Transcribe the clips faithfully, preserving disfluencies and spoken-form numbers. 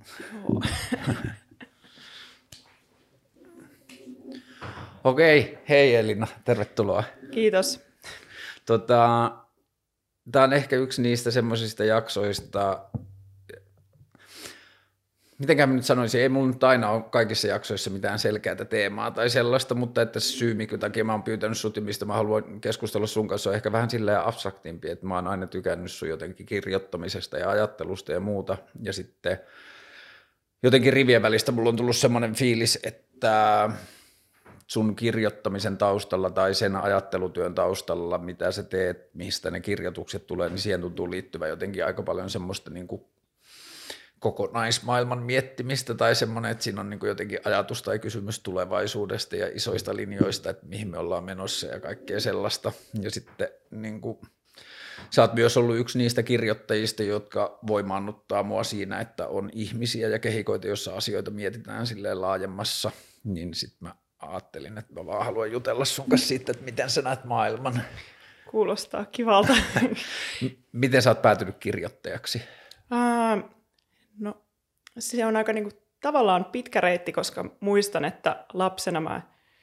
Joo. Okei, hei Elina, tervetuloa. Kiitos. Tota, tämä on ehkä yksi niistä semmoisista jaksoista, mitenkään mä nyt sanoisin, ei mulla nyt aina ole kaikissa jaksoissa mitään selkeää teemaa tai sellaista, mutta että se syy, minkä takia mä oon pyytänyt sut, mistä mä haluan keskustella sun kanssa, on ehkä vähän silleen abstraktimpi, että mä oon aina tykännyt sun jotenkin kirjoittamisesta ja ajattelusta ja muuta, ja sitten jotenkin rivien välistä mulla on tullut semmoinen fiilis, että sun kirjoittamisen taustalla tai sen ajattelutyön taustalla, mitä sä teet, mistä ne kirjoitukset tulee, niin siihen tuntuu liittyvä jotenkin aika paljon semmoista niin kuin kokonaismaailman miettimistä tai semmoinen, että siinä on niin kuin jotenkin ajatus tai kysymys tulevaisuudesta ja isoista linjoista, että mihin me ollaan menossa ja kaikkea sellaista. Ja sitten niin kuin, sä oot myös ollut yksi niistä kirjoittajista, jotka voimaannuttaa mua siinä, että on ihmisiä ja kehikoita, joissa asioita mietitään silleen laajemmassa, niin sitten mä ajattelin, että mä vaan haluan jutella sun kanssa siitä, että miten sä näet maailman. Kuulostaa kivalta. Miten sä oot päätynyt kirjoittajaksi? Uh, no, se on aika niinku, tavallaan pitkä reitti, koska muistan, että lapsena mä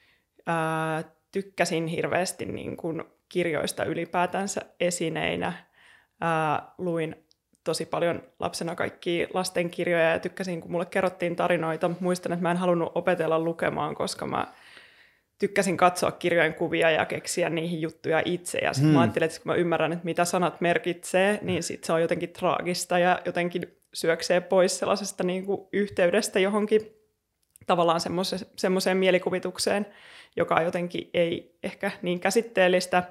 uh, tykkäsin hirveästi niinku, kirjoista ylipäätänsä esineinä. Uh, luin tosi paljon lapsena kaikkia lastenkirjoja ja tykkäsin, kun mulle kerrottiin tarinoita. Muistan, että mä en halunnut opetella lukemaan, koska mä tykkäsin katsoa kirjojen kuvia ja keksiä niihin juttuja itse. Ja sitten hmm. mä ajattelin, että kun mä ymmärrän, että mitä sanat merkitsee, niin sit se on jotenkin traagista ja jotenkin syöksee pois sellaisesta niin kuin yhteydestä johonkin tavallaan semmoiseen mielikuvitukseen, joka jotenkin ei ehkä niin käsitteellistä.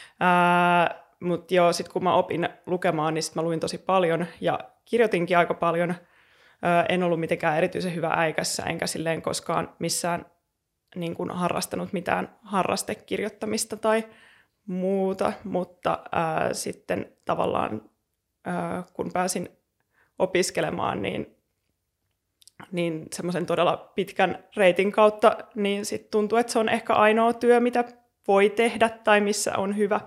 Ää, Mutta joo, sitten kun mä opin lukemaan, niin sit mä luin tosi paljon ja kirjoitinkin aika paljon. Ää, en ollut mitenkään erityisen hyvä äikässä, enkä silleen koskaan missään niin kuin harrastanut mitään harrastekirjoittamista tai muuta, mutta ää, sitten tavallaan ää, kun pääsin opiskelemaan, niin, niin semmoisen todella pitkän reitin kautta, niin sitten tuntui, että se on ehkä ainoa työ, mitä voi tehdä tai missä on hyvä.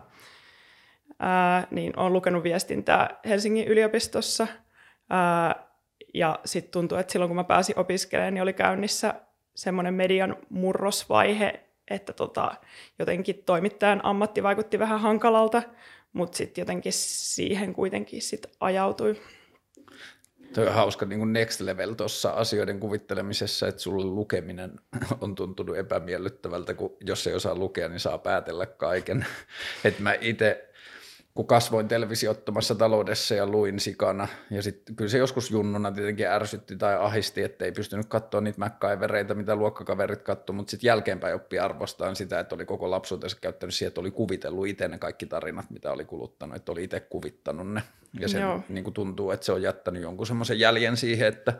Ää, niin olen lukenut viestintää Helsingin yliopistossa ää, ja sitten tuntui, että silloin kun mä pääsin opiskelemaan, niin oli käynnissä semmoinen median murrosvaihe, että tota, jotenkin toimittajan ammatti vaikutti vähän hankalalta, mutta sitten jotenkin siihen kuitenkin sit ajautui. Tuo on hauska niin kuin next level tuossa asioiden kuvittelemisessa, että sulle lukeminen on tuntunut epämiellyttävältä, kun jos ei osaa lukea, niin saa päätellä kaiken. Että mä itse, kun kasvoin televisiottomassa taloudessa ja luin sikana, ja sitten kyllä se joskus junnuna tietenkin ärsytti tai ahisti, että ei pystynyt katsoa niitä MacGyvereita, mitä luokkakaverit katsoi, mutta sitten jälkeenpäin oppi arvostaan sitä, että oli koko lapsuutensa käyttänyt siihen, että oli kuvitellut itse ne kaikki tarinat, mitä oli kuluttanut, että oli itse kuvittanut ne. Ja se niin kuin tuntuu, että se on jättänyt jonkun semmoisen jäljen siihen, että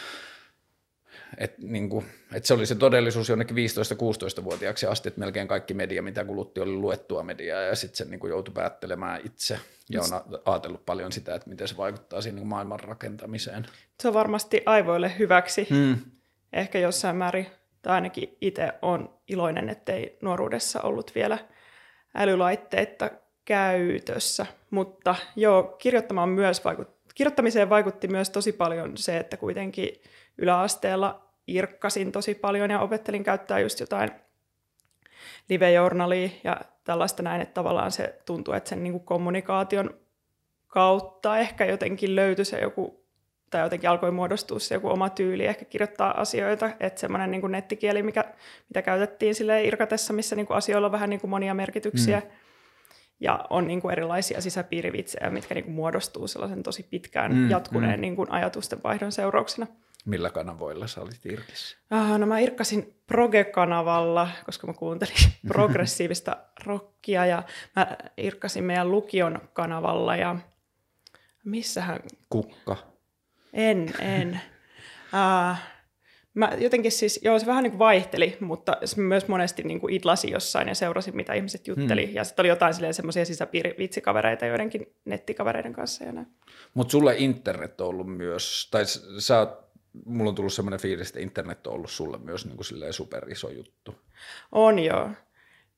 Että niinku, et se oli se todellisuus jonnekin viisitoista-kuusitoista-vuotiaaksi asti, että melkein kaikki media, mitä kulutti, oli luettua mediaa, ja sitten se niinku joutui päättelemään itse, ja on ajatellut paljon sitä, että miten se vaikuttaa siinä niinku maailman rakentamiseen. Se on varmasti aivoille hyväksi, hmm. ehkä jossain määrin, tai ainakin itse olen iloinen, ettei nuoruudessa ollut vielä älylaitteita käytössä, mutta joo, kirjoittamaan myös vaikut- kirjoittamiseen vaikutti myös tosi paljon se, että kuitenkin yläasteella irkkasin tosi paljon ja opettelin käyttää just jotain live-journalia ja tällaista näin, että tavallaan se tuntuu, että sen niin kuin kommunikaation kautta ehkä jotenkin löytyi se joku, tai jotenkin alkoi muodostua se joku oma tyyli ehkä kirjoittaa asioita, että semmoinen niin kuin nettikieli, mikä, mitä käytettiin silleen irkatessa, missä niin kuin asioilla on vähän niin kuin monia merkityksiä, mm. ja on niin kuin erilaisia sisäpiirivitsejä, mitkä niin kuin muodostuu sellaisen tosi pitkään mm, jatkuneen mm. niin kuin ajatusten vaihdon seurauksena. Millä kanavoilla sä olit irkissä? Ah, no mä irkkasin Proge-kanavalla, koska mä kuuntelin progressiivista rockia, ja mä irkkasin meidän lukion kanavalla, ja missähän... Kukka. En, en. Uh, mä jotenkin siis, joo se vähän niin kuin vaihteli, mutta myös monesti niin kuin idlasin jossain ja seurasin, mitä ihmiset jutteli. Hmm. Ja sitten oli jotain semmoisia sisäpiirivitsikavereita joidenkin nettikavereiden kanssa ja näin. Mutta sulle internet on ollut myös, tai sä oot, mulla on tullut semmoinen fiilis, että internet on ollut sulle myös niin kuin silleen superiso juttu. On joo.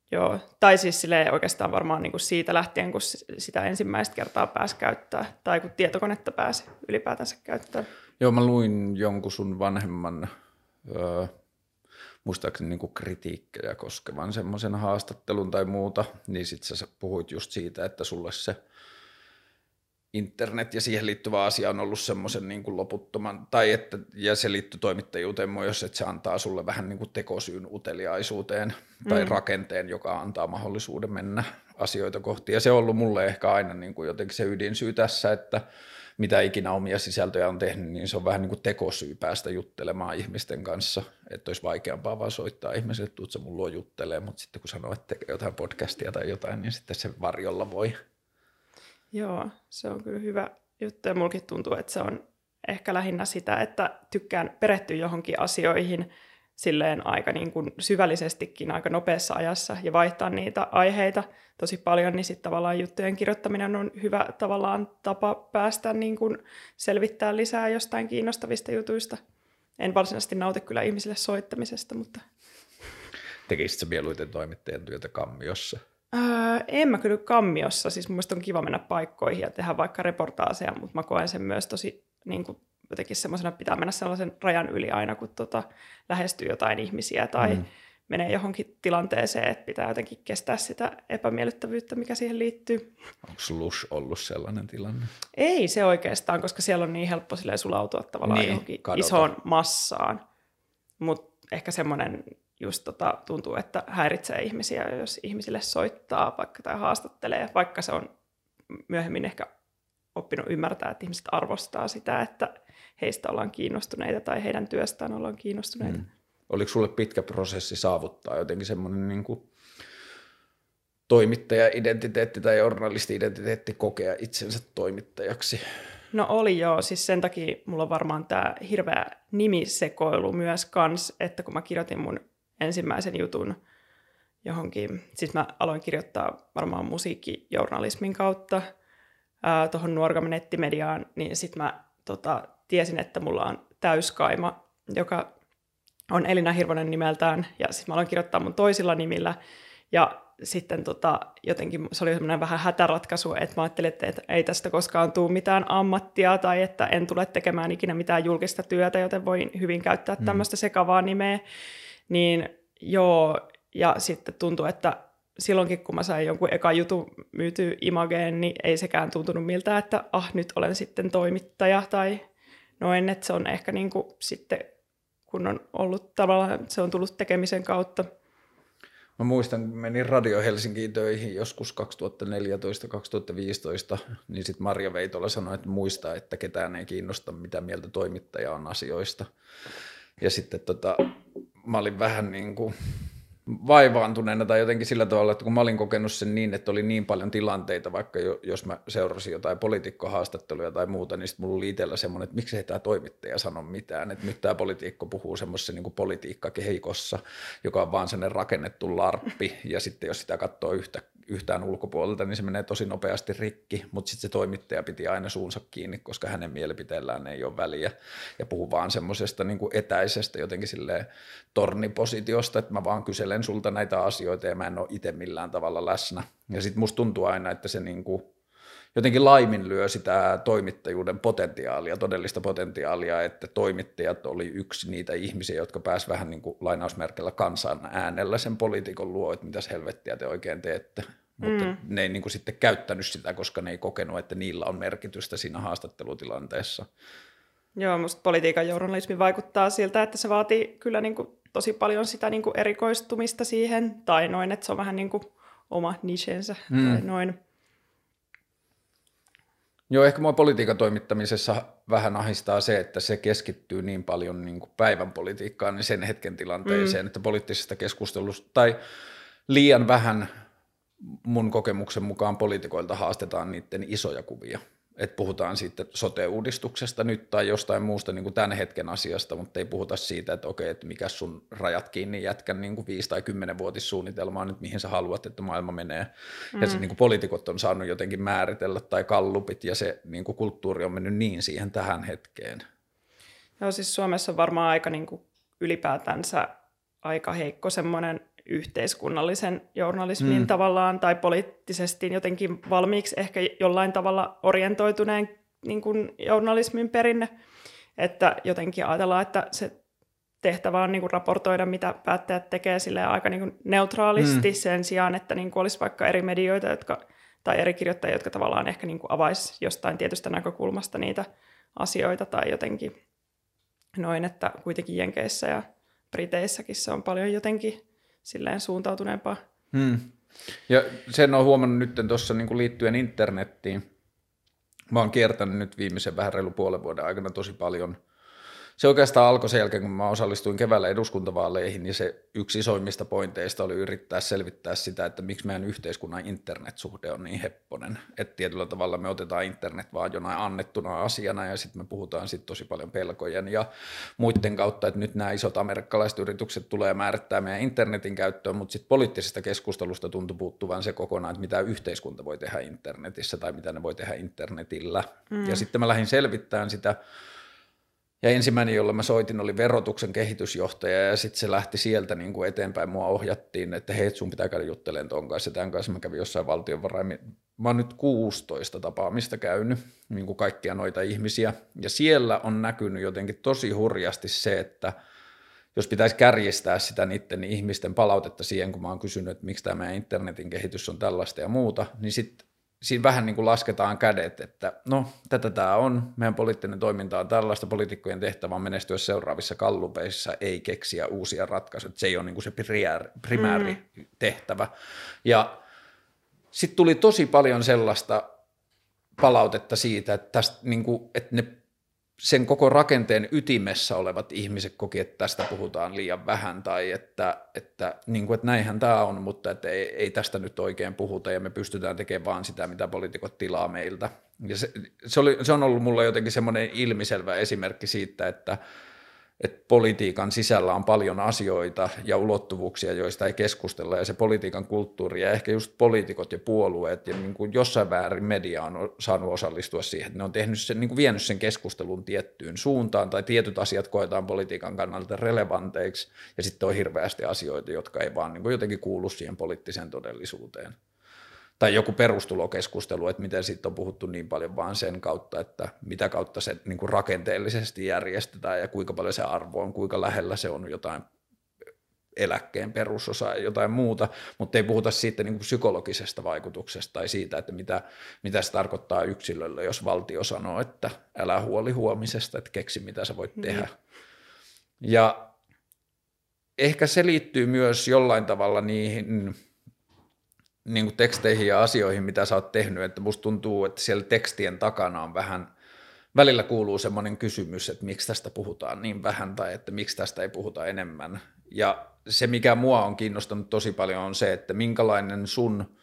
Joo, tai siis silleen oikeastaan varmaan niin kuin siitä lähtien, kun sitä ensimmäistä kertaa pääsi käyttää, tai kun tietokonetta pääsi ylipäätänsä käyttämään. Joo, mä luin jonkun sun vanhemman, öö, muistaakseni niin kuin kritiikkejä koskevan semmoisen haastattelun tai muuta, niin sit sä puhuit just siitä, että sulle se internet ja siihen liittyvä asia on ollut semmoisen niin kuin loputtoman, tai että, ja se liittyy toimittajuuteen myös, että se antaa sulle vähän niin kuin tekosyyn uteliaisuuteen tai mm. rakenteen, joka antaa mahdollisuuden mennä asioita kohti. Ja se on ollut mulle ehkä aina niin kuin jotenkin se ydinsyy tässä, että mitä ikinä omia sisältöjä on tehnyt, niin se on vähän niin kuin tekosyy päästä juttelemaan ihmisten kanssa, että olisi vaikeampaa vaan soittaa ihmisille, että tuut sä mun luo juttelee, mutta sitten kun sanoo, että tekee jotain podcastia tai jotain, niin sitten se varjolla voi. Joo, se on kyllä hyvä juttu ja mulkin tuntuu, että se on ehkä lähinnä sitä, että tykkään perehtyä johonkin asioihin silleen aika niin kuin syvällisestikin aika nopeassa ajassa ja vaihtaa niitä aiheita tosi paljon, niin sitten tavallaan juttujen kirjoittaminen on hyvä tavallaan tapa päästä niin kuin selvittää lisää jostain kiinnostavista jutuista. En varsinaisesti nauti kyllä ihmisille soittamisesta, mutta... Tekisit sä mieluiten toimittajan työtä Kammiossa? Öö, en mä kyllä Kammiossa, siis mun mielestä on kiva mennä paikkoihin ja tehdä vaikka reportaaseja, mutta mä koen sen myös tosi niin kuin, jotenkin semmoisena, pitää mennä sellaisen rajan yli aina, kun tota, lähestyy jotain ihmisiä tai mm. menee johonkin tilanteeseen, että pitää jotenkin kestää sitä epämiellyttävyyttä, mikä siihen liittyy. Onko Lush ollut sellainen tilanne? Ei se oikeastaan, koska siellä on niin helppo sulautua tavallaan niin, johonkin kadota. Isoon massaan, mutta ehkä semmoinen... Just tota, tuntuu, että häiritsee ihmisiä, jos ihmisille soittaa vaikka tai haastattelee, vaikka se on myöhemmin ehkä oppinut ymmärtää, että ihmiset arvostaa sitä, että heistä ollaan kiinnostuneita tai heidän työstään ollaan kiinnostuneita. Mm. Oliko sulle pitkä prosessi saavuttaa jotenkin semmoinen niin kuin toimittaja-identiteetti tai journalisti-identiteetti kokea itsensä toimittajaksi? No oli joo, siis sen takia mulla on varmaan tämä hirveä nimisekoilu myös kans, että kun mä kirjoitin mun ensimmäisen jutun johonkin, siis mä aloin kirjoittaa varmaan musiikkijournalismin kautta tuohon Nuorgam nettimediaan, niin sitten mä tota, tiesin, että mulla on täyskaima, joka on Elina Hirvonen nimeltään, ja sitten mä aloin kirjoittaa mun toisilla nimillä, ja sitten tota, jotenkin se oli semmoinen vähän hätäratkaisu, että mä ajattelin, että, että ei tästä koskaan tule mitään ammattia, tai että en tule tekemään ikinä mitään julkista työtä, joten voin hyvin käyttää mm. tämmöistä sekavaa nimeä. Niin joo, ja sitten tuntui, että silloinkin kun mä sain jonkun eka jutun myytyä Imageen, niin ei sekään tuntunut miltä, että ah, nyt olen sitten toimittaja tai noin, että se on ehkä niin kuin sitten, kun on ollut tavallaan, se on tullut tekemisen kautta. Mä muistan, kun menin Radio Helsinkiin töihin joskus kaksituhattaneljätoista kaksituhattaviisitoista, niin sitten Marja Veitola sanoi, että muista, että ketään ei kiinnosta, mitä mieltä toimittaja on asioista. Ja sitten tota, mä olin vähän niin kuin vaivaantuneena tai jotenkin sillä tavalla, että kun mä olin kokenut sen niin, että oli niin paljon tilanteita, vaikka jos mä seurasin jotain poliitikkohaastatteluja tai muuta, niin sitten mulla oli itsellä semmoinen, että miksei tämä toimittaja sano mitään, että nyt tämä poliitikko puhuu semmoisessa niin kuin politiikkakehikossa, joka on vaan sellainen rakennettu larppi, ja sitten jos sitä katsoo yhtä, yhtään ulkopuolelta, niin se menee tosi nopeasti rikki, mutta sitten se toimittaja piti aina suunsa kiinni, koska hänen mielipiteellään ei ole väliä, ja puhuu vaan semmoisesta niin kuin etäisestä jotenkin silleen tornipositiosta, että mä vaan kyselen sulta näitä asioita ja mä en ole itse millään tavalla läsnä. Ja sitten musta tuntuu aina, että se niinku jotenkin laiminlyö sitä toimittajuuden potentiaalia, todellista potentiaalia, että toimittajat oli yksi niitä ihmisiä, jotka pääsivät vähän niin kuin lainausmerkillä kansan äänellä sen poliitikon luo, että mitäs helvettiä te oikein teette. Mm. Mutta ne ei niin kuin sitten käyttänyt sitä, koska ne ei kokenut, että niillä on merkitystä siinä haastattelutilanteessa. Joo, musta politiikan journalismi vaikuttaa siltä, että se vaatii kyllä niin kuin tosi paljon sitä niin kuin erikoistumista siihen, tai noin, että se on vähän niin kuin oma nichensä, mm. tai noin. Joo, ehkä mua politiikan toimittamisessa vähän ahistaa se, että se keskittyy niin paljon niin kuin päivän politiikkaan, niin sen hetken tilanteeseen, mm. että poliittisesta keskustelusta, tai liian vähän mun kokemuksen mukaan poliitikoilta haastetaan niiden isoja kuvia. Että puhutaan siitä sote-uudistuksesta nyt tai jostain muusta niin kuin tämän hetken asiasta, mutta ei puhuta siitä, että okei, että mikä sun rajat kiinni jätkän niin kuin viisi- tai kymmenenvuotissuunnitelmaa nyt, mihin sä haluat, että maailma menee. Mm. Ja se niin kuin poliitikot on saanut jotenkin määritellä tai kallupit ja se niin kuin kulttuuri on mennyt niin siihen tähän hetkeen. Joo, siis Suomessa on varmaan aika niin kuin ylipäätänsä aika heikko semmoinen yhteiskunnallisen journalismin Mm. tavallaan tai poliittisesti jotenkin valmiiksi ehkä jollain tavalla orientoituneen niin kuin journalismin perinne, että jotenkin ajatellaan, että se tehtävä on niin kuin raportoida, mitä päättäjät tekee silleen aika niin kuin neutraalisti mm. sen sijaan, että niin kuin olisi vaikka eri medioita, jotka, tai eri kirjoittajia, jotka tavallaan ehkä niin kuin avaisi jostain tietystä näkökulmasta niitä asioita tai jotenkin noin, että kuitenkin Jenkeissä ja Briteissäkin se on paljon jotenkin silleen suuntautuneempaa. Hmm. Ja sen on huomannut nyt tuossa niin liittyen internettiin. Mä oon kiertänyt nyt viimeisen vähän reilu puolen vuoden aikana tosi paljon. Se oikeastaan alkoi sen jälkeen, kun mä osallistuin keväällä eduskuntavaaleihin, niin se yksi isoimmista pointeista oli yrittää selvittää sitä, että miksi meidän yhteiskunnan internetsuhde on niin hepponen. Että tietyllä tavalla me otetaan internet vaan jonain annettuna asiana ja sitten me puhutaan sit tosi paljon pelkojen ja muiden kautta, että nyt nämä isot amerikkalaiset yritykset tulee määrittää meidän internetin käyttöön, mutta sitten poliittisesta keskustelusta tuntui puuttuvan se kokonaan, että mitä yhteiskunta voi tehdä internetissä tai mitä ne voi tehdä internetillä. Mm. Ja sitten mä lähdin selvittämään sitä. Ja ensimmäinen, jolle mä soitin, oli verotuksen kehitysjohtaja, ja sitten se lähti sieltä niin kuin eteenpäin. Mua ohjattiin, että hei, sun pitää käydä juttelemaan ton kanssa. Ja tämän kanssa mä kävin jossain valtionvarain. Mä oon nyt kuusitoista tapaamista käynyt, niin kuin kaikkia noita ihmisiä. Ja siellä on näkynyt jotenkin tosi hurjasti se, että jos pitäisi kärjistää sitä niiden ihmisten palautetta siihen, kun mä oon kysynyt, että miksi tämä meidän internetin kehitys on tällaista ja muuta, niin sitten siinä vähän niin kuin lasketaan kädet, että no tätä tämä on, meidän poliittinen toiminta on tällaista, poliitikkojen tehtävä on menestyä seuraavissa gallupeissa, ei keksiä uusia ratkaisuja, se ei ole niin kuin se primääri mm. tehtävä. Ja sitten tuli tosi paljon sellaista palautetta siitä, että, tästä, niin kuin, että ne sen koko rakenteen ytimessä olevat ihmiset koki, että tästä puhutaan liian vähän tai että, että, niin kuin, että näinhän tämä on, mutta että ei, ei tästä nyt oikein puhuta ja me pystytään tekemään vaan sitä, mitä poliitikot tilaa meiltä. Ja se, se, oli, se on ollut mulle jotenkin semmoinen ilmiselvä esimerkki siitä, että, että politiikan sisällä on paljon asioita ja ulottuvuuksia, joista ei keskustella, ja se politiikan kulttuuri ja ehkä just poliitikot ja puolueet ja niin kuin jossain väärin media on saanut osallistua siihen, että ne on tehnyt sen, niin kuin vienyt sen keskustelun tiettyyn suuntaan, tai tietyt asiat koetaan politiikan kannalta relevanteiksi, ja sitten on hirveästi asioita, jotka ei vaan niin kuin jotenkin kuulu siihen poliittiseen todellisuuteen. Tai joku perustulokeskustelu, että miten siitä on puhuttu niin paljon vaan sen kautta, että mitä kautta se niin kuin rakenteellisesti järjestetään ja kuinka paljon se arvo on, kuinka lähellä se on jotain eläkkeen perusosaa ja jotain muuta, mutta ei puhuta siitä niin kuin psykologisesta vaikutuksesta tai siitä, että mitä, mitä se tarkoittaa yksilölle, jos valtio sanoo, että älä huoli huomisesta, että keksi mitä sä voit tehdä. Mm. Ja ehkä se liittyy myös jollain tavalla niihin niin kuin teksteihin ja asioihin, mitä sä oot tehnyt, että musta tuntuu, että siellä tekstien takana on vähän, välillä kuuluu semmoinen kysymys, että miksi tästä puhutaan niin vähän tai että miksi tästä ei puhuta enemmän. Ja se, mikä mua on kiinnostanut tosi paljon, on se, että minkälainen sun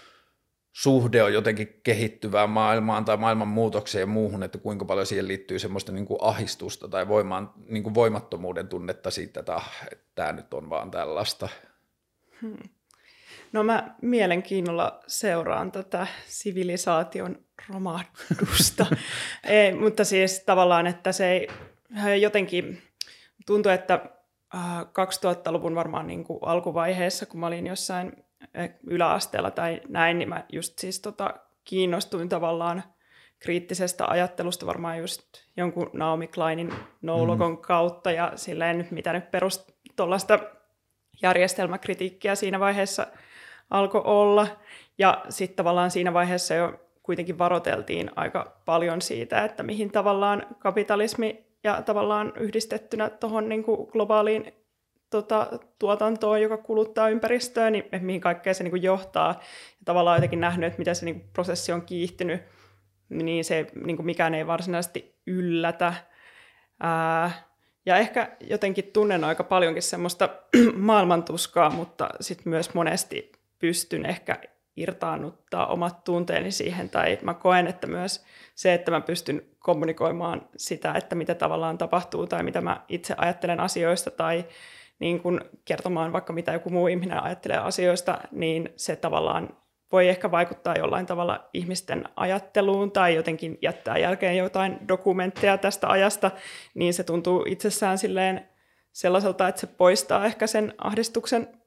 suhde on jotenkin kehittyvään maailmaan tai maailman muutokseen ja muuhun, että kuinka paljon siihen liittyy semmoista niin kuin ahdistusta tai voimaan, niin kuin voimattomuuden tunnetta siitä, että, ah, että tämä nyt on vaan tällaista. Hmm. No mä mielenkiinnolla seuraan tätä sivilisaation romahdusta, ei, mutta siis tavallaan, että se ei jotenkin tuntuu, että kaksituhattaluvun varmaan niin kuin alkuvaiheessa, kun mä olin jossain yläasteella tai näin, niin mä just siis tota, kiinnostuin tavallaan kriittisestä ajattelusta varmaan just jonkun Naomi Kleinin No-logon mm. kautta ja silleen nyt mitä nyt perus tuollaista järjestelmäkritiikkiä siinä vaiheessa alkoi olla. Ja sitten tavallaan siinä vaiheessa jo kuitenkin varoteltiin aika paljon siitä, että mihin tavallaan kapitalismi ja tavallaan yhdistettynä tuohon niin kuin globaaliin tota, tuotantoon, joka kuluttaa ympäristöä, niin mihin kaikkea se niin kuin johtaa. Ja tavallaan jotenkin nähnyt, että miten se niin kuin prosessi on kiihtynyt, niin se niin kuin mikään ei varsinaisesti yllätä. Ää, ja ehkä jotenkin tunnen aika paljonkin semmoista maailmantuskaa, mutta sitten myös monesti pystyn ehkä irtaannuttaa omat tunteeni siihen, tai mä koen, että myös se, että mä pystyn kommunikoimaan sitä, että mitä tavallaan tapahtuu, tai mitä mä itse ajattelen asioista, tai niin kun kertomaan vaikka mitä joku muu ihminen ajattelee asioista, niin se tavallaan voi ehkä vaikuttaa jollain tavalla ihmisten ajatteluun, tai jotenkin jättää jälkeen jotain dokumentteja tästä ajasta, niin se tuntuu itsessään silleen sellaiselta, että se poistaa ehkä sen ahdistuksen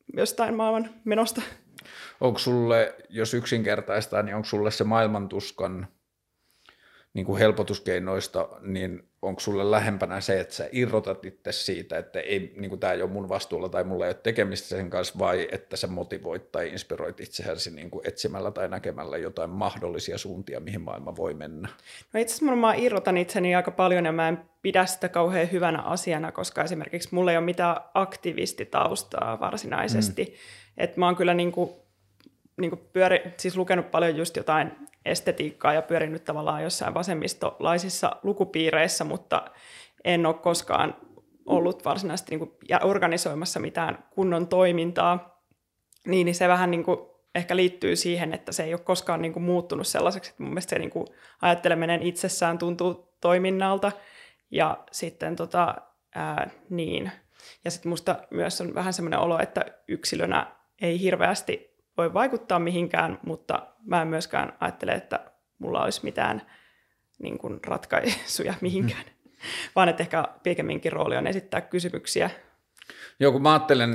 jostain maailman menosta. Onko sulle, jos yksinkertaistaa, niin onko sulle se maailmantuskan niin kuin helpotuskeinoista, niin onko sulle lähempänä se, että sä irrotat itse siitä, että ei, niin kuin tämä ei ole mun vastuulla tai mulla ei ole tekemistä sen kanssa, vai että sä motivoit tai inspiroit itseäsi niin kuin etsimällä tai näkemällä jotain mahdollisia suuntia, mihin maailma voi mennä? No itse asiassa mä irrotan itseni aika paljon ja mä en pidä sitä kauhean hyvänä asiana, koska esimerkiksi mulla ei ole mitään aktivistitaustaa varsinaisesti. Mm. Että mä oon kyllä niin kuin, niin kuin pyöri, siis lukenut paljon just jotain estetiikkaa ja pyörinyt tavallaan jossain vasemmistolaisissa lukupiireissä, mutta en ole koskaan ollut varsinaisesti niin kuin organisoimassa mitään kunnon toimintaa, niin, niin se vähän niin kuin ehkä liittyy siihen, että se ei ole koskaan niin kuin muuttunut sellaiseksi, että mun mielestä se niin kuin ajatteleminen itsessään tuntuu toiminnalta, ja sitten tota, ää, niin. Ja sitten musta myös on vähän semmoinen olo, että yksilönä ei hirveästi voi vaikuttaa mihinkään, mutta mä en myöskään ajattele, että mulla olisi mitään niin kuin ratkaisuja mihinkään, mm. vaan että ehkä pikemminkin rooli on esittää kysymyksiä. Joo, kun mä ajattelen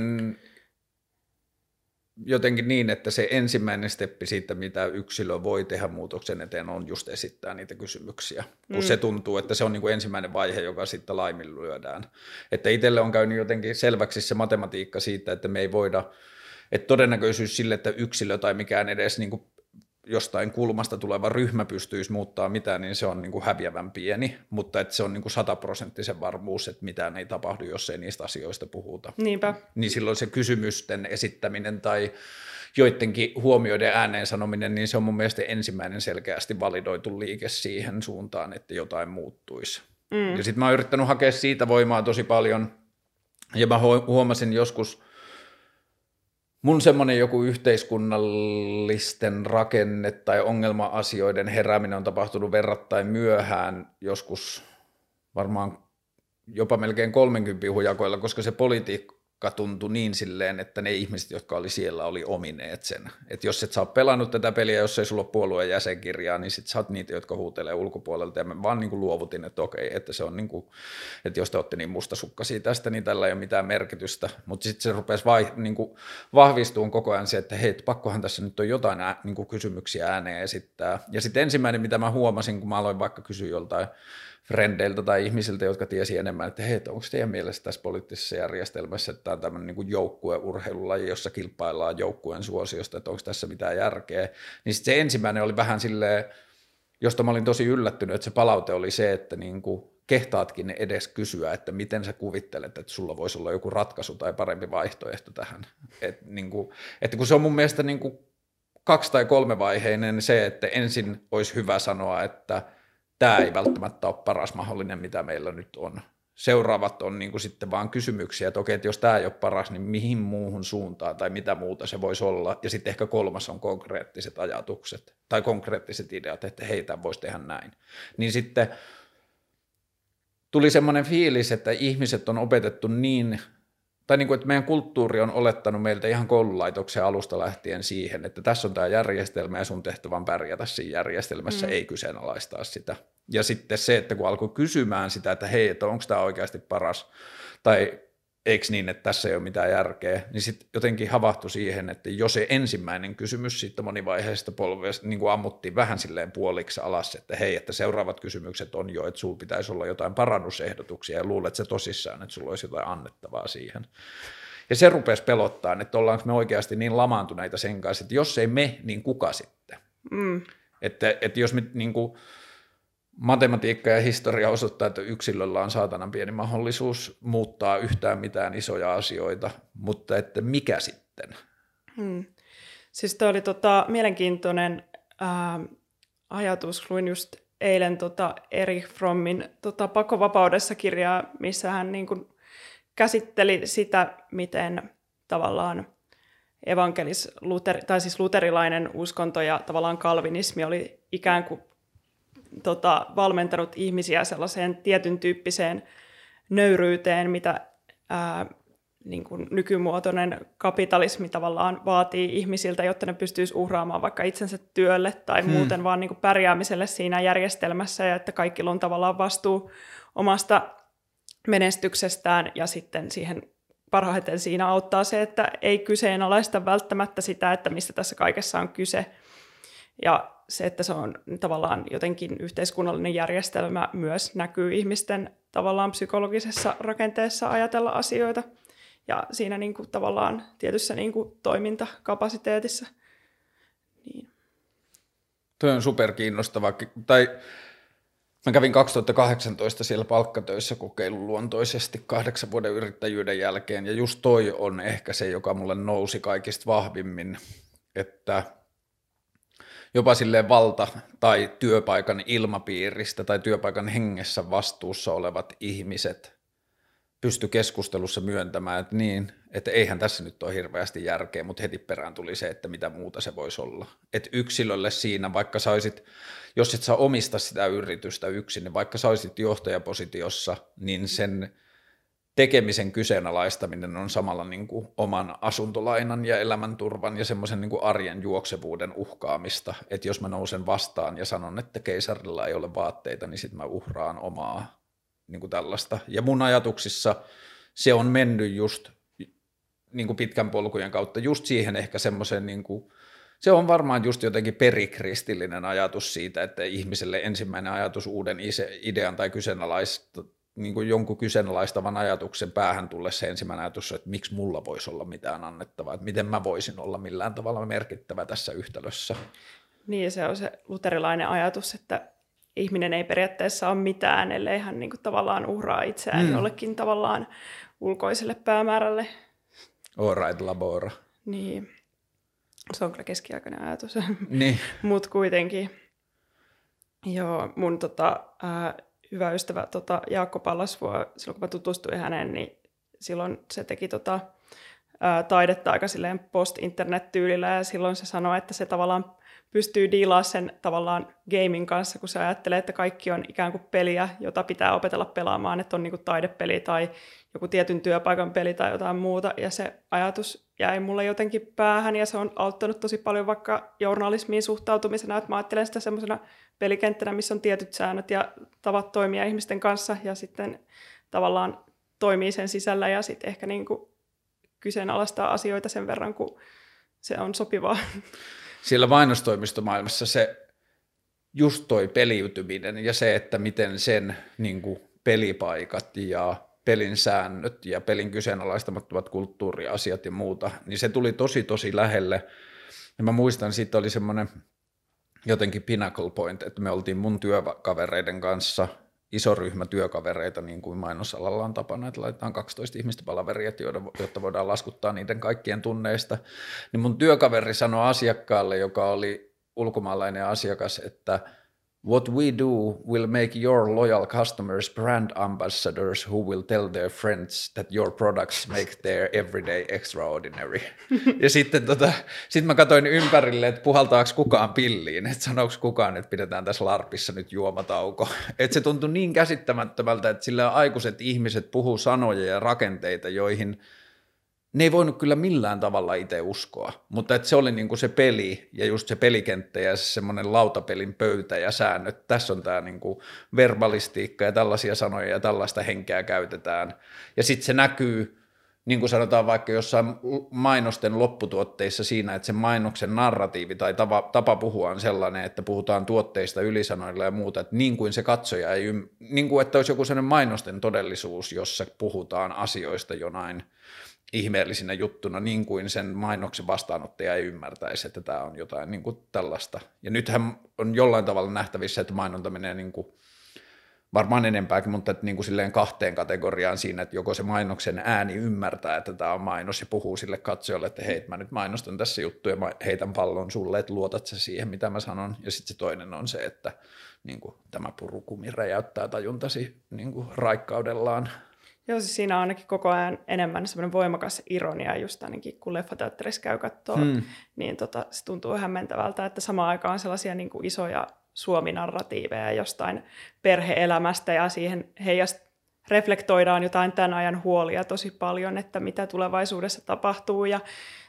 jotenkin niin, että se ensimmäinen steppi siitä, mitä yksilö voi tehdä muutoksen eteen, on just esittää niitä kysymyksiä. Kun mm. se tuntuu, että se on niin kuin ensimmäinen vaihe, joka sitten laiminlyödään. Että itselle on käynyt jotenkin selväksi se matematiikka siitä, että me ei voida, että todennäköisyys sille, että yksilö tai mikään edes niin kuin jostain kulmasta tuleva ryhmä pystyisi muuttaa mitään, niin se on niin kuin häviävän pieni, mutta että se on niin kuin sataprosenttisen varmuus, että mitään ei tapahdu, jos ei niistä asioista puhuta. Niinpä. Niin silloin se kysymysten esittäminen tai joidenkin huomioiden ääneen sanominen, niin se on mun mielestä ensimmäinen selkeästi validoitu liike siihen suuntaan, että jotain muuttuisi. Mm. Ja sitten mä oon yrittänyt hakea siitä voimaa tosi paljon, ja mä huomasin joskus, mun semmoinen joku yhteiskunnallisten rakenne- tai ongelma-asioiden herääminen on tapahtunut verrattain myöhään, joskus varmaan jopa melkein kolmenkympin hujakoilla, koska se politiikka tuntui niin silleen, että ne ihmiset, jotka oli siellä, oli omineet sen. Että jos et sä oot pelannut tätä peliä, jos ei sulla ole puolueen jäsenkirjaa, niin sit sä oot niitä, jotka huutelee ulkopuolelta. Ja mä vaan niin kuin luovutin, että okei, että se on niin kuin, että jos te ootte niin mustasukkaisia tästä, niin tällä ei ole mitään merkitystä. Mutta sitten se rupesi vai, niin kuin vahvistumaan koko ajan se, että hei, pakkohan tässä nyt on jotain ää, niin kuin kysymyksiä ääneen esittää. Ja sitten ensimmäinen, mitä mä huomasin, kun mä aloin vaikka kysyä joltain frendeiltä tai ihmisiltä, jotka tiesi enemmän, että hei, onko teidän mielestä tässä poliittisessa järjestelmässä, että tämä on tämmöinen niin joukkueurheilulaji, jossa kilpaillaan joukkueen suosiosta, että onko tässä mitään järkeä, niin sitten se ensimmäinen oli vähän silleen, josta mä olin tosi yllättynyt, että se palaute oli se, että niin kuin kehtaatkin edes kysyä, että miten sä kuvittelet, että sulla voisi olla joku ratkaisu tai parempi vaihtoehto tähän. Et niin kuin, että kun se on mun mielestä niin kuin kaksi- tai kolmevaiheinen se, että ensin olisi hyvä sanoa, että tämä ei välttämättä ole paras mahdollinen, mitä meillä nyt on. Seuraavat on niin kuin sitten vaan kysymyksiä, että okei, että jos tämä ei ole paras, niin mihin muuhun suuntaan tai mitä muuta se voisi olla. Ja sitten ehkä kolmas on konkreettiset ajatukset tai konkreettiset ideat, että hei, tämä voisi tehdä näin. Niin sitten tuli semmoinen fiilis, että ihmiset on opetettu niin, tai niin kuin, että meidän kulttuuri on olettanut meiltä ihan koululaitoksen alusta lähtien siihen, että tässä on tämä järjestelmä ja sun tehtävä on pärjätä siinä järjestelmässä, mm. ei kyseenalaistaa sitä. Ja sitten se, että kun alkoi kysymään sitä, että hei, että onko tämä oikeasti paras, tai eikö niin, että tässä ei ole mitään järkeä, niin sitten jotenkin havahtui siihen, että jo se ensimmäinen kysymys siitä monivaiheisesta polvesta niin kuin ammuttiin vähän silleen puoliksi alas, että hei, että seuraavat kysymykset on jo, että sulla pitäisi olla jotain parannusehdotuksia ja luulet se tosissaan, että sulla olisi jotain annettavaa siihen. Ja se rupesi pelottaa, että ollaanko me oikeasti niin lamaantuneita sen kanssa, että jos ei me, niin kuka sitten? Mm. Että, että jos me niin kuin matematiikka ja historia osoittaa, että yksilöllä on saatanan pieni mahdollisuus muuttaa yhtään mitään isoja asioita, mutta että mikä sitten? Hmm. Siis toi oli tota, mielenkiintoinen ää, ajatus. Luin just eilen tota Erich Frommin tota, Pakovapaudessa -kirjaa, missä hän niin kuin käsitteli sitä, miten tavallaan evankelis Luther, tai siis luterilainen uskonto ja tavallaan kalvinismi oli ikään kuin Tota, valmentanut ihmisiä sellaiseen tietyn tyyppiseen nöyryyteen, mitä ää, niin kuin nykymuotoinen kapitalismi tavallaan vaatii ihmisiltä, jotta ne pystyisi uhraamaan vaikka itsensä työlle tai hmm. muuten vaan niin kuin pärjäämiselle siinä järjestelmässä, ja että kaikilla on tavallaan vastuu omasta menestyksestään, ja sitten siihen parhaiten siinä auttaa se, että ei kyseenalaista välttämättä sitä, että mistä tässä kaikessa on kyse. Ja se, että se on tavallaan jotenkin yhteiskunnallinen järjestelmä, myös näkyy ihmisten tavallaan psykologisessa rakenteessa ajatella asioita ja siinä niin kuin tavallaan tietyssä niin kuin toimintakapasiteetissa. Niin. Tuo on superkiinnostava. Tai mä kävin kaksituhattakahdeksantoista siellä palkkatöissä kokeiluluontoisesti kahdeksan vuoden yrittäjyyden jälkeen, ja just toi on ehkä se, joka mulle nousi kaikista vahvimmin, että jopa silleen valta- tai työpaikan ilmapiiristä tai työpaikan hengessä vastuussa olevat ihmiset pysty keskustelussa myöntämään, että niin, että eihän tässä nyt ole hirveästi järkeä, mutta heti perään tuli se, että mitä muuta se voisi olla. Että yksilölle siinä, vaikka saisit, jos et sä omista sitä yritystä yksin, niin vaikka saisit johtajapositiossa, niin sen tekemisen kyseenalaistaminen on samalla niin kuin oman asuntolainan ja elämänturvan ja semmoisen niin kuin arjen juoksevuuden uhkaamista, että jos mä nousen vastaan ja sanon, että keisarilla ei ole vaatteita, niin sitten mä uhraan omaa niin kuin tällaista. Ja mun ajatuksissa se on mennyt just niin kuin pitkän polkujen kautta just siihen ehkä semmoisen, niin kuin, se on varmaan just jotenkin perikristillinen ajatus siitä, että ihmiselle ensimmäinen ajatus uuden idean tai kyseenalaista, niin kuin jonkun kyseenalaistavan ajatuksen päähän tulle se ensimmäinen ajatus, että miksi mulla voisi olla mitään annettavaa, että miten mä voisin olla millään tavalla merkittävä tässä yhtälössä. Niin, se on se luterilainen ajatus, että ihminen ei periaatteessa ole mitään, ellei hän niin kuin tavallaan uhraa itseään mm. jollekin tavallaan ulkoiselle päämäärälle. Ora et labora. Niin, se on kyllä keskiaikainen ajatus, niin. mutta kuitenkin. Joo, mun tota, ää, hyvä ystävä tota, Jaakko Pallasvuo, silloin kun mä tutustuin häneen, niin silloin se teki tota, ää, taidetta aika silleen post-internet-tyylillä, ja silloin se sanoi, että se tavallaan pystyy diilaamaan sen tavallaan gamin kanssa, kun se ajattelee, että kaikki on ikään kuin peliä, jota pitää opetella pelaamaan, että on niin kuin taidepeli tai joku tietyn työpaikan peli tai jotain muuta, ja se ajatus jäi mulle jotenkin päähän, ja se on auttanut tosi paljon vaikka journalismiin suhtautumisena, että mä ajattelen sitä semmoisena pelikenttänä, missä on tietyt säännöt ja tavat toimia ihmisten kanssa, ja sitten tavallaan toimii sen sisällä, ja sitten ehkä niin kuin kyseenalaistaa asioita sen verran, kun se on sopivaa. Siellä mainostoimistomaailmassa se just toi peliytyminen ja se, että miten sen niin kuin pelipaikat ja pelin säännöt ja pelin kyseenalaistamattomat kulttuuriasiat ja muuta, niin se tuli tosi tosi lähelle. Ja mä muistan, siitä oli semmoinen jotenkin pinnacle point, että me oltiin mun työkavereiden kanssa, iso ryhmä työkavereita, niin kuin mainosalalla on tapana, että laitetaan kaksitoista ihmistä palaveria, jotta voidaan laskuttaa niiden kaikkien tunneista. Niin mun työkaveri sanoi asiakkaalle, joka oli ulkomaalainen asiakas, että what we do will make your loyal customers brand ambassadors who will tell their friends that your products make their everyday extraordinary. Ja sitten tota, sit mä katsoin ympärille, että puhaltaako kukaan pilliin, että sanooko kukaan, että pidetään tässä larpissa nyt juomatauko. Että se tuntui niin käsittämättömältä, että sillä aikuiset ihmiset puhuu sanoja ja rakenteita, joihin ne ei voinut kyllä millään tavalla itse uskoa, mutta että se oli niinku se peli ja just se pelikenttä ja se semmoinen lautapelin pöytä ja säännöt. Tässä on tämä niinku verbalistiikka ja tällaisia sanoja ja tällaista henkeä käytetään. Ja sitten se näkyy, niin kuin sanotaan vaikka jossain mainosten lopputuotteissa siinä, että se mainoksen narratiivi tai tapa, tapa puhua on sellainen, että puhutaan tuotteista ylisanoilla ja muuta, että niin kuin se katsoja ei, ym- niin kuin että olisi joku sellainen mainosten todellisuus, jossa puhutaan asioista jonain ihmeellisinä juttuna, niin kuin sen mainoksen vastaanottaja ei ymmärtäisi, että tämä on jotain niin kuin tällaista. Ja nythän on jollain tavalla nähtävissä, että mainonta menee niin kuin, varmaan enempääkin, mutta että niin kuin silleen kahteen kategoriaan siinä, että joko se mainoksen ääni ymmärtää, että tämä on mainos ja puhuu sille katsojalle, että hei, mä nyt mainostan tässä juttuja, mä heitän pallon sulle, että luotat sä siihen, mitä mä sanon. Ja sitten se toinen on se, että niin kuin, tämä purukumi räjäyttää tajuntasi niin kuin raikkaudellaan. Joo, siis siinä on ainakin koko ajan enemmän semmoinen voimakas ironia, just ainakin kun leffateatterissa käy katsoa, hmm. niin tota, se tuntuu hämmentävältä, että samaan aikaan on sellaisia niin kuin isoja suominarratiiveja jostain perhe-elämästä, ja siihen heijast reflektoidaan jotain tämän ajan huolia tosi paljon, että mitä tulevaisuudessa tapahtuu ja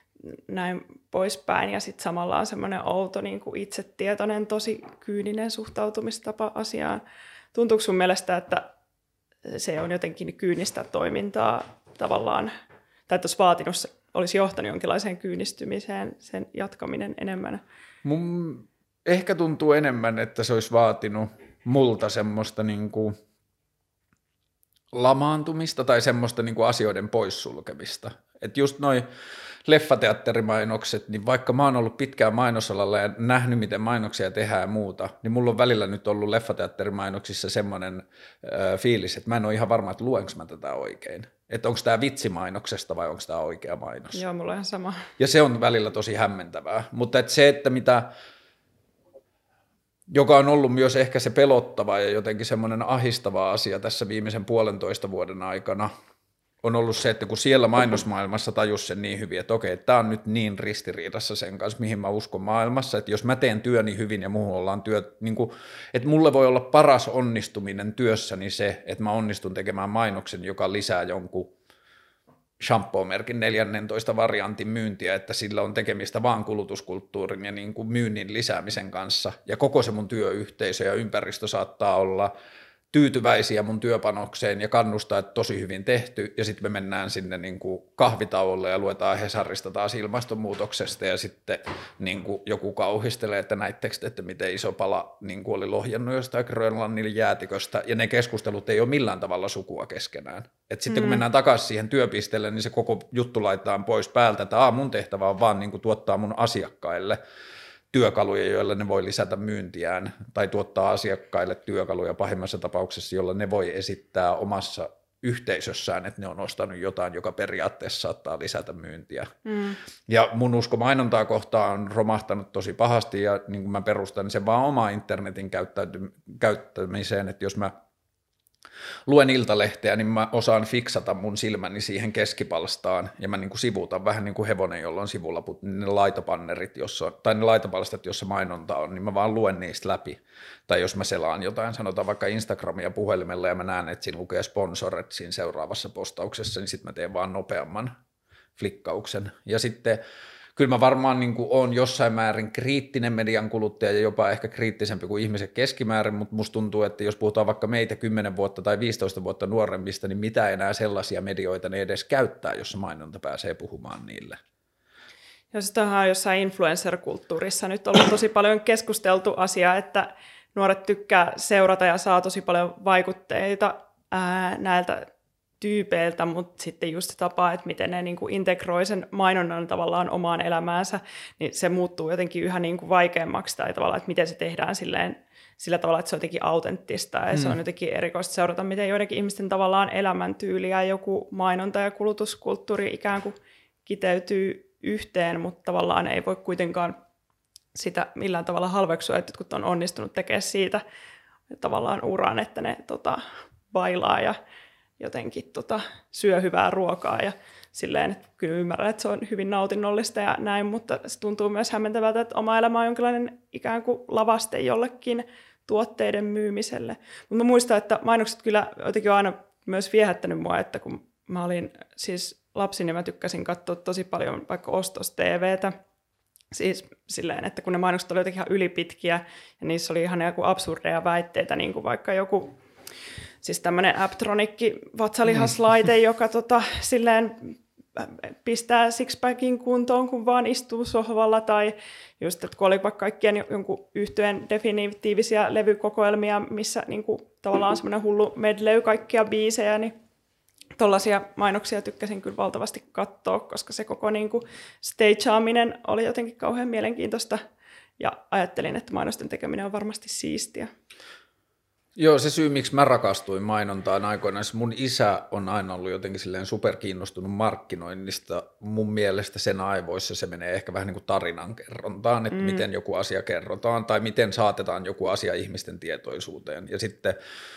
näin poispäin, ja sitten samalla on semmoinen outo niin kuin itsetietoinen, tosi kyyninen suhtautumistapa asiaan. Tuntuuko sun mielestä, että se on jotenkin kyynistä toimintaa tavallaan tai että olisi vaatinut, olisi johtanut jonkinlaiseen kyynistymiseen sen jatkaminen enemmän? Mun ehkä tuntuu enemmän, että se olisi vaatinut multa semmoista niin kuin lamaantumista tai semmoista niin kuin asioiden poissulkemista. Että just noi leffateatterimainokset, niin vaikka mä oon ollut pitkään mainosalalla ja nähnyt, miten mainoksia tehdään ja muuta, niin mulla on välillä nyt ollut leffateatterimainoksissa semmoinen äh, fiilis, että mä en ole ihan varma, että luenko mä tätä oikein. Että onko tämä vitsimainoksesta vai onko tämä oikea mainos. Joo, mulla on ihan sama. Ja se on välillä tosi hämmentävää. Mutta et se, että mitä, joka on ollut myös ehkä se pelottava ja jotenkin semmoinen ahistava asia tässä viimeisen puolentoista vuoden aikana, on ollut se, että kun siellä mainosmaailmassa tajus sen niin hyvin, että okei, tämä on nyt niin ristiriidassa sen kanssa, mihin mä uskon maailmassa, että jos mä teen työni hyvin ja muuhun ollaan työ, niin kuin, että mulle voi olla paras onnistuminen työssäni se, että mä onnistun tekemään mainoksen, joka lisää jonkun shampoo-merkin neljännentoista variantin myyntiä, että sillä on tekemistä vaan kulutuskulttuurin ja niin kuin myynnin lisäämisen kanssa, ja koko se mun työyhteisö ja ympäristö saattaa olla tyytyväisiä mun työpanokseen ja kannustaa, että tosi hyvin tehty, ja sitten me mennään sinne niin kuin kahvitauolle ja luetaan Hesarista taas ilmastonmuutoksesta, ja sitten niin kuin joku kauhistelee, että näittekö, että miten iso pala niin kuin oli lohjannut jostain Grönlannin jäätiköstä, ja ne keskustelut ei ole millään tavalla sukua keskenään. Et sitten mm. kun mennään takaisin siihen työpisteelle, niin se koko juttu laitetaan pois päältä, että mun tehtävä on vaan niin kuin tuottaa mun asiakkaille työkaluja, joilla ne voi lisätä myyntiään, tai tuottaa asiakkaille työkaluja pahimmassa tapauksessa, jolla ne voi esittää omassa yhteisössään, että ne on ostanut jotain, joka periaatteessa saattaa lisätä myyntiä. Mm. Ja mun usko mainontaa kohtaan on romahtanut tosi pahasti, ja niin kuin mä perustan sen vaan omaa internetin käyttämiseen, että jos mä luen Iltalehteä, niin mä osaan fiksata mun silmäni siihen keskipalstaan, ja mä niin kuin sivuutan vähän niin kuin hevonen, jolla on sivulaput, niin ne laitapannerit, jossa, tai ne laitapalstat, jossa mainonta on, niin mä vaan luen niistä läpi. Tai jos mä selaan jotain, sanotaan vaikka Instagramia puhelimella, ja mä näen, että siinä lukee sponsoret siinä seuraavassa postauksessa, niin sitten mä teen vaan nopeamman flikkauksen. Ja sitten kyllä mä varmaan niin kuin olen jossain määrin kriittinen median kuluttaja ja jopa ehkä kriittisempi kuin ihmiset keskimäärin, mutta musta tuntuu, että jos puhutaan vaikka meitä kymmenen vuotta tai viisitoista vuotta nuoremmista, niin mitä enää sellaisia medioita ne edes käyttää, jossa mainonta pääsee puhumaan niille. Ja sitähän on jossain influencer-kulttuurissa nyt ollut tosi paljon keskusteltu asia, että nuoret tykkää seurata ja saa tosi paljon vaikutteita ää, näiltä tyypeiltä, mutta sitten just se tapa, että miten ne niin kuin integroi sen mainonnan tavallaan omaan elämäänsä, niin se muuttuu jotenkin yhä niin kuin vaikeammaksi tai tavallaan, että miten se tehdään silleen, sillä tavalla, että se on jotenkin autenttista ja mm. se on jotenkin erikoista seurata, miten joidenkin ihmisten tavallaan elämäntyyli ja joku mainonta ja kulutuskulttuuri ikään kuin kiteytyy yhteen, mutta tavallaan ei voi kuitenkaan sitä millään tavalla halveksua, että jotkut on onnistunut tekemään siitä tavallaan uran, että ne tota, bailaa ja jotenkin tota, syö hyvää ruokaa ja silleen, että kyllä ymmärrän, että se on hyvin nautinnollista ja näin, mutta se tuntuu myös hämmentävältä, että oma elämä on jonkinlainen ikään kuin lavaste jollekin tuotteiden myymiselle. Mutta mä muistan, että mainokset kyllä jotenkin on aina myös viehättänyt mua, että kun mä olin siis lapsi, niin mä tykkäsin katsoa tosi paljon vaikka ostos-tvtä. Siis silleen, että kun ne mainokset oli jotenkin ihan ylipitkiä ja niissä oli ihan joku absurdeja väitteitä, niin kuin vaikka joku siis tämmöinen Apptronikki vatsalihaslaite, mm. joka tota, silleen pistää sixpackin kuntoon, kun vaan istuu sohvalla, tai just, että kun oli vaikka kaikkien jonkun yhtyeen definitiivisiä levykokoelmia, missä niin kuin, tavallaan on semmoinen hullu medley kaikkia biisejä, niin tollaisia mainoksia tykkäsin kyllä valtavasti katsoa, koska se koko niin kuin stageaaminen oli jotenkin kauhean mielenkiintoista, ja ajattelin, että mainosten tekeminen on varmasti siistiä. Joo, se syy, miksi mä rakastuin mainontaan aikoinaan, mun isä on aina ollut jotenkin silleen superkiinnostunut markkinoinnista. Mun mielestä sen aivoissa se menee ehkä vähän niin kuin tarinankerrontaan, että mm. miten joku asia kerrotaan tai miten saatetaan joku asia ihmisten tietoisuuteen. Ja sitten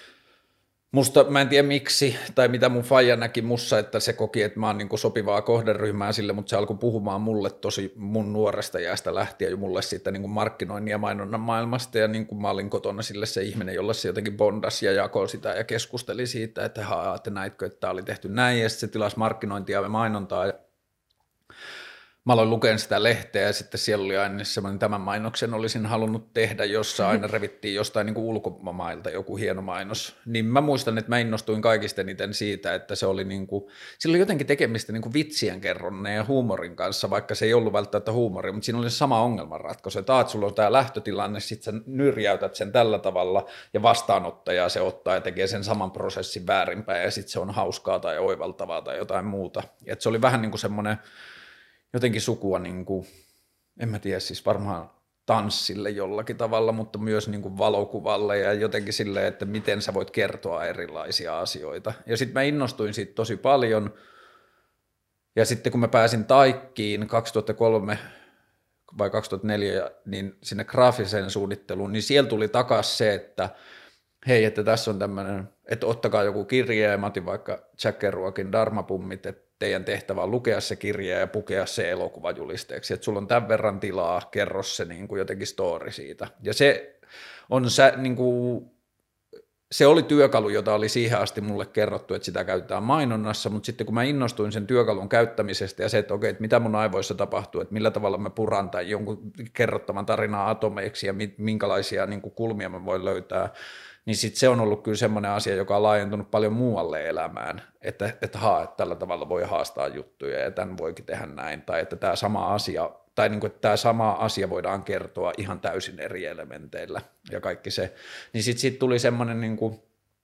musta, mä en tiedä miksi, tai mitä mun faija näki mussa, että se koki, että mä oon niin kuin sopivaa kohderyhmää sille, mutta se alkoi puhumaan mulle tosi mun nuoresta jäästä lähtien jo mulle siitä niin kuin markkinoinnin ja mainonnan maailmasta, ja niin kuin mä olin kotona sille se ihminen, jolla se jotenkin bondasi ja jakoi sitä ja keskusteli siitä, että haa, että näitkö, että tämä oli tehty näin, ja sitten se tilasi markkinointia ja mainontaa. mä aloin lukemaan sitä lehteä ja sitten siellä oli aina semmoinen, tämän mainoksen olisin halunnut tehdä, jossa aina revittiin jostain niin kuin ulkomailta joku hieno mainos. Niin mä muistan, että mä innostuin kaikista eniten siitä, että se oli niin kuin, sillä oli jotenkin tekemistä niin kuin vitsien kerronne ja huumorin kanssa, vaikka se ei ollut välttämättä huumoria, mutta siinä oli se sama ongelmanratkaisu, että aat, sulla on tämä lähtötilanne, sitten sä nyrjäytät sen tällä tavalla ja vastaanottaja se ottaa ja tekee sen saman prosessin väärinpäin ja sitten se on hauskaa tai oivaltavaa tai jotain muuta. Et se oli vähän niin kuin semmoinen jotenkin sukua, niin kuin, en mä tiedä, siis varmaan tanssille jollakin tavalla, mutta myös niin kuin valokuvalle ja jotenkin silleen, että miten sä voit kertoa erilaisia asioita. Ja sitten mä innostuin siitä tosi paljon. Ja sitten kun mä pääsin Taikkiin kaksituhattakolme vai kaksituhattaneljä, niin sinne graafiseen suunnitteluun, niin siellä tuli takaisin se, että hei, että tässä on tämmöinen, että ottakaa joku kirje, ja mä otin vaikka Jack Kerouacin Dharmapummit, että teidän tehtävä on lukea se kirje ja pukea se elokuvajulisteeksi, että sulla on tämän verran tilaa, kerro se niin kuin jotenkin story siitä. Ja se on se, niin kuin, se oli työkalu, jota oli siihen asti mulle kerrottu, että sitä käytetään mainonnassa, mutta sitten kun mä innostuin sen työkalun käyttämisestä ja se, että okei, että mitä mun aivoissa tapahtuu, että millä tavalla mä puran tai jonkun kerrottavan tarinaa atomeiksi ja minkälaisia niin kuin kulmia mä voin löytää, niin sitten se on ollut kyllä semmoinen asia, joka on laajentunut paljon muualle elämään, että, että, haa, että tällä tavalla voi haastaa juttuja ja tämän voikin tehdä näin, tai että tämä sama asia, tai niin kuin, että tämä sama asia voidaan kertoa ihan täysin eri elementeillä ja kaikki se, niin sitten siitä tuli semmoinen niin kuin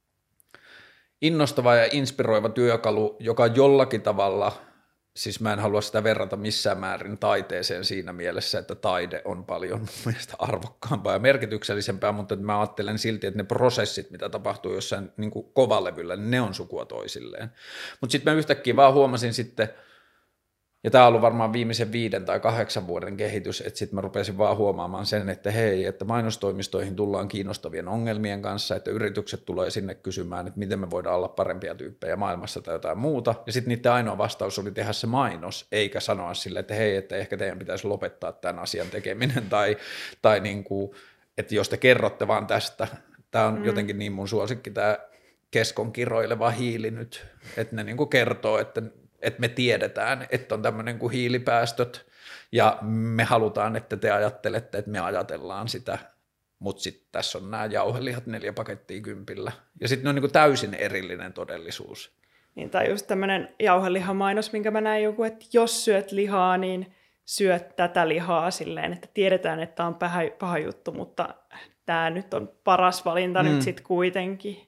innostava ja inspiroiva työkalu, joka jollakin tavalla, siis mä en halua sitä verrata missään määrin taiteeseen siinä mielessä, että taide on paljon mun mielestä arvokkaampaa ja merkityksellisempää, mutta mä ajattelen silti, että ne prosessit, mitä tapahtuu jossain niin kuin kovalevyllä, niin ne on sukua toisilleen. Mutta sitten mä yhtäkkiä vaan huomasin sitten, ja tämä on ollut varmaan viimeisen viiden tai kahdeksan vuoden kehitys, että sitten mä rupesin vaan huomaamaan sen, että hei, että mainostoimistoihin tullaan kiinnostavien ongelmien kanssa, että yritykset tulee sinne kysymään, että miten me voidaan olla parempia tyyppejä maailmassa tai jotain muuta, ja sitten niiden ainoa vastaus oli tehdä se mainos, eikä sanoa sille, että hei, että ehkä teidän pitäisi lopettaa tämän asian tekeminen, tai, tai niin kuin, että jos te kerrotte vaan tästä, tämä on mm. jotenkin niin mun suosikki, tämä keskon kiroileva hiili nyt, että ne niin kuin kertoo, että että me tiedetään, että on tämmöinen kuin hiilipäästöt ja me halutaan, että te ajattelette, että me ajatellaan sitä, mutta sitten tässä on nämä jauhelihat neljä pakettia kympillä ja sitten ne on niin kuin täysin erillinen todellisuus. Niin, tai just tämmöinen jauhelihamainos, minkä mä näin joku, että jos syöt lihaa, niin syöt tätä lihaa silleen, että tiedetään, että tämä on paha, paha juttu, mutta tämä nyt on paras valinta mm. nyt sitten kuitenkin.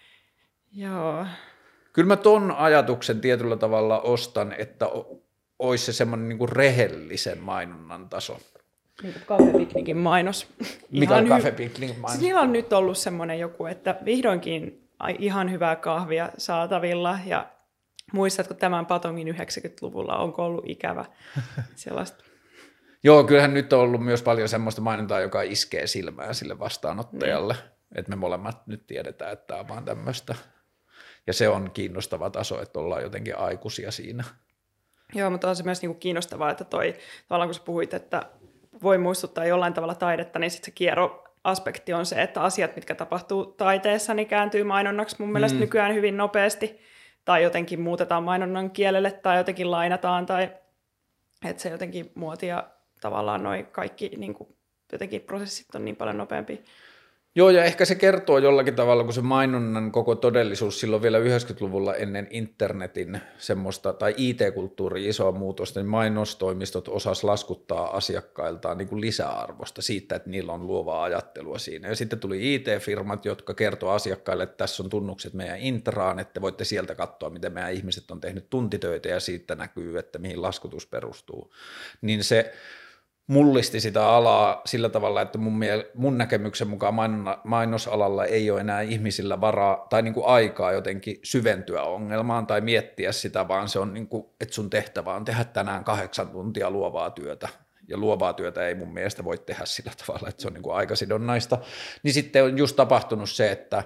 Joo. Kyllä mä ton ajatuksen tietyllä tavalla ostan, että olisi se semmoinen niinku rehellisen mainonnan taso. Niin kuin Café-piknikin mainos. Mikä on Café-piknikin mainos? Siis niillä on nyt ollut semmoinen joku, että vihdoinkin ihan hyvää kahvia saatavilla ja muistatko tämän patongin yhdeksänkymmentäluvulla, onko ollut ikävä sellaista? Joo, kyllähän nyt on ollut myös paljon semmoista mainontaa, joka iskee silmään sille vastaanottajalle, niin. Että me molemmat nyt tiedetään, että tämä on vaan tämmöistä. Ja se on kiinnostava taso, että ollaan jotenkin aikuisia siinä. Joo, mutta on se myös niinku kiinnostavaa, että toi, tavallaan kun sä puhuit, että voi muistuttaa jollain tavalla taidetta, niin sitten se kierroaspekti on se, että asiat, mitkä tapahtuu taiteessa, niin kääntyy mainonnaksi mun mielestä mm. nykyään hyvin nopeasti, tai jotenkin muutetaan mainonnan kielelle, tai jotenkin lainataan, tai että se jotenkin muotia tavallaan noi kaikki niinku, jotenkin prosessit on niin paljon nopeampia. Joo, ja ehkä se kertoo jollakin tavalla, kun se mainonnan koko todellisuus silloin vielä yhdeksänkymmentäluvulla ennen internetin semmoista, tai I T-kulttuurin isoa muutosta, niin mainostoimistot osas laskuttaa asiakkailtaan niin kuin lisäarvosta siitä, että niillä on luovaa ajattelua siinä. Ja sitten tuli I T-firmat, jotka kertoo asiakkaille, että tässä on tunnukset meidän intraan, että voitte sieltä katsoa, miten meidän ihmiset on tehnyt tuntitöitä, ja siitä näkyy, että mihin laskutus perustuu. Niin se mullisti sitä alaa sillä tavalla, että mun, miel- mun näkemyksen mukaan mainosalalla ei ole enää ihmisillä varaa tai niin kuin aikaa jotenkin syventyä ongelmaan tai miettiä sitä, vaan se on niin kuin, että sun tehtävä on tehdä tänään kahdeksan tuntia luovaa työtä. Ja luovaa työtä ei mun mielestä voi tehdä sillä tavalla, että se on niin kuin aikasidonnaista. Niin sitten on just tapahtunut se, että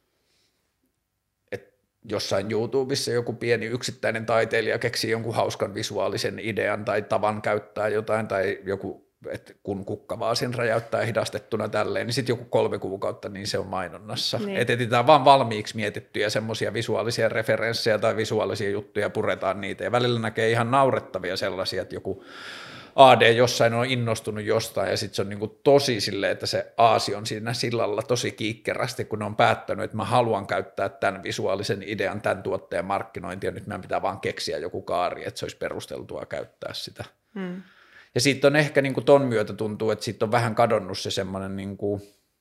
jossain YouTubessa joku pieni yksittäinen taiteilija keksii jonkun hauskan visuaalisen idean tai tavan käyttää jotain, tai joku että kun kukka vaan sen räjäyttää hidastettuna tälleen, niin sitten joku kolme kuukautta, niin se on mainonnassa. Niin. Että etsitään vaan valmiiksi mietittyjä semmoisia visuaalisia referenssejä tai visuaalisia juttuja, puretaan niitä, ja välillä näkee ihan naurettavia sellaisia, että joku A D jossain on innostunut jostain, ja sitten se on niinku tosi silleen, että se aasi on siinä sillalla tosi kiikkerästi, kun ne on päättänyt, että mä haluan käyttää tämän visuaalisen idean, tämän tuotteen markkinointia, ja nyt meidän pitää vaan keksiä joku kaari, että se olisi perusteltua käyttää sitä. Hmm. Ja siitä on ehkä niinku ton myötä tuntuu, että siitä on vähän kadonnut se semmoinen niinku,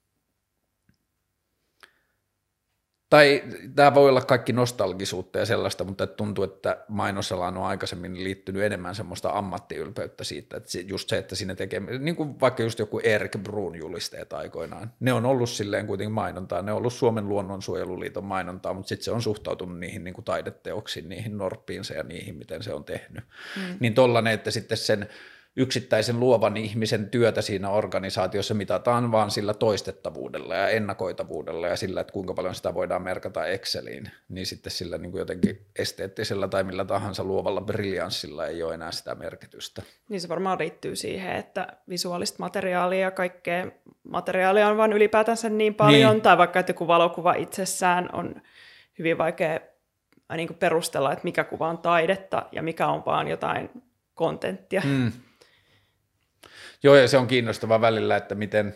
tai tämä voi olla kaikki nostalgisuutta ja sellaista, mutta tuntuu, että mainosalaan on aikaisemmin liittynyt enemmän semmoista ammattiylpeyttä siitä, että just se, että siinä tekee, niin kuin vaikka just joku Erik Bruun julisteet aikoinaan, ne on ollut silleen kuitenkin mainontaa, ne on ollut Suomen luonnonsuojeluliiton mainontaa, mutta sitten se on suhtautunut niihin niin kuin taideteoksiin, niihin norppiinsa ja niihin, miten se on tehnyt. Mm. Niin tollainen, että sitten sen yksittäisen luovan ihmisen työtä siinä organisaatiossa mitataan vaan sillä toistettavuudella ja ennakoitavuudella ja sillä, että kuinka paljon sitä voidaan merkata Exceliin, niin sitten sillä niin kuin jotenkin esteettisellä tai millä tahansa luovalla briljanssilla ei ole enää sitä merkitystä. Niin se varmaan liittyy siihen, että visuaalista materiaalia ja kaikkea materiaalia on vaan ylipäätänsä niin paljon, niin. Tai vaikka että joku valokuva itsessään on hyvin vaikea niin kuin perustella, että mikä kuva on taidetta ja mikä on vaan jotain kontenttia. Mm. Joo, ja se on kiinnostavaa välillä, että miten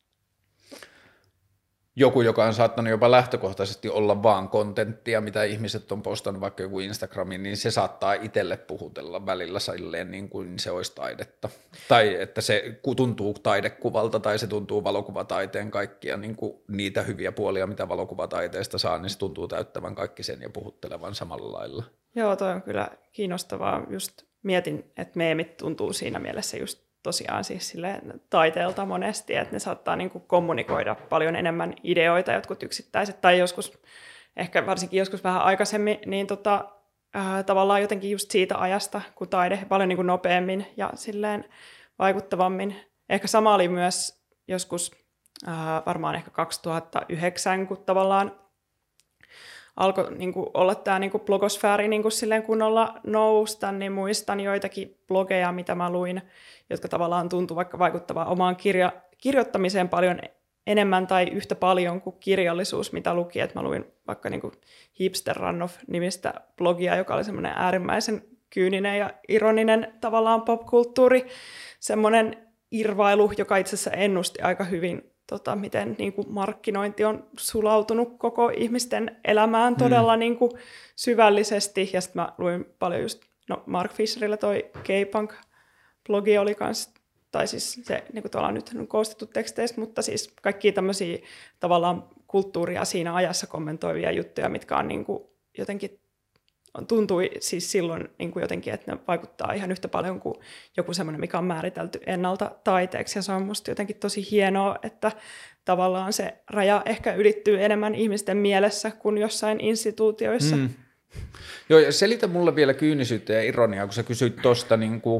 joku, joka on saattanut jopa lähtökohtaisesti olla vaan kontenttia, mitä ihmiset on postannut vaikka joku Instagramiin, niin se saattaa itselle puhutella välillä silleen niin kuin se olisi taidetta. Tai että se tuntuu taidekuvalta tai se tuntuu valokuvataiteen kaikkia niin kuin niitä hyviä puolia, mitä valokuvataiteesta saa, niin se tuntuu täyttävän kaikki sen ja puhuttelevan samalla lailla. Joo, toi on kyllä kiinnostavaa. Just mietin, että meemit tuntuu siinä mielessä just tosiaan siis silleen taiteelta monesti, että ne saattaa niin kuin kommunikoida paljon enemmän ideoita, jotkut yksittäiset, tai joskus, ehkä varsinkin joskus vähän aikaisemmin, niin tota, äh, tavallaan jotenkin just siitä ajasta, kun taide paljon niin kuin nopeammin ja silleen vaikuttavammin. Ehkä sama oli myös joskus äh, varmaan ehkä kaksituhattayhdeksän, kun tavallaan alkoi niin kuin olla tämä niin kuin blogosfääri niin kuin silleen kunnolla nousta, niin muistan joitakin blogeja, mitä mä luin, jotka tavallaan tuntui vaikka vaikuttavaa omaan kirja- kirjoittamiseen paljon enemmän tai yhtä paljon kuin kirjallisuus, mitä luki. Et mä luin vaikka niin kuin Hipster Runoff-nimistä blogia, joka oli semmoinen äärimmäisen kyyninen ja ironinen tavallaan popkulttuuri, semmoinen irvailu, joka itse asiassa ennusti aika hyvin, tota, miten niin kuin markkinointi on sulautunut koko ihmisten elämään todella hmm. niin kuin syvällisesti. Ja sitten mä luin paljon just, no Mark Fisherillä toi K-Punk-blogi oli kans, tai siis se niin kuin tuolla nyt on koostettu teksteistä, mutta siis kaikkia tämmöisiä tavallaan kulttuuria siinä ajassa kommentoivia juttuja, mitkä on niin kuin jotenkin tuntui siis silloin niin kuin jotenkin, että ne vaikuttaa ihan yhtä paljon kuin joku semmoinen, mikä on määritelty ennalta taiteeksi. Ja se on musta jotenkin tosi hienoa, että tavallaan se raja ehkä ylittyy enemmän ihmisten mielessä kuin jossain instituutioissa. Mm. Joo, ja selitä mulle vielä kyynisyyttä ja ironiaa, kun sä kysyit tuosta, niin kuin,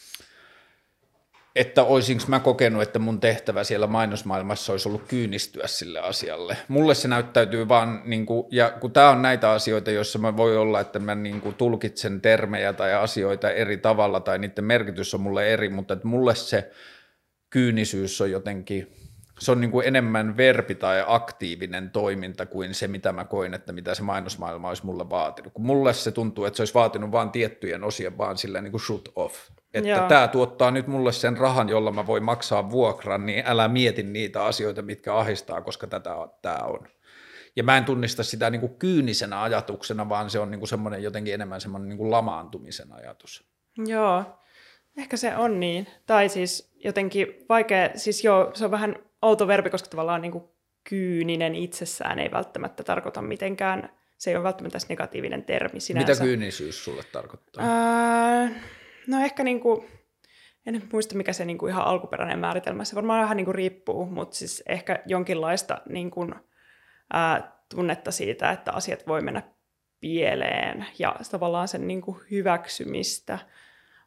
että olisinko mä kokenut, että mun tehtävä siellä mainosmaailmassa olisi ollut kyynistyä sille asialle. Mulle se näyttäytyy vaan, niin kuin, ja kun tää on näitä asioita, joissa mä voi olla, että mä niin kuin tulkitsen termejä tai asioita eri tavalla, tai niiden merkitys on mulle eri, mutta että mulle se kyynisyys on jotenkin, se on niin kuin enemmän verbi tai aktiivinen toiminta kuin se, mitä mä koin, että mitä se mainosmaailma olisi mulle vaatinut. Kun mulle se tuntuu, että se olisi vaatinut vaan tiettyjen osien vaan silleen niin kuin shoot off. Että Joo. tämä tuottaa nyt mulle sen rahan, jolla mä voin maksaa vuokran, niin älä mieti niitä asioita, mitkä ahdistaa, koska tätä tämä on. Ja mä en tunnista sitä niin kuin kyynisenä ajatuksena, vaan se on niin kuin semmoinen jotenkin enemmän semmoinen niin kuin lamaantumisen ajatus. Joo, ehkä se on niin. Tai siis jotenkin vaikea, siis joo, se on vähän outo verbi, koska tavallaan niin kuin kyyninen itsessään ei välttämättä tarkoita mitenkään, se ei ole välttämättä negatiivinen termi sinänsä. Mitä kyynisyys sulle tarkoittaa? Ää... No ehkä niinku, en muista mikä se niinku ihan alkuperäinen määritelmä, se varmaan vähän niinku riippuu, mutta siis ehkä jonkinlaista niinku, ää, tunnetta siitä, että asiat voi mennä pieleen ja tavallaan sen niinku hyväksymistä,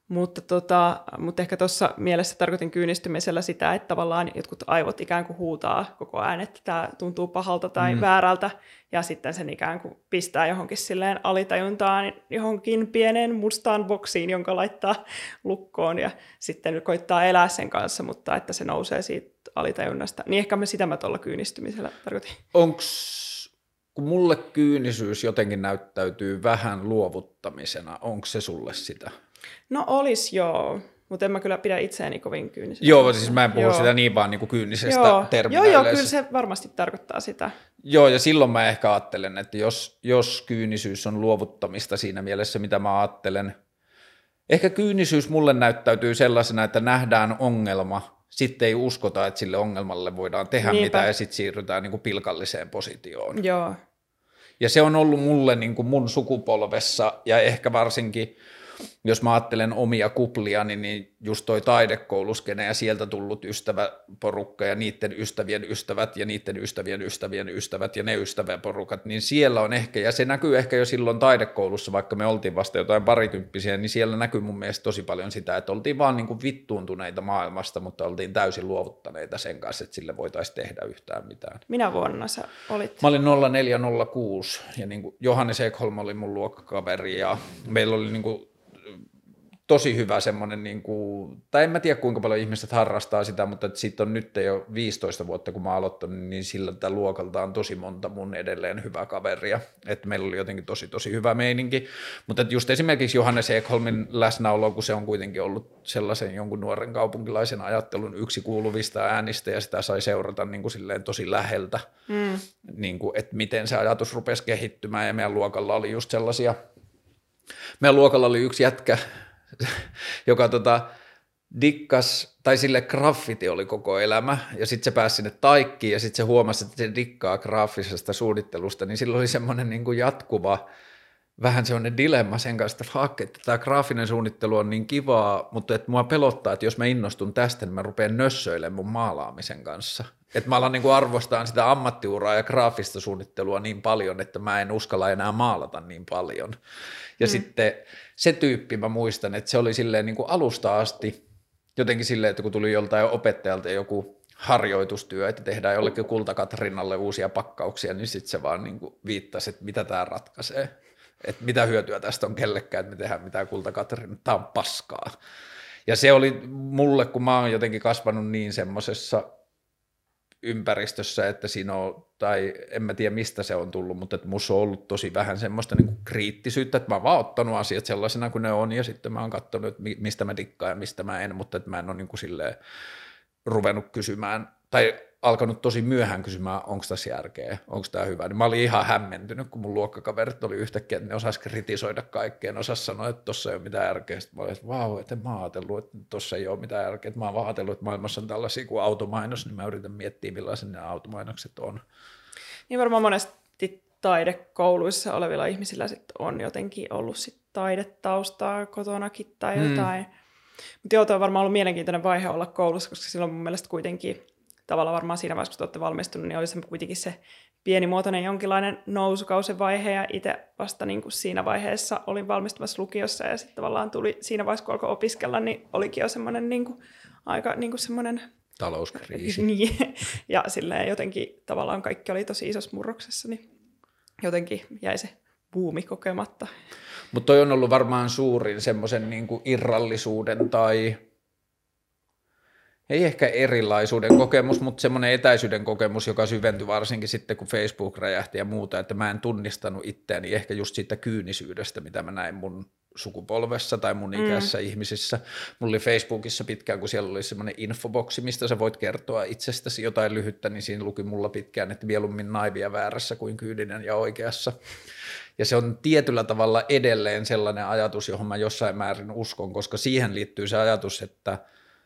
Mutta, tota, mutta ehkä tuossa mielessä tarkoitin kyynistymisellä sitä, että tavallaan jotkut aivot ikään kuin huutaa koko ajan, että tämä tuntuu pahalta tai mm. väärältä, ja sitten sen ikään kuin pistää johonkin silleen alitajuntaan, johonkin pieneen mustaan boksiin, jonka laittaa lukkoon, ja sitten koittaa elää sen kanssa, mutta että se nousee siitä alitajunnasta. Niin ehkä me sitä mä tuolla kyynistymisellä tarkoitin. Onks, kun mulle kyynisyys jotenkin näyttäytyy vähän luovuttamisena, onko se sulle sitä? No olis joo, mutta en mä kyllä pidä itseäni kovin kyynisenä. Joo, siis mä en puhu joo. sitä niin vaan niin kuin kyynisestä joo. terminä Joo, joo, yleensä. kyllä se varmasti tarkoittaa sitä. Joo, ja silloin mä ehkä ajattelen, että jos, jos kyynisyys on luovuttamista siinä mielessä, mitä mä ajattelen, ehkä kyynisyys mulle näyttäytyy sellaisena, että nähdään ongelma, sitten ei uskota, että sille ongelmalle voidaan tehdä Niinpä. mitään, ja sitten siirrytään niin kuin pilkalliseen positioon. Joo. Ja se on ollut mulle niin kuin mun sukupolvessa, ja ehkä varsinkin, jos mä ajattelen omia kupliani, niin just toi taidekouluskene ja sieltä tullut ystäväporukka ja niiden ystävien ystävät ja niiden ystävien ystävien ystävät ja ne ystäväporukat, niin siellä on ehkä, ja se näkyy ehkä jo silloin taidekoulussa, vaikka me oltiin vasta jotain parikymppisiä, niin siellä näkyy mun mielestä tosi paljon sitä, että oltiin vaan niin kuin vittuuntuneita maailmasta, mutta oltiin täysin luovuttaneita sen kanssa, että sille voitaisiin tehdä yhtään mitään. Minä vuonna sä olit? Mä olin nolla neljä nolla kuusi ja niin kuin Johannes Ekholm oli mun luokkakaveri ja meillä oli niin kuin tosi hyvä semmoinen, niin kuin, tai en mä tiedä kuinka paljon ihmiset harrastaa sitä, mutta siitä on nyt jo viisitoista vuotta, kun mä aloittanut, niin sillä tällä luokalta on tosi monta mun edelleen hyvää kaveria, että meillä oli jotenkin tosi tosi hyvä meininki, mutta just esimerkiksi Johannes Ekholmin läsnäolo, kun se on kuitenkin ollut sellaisen jonkun nuoren kaupunkilaisen ajattelun yksi kuuluvista äänistä, ja sitä sai seurata niin kuin silleen tosi läheltä, mm. niin kuin, että miten se ajatus rupesi kehittymään, ja meidän luokalla oli just sellaisia, meidän luokalla oli yksi jätkä, joka tota, dikkas, tai sille graffiti oli koko elämä, ja sitten se pääsi sinne taikkiin, ja sitten se huomasi, että se dikkaa graafisesta suunnittelusta, niin silloin oli semmoinen niin kuin jatkuva, vähän semmoinen dilemma sen kanssa, että fuck, että tämä graafinen suunnittelu on niin kivaa, mutta että mua pelottaa, että jos mä innostun tästä, niin mä rupean nössöilemään mun maalaamisen kanssa. Että mä alan niin kuin arvostaa sitä ammattiuraa ja graafista suunnittelua niin paljon, että mä en uskalla enää maalata niin paljon. Ja mm. sitten se tyyppi mä muistan, että se oli silleen niin kuin alusta asti jotenkin silleen, että kun tuli joltain opettajalta joku harjoitustyö, että tehdään jollekin Kulta-Katrinalle uusia pakkauksia, niin sitten se vaan niin kuin viittasi, että mitä tämä ratkaisee. Että mitä hyötyä tästä on kellekään, että me tehdään mitään Kulta-Katrina, tämä on paskaa. Ja se oli mulle, kun mä oon jotenkin kasvanut niin semmoisessa ympäristössä, että siinä on, tai en mä tiedä mistä se on tullut, mutta että musta on ollut tosi vähän semmoista niin kuin kriittisyyttä, että mä oon vaan ottanut asiat sellaisena kuin ne on, ja sitten mä oon katsonut, että mistä mä dikkaan ja mistä mä en, mutta että mä en ole niin kuin silleen ruvennut kysymään, tai alkanut tosi myöhään kysymään, onko tässä järkeä, onko tämä hyvä. Niin mä olin ihan hämmentynyt, kun mun luokkakaverit oli yhtäkkiä, että ne osasi kritisoida kaikkea, ne osasi sanoa, että tuossa ei ole mitään järkeä. Sitten mä olin, että vau, että mä oon ajatellut, että tuossa ei ole mitään järkeä. Että mä oon vaan ajatellut, että maailmassa on tällaisia kuin automainos, niin mä yritän miettiä, millaisia ne automainokset on. Niin varmaan monesti taidekouluissa olevilla ihmisillä sit on jotenkin ollut sit taidetaustaa kotonakin tai hmm. jotain. Mutta joo, toi on varmaan ollut mielenkiintoinen vaihe olla koulussa, koska silloin mun mielestä kuitenkin tavallaan varmaan siinä vaiheessa, kun te olette valmistunut, niin oli se kuitenkin se pienimuotoinen jonkinlainen nousukausen vaihe, ja itse vasta niin kuin siinä vaiheessa olin valmistumassa lukiossa, ja sitten tavallaan tuli siinä vaiheessa, kun alkoi opiskella, niin olikin jo semmoinen niin kuin, aika niin kuin semmoinen talouskriisi. Niin, ja silleen jotenkin tavallaan kaikki oli tosi isossa murroksessa, niin jotenkin jäi se buumi kokematta. Mutta toi on ollut varmaan suurin semmoisen niin kuin irrallisuuden tai ei ehkä erilaisuuden kokemus, mutta semmoinen etäisyyden kokemus, joka syventyi varsinkin sitten, kun Facebook räjähti ja muuta, että mä en tunnistanut itseäni ehkä just siitä kyynisyydestä, mitä mä näin mun sukupolvessa tai mun ikäisissä mm. ihmisissä. Mulla oli Facebookissa pitkään, kun siellä oli semmoinen infoboksi, mistä sä voit kertoa itsestäsi jotain lyhyttä, niin siinä luki mulla pitkään, että mieluummin naivia väärässä kuin kyyninen ja oikeassa. Ja se on tietyllä tavalla edelleen sellainen ajatus, johon mä jossain määrin uskon, koska siihen liittyy se ajatus, että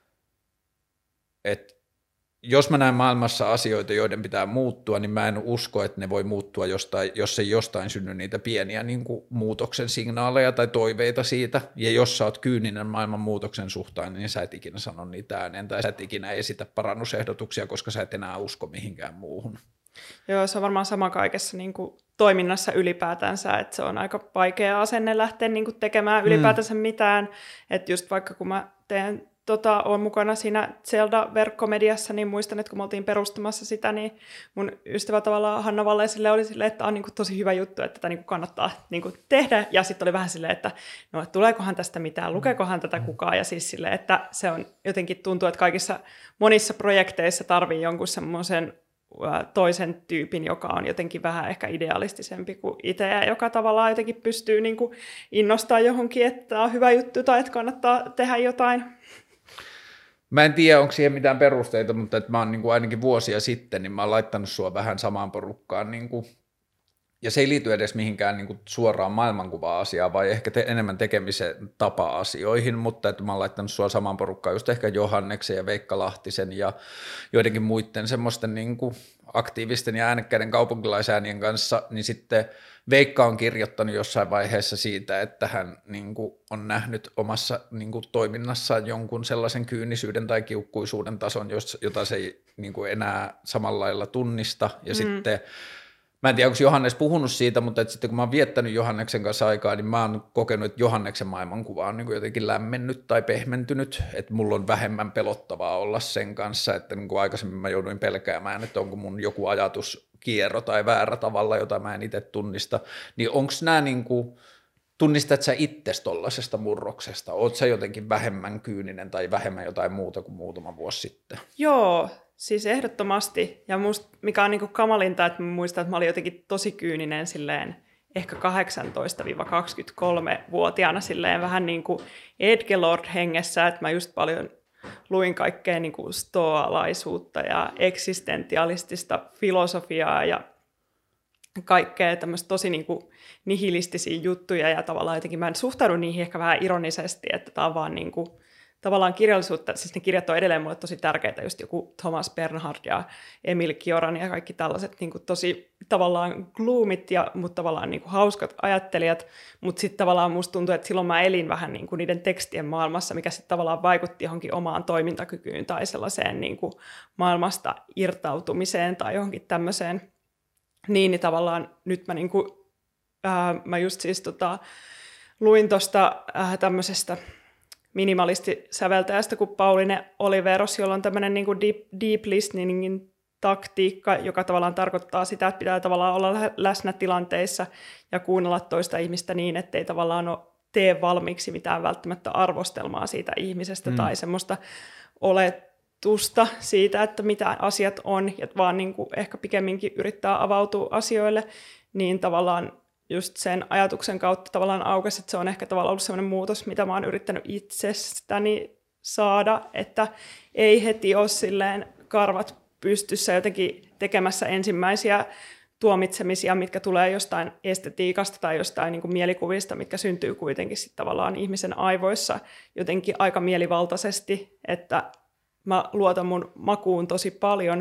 että jos mä näen maailmassa asioita, joiden pitää muuttua, niin mä en usko, että ne voi muuttua, jostain, jos ei jostain synny niitä pieniä niin kuin muutoksen signaaleja tai toiveita siitä. Ja jos sä oot kyyninen maailman muutoksen suhtaan, niin sä et ikinä sano niitä ääneen tai sä et ikinä esitä parannusehdotuksia, koska sä et enää usko mihinkään muuhun. Joo, se on varmaan sama kaikessa niin kuin toiminnassa ylipäätänsä, että se on aika vaikea asenne lähteä niin kuin tekemään ylipäätänsä mm. mitään, että just vaikka kun mä teen Tota, olen mukana siinä Zelda-verkkomediassa, niin muistan, että kun me oltiin perustamassa sitä, niin mun ystävä tavallaan Hanna Valleisille oli silleen, että tämä on niin kuin tosi hyvä juttu, että tätä niin kuin kannattaa niin kuin tehdä. Ja sitten oli vähän silleen, että no, tuleekohan tästä mitään, lukeekohan tätä kukaan. Ja siis silleen, että se on jotenkin tuntuu, että kaikissa monissa projekteissa tarvii jonkun semmoisen toisen tyypin, joka on jotenkin vähän ehkä idealistisempi kuin itse, ja joka tavallaan jotenkin pystyy niin kuin innostamaan johonkin, että tämä on hyvä juttu tai että kannattaa tehdä jotain. Mä en tiedä, onko siihen mitään perusteita, mutta että mä oon niin kuin ainakin vuosia sitten, niin mä oon laittanut sua vähän samaan porukkaan. Niin kuin, ja se ei liity edes mihinkään niin kuin suoraan maailmankuva-asiaan, vai ehkä te, enemmän tekemisen tapa-asioihin, mutta että mä oon laittanut sua samaan porukkaan just ehkä Johanneksen ja Veikka Lahtisen ja joidenkin muiden semmoisten niin kuin aktiivisten ja äänekkäiden kaupunkilaisäänien kanssa, niin sitten Veikka on kirjoittanut jossain vaiheessa siitä, että hän niin kuin, on nähnyt omassa niin kuin, toiminnassaan jonkun sellaisen kyynisyyden tai kiukkuisuuden tason, jota se ei niin kuin, enää samalla lailla tunnista. Ja mm. sitten, mä en tiedä, onko Johannes puhunut siitä, mutta että sitten kun mä oon viettänyt Johanneksen kanssa aikaa, niin mä oon kokenut, että Johanneksen maailmankuva on niin kuin, jotenkin lämmennyt tai pehmentynyt, että mulla on vähemmän pelottavaa olla sen kanssa, että niin kuin aikaisemmin mä jouduin pelkäämään, että onko mun joku ajatus kierro tai väärä tavalla, jota mä en itse tunnista, niin onko nämä niin kuin, tunnistat sä itses tollasesta murroksesta? Oot sä jotenkin vähemmän kyyninen tai vähemmän jotain muuta kuin muutama vuosi sitten? Joo, siis ehdottomasti. Ja musta, mikä on niin kuin kamalinta, että mä muistan, että mä olin jotenkin tosi kyyninen silleen ehkä kahdeksantoista kaksikymmentäkolme-vuotiaana silleen vähän niin kuin Edgelord-hengessä, että mä just paljon luin kaikkea niin kuin stoalaisuutta ja eksistentialistista filosofiaa ja kaikkea tämmöistä tosi niin kuin nihilistisiä juttuja ja tavallaan jotenkin mä en suhtaudu niihin ehkä vähän ironisesti, että tämä on vaan niin kuin, tavallaan kirjallisuutta, siis ne kirjat on edelleen mulle tosi tärkeitä, just joku Thomas Bernhard ja Emil Cioran ja kaikki tällaiset niin kuin tosi tavallaan gloomit, ja, mutta tavallaan niin kuin hauskat ajattelijat, mutta sitten tavallaan musta tuntuu, että silloin mä elin vähän niin kuin niiden tekstien maailmassa, mikä sitten tavallaan vaikutti johonkin omaan toimintakykyyn tai sellaiseen niin kuin maailmasta irtautumiseen tai johonkin tämmöiseen. Niin, niin tavallaan nyt mä, niin kuin, ää, mä just siis tota, luin tuosta äh, tämmöisestä minimalistisäveltäjästä kuin Pauline Oliveros, jolla on tämmöinen niin kuin deep, deep listeningin taktiikka, joka tavallaan tarkoittaa sitä, että pitää tavallaan olla läsnä tilanteissa ja kuunnella toista ihmistä niin, ettei tavallaan ole tee valmiiksi mitään välttämättä arvostelmaa siitä ihmisestä mm. tai semmoista oletusta siitä, että mitä asiat on, ja vaan niin kuin ehkä pikemminkin yrittää avautua asioille, niin tavallaan just sen ajatuksen kautta tavallaan aukesi, että se on ehkä tavallaan ollut sellainen muutos, mitä mä oon yrittänyt itsestäni saada, että ei heti ole silleen karvat pystyssä jotenkin tekemässä ensimmäisiä tuomitsemisia, mitkä tulee jostain estetiikasta tai jostain niin kuin mielikuvista, mitkä syntyy kuitenkin sit tavallaan ihmisen aivoissa jotenkin aika mielivaltaisesti, että mä luotan mun makuun tosi paljon.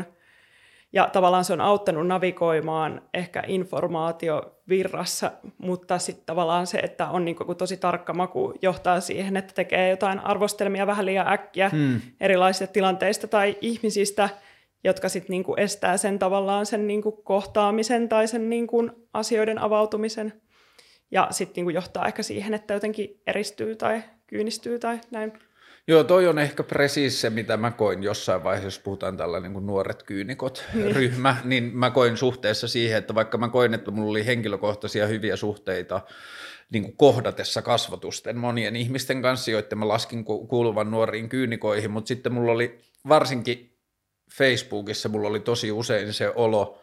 Ja tavallaan se on auttanut navigoimaan ehkä informaatiovirrassa, mutta sitten tavallaan se, että on niinku tosi tarkka maku, johtaa siihen, että tekee jotain arvostelmia vähän liian äkkiä hmm. erilaisista tilanteista tai ihmisistä, jotka sitten niinku estää sen tavallaan sen niinku kohtaamisen tai sen niinku asioiden avautumisen. Ja sitten niinku johtaa ehkä siihen, että jotenkin eristyy tai kyynistyy tai näin. Joo, toi on ehkä presiis se, mitä mä koin jossain vaiheessa, jos puhutaan tällainen kuin nuoret kyynikot niin. ryhmä, niin mä koin suhteessa siihen, että vaikka mä koin, että mulla oli henkilökohtaisia hyviä suhteita niin kuin kohdatessa kasvatusten monien ihmisten kanssa, joiden mä laskin kuuluvan nuoriin kyynikoihin, mutta sitten mulla oli varsinkin Facebookissa, mulla oli tosi usein se olo,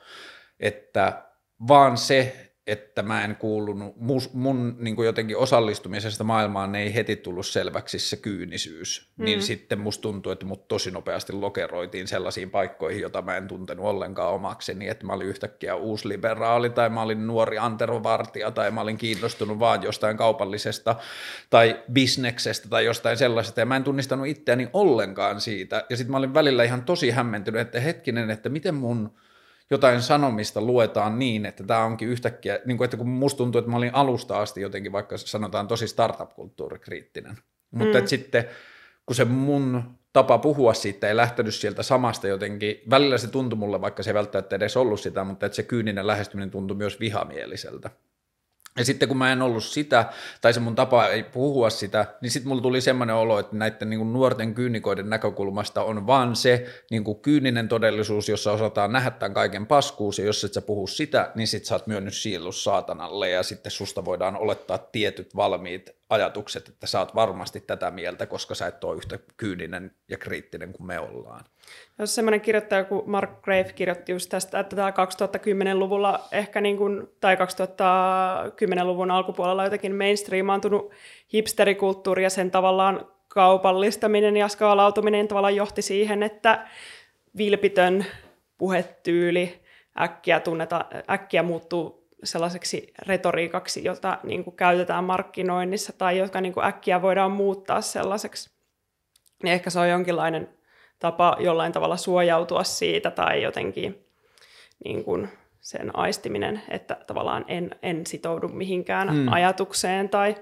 että vaan se, että mä en kuulunut, mun, mun niin kuin jotenkin osallistumisesta maailmaan ei heti tullut selväksi se kyynisyys, mm. niin sitten musta tuntui, että mut tosi nopeasti lokeroitiin sellaisiin paikkoihin, jota mä en tuntenut ollenkaan omakseni, että mä olin yhtäkkiä uusliberaali tai mä olin nuori Antero Vartija tai mä olin kiinnostunut vaan jostain kaupallisesta tai bisneksestä tai jostain sellaisesta ja mä en tunnistanut itseäni ollenkaan siitä ja sitten mä olin välillä ihan tosi hämmentynyt, että hetkinen, että miten mun jotain sanomista luetaan niin, että tämä onkin yhtäkkiä, niin kuin, että kun musta tuntuu, että mä olin alusta asti jotenkin vaikka sanotaan tosi startup-kulttuurikriittinen, mutta mm. että sitten kun se mun tapa puhua siitä ei lähtenyt sieltä samasta jotenkin, välillä se tuntui mulle, vaikka se ei välttämättä edes ollut sitä, mutta että se kyyninen lähestyminen tuntui myös vihamieliseltä. Ja sitten kun mä en ollut sitä, tai se mun tapa ei puhua sitä, niin sitten mulla tuli semmoinen olo, että näiden niin kuin nuorten kyynikoiden näkökulmasta on vaan se niin kuin kyyninen todellisuus, jossa osataan nähdä tämän kaiken paskuus, ja jos et sä puhu sitä, niin sit sä oot myönnyt sielus saatanalle, ja sitten susta voidaan olettaa tietyt valmiit ajatukset, että sä oot varmasti tätä mieltä, koska sä et ole yhtä kyyninen ja kriittinen kuin me ollaan. Jos semmoinen kirjoittaja kuin Mark Grafe kirjoitti just tästä, että tämä kaksituhattakymmenluvulla ehkä niin kuin, tai kaksituhattakymmenluvun alkupuolella jotenkin mainstreamaantunut hipsterikulttuuri ja sen tavallaan kaupallistaminen ja skaalautuminen tavallaan johti siihen, että vilpitön puhetyyli äkkiä, tunneta, äkkiä muuttuu sellaiseksi retoriikaksi, jota niin kuin käytetään markkinoinnissa tai joka niin kuin äkkiä voidaan muuttaa sellaiseksi. Ja ehkä se on jonkinlainen tapa jollain tavalla suojautua siitä tai jotenkin niin kuin sen aistiminen, että tavallaan en, en sitoudu mihinkään hmm. ajatukseen. Tai...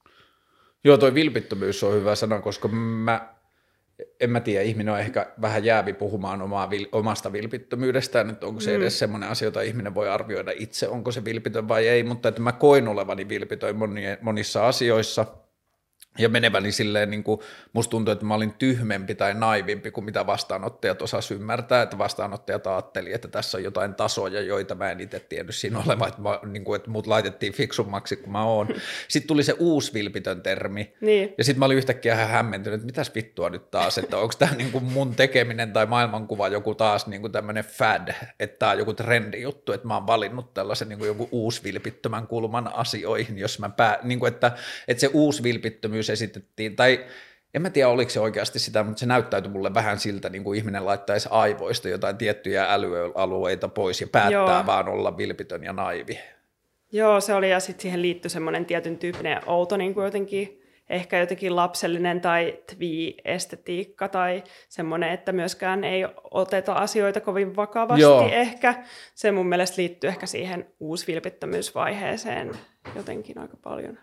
Joo, toi vilpittömyys on hyvä sana, koska mä, en mä tiedä, ihminen on ehkä vähän jäävi puhumaan omaa, omasta vilpittömyydestään, että onko se edes hmm. semmoinen asia, jota ihminen voi arvioida itse, onko se vilpitön vai ei, mutta että mä koin olevani vilpitön monissa asioissa. Ja meneväni silleen, niin kuin musta tuntuu, että mä olin tyhmempi tai naivimpi kuin mitä vastaanottajat osas ymmärtää, että vastaanottajat ajatteli, että tässä on jotain tasoja, joita mä en itse tiennyt siinä olevan, että, mä, niin kuin, että mut laitettiin fiksummaksi kuin mä oon. Sitten tuli se uusi vilpitön termi, niin. Ja sitten mä olin yhtäkkiä ihan hämmentynyt, että mitäs vittua nyt taas, että onko tämä niin kuin mun tekeminen tai maailmankuva joku taas niin kuin tämmöinen fad, että tämä on joku trendijuttu, että mä oon valinnut tällaisen niin kuin joku uusi vilpittömän kulman asioihin, jos mä pää, niin kuin, että, että se uusi vilpittömyys esitettiin, tai en mä tiedä oliko se oikeasti sitä, mutta se näyttäytyi mulle vähän siltä, niin kuin ihminen laittaisi aivoista jotain tiettyjä älyalueita pois ja päättää Joo. vaan olla vilpitön ja naivi. Joo, se oli, ja sitten siihen liittyi semmoinen tietyn tyyppinen outo, niin kuin jotenkin, ehkä jotenkin lapsellinen tai twee-estetiikka tai semmoinen, että myöskään ei oteta asioita kovin vakavasti Joo. ehkä. Se mun mielestä liittyy ehkä siihen uusvilpittömyysvaiheeseen jotenkin aika paljon.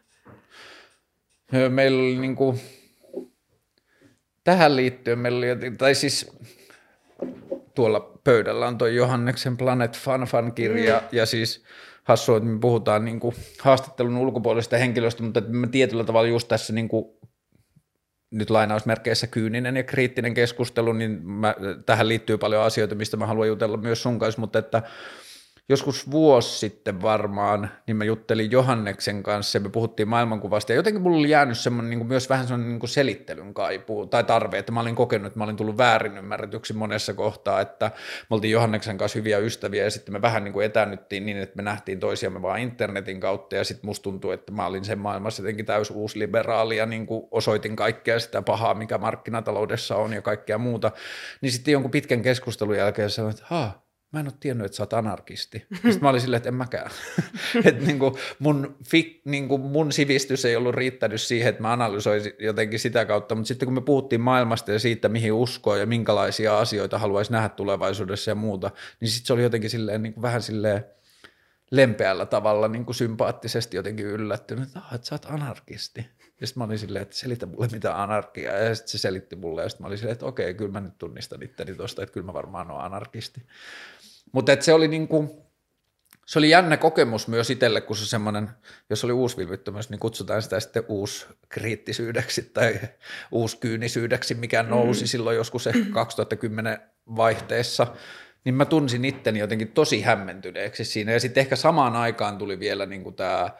Meillä oli niin kuin, tähän liittyen, meillä oli, tai siis tuolla pöydällä on tuo Johanneksen Planet Fun Fun-kirja, mm. ja siis hassua, että me puhutaan niin kuin haastattelun ulkopuolisesta henkilöstä, mutta että mä tietyllä tavalla just tässä niin kuin, nyt lainausmerkeissä kyyninen ja kriittinen keskustelu, niin mä, tähän liittyy paljon asioita, mistä mä haluan jutella myös sun kanssa, mutta että joskus vuosi sitten varmaan, niin mä juttelin Johanneksen kanssa ja me puhuttiin maailmankuvasta ja jotenkin mulla oli jäänyt semmoinen niin kuin myös vähän semmoinen niin kuin selittelyn kaipuu tai tarve, että mä olin kokenut, että mä olin tullut väärin ymmärretyksi monessa kohtaa, että me oltiin Johanneksen kanssa hyviä ystäviä ja sitten me vähän niin kuin etäännyttiin niin, että me nähtiin toisiamme vaan internetin kautta ja sitten musta tuntui, että mä olin sen maailmassa jotenkin täys uusliberaali ja niin kuin osoitin kaikkea sitä pahaa, mikä markkinataloudessa on ja kaikkea muuta, niin sitten jonkun pitkän keskustelun jälkeen sanoin, että haa, mä en ole tiennyt, että sä oot anarkisti. Sitten mä olin silleen, että en mäkään. että niin kuin mun, niin kuin mun sivistys ei ollut riittänyt siihen, että mä analysoisin jotenkin sitä kautta, mutta sitten kun me puhuttiin maailmasta ja siitä, mihin uskoo ja minkälaisia asioita haluaisi nähdä tulevaisuudessa ja muuta, niin sitten se oli jotenkin silleen, niin kuin vähän silleen lempeällä tavalla niin kuin sympaattisesti jotenkin yllättynyt, että, ah, että sä oot anarkisti. Ja sitten mä olin silleen, että selitä mulle mitä anarkia, ja sitten se selitti mulle, ja sitten mä olin silleen, että okei, kyllä mä nyt tunnistan itteni tosta, että kyllä mä varmaan oon anarkisti. Mutta se oli niinku, se oli jännä kokemus myös itselle, kun se semmoinen, jos oli uusvilpittömyys, niin kutsutaan sitä sitten uuskriittisyydeksi tai uuskyynisyydeksi, mikä nousi mm. silloin joskus se kaksituhattakymmenen vaihteessa, niin mä tunsin itteni jotenkin tosi hämmentyneeksi siinä. Ja sitten ehkä samaan aikaan tuli vielä niinku tämä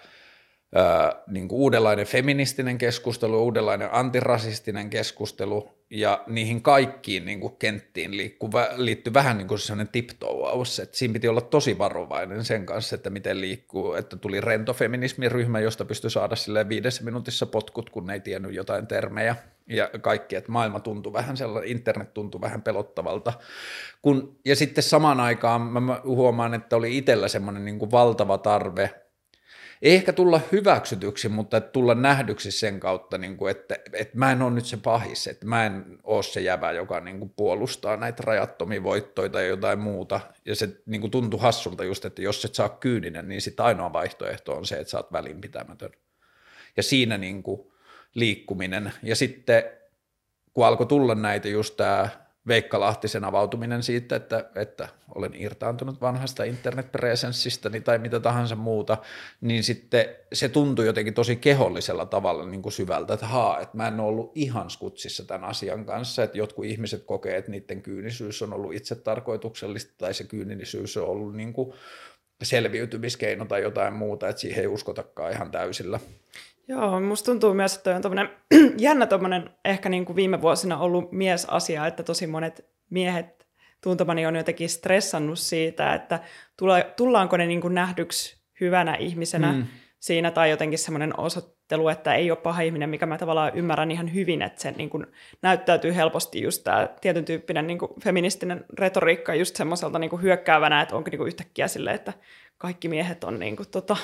niinku uudenlainen feministinen keskustelu, uudenlainen antirasistinen keskustelu, ja niihin kaikkiin niin kuin kenttiin liittyy vähän niin kuin sellainen tiptoeaus, että siinä piti olla tosi varovainen sen kanssa, että miten liikkuu, että tuli rentofeminismiryhmä, josta pystyi saada silleen viidessä minuutissa potkut, kun ei tiennyt jotain termejä ja kaikki, että maailma tuntui vähän sellainen, internet tuntui vähän pelottavalta, kun, ja sitten samaan aikaan mä huomaan, että oli itsellä semmoinen niin kuin valtava tarve, ei ehkä tulla hyväksytyksi, mutta että tulla nähdyksi sen kautta, niin kuin, että, että mä en ole nyt se pahis, että mä en ole se jävä, joka niin kuin puolustaa näitä rajattomia voittoja tai jotain muuta. Ja se niin kuin tuntui hassulta just, että jos et saa kyyninen, niin sitten ainoa vaihtoehto on se, että sä oot välinpitämätön. Ja siinä niin kuin liikkuminen. Ja sitten kun alkoi tulla näitä just tämä Veikka Lahtisen avautuminen siitä, että, että olen irtaantunut vanhasta internetpresenssistä tai mitä tahansa muuta, niin sitten se tuntui jotenkin tosi kehollisella tavalla niin kuin syvältä, että haa, että mä en ole ollut ihan skutsissa tämän asian kanssa, että jotkut ihmiset kokee, että niiden kyynisyys on ollut itsetarkoituksellista tai se kyynisyys on ollut niin kuin selviytymiskeino tai jotain muuta, että siihen ei uskotakaan ihan täysillä. Joo, musta tuntuu myös, että toi on tommonen jännä tommonen ehkä niin kuin viime vuosina ollut miesasia, että tosi monet miehet tuntemani on jotenkin stressannut siitä, että tullaanko ne niin kuin nähdyksi hyvänä ihmisenä mm. siinä, tai jotenkin semmoinen osoittelu, että ei ole paha ihminen, mikä mä tavallaan ymmärrän ihan hyvin, että se niin kuin näyttäytyy helposti just tämä tietyn tyyppinen niin kuin feministinen retoriikka just semmoiselta niin kuin hyökkäävänä, että onko niin kuin yhtäkkiä silleen, että kaikki miehet on niin kuin tota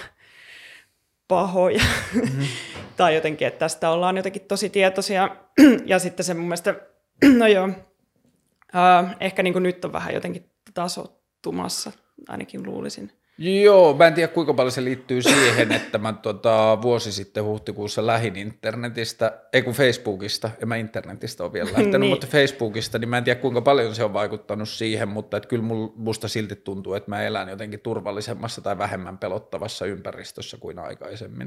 pahoja. Mm-hmm. Tai jotenkin, että tästä ollaan jotenkin tosi tietoisia. Ja sitten se mun mielestä, no joo, äh, ehkä niin kuin nyt on vähän jotenkin tasottumassa, ainakin luulisin. Joo, mä en tiedä kuinka paljon se liittyy siihen, että mä tota, vuosi sitten huhtikuussa lähdin internetistä, ei kun Facebookista, en mä internetistä ole vielä lähtenyt, niin. Mutta Facebookista, niin mä en tiedä kuinka paljon se on vaikuttanut siihen, mutta että kyllä musta silti tuntuu, että mä elän jotenkin turvallisemmassa tai vähemmän pelottavassa ympäristössä kuin aikaisemmin.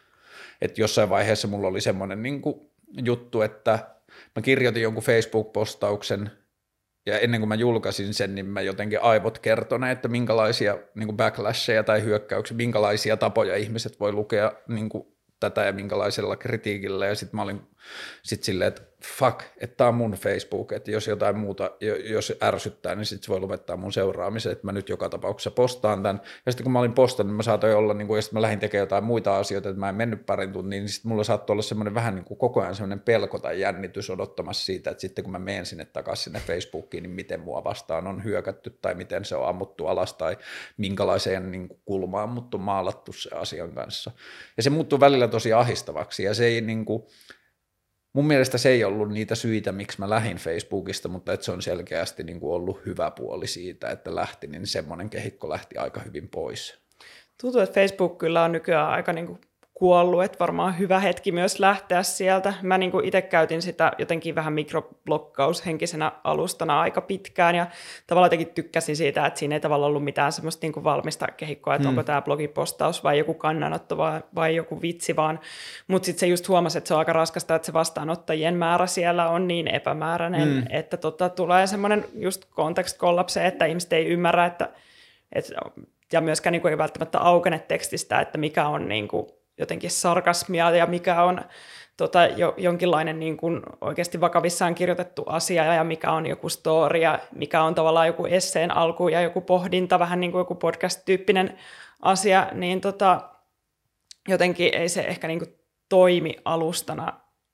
Että jossain vaiheessa mulla oli semmoinen niin kuin juttu, että mä kirjoitin jonkun Facebook-postauksen, ja ennen kuin mä julkaisin sen, niin mä jotenkin aivot kertoneet, että minkälaisia niin kuin backlasheja tai hyökkäyksiä, minkälaisia tapoja ihmiset voi lukea niin kuin tätä ja minkälaisella kritiikillä. Ja sitten mä olin sit silleen, että fuck, että tää on mun Facebook, että jos jotain muuta, jos ärsyttää, niin sitten se voi lopettaa mun seuraamisen, että mä nyt joka tapauksessa postaan tämän. Ja sitten kun mä olin postannut, niin mä saatoin olla, niin kuin, ja sitten mä lähdin tekemään jotain muita asioita, että mä en mennyt parin tunnin, niin sitten mulla saattoi olla semmoinen vähän niin kuin koko ajan semmoinen pelko tai jännitys odottamassa siitä, että sitten kun mä menen sinne takaisin sinne Facebookiin, niin miten mua vastaan on hyökätty tai miten se on ammuttu alas tai minkälaiseen niin kuin kulmaan mut on maalattu se asian kanssa. Ja se muuttuu välillä tosi ahistavaksi ja se ei niin kuin, mun mielestä se ei ollut niitä syitä, miksi mä lähdin Facebookista, mutta että se on selkeästi niin kuin ollut hyvä puoli siitä, että lähti, niin semmoinen kehikko lähti aika hyvin pois. Tuntuu, että Facebook kyllä on nykyään aika niin kuin kuollut, että varmaan hyvä hetki myös lähteä sieltä. Mä niin kuin itse käytin sitä jotenkin vähän mikroblokkaushenkisenä alustana aika pitkään ja tavallaan jotenkin tykkäsin siitä, että siinä ei tavallaan ollut mitään semmoista niin kuin valmista kehikkoa, että hmm. onko tämä blogipostaus vai joku kannanotto vai, vai joku vitsi vaan. Mutta sitten se just huomasi, että se on aika raskasta, että se vastaanottajien määrä siellä on niin epämääräinen, hmm. että tota, tulee semmoinen just context collapse, että ihmiset ei ymmärrä, että, että ja myöskään niin kuin ei välttämättä aukene tekstistä, että mikä on niin kuin jotenkin sarkasmia ja mikä on tota, jo, jonkinlainen niin kuin oikeasti vakavissaan kirjoitettu asia ja mikä on joku story ja mikä on tavallaan joku esseen alku ja joku pohdinta, vähän niin kuin joku podcast-tyyppinen asia, niin tota, jotenkin ei se ehkä niin kuin toimi alustana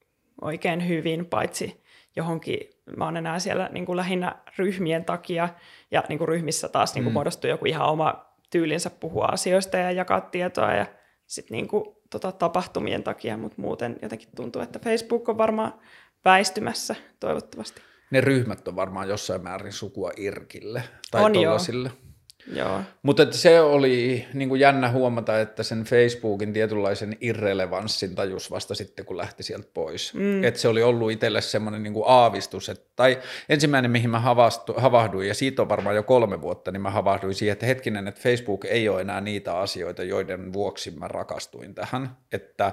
oikein hyvin, paitsi johonkin, mä oon enää siellä niin kuin lähinnä ryhmien takia ja niin kuin ryhmissä taas niin kuin mm. muodostuu joku ihan oma tyylinsä puhua asioista ja jakaa tietoa ja sitten niinku tota tapahtumien takia, mutta muuten jotenkin tuntuu, että Facebook on varmaan väistymässä toivottavasti. Ne ryhmät on varmaan jossain määrin sukua Irkille tai on tollasille. Joo. Mutta se oli niin kuin jännä huomata, että sen Facebookin tietynlaisen irrelevanssin tajus vasta sitten, kun lähti sieltä pois. Mm. Että se oli ollut itselle semmoinen niin kuin aavistus, että, tai ensimmäinen, mihin mä havastu, havahduin, ja siitä on varmaan jo kolme vuotta, niin mä havahduin siihen, että hetkinen, että Facebook ei ole enää niitä asioita, joiden vuoksi mä rakastuin tähän, että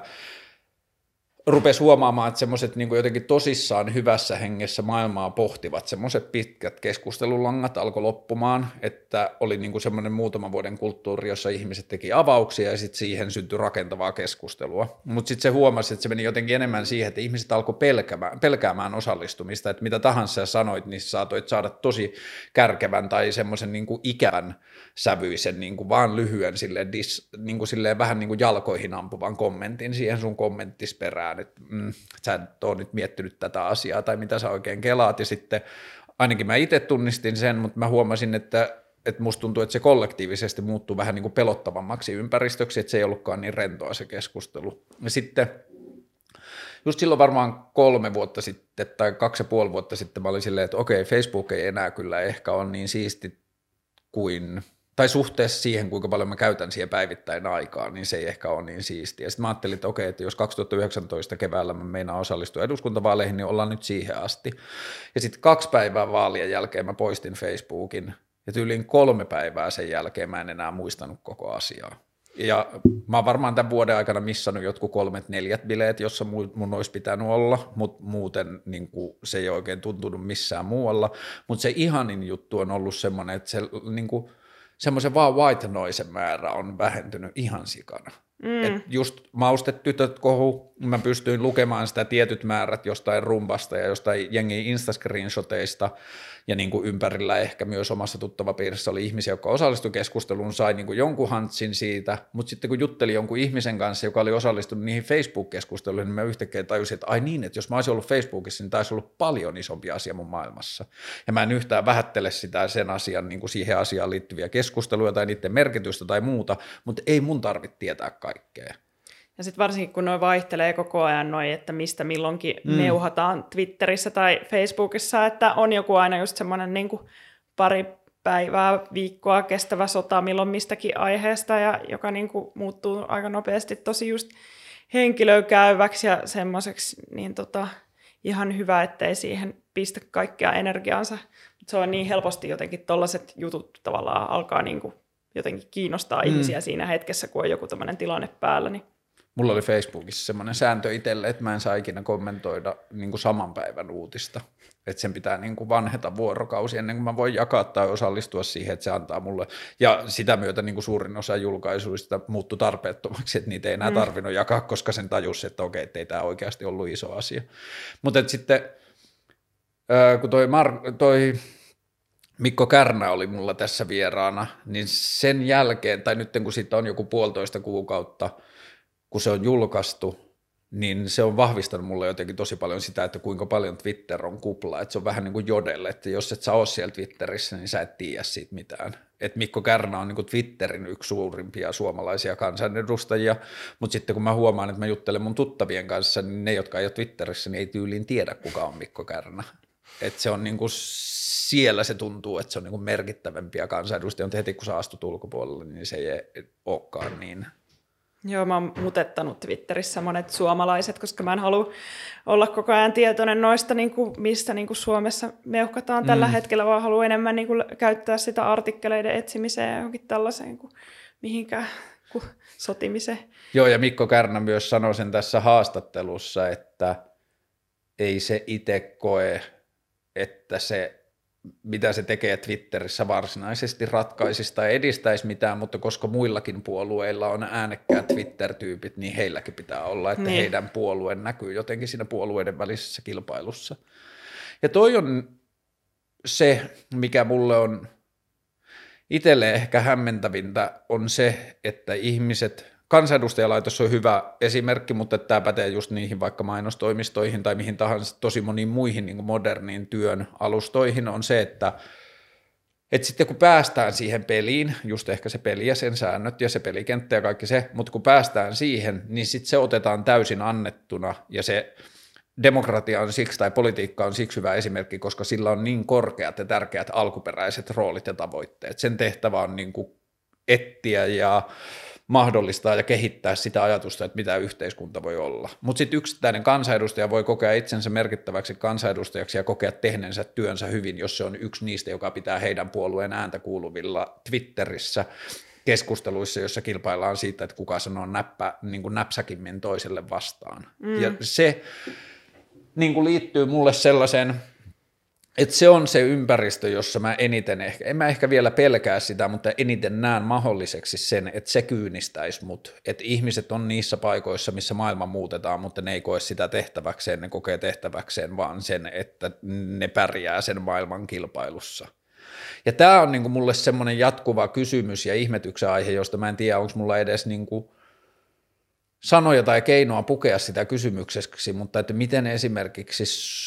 rupesi huomaamaan, että semmoiset niin kuin jotenkin tosissaan hyvässä hengessä maailmaa pohtivat semmoiset pitkät keskustelulangat alkoi loppumaan, että oli niin kuin semmoinen muutaman vuoden kulttuuri, jossa ihmiset teki avauksia ja sitten siihen syntyi rakentavaa keskustelua. Mutta sitten se huomasi, että se meni jotenkin enemmän siihen, että ihmiset alkoi pelkäämään, pelkäämään osallistumista, että mitä tahansa sä sanoit, niin saatoit saada tosi kärkevän tai semmoisen niin kuin ikävän sävyisen, niin kuin vaan lyhyen silleen, dis, niin kuin silleen vähän niin kuin jalkoihin ampuvan kommentin siihen sun kommenttisperään, että mm, sä et ole nyt miettinyt tätä asiaa tai mitä sä oikein kelaat, ja sitten ainakin mä itse tunnistin sen, mutta mä huomasin, että, että musta tuntuu, että se kollektiivisesti muuttuu vähän niin kuin pelottavammaksi ympäristöksi, että se ei ollutkaan niin rentoa se keskustelu. Ja sitten just silloin varmaan kolme vuotta sitten tai kaksi ja puoli vuotta sitten mä olin silleen, että okei, Facebook ei enää kyllä ehkä ole niin siisti kuin tai suhteessa siihen, kuinka paljon mä käytän siihen päivittäin aikaa, niin se ei ehkä ole niin siistiä. Sitten mä ajattelin, että okei, että jos kaksituhattayhdeksäntoista keväällä mä meinaan osallistua eduskuntavaaleihin, niin ollaan nyt siihen asti. Ja sitten kaksi päivää vaalien jälkeen mä poistin Facebookin, ja tyyliin kolme päivää sen jälkeen mä en enää muistanut koko asiaa. Ja mä oon varmaan tämän vuoden aikana missannut jotkut kolmet, neljät bileet, jossa mun olisi pitänyt olla, mutta muuten niin kuin, se ei oikein tuntunut missään muualla. Mutta se ihanin juttu on ollut semmoinen, että se niin kuin, semmoisen vaan white noisen määrä on vähentynyt ihan sikana. Mm. Et just maustetytöt kohu, mä pystyin lukemaan sitä tietyt määrät jostain rumbasta ja jostain jengi Insta-screenshoteista, ja niin kuin ympärillä ehkä myös omassa tuttavapiirissä oli ihmisiä, jotka osallistuivat keskusteluun, sai niin kuin jonkun hantsin siitä, mutta sitten kun juttelin jonkun ihmisen kanssa, joka oli osallistunut niihin Facebook-keskusteluihin, niin mä yhtäkkiä tajusin, että ai niin, että jos mä olisin ollut Facebookissa, niin taisi ollut paljon isompi asia mun maailmassa. Ja mä en yhtään vähättele sitä sen asian, niin kuin siihen asiaan liittyviä keskusteluja tai niiden merkitystä tai muuta, mutta ei mun tarvitse tietää kaikkea. Ja sitten varsinkin, kun noi vaihtelee koko ajan noi, että mistä milloinkin mm. neuhataan Twitterissä tai Facebookissa, että on joku aina just semmoinen niin kuin pari päivää, viikkoa kestävä sota milloin mistäkin aiheesta, ja joka niin kuin muuttuu aika nopeasti tosi just henkilökäyväksi ja semmoiseksi, niin tota, ihan hyvä, ettei siihen pistä kaikkea energiaansa. Se on niin helposti jotenkin tollaiset jutut tavallaan alkaa niin kuin jotenkin kiinnostaa mm. ihmisiä siinä hetkessä, kun on joku tämmöinen tilanne päällä, niin mulla oli Facebookissa semmoinen sääntö itselle, että mä en saa ikinä kommentoida niin kuin saman päivän uutista. Että sen pitää niin kuin vanheta vuorokausi ennen kuin mä voin jakaa tai osallistua siihen, että se antaa mulle. Ja sitä myötä niin kuin suurin osa julkaisuista muuttui tarpeettomaksi, että niitä ei enää tarvinnut jakaa, koska sen tajusi, että okei, että ei tämä oikeasti ollut iso asia. Mutta sitten kun toi, Mar- toi Mikko Kärnä oli mulla tässä vieraana, niin sen jälkeen, tai nyt kun siitä on joku puolitoista kuukautta, kun se on julkaistu, niin se on vahvistanut mulle jotenkin tosi paljon sitä, että kuinka paljon Twitter on kupla, että se on vähän niin kuin Jodel, että jos et sä ole siellä Twitterissä, niin sä et tiedä siitä mitään. Et Mikko Kärnä on niin kuin Twitterin yksi suurimpia suomalaisia kansanedustajia, mutta sitten kun mä huomaan, että mä juttelen mun tuttavien kanssa, niin ne, jotka ei ole Twitterissä, niin ei tyyliin tiedä, kuka on Mikko Kärnä. Että se on niin kuin siellä se tuntuu, että se on niin kuin merkittävämpiä kansanedustajia, mutta heti kun sä astut ulkopuolelle, niin se ei olekaan niin. Joo, mä oon mutettanut Twitterissä monet suomalaiset, koska mä en halua olla koko ajan tietoinen noista, niin kuin, mistä niin kuin Suomessa meuhkataan tällä mm. hetkellä, vaan haluan enemmän niin kuin, käyttää sitä artikkeleiden etsimiseen ja johonkin tällaiseen kuin mihinkään kuin sotimiseen. Joo, ja Mikko Kärnä myös sanoi sen tässä haastattelussa, että ei se itse koe, että se mitä se tekee Twitterissä varsinaisesti ratkaisisi tai edistäisi mitään, mutta koska muillakin puolueilla on äänekkäät Twitter-tyypit, niin heilläkin pitää olla, että niin. heidän puolueen näkyy jotenkin siinä puolueiden välisessä kilpailussa. Ja toi on se, mikä mulle on itselle ehkä hämmentävintä, on se, että ihmiset, kansanedustajalaitos on hyvä esimerkki, mutta tämä pätee just niihin vaikka mainostoimistoihin tai mihin tahansa tosi moniin muihin niin kuin moderniin työn alustoihin, on se, että, että sitten kun päästään siihen peliin, just ehkä se peli ja sen säännöt ja se pelikenttä ja kaikki se, mutta kun päästään siihen, niin sitten se otetaan täysin annettuna ja se demokratia on siksi tai politiikka on siksi hyvä esimerkki, koska sillä on niin korkeat ja tärkeät alkuperäiset roolit ja tavoitteet. Sen tehtävä on niin kuin etsiä ja mahdollistaa ja kehittää sitä ajatusta, että mitä yhteiskunta voi olla. Mutta sitten yksittäinen kansanedustaja voi kokea itsensä merkittäväksi kansanedustajaksi ja kokea tehneensä työnsä hyvin, jos se on yksi niistä, joka pitää heidän puolueen ääntä kuuluvilla Twitterissä keskusteluissa, jossa kilpaillaan siitä, että kuka sanoo näppä, niin kuin näpsäkimmin toiselle vastaan. Mm. Ja se niin kuin liittyy mulle sellaiseen, että se on se ympäristö, jossa mä eniten, ehkä, en mä ehkä vielä pelkää sitä, mutta eniten näen mahdolliseksi sen, että se kyynistäisi mut. Että ihmiset on niissä paikoissa, missä maailma muutetaan, mutta ne ei koe sitä tehtäväkseen, ne kokee tehtäväkseen vaan sen, että ne pärjää sen maailman kilpailussa. Ja tämä on niinku mulle semmoinen jatkuva kysymys ja ihmetyksen aihe, josta mä en tiedä, onko mulla edes niinku sanoja tai keinoa pukea sitä kysymykseksi, mutta että miten esimerkiksi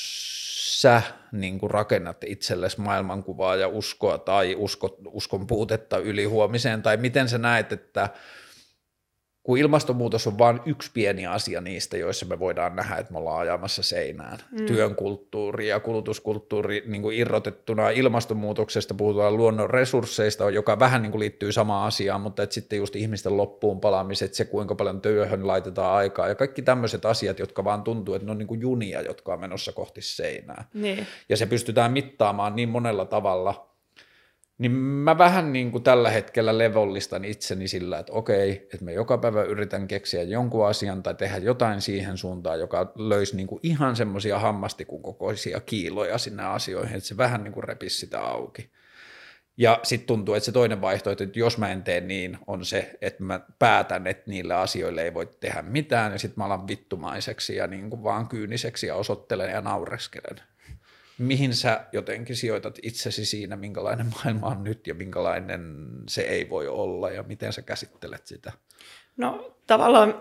sä niin kuin rakennat itsellesi maailmankuvaa ja uskoa tai usko, uskon puutetta ylihuomiseen, tai miten sä näet, että kun ilmastonmuutos on vain yksi pieni asia niistä, joissa me voidaan nähdä, että me ollaan ajamassa seinään. Mm. Työn kulttuuri ja kulutuskulttuuri niin kuin irrotettuna ilmastonmuutoksesta, puhutaan luonnon resursseista, joka vähän niin kuin liittyy samaan asiaan, mutta että sitten just ihmisten loppuun palaamiset, se kuinka paljon työhön laitetaan aikaa ja kaikki tämmöiset asiat, jotka vaan tuntuu, että ne on niin kuin junia, jotka on menossa kohti seinää. Niin. Ja se pystytään mittaamaan niin monella tavalla. Niin mä vähän niin kuin tällä hetkellä levollistan itseni sillä, että okei, että mä joka päivä yritän keksiä jonkun asian tai tehdä jotain siihen suuntaan, joka löisi niin kuin ihan semmoisia hammastikun kokoisia kiiloja sinne asioihin, että se vähän niin kuin repisi sitä auki. Ja sitten tuntuu, että se toinen vaihtoehto, että jos mä en tee niin, on se, että mä päätän, että niille asioille ei voi tehdä mitään ja sitten mä alan vittumaiseksi ja niin kuin vaan kyyniseksi ja osoittelen ja naureskelen. Mihin sä jotenkin sijoitat itsesi siinä, minkälainen maailma on nyt ja minkälainen se ei voi olla ja miten sä käsittelet sitä? No tavallaan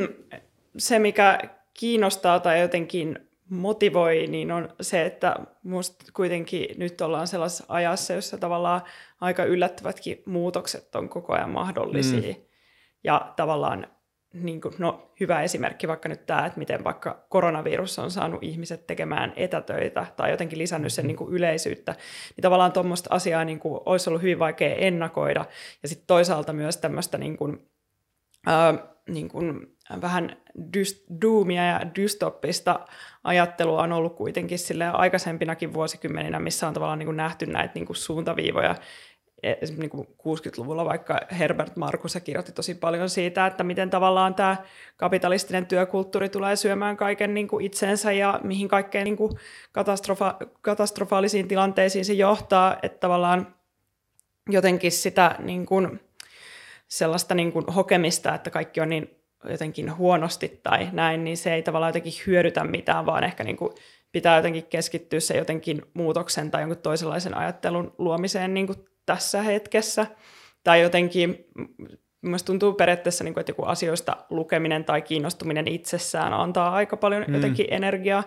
se, mikä kiinnostaa tai jotenkin motivoi, niin on se, että musta kuitenkin nyt ollaan sellaisessa ajassa, jossa tavallaan aika yllättävätkin muutokset on koko ajan mahdollisia. Mm. Ja tavallaan niin kuin, no, hyvä esimerkki vaikka nyt tämä, että miten vaikka koronavirus on saanut ihmiset tekemään etätöitä tai jotenkin lisännyt sen niin kuin yleisyyttä, niin tavallaan tuommoista asiaa niin kuin, olisi ollut hyvin vaikea ennakoida. Ja sitten toisaalta myös tämmöistä niin kuin, äh, niin kuin, vähän dyst- doomia ja dystoppista ajattelua on ollut kuitenkin aikaisempinakin vuosikymmeninä, missä on tavallaan niin kuin nähty näitä niin kuin suuntaviivoja. Niin kuin kuusikymmentäluvulla vaikka Herbert Marcuse kirjoitti tosi paljon siitä, että miten tavallaan tämä kapitalistinen työkulttuuri tulee syömään kaiken niin kuin itsensä ja mihin kaikkeen niin kuin katastrofa- katastrofaalisiin tilanteisiin se johtaa, että tavallaan jotenkin sitä niin kuin sellaista niin kuin hokemista, että kaikki on niin jotenkin huonosti tai näin, niin se ei tavallaan jotenkin hyödytä mitään, vaan ehkä niin kuin pitää jotenkin keskittyä se jotenkin muutoksen tai jonkun toisenlaisen ajattelun luomiseen niin kuin tässä hetkessä. Tai jotenkin, minusta tuntuu periaatteessa, niin kuin, että joku asioista lukeminen tai kiinnostuminen itsessään antaa aika paljon mm. jotenkin energiaa.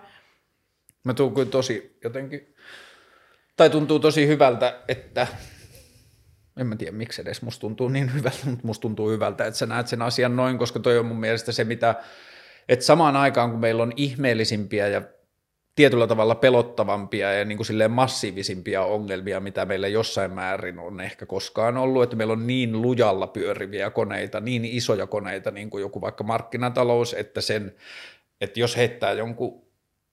Mä tuun kyllä tosi jotenkin, tai tuntuu tosi hyvältä, että en mä tiedä miksi edes musta tuntuu niin hyvältä, mutta musta tuntuu hyvältä, että sä näet sen asian noin, koska toi on mun mielestä se, mitä, että samaan aikaan kun meillä on ihmeellisimpiä ja tietyllä tavalla pelottavampia ja niin kuin silleen massiivisimpia ongelmia, mitä meillä jossain määrin on ehkä koskaan ollut, että meillä on niin lujalla pyöriviä koneita, niin isoja koneita, niin kuin joku vaikka markkinatalous, että, sen, että jos heittää jonkun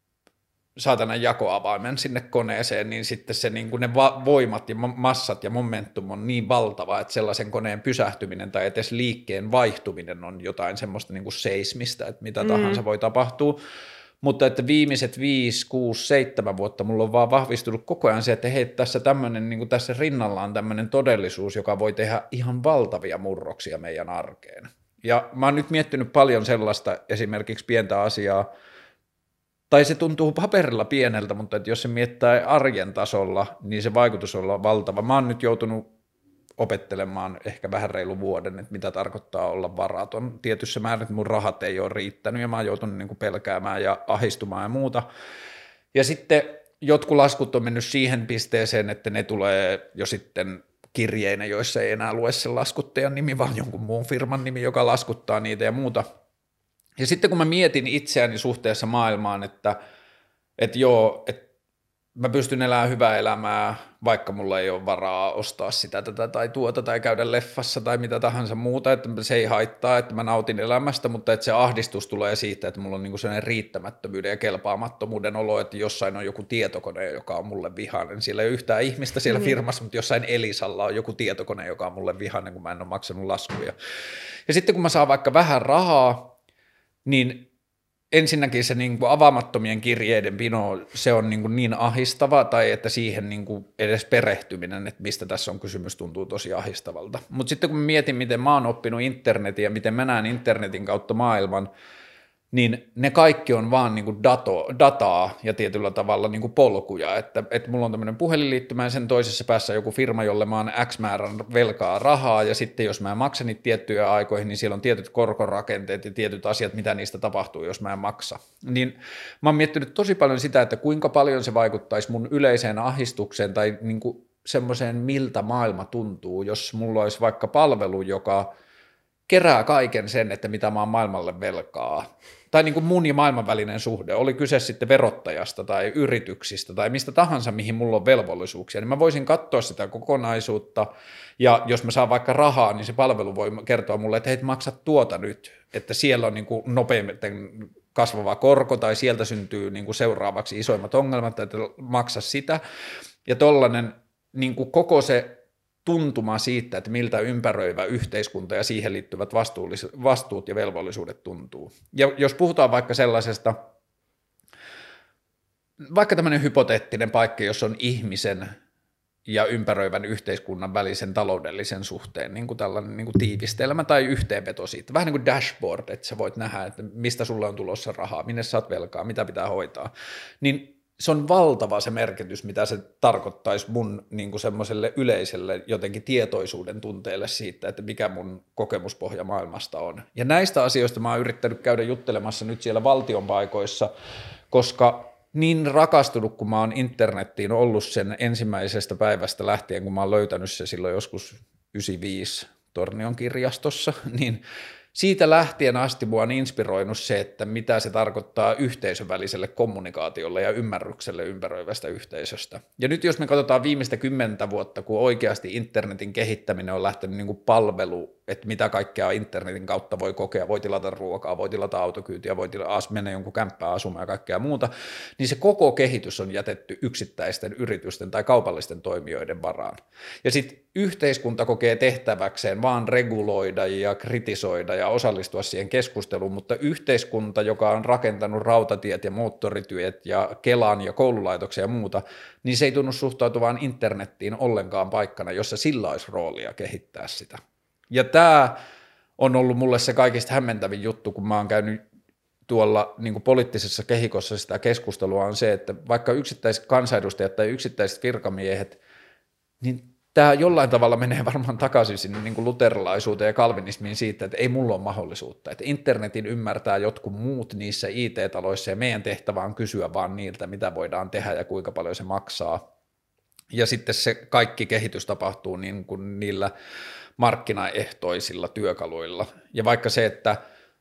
saatanan jakoavaimen sinne koneeseen, niin sitten se, niin kuin ne va- voimat ja massat ja momentum on niin valtava, että sellaisen koneen pysähtyminen tai edes liikkeen vaihtuminen on jotain semmoista niin kuin seismistä, että mitä mm. tahansa voi tapahtua. Mutta että viimeiset viisi, kuusi, seitsemän vuotta mulla on vaan vahvistunut koko ajan se, että hei, tässä, tämmönen, niin kuin tässä rinnalla on tämmöinen todellisuus, joka voi tehdä ihan valtavia murroksia meidän arkeen. Ja mä oon nyt miettinyt paljon sellaista esimerkiksi pientä asiaa, tai se tuntuu paperilla pieneltä, mutta että jos se miettää arjen tasolla, niin se vaikutus on valtava. Mä oon nyt joutunut opettelemaan ehkä vähän reilu vuoden, että mitä tarkoittaa olla varaton. Tietyssä määrin, että mun rahat ei ole riittänyt ja mä oon joutunut niin kuin pelkäämään ja ahistumaan ja muuta. Ja sitten jotkut laskut on mennyt siihen pisteeseen, että ne tulee jo sitten kirjeinä, joissa ei enää lue sen laskuttajan nimi, vaan jonkun muun firman nimi, joka laskuttaa niitä ja muuta. Ja sitten kun mä mietin itseäni suhteessa maailmaan, että, että joo, että mä pystyn elämään hyvää elämää, vaikka mulla ei ole varaa ostaa sitä, tätä tai tuota, tai käydä leffassa tai mitä tahansa muuta, että se ei haittaa, että mä nautin elämästä, mutta että se ahdistus tulee siitä, että mulla on niinku sellainen riittämättömyyden ja kelpaamattomuuden olo, että jossain on joku tietokone, joka on mulle vihainen. Siellä ei ole yhtään ihmistä siellä mm. firmassa, mutta jossain Elisalla on joku tietokone, joka on mulle vihainen, kun mä en ole maksanut laskuja. Ja sitten kun mä saan vaikka vähän rahaa, niin ensinnäkin se niin kuin avaamattomien kirjeiden pino, se on niin, kuin niin ahistava, tai että siihen niin kuin edes perehtyminen, että mistä tässä on kysymys, tuntuu tosi ahistavalta. Mutta sitten kun mietin, miten mä oon oppinut internetin ja miten mä näen internetin kautta maailman, niin ne kaikki on vaan niin kuin dato, dataa ja tietyllä tavalla niin kuin polkuja, että, että mulla on tämmöinen puhelinliittymä ja sen toisessa päässä joku firma, jolle mä oon X määrän velkaa rahaa ja sitten jos mä en maksa niitä tiettyjä aikoihin, niin siellä on tietyt korkorakenteet ja tietyt asiat, mitä niistä tapahtuu, jos mä en maksa. Niin mä oon miettinyt tosi paljon sitä, että kuinka paljon se vaikuttaisi mun yleiseen ahdistukseen tai niin kuin semmoiseen, miltä maailma tuntuu, jos mulla olisi vaikka palvelu, joka kerää kaiken sen, että mitä mä oon maailmalle velkaa. Tai niin kuin mun ja maailman välinen suhde, oli kyse sitten verottajasta tai yrityksistä tai mistä tahansa, mihin mulla on velvollisuuksia, niin mä voisin katsoa sitä kokonaisuutta, ja jos mä saan vaikka rahaa, niin se palvelu voi kertoa mulle, että hei, maksa tuota nyt, että siellä on niin kuin nopeammin kasvava korko, tai sieltä syntyy niin kuin seuraavaksi isoimmat ongelmat, että maksa sitä, ja tollainen niin kuin koko se tuntuma siitä, että miltä ympäröivä yhteiskunta ja siihen liittyvät vastuut ja velvollisuudet tuntuu. Ja jos puhutaan vaikka sellaisesta, vaikka tämmöinen hypoteettinen paikka, jossa on ihmisen ja ympäröivän yhteiskunnan välisen taloudellisen suhteen niin kuin tällainen niin kuin tiivistelmä tai yhteenveto siitä, vähän niin kuin dashboard, että sä voit nähdä, että mistä sulle on tulossa rahaa, minne sä oot velkaa, mitä pitää hoitaa, niin se on valtava se merkitys, mitä se tarkoittaisi mun niin kuin semmoiselle yleiselle jotenkin tietoisuuden tunteelle siitä, että mikä mun kokemuspohja maailmasta on. Ja näistä asioista mä oon yrittänyt käydä juttelemassa nyt siellä valtion paikoissa, koska niin rakastunut, kun mä oon internettiin ollut sen ensimmäisestä päivästä lähtien, kun mä oon löytänyt se silloin joskus yhdeksänkymmentäviisi Tornion kirjastossa, niin siitä lähtien asti mua on inspiroinut se, että mitä se tarkoittaa yhteisön väliselle kommunikaatiolle ja ymmärrykselle ympäröivästä yhteisöstä. Ja nyt jos me katsotaan viimeistä kymmentä vuotta, kun oikeasti internetin kehittäminen on lähtenyt niin kuin palvelu, että mitä kaikkea internetin kautta voi kokea, voi tilata ruokaa, voi tilata autokyytiä, voi tilata, mennä jonkun kämppään asumaan ja kaikkea muuta, niin se koko kehitys on jätetty yksittäisten yritysten tai kaupallisten toimijoiden varaan. Ja sitten yhteiskunta kokee tehtäväkseen vaan reguloida ja kritisoida ja osallistua siihen keskusteluun, mutta yhteiskunta, joka on rakentanut rautatiet ja moottorityöt ja Kelan ja koululaitoksia ja muuta, niin se ei tunnu suhtautuvaan internettiin ollenkaan paikkana, jossa sillä olisi roolia kehittää sitä. Ja tämä on ollut mulle se kaikista hämmentävin juttu, kun mä oon käynyt tuolla niin kuin poliittisessa kehikossa sitä keskustelua, on se, että vaikka yksittäiset kansanedustajat tai yksittäiset virkamiehet, niin tämä jollain tavalla menee varmaan takaisin sinne niin kuin luterilaisuuteen ja kalvinismiin siitä, että ei mulla ole mahdollisuutta. Että internetin ymmärtää jotkut muut niissä I T-taloissa ja meidän tehtävä on kysyä vaan niiltä, mitä voidaan tehdä ja kuinka paljon se maksaa. Ja sitten se kaikki kehitys tapahtuu niin kuin niillä markkinaehtoisilla työkaluilla. Ja vaikka se, että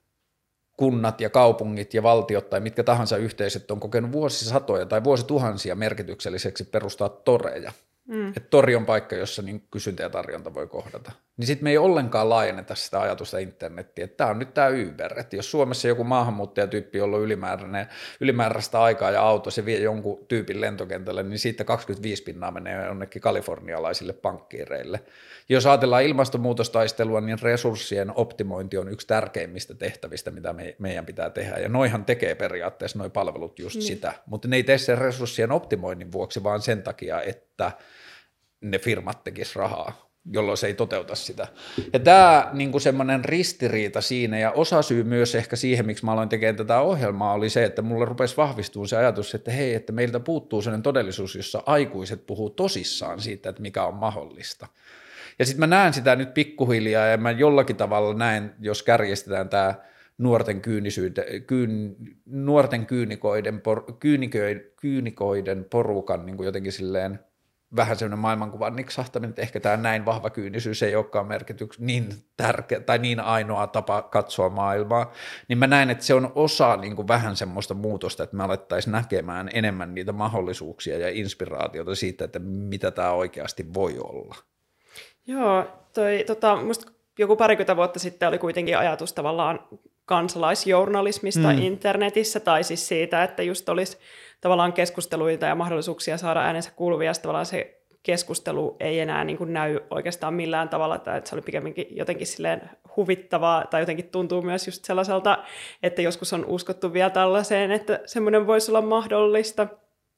kunnat ja kaupungit ja valtiot tai mitkä tahansa yhteisöt on kokenut vuosisatoja tai vuosituhansia merkitykselliseksi perustaa toreja. Mm. Että tori on paikka, jossa niin kysyntä ja tarjonta voi kohdata. Niin sitten me ei ollenkaan laajenneta sitä ajatusta internettiin, että tämä on nyt tämä Uber, että jos Suomessa joku maahanmuuttajatyyppi, jolla on ylimääräinen, ylimääräistä aikaa ja auto, se vie jonkun tyypin lentokentälle, niin siitä kaksikymmentäviisi pinnaa menee jonnekin kalifornialaisille pankkiireille. Jos ajatellaan ilmastonmuutostaistelua, niin resurssien optimointi on yksi tärkeimmistä tehtävistä, mitä me, meidän pitää tehdä, ja noihan tekee periaatteessa noi palvelut just niin. sitä, mutta ne ei tee sen resurssien optimoinnin vuoksi, vaan sen takia, että ne firmat tekis rahaa, jolloin se ei toteuta sitä. Ja tämä niin semmoinen ristiriita siinä ja osasyy myös ehkä siihen, miksi mä aloin tekemään tätä ohjelmaa, oli se, että mulle rupesi vahvistumaan se ajatus, että hei, että meiltä puuttuu sellainen todellisuus, jossa aikuiset puhuu tosissaan siitä, että mikä on mahdollista. Ja sitten mä näen sitä nyt pikkuhiljaa ja mä jollakin tavalla näen, jos kärjestetään tämä nuorten, kyyn, nuorten kyynikoiden, por, kyynikoiden, kyynikoiden porukan niin kuin jotenkin silleen vähän sellainen maailmankuvan niksahtaminen, että ehkä tämä näin vahva kyynisyys ei olekaan merkityks niin tärkeä tai niin ainoa tapa katsoa maailmaa, niin mä näen, että se on osa niin kuin vähän semmoista muutosta, että me alettaisiin näkemään enemmän niitä mahdollisuuksia ja inspiraatiota siitä, että mitä tämä oikeasti voi olla. Joo, toi, tota, musta joku parikymmentä vuotta sitten oli kuitenkin ajatus tavallaan kansalaisjournalismista mm. internetissä, tai siis siitä, että just olisi tavallaan keskusteluita ja mahdollisuuksia saada äänensä kuuluvia, ja tavallaan se keskustelu ei enää niin kuin näy oikeastaan millään tavalla, tai että se oli pikemminkin jotenkin silleen huvittavaa, tai jotenkin tuntuu myös just sellaiselta, että joskus on uskottu vielä tällaiseen, että semmoinen voisi olla mahdollista,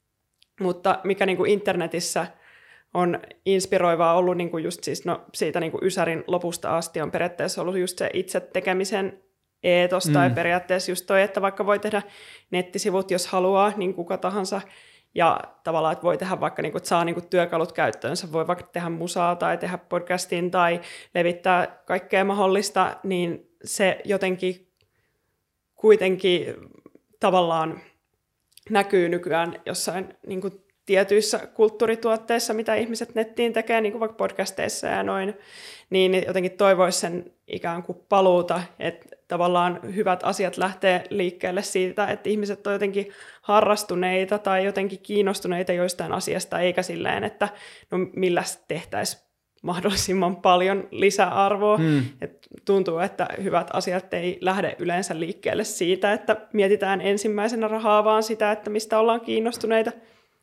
mutta mikä niin kuin internetissä on inspiroivaa ollut niin kuin just siis, no, siitä niin kuin Ysärin lopusta asti on periaatteessa ollut just se itse tekemisen eetos, mm. tai periaatteessa just toi, että vaikka voi tehdä nettisivut, jos haluaa, niin kuka tahansa, ja tavallaan, että voi tehdä vaikka, niin kuin, että saa niin kuin työkalut käyttöönsä, voi vaikka tehdä musaa tai tehdä podcastin tai levittää kaikkea mahdollista, niin se jotenkin kuitenkin tavallaan näkyy nykyään jossain niin kuin tietyissä kulttuurituotteissa, mitä ihmiset nettiin tekee, niin kuin vaikka podcasteissa ja noin, niin jotenkin toivoisi sen ikään kuin paluuta, että tavallaan hyvät asiat lähtee liikkeelle siitä, että ihmiset on jotenkin harrastuneita tai jotenkin kiinnostuneita joistain asiasta, eikä silleen, että no millä tehtäisiin mahdollisimman paljon lisäarvoa. Hmm. Et tuntuu, että hyvät asiat ei lähde yleensä liikkeelle siitä, että mietitään ensimmäisenä rahaa, vaan sitä, että mistä ollaan kiinnostuneita.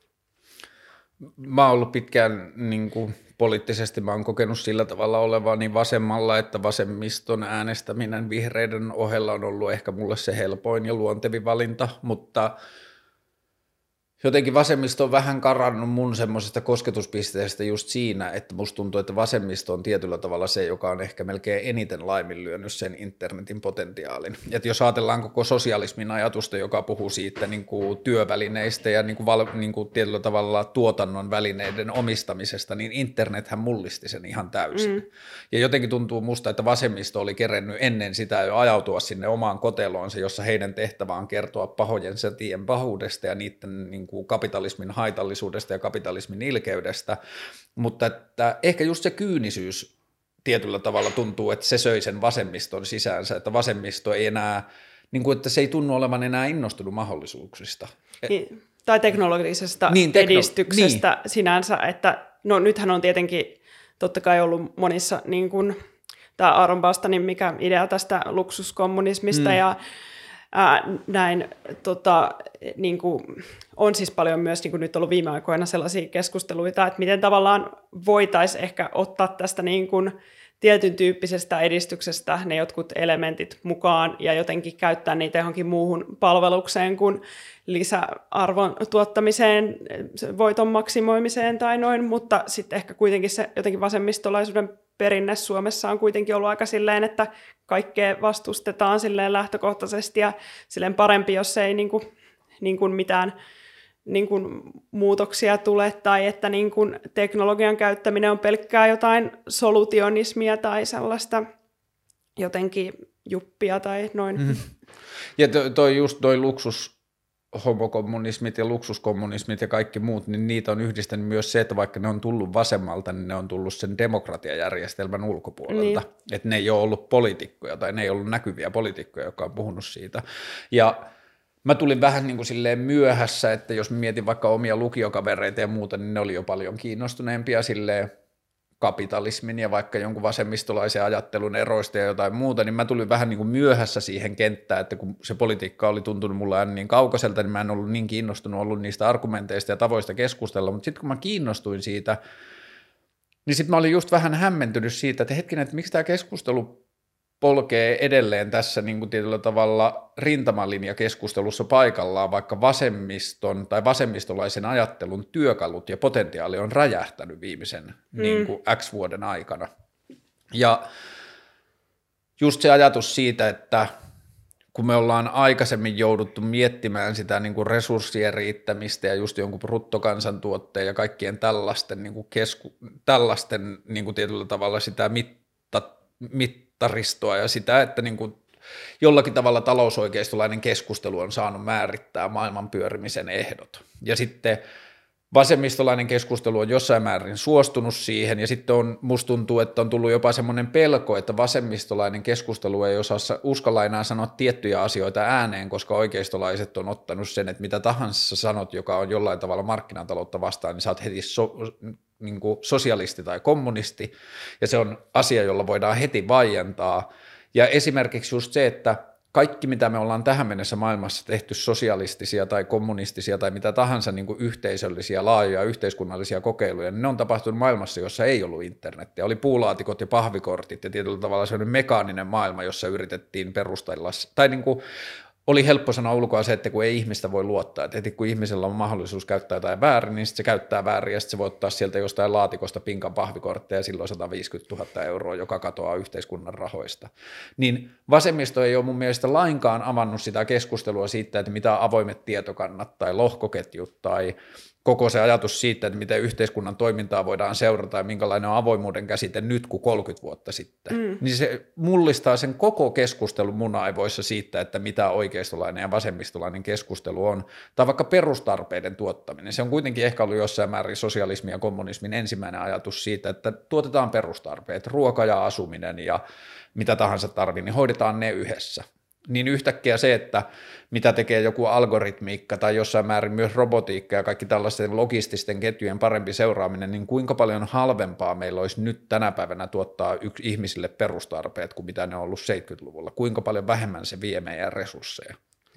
Mä oon ollut pitkään niin kuin poliittisesti, mä oon kokenut sillä tavalla olevani vasemmalla, että vasemmiston äänestäminen vihreiden ohella on ollut ehkä mulle se helpoin ja luontevin valinta, mutta jotenkin vasemmisto on vähän karannut mun semmoisesta kosketuspisteestä just siinä, että musta tuntuu, että vasemmisto on tietyllä tavalla se, joka on ehkä melkein eniten laiminlyönyt sen internetin potentiaalin. Että jos ajatellaan koko sosialismin ajatusta, joka puhuu siitä niin kuin työvälineistä ja niin kuin val, niin kuin tietyllä tavalla tuotannon välineiden omistamisesta, niin internethän mullisti sen ihan täysin. Mm. Ja jotenkin tuntuu musta, että vasemmisto oli kerennyt ennen sitä jo ajautua sinne omaan koteloonsa, jossa heidän tehtävä on kertoa pahojen sätien pahuudesta ja niiden niin kuin kapitalismin haitallisuudesta ja kapitalismin ilkeydestä, mutta että ehkä just se kyynisyys tietyllä tavalla tuntuu, että se söi sen vasemmiston sisäänsä, että vasemmisto ei enää, niin kuin, että se ei tunnu olevan enää innostunut mahdollisuuksista. Niin, tai teknologisesta niin, tekno- edistyksestä niin. sinänsä, että no nythän on tietenkin totta kai ollut monissa niin kuin tämä Aaron Bastanin mikä idea tästä luksuskommunismista mm. ja Ää, näin, tota, niin kuin, on siis paljon myös niin kuin nyt ollut viime aikoina sellaisia keskusteluita, että miten tavallaan voitaisiin ehkä ottaa tästä niin kuin tietyn tyyppisestä edistyksestä ne jotkut elementit mukaan ja jotenkin käyttää niitä johonkin muuhun palvelukseen kuin lisäarvon tuottamiseen, voiton maksimoimiseen tai noin, mutta sitten ehkä kuitenkin se jotenkin vasemmistolaisuuden perinne Suomessa on kuitenkin ollut aika silleen, että kaikkea vastustetaan silleen lähtökohtaisesti ja silleen parempi, jos ei niin kuin, niin kuin mitään niin kuin muutoksia tule tai että niin kuin teknologian käyttäminen on pelkkää jotain solutionismia tai sellaista jotenkin juppia tai noin. Mm. Ja toi, toi just toi luksus homokommunismit ja luksuskommunismit ja kaikki muut, niin niitä on yhdistänyt myös se, että vaikka ne on tullut vasemmalta, niin ne on tullut sen demokratiajärjestelmän ulkopuolelta. Niin. Että ne ei ole ollut poliitikkoja tai ne ei ollut näkyviä poliitikkoja, jotka on puhunut siitä. Ja mä tulin vähän niin kuin silleen myöhässä, että jos mietin vaikka omia lukiokavereita ja muuta, niin ne oli jo paljon kiinnostuneempia silleen kapitalismin ja vaikka jonkun vasemmistolaisen ajattelun eroista ja jotain muuta, niin mä tulin vähän niin kuin myöhässä siihen kenttään, että kun se politiikka oli tuntunut mulle aina niin kaukaiselta, niin mä en ollut niin kiinnostunut ollut niistä argumenteista ja tavoista keskustella, mutta sitten kun mä kiinnostuin siitä, niin sitten mä olin just vähän hämmentynyt siitä, että hetkinen, että miksi tämä keskustelu polkee edelleen tässä niin kuin tietyllä tavalla rintamalinjakeskustelussa paikallaan, vaikka vasemmiston tai vasemmistolaisen ajattelun työkalut ja potentiaali on räjähtänyt viimeisen mm. niin kuin X vuoden aikana. Ja just se ajatus siitä, että kun me ollaan aikaisemmin jouduttu miettimään sitä niin kuin resurssien riittämistä ja just jonkun bruttokansantuotteen ja kaikkien tällaisten, niin kuin kesku, tällaisten niin kuin tietyllä tavalla sitä mitta, mit, taristoa ja sitä, että niin kuin jollakin tavalla talousoikeistolainen keskustelu on saanut määrittää maailman pyörimisen ehdot. Ja sitten vasemmistolainen keskustelu on jossain määrin suostunut siihen, ja sitten on, musta tuntuu, että on tullut jopa semmoinen pelko, että vasemmistolainen keskustelu ei osaa uskalla enää sanoa tiettyjä asioita ääneen, koska oikeistolaiset on ottanut sen, että mitä tahansa sanot, joka on jollain tavalla markkinataloutta vastaan, niin sä oot heti so, niin kuin sosialisti tai kommunisti, ja se on asia, jolla voidaan heti vaientaa. Ja esimerkiksi just se, että kaikki, mitä me ollaan tähän mennessä maailmassa tehty, sosialistisia tai kommunistisia tai mitä tahansa niin kuin yhteisöllisiä, laajoja yhteiskunnallisia kokeiluja, niin ne on tapahtunut maailmassa, jossa ei ollut internetiä. Oli puulaatikot ja pahvikortit ja tietyllä tavalla sellainen mekaaninen maailma, jossa yritettiin perustella, tai niin kuin oli helppo sanoa ulkoa se, että kun ei ihmistä voi luottaa, että heti kun ihmisellä on mahdollisuus käyttää jotain väärin, niin sitten se käyttää väärin ja sitten se voi ottaa sieltä jostain laatikosta pinkan pahvikortteja ja silloin sata viisikymmentätuhatta euroa, joka katoaa yhteiskunnan rahoista. Niin vasemmisto ei ole mun mielestä lainkaan avannut sitä keskustelua siitä, että mitä avoimet tietokannat tai lohkoketjut tai koko se ajatus siitä, että miten yhteiskunnan toimintaa voidaan seurata ja minkälainen on avoimuuden käsite nyt kuin kolmekymmentä vuotta sitten, mm. niin se mullistaa sen koko keskustelun mun aivoissa siitä, että mitä oikeistolainen ja vasemmistolainen keskustelu on, tai vaikka perustarpeiden tuottaminen. Se on kuitenkin ehkä ollut jossain määrin sosialismin ja kommunismin ensimmäinen ajatus siitä, että tuotetaan perustarpeet, ruoka ja asuminen ja mitä tahansa tarvii, niin hoidetaan ne yhdessä. Niin yhtäkkiä se, että mitä tekee joku algoritmiikka tai jossain määrin myös robotiikka ja kaikki tällaisten logististen ketjujen parempi seuraaminen, niin kuinka paljon halvempaa meillä olisi nyt tänä päivänä tuottaa yksi ihmisille perustarpeet kuin mitä ne on ollut seitsemänkymmentäluvulla. Kuinka paljon vähemmän se vie meidän resursseja.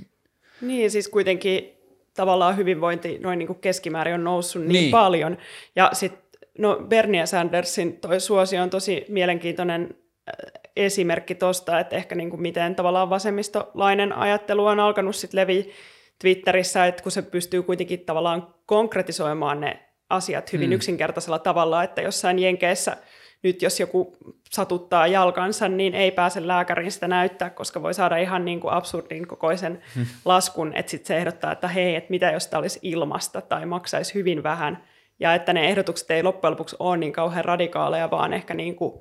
Niin, siis kuitenkin tavallaan hyvinvointi noin niin kuin keskimäärin on noussut niin, niin. paljon. Ja sitten no Bernie Sandersin toi suosio on tosi mielenkiintoinen esimerkki tuosta, että ehkä niin kuin miten tavallaan vasemmistolainen ajattelu on alkanut sitten leviä Twitterissä, että kun se pystyy kuitenkin tavallaan konkretisoimaan ne asiat hyvin mm. yksinkertaisella tavalla, että jossain Jenkeissä nyt jos joku satuttaa jalkansa, niin ei pääse lääkäriin sitä näyttää, koska voi saada ihan niin kuin absurdin kokoisen hmm. laskun, että sitten se ehdottaa, että hei, että mitä jos tämä olisi ilmasta tai maksaisi hyvin vähän, ja että ne ehdotukset ei loppujen lopuksi ole niin kauhean radikaaleja, vaan ehkä niin kuin,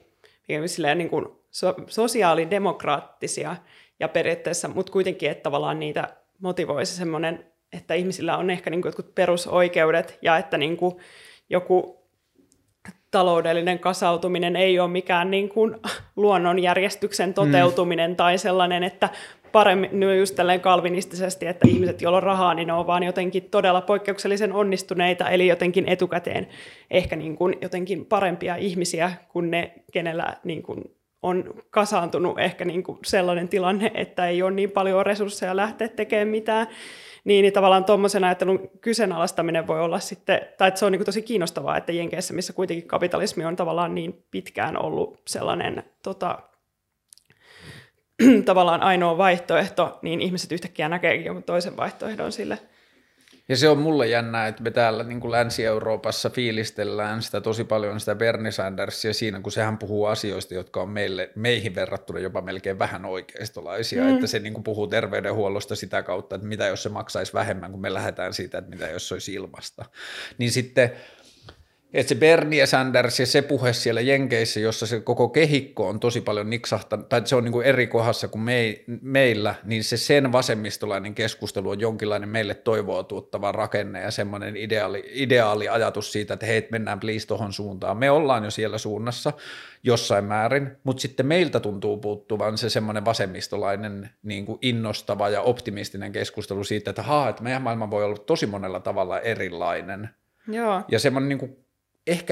niin kuin so- sosiaalidemokraattisia ja periaatteessa, mutta kuitenkin, että tavallaan niitä motivoisi semmoinen, että ihmisillä on ehkä niin kuin jotkut perusoikeudet ja että niin kuin joku taloudellinen kasautuminen ei ole mikään niin kuin luonnonjärjestyksen toteutuminen mm. tai sellainen, että paremmin, no just tälleen kalvinistisesti, että ihmiset, joilla on rahaa, niin ne on vaan jotenkin todella poikkeuksellisen onnistuneita, eli jotenkin etukäteen ehkä niin kuin jotenkin parempia ihmisiä kuin ne, kenellä niin kuin on kasaantunut ehkä niin kuin sellainen tilanne, että ei ole niin paljon resursseja lähteä tekemään mitään. Niin, niin tavallaan tuommoisen ajattelun kyseenalaistaminen voi olla sitten, tai että se on niin kuin tosi kiinnostavaa, että Jenkeissä, missä kuitenkin kapitalismi on tavallaan niin pitkään ollut sellainen tota, tavallaan ainoa vaihtoehto, niin ihmiset yhtäkkiä näkeekin jonkun toisen vaihtoehdon sille. Ja se on mulle jännää, että me täällä niin kuin Länsi-Euroopassa fiilistellään sitä tosi paljon sitä Bernie Sandersia siinä, kun sehän puhuu asioista, jotka on meille, meihin verrattuna jopa melkein vähän oikeistolaisia, mm. että se niin kuin puhuu terveydenhuollosta sitä kautta, että mitä jos se maksaisi vähemmän, kun me lähdetään siitä, että mitä jos se olisi ilmasta. Niin sitten että se Bernie Sanders ja se puhe siellä Jenkeissä, jossa se koko kehikko on tosi paljon niksahtanut, tai se on niin kuin eri kohdassa kuin me, meillä, niin se sen vasemmistolainen keskustelu on jonkinlainen meille toivoa tuottava rakenne ja semmoinen ideaali, ideaali ajatus siitä, että hei, mennään please tohon suuntaan. Me ollaan jo siellä suunnassa jossain määrin, mutta sitten meiltä tuntuu puuttuvan se semmoinen vasemmistolainen niin kuin innostava ja optimistinen keskustelu siitä, että haa, että meidän maailma voi olla tosi monella tavalla erilainen. Joo. Ja semmoinen niin kuin ehkä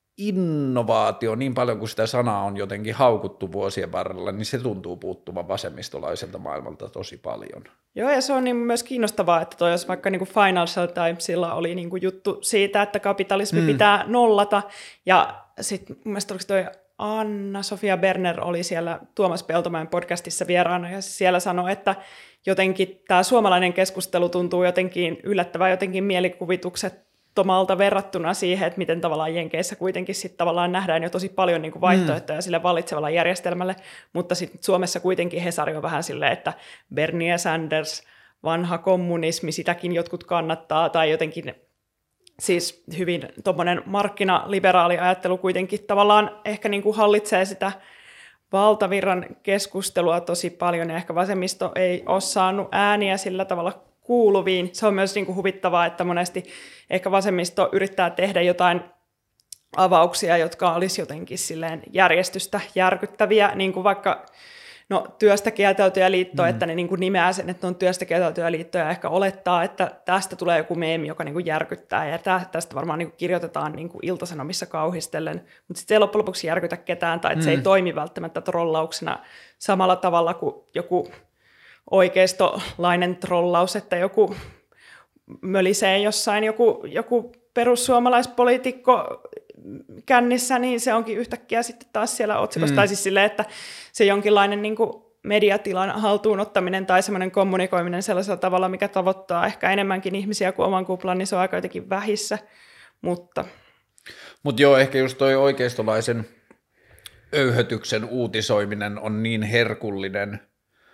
innovaatio, niin paljon kuin sitä sanaa on jotenkin haukuttu vuosien varrella, niin se tuntuu puuttuvan vasemmistolaiselta maailmalta tosi paljon. Joo, ja se on niin myös kiinnostavaa, että toi, jos vaikka niin kuin Financial Timesilla oli niin kuin juttu siitä, että kapitalismi mm. pitää nollata, ja sitten mun mielestä oliko toi Anna-Sofia Berner oli siellä Tuomas Peltomäen podcastissa vieraana, ja siellä sanoi, että jotenkin tämä suomalainen keskustelu tuntuu jotenkin yllättävän jotenkin mielikuvitukset tomalta verrattuna siihen, että miten tavallaan Jenkeissä kuitenkin sit tavallaan nähdään jo tosi paljon niin kuin vaihtoehtoja mm. sille vallitsevalle järjestelmälle, mutta sitten Suomessa kuitenkin Hesari on vähän silleen, että Bernie Sanders, vanha kommunismi, sitäkin jotkut kannattaa, tai jotenkin siis hyvin tuommoinen markkinaliberaali ajattelu kuitenkin tavallaan ehkä niin kuin hallitsee sitä valtavirran keskustelua tosi paljon, ja ehkä vasemmisto ei ole saanut ääniä sillä tavalla kuuluviin. Se on myös niin kuin huvittavaa, että monesti ehkä vasemmisto yrittää tehdä jotain avauksia, jotka olisi jotenkin silleen järjestystä järkyttäviä, niin kuin vaikka no, työstä kieltäytyjä liitto, mm. että ne niin kuin nimeää sen, että on työstä kieltäytyjä liittoja, ja ehkä olettaa, että tästä tulee joku meemi, joka niin kuin järkyttää, ja tästä varmaan niin kuin kirjoitetaan niin kuin Ilta-Sanomissa kauhistellen, mutta sitten se ei loppujen lopuksi järkytä ketään, tai että mm. se ei toimi välttämättä trollauksena samalla tavalla kuin joku oikeistolainen trollaus, että joku mölisee jossain joku, joku perussuomalaispoliitikko kännissä, niin se onkin yhtäkkiä sitten taas siellä otsikossa. Mm. Tai siis silleen, että se jonkinlainen niin kuin mediatilan haltuunottaminen tai semmoinen kommunikoiminen sellaisella tavalla, mikä tavoittaa ehkä enemmänkin ihmisiä kuin oman kuplan, niin se on aika jotenkin vähissä. Mutta Mut joo, ehkä just toi oikeistolaisen öyhötyksen uutisoiminen on niin herkullinen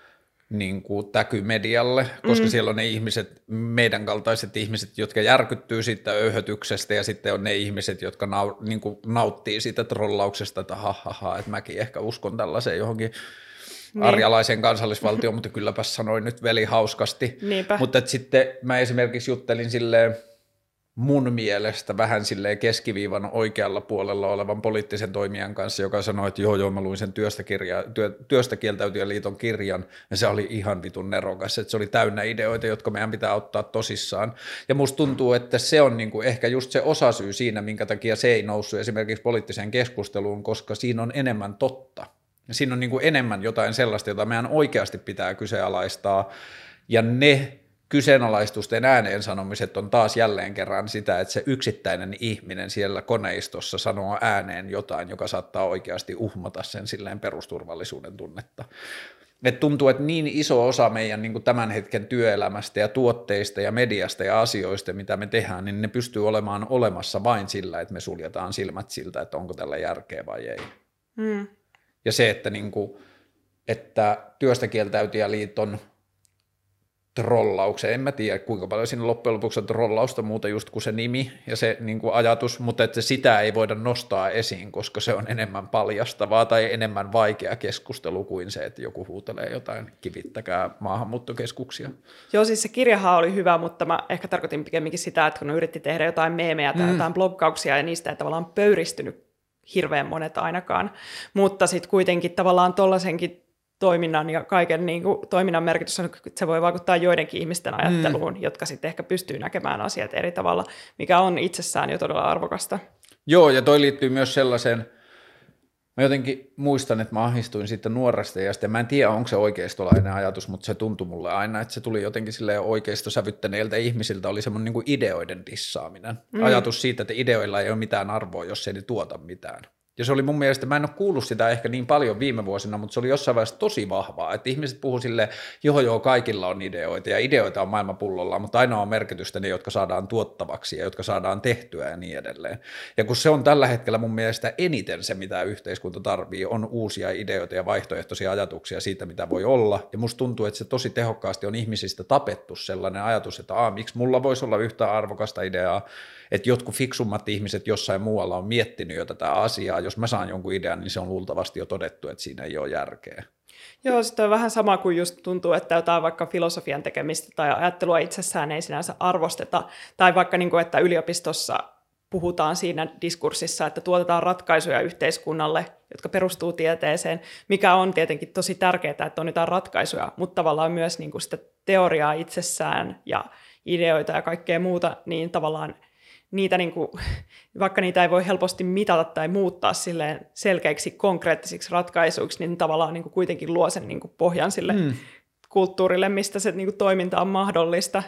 niin kuin täkymedialle, koska mm. siellä on ne ihmiset, meidän kaltaiset ihmiset, jotka järkyttyy siitä öyhötyksestä, ja sitten on ne ihmiset, jotka nau, niin kuin nauttii siitä trollauksesta, että ha, ha, ha, että mäkin ehkä uskon tällaiseen johonkin niin. arjalaiseen kansallisvaltioon, mutta kylläpä sanoin nyt veli hauskasti. Niinpä. Mutta sitten mä esimerkiksi juttelin silleen, mun mielestä vähän silleen keskiviivan oikealla puolella olevan poliittisen toimijan kanssa, joka sanoi, että joo joo mä luin sen työstä, kirja, työ, työstä kieltäytyjän liiton kirjan, ja se oli ihan vitun nerokas, että se oli täynnä ideoita, jotka meidän pitää ottaa tosissaan. Ja musta tuntuu, että se on niinku ehkä just se osasyy siinä, minkä takia se ei noussut esimerkiksi poliittiseen keskusteluun, koska siinä on enemmän totta. Siinä on niinku enemmän jotain sellaista, jota meidän oikeasti pitää kyseenalaistaa, ja ne kyseenalaistusten ääneen sanomiset on taas jälleen kerran sitä, että se yksittäinen ihminen siellä koneistossa sanoo ääneen jotain, joka saattaa oikeasti uhmata sen silleen perusturvallisuuden tunnetta. Et tuntuu, että niin iso osa meidän niin kuin tämän hetken työelämästä ja tuotteista ja mediasta ja asioista, mitä me tehdään, niin ne pystyy olemaan olemassa vain sillä, että me suljetaan silmät siltä, että onko tällä järkeä vai ei. Mm. Ja se, että, niin kuin, että työstäkieltäytyjäliiton trollaukseen. En mä tiedä, kuinka paljon siinä loppujen lopuksi on trollausta muuta just kuin se nimi ja se niin kuin ajatus, mutta että sitä ei voida nostaa esiin, koska se on enemmän paljastavaa tai enemmän vaikea keskustelu kuin se, että joku huutelee jotain kivittäkää maahanmuuttokeskuksia. Joo, siis se kirjahan oli hyvä, mutta mä ehkä tarkoitin pikemminkin sitä, että kun ne yritti tehdä jotain meemejä tai mm. jotain bloggauksia ja niistä ei tavallaan pöyristynyt hirveän monet ainakaan, mutta sitten kuitenkin tavallaan tollaisenkin toiminnan ja kaiken niin kuin, toiminnan merkitys on, että se voi vaikuttaa joidenkin ihmisten ajatteluun, mm. jotka sitten ehkä pystyy näkemään asiat eri tavalla, mikä on itsessään jo todella arvokasta. Joo, ja toi liittyy myös sellaiseen, mä jotenkin muistan, että mä ahdistuin siitä nuoresta ja sitten mä en tiedä, onko se oikeistolainen ajatus, mutta se tuntui mulle aina, että se tuli jotenkin silleen oikeistosävyttäneiltä ihmisiltä, oli semmoinen niin kuin ideoiden dissaaminen. Mm. Ajatus siitä, että ideoilla ei ole mitään arvoa, jos ei ne tuota mitään. Ja se oli mun mielestä, mä en ole kuullut sitä ehkä niin paljon viime vuosina, mutta se oli jossain vaiheessa tosi vahvaa, että ihmiset puhuu silleen, joo joo, kaikilla on ideoita ja ideoita on maailman pullolla, mutta ainoa on merkitystä ne, jotka saadaan tuottavaksi ja jotka saadaan tehtyä ja niin edelleen. Ja kun se on tällä hetkellä mun mielestä eniten se, mitä yhteiskunta tarvii, on uusia ideoita ja vaihtoehtoisia ajatuksia siitä, mitä voi olla. Ja musta tuntuu, että se tosi tehokkaasti on ihmisistä tapettu sellainen ajatus, että Aa, miksi mulla voisi olla yhtä arvokasta ideaa, että jotkut fiksummat ihmiset jossain muualla on miettinyt jo tätä asiaa. Jos mä saan jonkun idean, niin se on luultavasti jo todettu, että siinä ei ole järkeä. Joo, sitten on vähän sama kuin just tuntuu, että jotain vaikka filosofian tekemistä tai ajattelua itsessään ei sinänsä arvosteta. Tai vaikka niin kuin, että yliopistossa puhutaan siinä diskurssissa, että tuotetaan ratkaisuja yhteiskunnalle, jotka perustuu tieteeseen, mikä on tietenkin tosi tärkeää, että on jotain ratkaisuja, mutta tavallaan myös niin kuin sitä teoriaa itsessään ja ideoita ja kaikkea muuta, niin tavallaan niitä, niin kuin, vaikka niitä ei voi helposti mitata tai muuttaa silleen selkeiksi konkreettisiksi ratkaisuiksi, niin tavallaan niin kuin kuitenkin luo sen niin kuin pohjan sille mm. kulttuurille, mistä se niin kuin toiminta on mahdollista.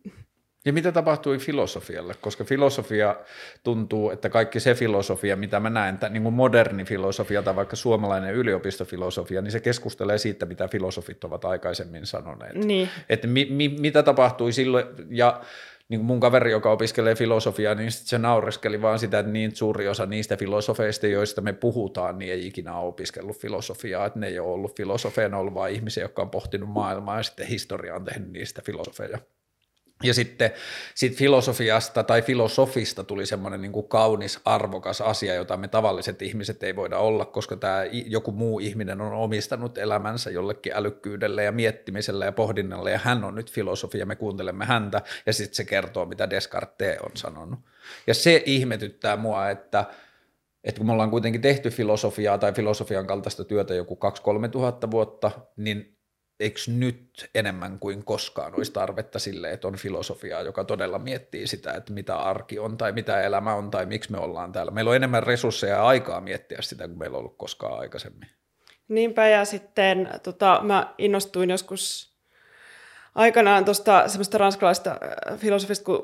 Ja mitä tapahtui filosofialle? Koska filosofia tuntuu, että kaikki se filosofia, mitä mä näen, niin kuin moderni filosofia tai vaikka suomalainen yliopistofilosofia, niin se keskustelee siitä, mitä filosofit ovat aikaisemmin sanoneet. Niin. Että mi, mi, mitä tapahtui silloin, ja niin kuin mun kaveri, joka opiskelee filosofiaa, niin se naureskeli vaan sitä, että niin suuri osa niistä filosofeista, joista me puhutaan, niin ei ikinä ole opiskellut filosofiaa, että ne ei ole ollut filosofeja, ne on ollut vain ihmisiä, jotka on pohtinut maailmaa ja sitten historia on tehnyt niistä filosofeja. Ja sitten sit filosofiasta tai filosofista tuli semmoinen niin kuin kaunis, arvokas asia, jota me tavalliset ihmiset ei voida olla, koska tämä joku muu ihminen on omistanut elämänsä jollekin älykkyydelle ja miettimiselle ja pohdinnalle, ja hän on nyt filosofi, ja me kuuntelemme häntä, ja sitten se kertoo, mitä Descartes on sanonut. Ja se ihmetyttää mua, että, että kun me ollaan kuitenkin tehty filosofiaa tai filosofian kaltaista työtä joku kaksi kolme tuhatta vuotta, niin eikö nyt enemmän kuin koskaan olisi tarvetta sille, että on filosofiaa, joka todella miettii sitä, että mitä arki on tai mitä elämä on tai miksi me ollaan täällä. Meillä on enemmän resursseja ja aikaa miettiä sitä, kuin meillä on ollut koskaan aikaisemmin. Niinpä, ja sitten tota, mä innostuin joskus aikanaan tuosta semmoista ranskalaista filosofista kuin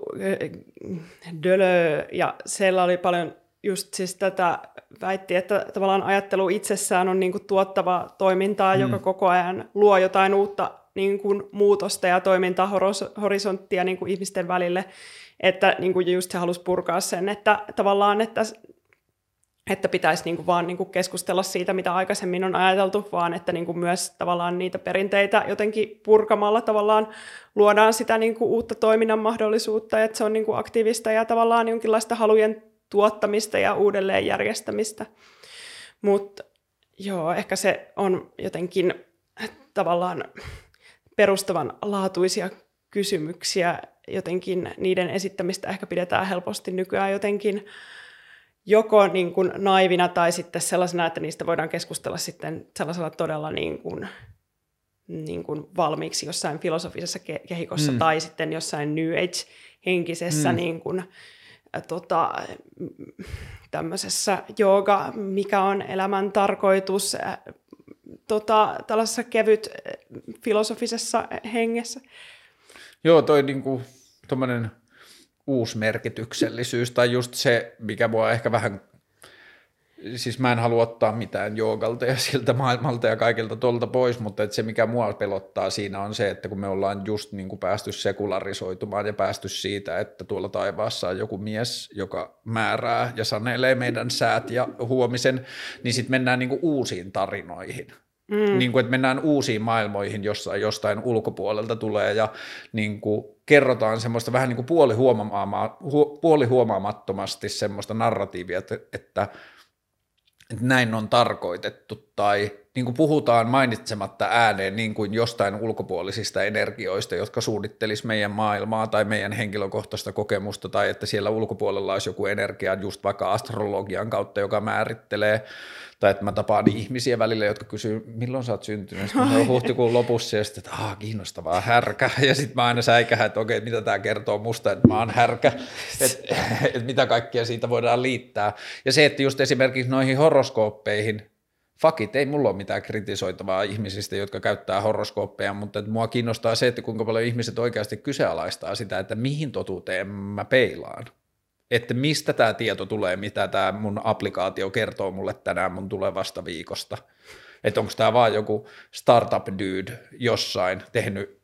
Deleuze, ja siellä oli paljon just siis tätä väitti, että tavallaan ajattelu itsessään on niin kuin tuottavaa toimintaa, hmm. joka koko ajan luo jotain uutta niin kuin muutosta ja toimintahorisonttia niin kuin ihmisten välille, että niin kuin just se halusi purkaa sen, että tavallaan, että että pitäisi niin kuin vaan niin kuin keskustella siitä, mitä aikaisemmin on ajateltu, vaan että niin kuin myös tavallaan niitä perinteitä jotenkin purkamalla tavallaan luodaan sitä niin kuin uutta toiminnan mahdollisuutta, että se on niin kuin aktiivista ja tavallaan jonkinlaista halujen tuottamista ja uudelleenjärjestämistä. Mutta joo, ehkä se on jotenkin tavallaan perustavanlaatuisia kysymyksiä, jotenkin niiden esittämistä ehkä pidetään helposti nykyään jotenkin joko niin kuin naivina tai sitten sellaisena, että niistä voidaan keskustella sitten sellaisella todella niin kuin, niin kuin valmiiksi jossain filosofisessa kehikossa mm. tai sitten jossain New Age-henkisessä mm. niin kuin, ä, tota, tämmöisessä jooga, mikä on elämän tarkoitus, ä, tota, tällaisessa kevyt filosofisessa hengessä. Joo, toi niinku tommonen uusmerkityksellisyys tai just se, mikä mua ehkä vähän, siis mä en halua ottaa mitään joogalta ja siltä maailmalta ja kaikilta tuolta pois, mutta että se mikä mua pelottaa siinä on se, että kun me ollaan just niin kuin päästy sekularisoitumaan ja päästy siitä, että tuolla taivaassa on joku mies, joka määrää ja sanelee meidän säät ja huomisen, niin sitten mennään niin kuin uusiin tarinoihin. Mm. Niin kuin, että mennään uusiin maailmoihin, jossa jostain ulkopuolelta tulee ja niin kuin kerrotaan semmoista vähän niin kuin puolihuomaama, hu, puolihuomaamattomasti semmoista narratiivia, että, että, että näin on tarkoitettu tai niin kuin puhutaan mainitsematta ääneen niin kuin jostain ulkopuolisista energioista, jotka suunnittelisi meidän maailmaa tai meidän henkilökohtaista kokemusta tai että siellä ulkopuolella olisi joku energia just vaikka astrologian kautta, joka määrittelee. Tai että mä tapaan ihmisiä välillä, jotka kysyy, milloin sä oot syntynyt? Sitten on huhtikuun lopussa ja sitten, että aah, kiinnostavaa, härkä. Ja sitten mä aina säikähän, että okei, mitä tämä kertoo musta, että mä oon härkä. Että et mitä kaikkea siitä voidaan liittää. Ja se, että just esimerkiksi noihin horoskooppeihin, fakit, ei mulla ole mitään kritisoitavaa ihmisistä, jotka käyttää horoskooppeja, mutta että mua kiinnostaa se, että kuinka paljon ihmiset oikeasti kyseenalaistaa sitä, että mihin totuuteen mä peilaan. Että mistä tämä tieto tulee, mitä tämä mun applikaatio kertoo mulle tänään mun tulevasta viikosta. Että onko tämä vaan joku startup dude jossain tehnyt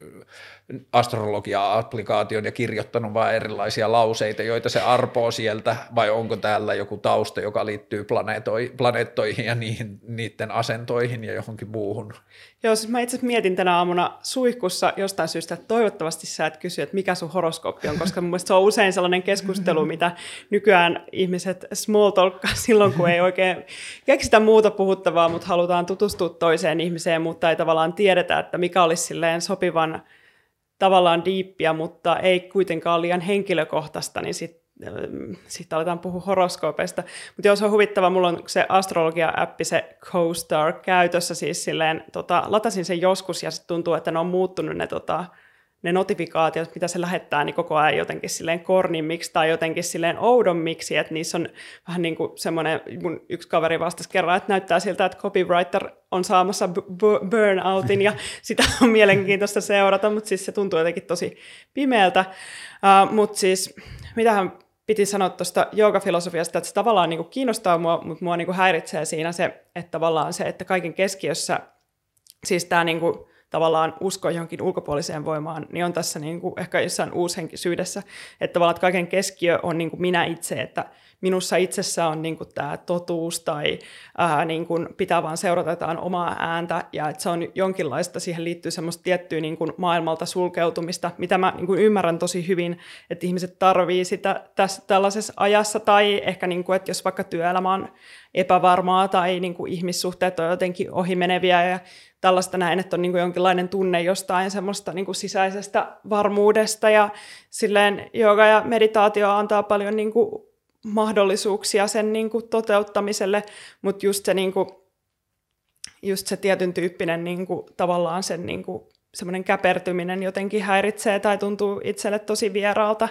astrologia-applikaation ja kirjoittanut vaan erilaisia lauseita, joita se arpoo sieltä, vai onko täällä joku tausta, joka liittyy planeetoi, planeettoihin ja niihin, niiden asentoihin ja johonkin muuhun. Joo, siis mä itse asiassa mietin tänä aamuna suihkussa jostain syystä, että toivottavasti sä et kysy, että mikä sun horoskooppi on, koska mun mielestä se on usein sellainen keskustelu, mitä nykyään ihmiset small talkkaa silloin, kun ei oikein keksitä muuta puhuttavaa, mutta halutaan tutustua toiseen ihmiseen, mutta ei tavallaan tiedetä, että mikä olisi silleen sopivan tavallaan diippiä, mutta ei kuitenkaan liian henkilökohtaista, niin sitten sit aletaan puhua horoskoopeista. Mutta joo, se on huvittava, mulla on se astrologia-appi, se CoStar käytössä, siis silleen, tota, latasin sen joskus ja sitten tuntuu, että ne on muuttunut ne, tota, ne notifikaatiot, mitä se lähettää, niin koko ajan jotenkin silleen kornimmiksi tai jotenkin silleen oudommiksi, että niissä on vähän niin kuin semmoinen, mun yksi kaveri vastasi kerran, että näyttää siltä, että copywriter on saamassa b- b- burnoutin ja sitä on mielenkiintoista seurata, mutta siis se tuntuu jotenkin tosi pimeältä. Uh, mutta siis mitähän piti sanoa tuosta joogafilosofiasta, että se tavallaan niin kuin kiinnostaa mua, mutta mua niin kuin häiritsee siinä se, että tavallaan se, että kaiken keskiössä, siis tämä niin kuin tavallaan usko johonkin ulkopuoliseen voimaan, niin on tässä niin kuin ehkä jossain uushenkisyydessä, että tavallaan että kaiken keskiö on niin kuin minä itse, että minussa itsessä on niin kuin tämä totuus tai ää, niin kuin pitää vaan seurata jotain omaa ääntä ja että se on jonkinlaista, siihen liittyy semmoista tiettyä niin kuin maailmalta sulkeutumista, mitä mä niin kuin ymmärrän tosi hyvin, että ihmiset tarvii sitä tässä tällaisessa ajassa tai ehkä niin kuin, että jos vaikka työelämä on epävarmaa tai niin kuin ihmissuhteet on jotenkin ohimeneviä ja tällaista näin, että on niin kuin jonkinlainen tunne jostain semmoista niin kuin sisäisestä varmuudesta ja silleen jooga ja meditaatio antaa paljon niin kuin mahdollisuuksia sen niin kuin toteuttamiselle, mutta just se, niin kuin, just se tietyn tyyppinen niin kuin, tavallaan sen niin kuin, semmoinen käpertyminen jotenkin häiritsee tai tuntuu itselle tosi vieraalta.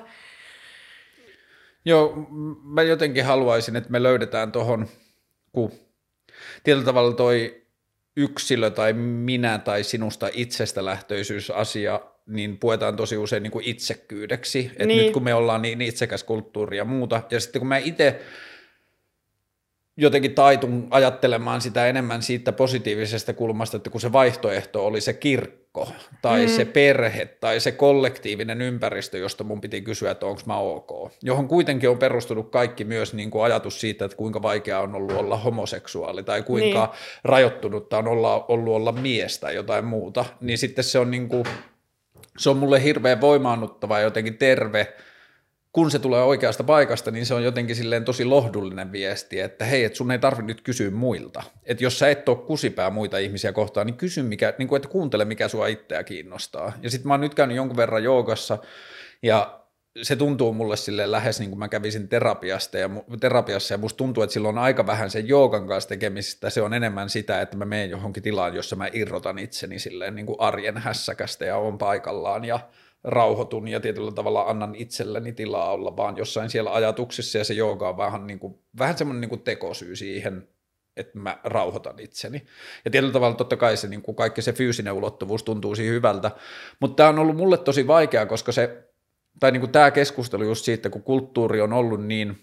Joo, mä jotenkin haluaisin, että me löydetään tuohon, kun tietyllä tavalla toi yksilö tai minä tai sinusta itsestä lähtöisyysasia, niin puetaan tosi usein niin kuin itsekkyydeksi, että niin. Nyt kun me ollaan niin itsekäs kulttuuri ja muuta, ja sitten kun mä itse jotenkin taitun ajattelemaan sitä enemmän siitä positiivisesta kulmasta, että kun se vaihtoehto oli se kirkko tai mm. se perhe tai se kollektiivinen ympäristö, josta mun piti kysyä, että onko mä ok, johon kuitenkin on perustunut kaikki myös niin kuin ajatus siitä, että kuinka vaikeaa on ollut olla homoseksuaali tai kuinka niin. rajoittunutta on olla, ollut olla mies tai jotain muuta, niin sitten se on, niin kuin, se on mulle hirveän voimaannuttava ja jotenkin terve. Kun se tulee oikeasta paikasta, niin se on jotenkin silleen tosi lohdullinen viesti, että hei, että sun ei tarvitse nyt kysyä muilta. Että jos sä et ole kusipää muita ihmisiä kohtaan, niin kysy, mikä, niin kuin, että kuuntele, mikä sua itseä kiinnostaa. Ja sitten mä oon nyt käynyt jonkun verran joogassa, ja se tuntuu mulle silleen lähes niin kuin mä kävisin terapiasta ja, terapiassa, ja musta tuntuu, että silloin on aika vähän sen joogan kanssa tekemistä. Se on enemmän sitä, että mä menen johonkin tilaan, jossa mä irrotan itseni silleen niin kuin arjen hässäkästä ja on paikallaan, ja rauhoitun ja tietyllä tavalla annan itselleni tilaa olla vaan jossain siellä ajatuksissa, ja se jooga on vähän, niin kuin, vähän semmoinen niin kuin tekosyy siihen, että mä rauhoitan itseni. Ja tietyllä tavalla totta kai se, niin kuin kaikki se fyysinen ulottuvuus tuntuu siihen hyvältä, mutta tämä on ollut mulle tosi vaikeaa, koska se, tai niin kuin tämä keskustelu just siitä, kun kulttuuri on ollut niin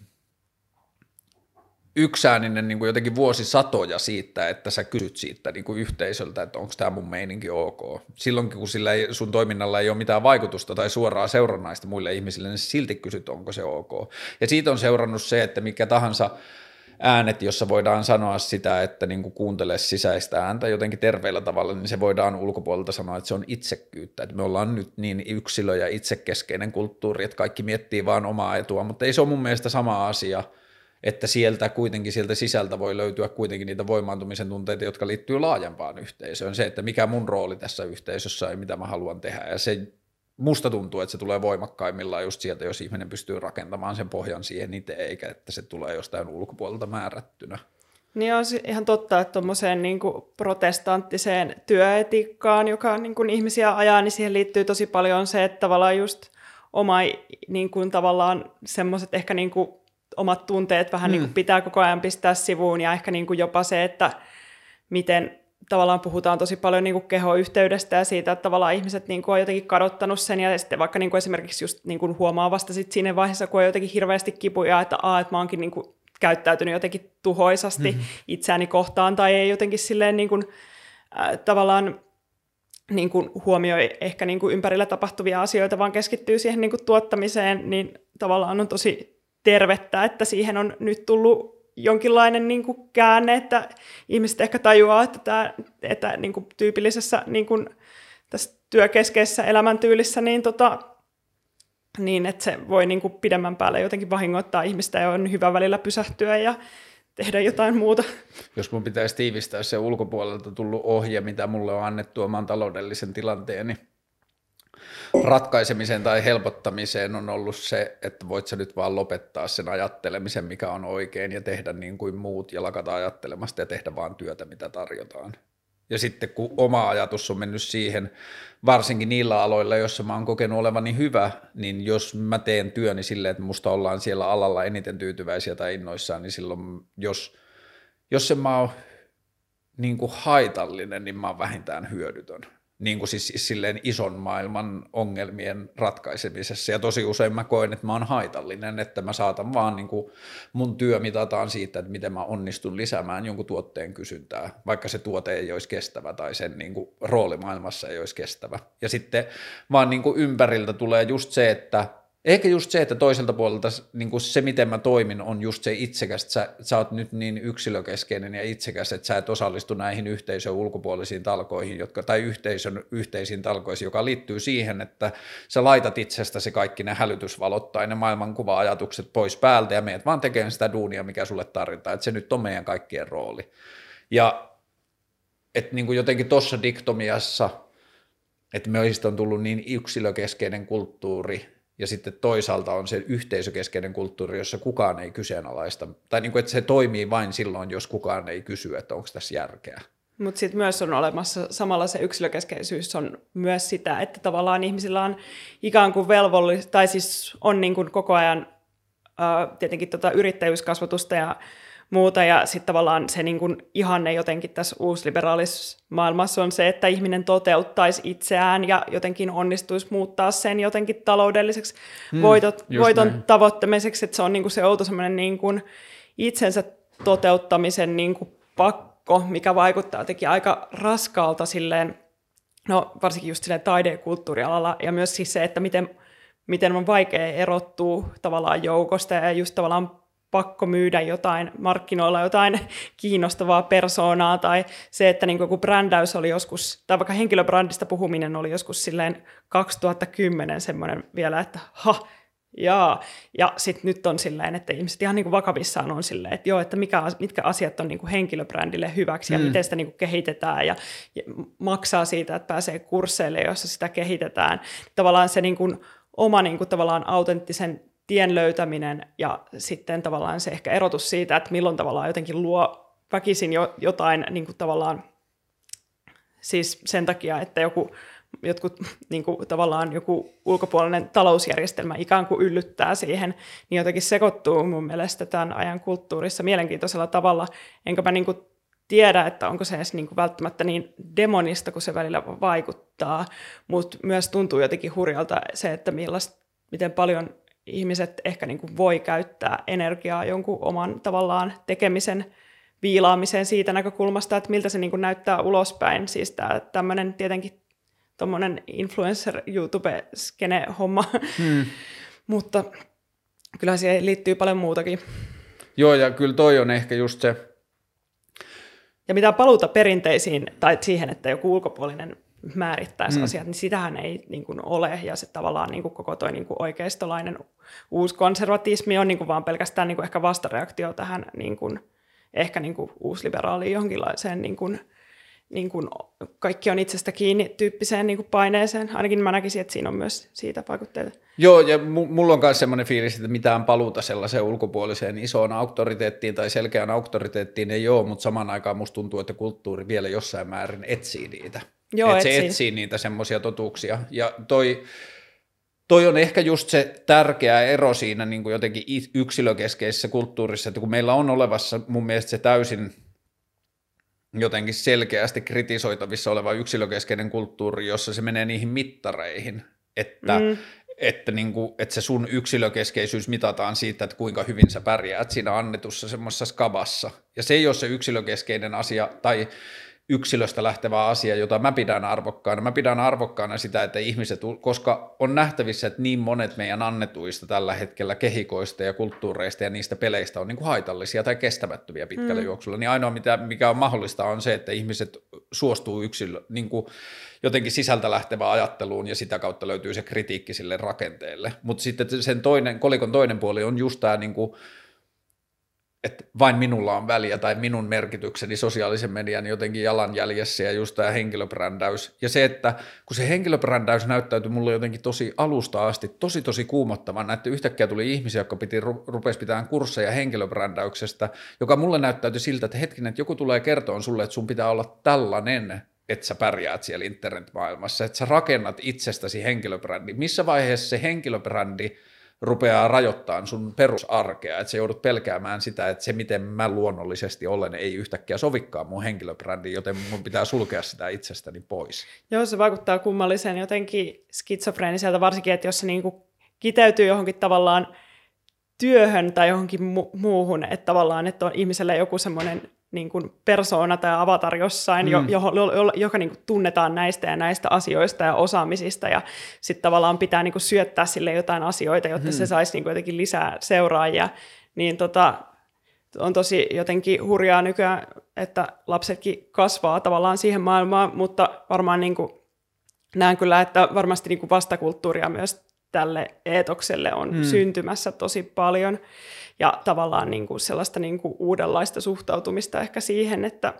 yksääninen niin kuin jotenkin vuosisatoja siitä, että sä kysyt siitä niin kuin yhteisöltä, että onko tämä mun meininki ok. Silloinkin, kun sillä ei, sun toiminnalla ei ole mitään vaikutusta tai suoraa seurannaista muille ihmisille, niin silti kysyt, onko se ok. Ja siitä on seurannut se, että mikä tahansa äänet, jossa voidaan sanoa sitä, että niin kuin kuuntele sisäistä ääntä jotenkin terveellä tavalla, niin se voidaan ulkopuolelta sanoa, että se on itsekkyyttä. Että me ollaan nyt niin yksilö- ja itsekeskeinen kulttuuri, että kaikki miettii vaan omaa etua, mutta ei se ole mun mielestä sama asia, että sieltä kuitenkin sieltä sisältä voi löytyä kuitenkin niitä voimaantumisen tunteita, jotka liittyy laajempaan yhteisöön. Se, että mikä mun rooli tässä yhteisössä ja mitä mä haluan tehdä. Ja se musta tuntuu, että se tulee voimakkaimmillaan just sieltä, jos ihminen pystyy rakentamaan sen pohjan siihen itse, eikä että se tulee jostain ulkopuolelta määrättynä. Niin on ihan totta, että tuommoiseen niin kuin protestanttiseen työetiikkaan, joka niin kuin ihmisiä ajaa, niin siihen liittyy tosi paljon se, että tavallaan just oma niin kuin tavallaan semmoiset ehkä niin kuin omat tunteet vähän mm. niin kuin pitää koko ajan pistää sivuun, ja ehkä niin kuin jopa se, että miten tavallaan puhutaan tosi paljon niin kuin kehoyhteydestä ja siitä, että tavallaan ihmiset niin kuin on jotenkin kadottanut sen, ja sitten vaikka niin kuin esimerkiksi just niin kuin huomaa vasta sit siinä vaiheessa, kun on jotenkin hirveästi kipuja, että, a, että mä oonkin niin kuin käyttäytynyt jotenkin tuhoisasti mm-hmm. itseäni kohtaan, tai ei jotenkin silleen niin kuin, äh, tavallaan niin kuin huomioi ehkä niin kuin ympärillä tapahtuvia asioita, vaan keskittyy siihen niin kuin tuottamiseen, niin tavallaan on tosi tervettä, että siihen on nyt tullut jonkinlainen niin kuin käänne, että ihmiset ehkä tajuaa, että, tämä, että niin kuin tyypillisessä niin kuin tässä työkeskeisessä elämäntyylissä, niin, tota, niin että se voi niin kuin pidemmän päälle jotenkin vahingoittaa ihmistä, ja on hyvä välillä pysähtyä ja tehdä jotain muuta. Jos mun pitäisi tiivistää se ulkopuolelta tullut ohje, mitä mulle on annettu oman taloudellisen tilanteeni ratkaisemiseen tai helpottamiseen, on ollut se, että voit sä nyt vaan lopettaa sen ajattelemisen, mikä on oikein, ja tehdä niin kuin muut ja lakata ajattelemasta ja tehdä vaan työtä, mitä tarjotaan. Ja sitten kun oma ajatus on mennyt siihen, varsinkin niillä aloilla, joissa mä oon kokenut olevani hyvä, niin jos mä teen työni silleen, että musta ollaan siellä alalla eniten tyytyväisiä tai innoissaan, niin silloin jos, jos en mä oon niin kuin haitallinen, niin mä oon vähintään hyödytön. Niin kuin siis silleen ison maailman ongelmien ratkaisemisessa, ja tosi usein mä koen, että mä oon haitallinen, että mä saatan vaan niin kuin mun työ mitataan siitä, että miten mä onnistun lisäämään jonkun tuotteen kysyntää, vaikka se tuote ei olisi kestävä tai sen niin kuin rooli maailmassa ei olisi kestävä. Ja sitten vaan niin kuin ympäriltä tulee just se, että ehkä just se, että toiselta puolelta niin kuin se, miten mä toimin, on just se itsekäs, että sä, sä oot nyt niin yksilökeskeinen ja itsekäs, että sä et osallistu näihin yhteisön ulkopuolisiin talkoihin, jotka, tai yhteisön yhteisiin talkoisiin, joka liittyy siihen, että sä laitat itsestäsi kaikki ne hälytysvalot tai ne maailmankuva-ajatukset pois päältä ja meet vaan tekemään sitä duunia, mikä sulle tarvitaan, että se nyt on meidän kaikkien rooli. Ja että niin kuin jotenkin tuossa diktomiassa, että meistä on tullut niin yksilökeskeinen kulttuuri, ja sitten toisaalta on se yhteisökeskeinen kulttuuri, jossa kukaan ei kyseenalaista, tai niin kuin, että se toimii vain silloin, jos kukaan ei kysy, että onko tässä järkeä. Mutta sitten myös on olemassa samalla se yksilökeskeisyys on myös sitä, että tavallaan ihmisillä on ikään kuin velvollisuus, tai siis on niin kuin koko ajan äh, tietenkin tota yrittäjyyskasvatusta ja muuta, ja sitten tavallaan se niin kuin ihanne jotenkin tässä uusliberaalisessa maailmassa on se, että ihminen toteuttaisi itseään ja jotenkin onnistuisi muuttaa sen jotenkin taloudelliseksi hmm, voitot, voiton näin. Tavoittamiseksi, että se on niin kuin se outo semmoinen niin kuin itsensä toteuttamisen niin kuin pakko, mikä vaikuttaa jotenkin aika raskaalta silleen, no varsinkin just silleen taide- ja kulttuurialalla, ja myös siis se, että miten, miten on vaikea erottua tavallaan joukosta, ja just tavallaan pakko myydä jotain, markkinoilla jotain kiinnostavaa persoonaa, tai se, että niin kuin brändäys oli joskus, tai vaikka henkilöbrändistä puhuminen oli joskus silleen kaksituhattakymmenen semmoinen vielä, että ha, jaa. Ja sitten nyt on silleen, että ihmiset ihan niin kuin vakavissaan on silleen, että joo, että mikä, mitkä asiat on niin kuin henkilöbrändille hyväksi ja mm. miten sitä niin kuin kehitetään ja, ja maksaa siitä, että pääsee kursseille, joissa sitä kehitetään. Tavallaan se niin kuin oma niin kuin tavallaan autenttisen tien löytäminen ja sitten tavallaan se ehkä erotus siitä, että milloin tavallaan jotenkin luo väkisin jo, jotain niin kuin tavallaan siis sen takia, että joku jotkut niin kuin, tavallaan joku ulkopuolinen talousjärjestelmä ikään kuin yllyttää siihen, niin jotenkin sekoittuu mun mielestä tämän ajan kulttuurissa mielenkiintoisella tavalla. Enkä mä niin kuin tiedä, että onko se edes niin kuin välttämättä niin demonista, kun se välillä vaikuttaa, mutta myös tuntuu jotenkin hurjalta se, että millaista, miten paljon ihmiset ehkä niin kuin voi käyttää energiaa jonkun oman tavallaan tekemisen viilaamiseen siitä näkökulmasta, että miltä se niin kuin näyttää ulospäin. Siis tämä tämmöinen tietenkin tuommoinen influencer-YouTube-skene-homma, hmm. mutta kyllähän siihen liittyy paljon muutakin. Joo, ja kyllä toi on ehkä just se. Ja mitään paluuta perinteisiin tai siihen, että joku ulkopuolinen määrittäisi hmm. asiat, niin sitähän ei niin kuin ole, ja se tavallaan niin kuin koko toi niin kuin oikeistolainen uusi konservatismi on niin kuin vaan pelkästään niin kuin ehkä vastareaktio tähän niin kuin, ehkä niin kuin uusliberaaliin johonkinlaiseen niin kuin, niin kuin kaikki on itsestä kiinni tyyppiseen niin kuin paineeseen. Ainakin mä näkisin, että siinä on myös siitä vaikutteita. Joo, ja mulla on myös semmoinen fiilis, että mitään paluuta sellaiseen ulkopuoliseen isoon auktoriteettiin tai selkeään auktoriteettiin ei ole, mutta samaan aikaan musta tuntuu, että kulttuuri vielä jossain määrin etsii niitä. Joo, että se etsii niitä semmoisia totuuksia. Ja toi, toi on ehkä just se tärkeä ero siinä niin kuin jotenkin yksilökeskeisessä kulttuurissa, että kun meillä on olevassa mun mielestä se täysin jotenkin selkeästi kritisoitavissa oleva yksilökeskeinen kulttuuri, jossa se menee niihin mittareihin, että, mm. että, niin kuin, että se sun yksilökeskeisyys mitataan siitä, että kuinka hyvin sä pärjäät siinä annetussa semmoisessa skabassa. Ja se ei ole se yksilökeskeinen asia tai yksilöstä lähtevä asia, jota mä pidän arvokkaana. Mä pidän arvokkaana sitä, että ihmiset, koska on nähtävissä, että niin monet meidän annetuista tällä hetkellä kehikoista ja kulttuureista ja niistä peleistä on niin kuin haitallisia tai kestämättömiä pitkällä mm. juoksulla, niin ainoa mitä, mikä on mahdollista on se, että ihmiset suostuu yksilö, niin kuin jotenkin sisältä lähtevään ajatteluun ja sitä kautta löytyy se kritiikki sille rakenteelle. Mutta sitten sen toinen, kolikon toinen puoli on just tämä niin kuin että vain minulla on väliä tai minun merkitykseni sosiaalisen median jotenkin jalanjäljessä ja just tämä henkilöbrändäys. Ja se, että kun se henkilöbrändäys näyttäytyi mulle jotenkin tosi alusta asti, tosi tosi kuumottavan, että yhtäkkiä tuli ihmisiä, jotka piti, rupesi pitämään kursseja henkilöbrändäyksestä, joka mulle näyttäytyi siltä, että hetkinen, että joku tulee kertoa sulle, että sun pitää olla tällainen, että sä pärjäät siellä internetmaailmassa, että sä rakennat itsestäsi henkilöbrändi. Missä vaiheessa se henkilöbrändi rupeaa rajoittamaan sun perusarkea, että sä joudut pelkäämään sitä, että se miten mä luonnollisesti olen ei yhtäkkiä sovikaan mun henkilöbrändiin, joten mun pitää sulkea sitä itsestäni pois. Joo, se vaikuttaa kummallisen jotenkin skitsofreeniseltä, varsinkin, että jos se niinku kiteytyy johonkin tavallaan työhön tai johonkin mu- muuhun, että tavallaan, että on ihmiselle joku semmoinen niin kuin persoona tai avatar jossain, mm. jo, jo, jo, joka niin kuin tunnetaan näistä ja näistä asioista ja osaamisista, ja sitten tavallaan pitää niin kuin syöttää sille jotain asioita, jotta mm. se saisi niin kuin jotenkin lisää seuraajia, niin tota, on tosi jotenkin hurjaa nykyään, että lapsetkin kasvaa tavallaan siihen maailmaan, mutta varmaan niin kuin näen kyllä, että varmasti niin kuin vastakulttuuria myös tälle eetokselle on mm. syntymässä tosi paljon, ja tavallaan niin kuin sellaista niin kuin uudenlaista suhtautumista ehkä siihen, että,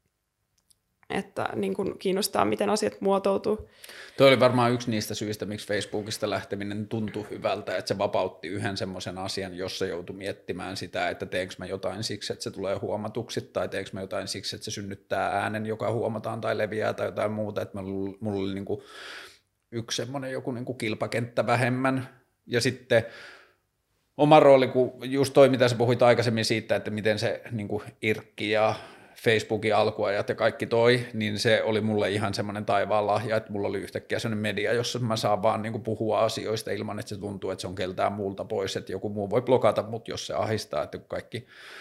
että niin kuin kiinnostaa, miten asiat muotoutuu. Tuo oli varmaan yksi niistä syistä, miksi Facebookista lähteminen tuntui hyvältä, että se vapautti yhden semmoisen asian, jossa joutui miettimään sitä, että teenkö mä jotain siksi, että se tulee huomatuksi, tai teenkö mä jotain siksi, että se synnyttää äänen, joka huomataan tai leviää tai jotain muuta, että mulla oli niin kuin yksi semmoinen joku niin kuin kilpakenttä vähemmän, ja sitten oma rooli, kun just toi, mitä sä puhuit aikaisemmin siitä, että miten se niin kuin Irkki ja Facebookin alkuajat ja kaikki toi, niin se oli mulle ihan semmoinen taivaan lahja, että mulla oli yhtäkkiä semmoinen media, jossa mä saan vaan niin kuin puhua asioista ilman, että se tuntuu, että se on keltään muulta pois, että joku muu voi blokata mut, jos se ahistaa, että kun kaikki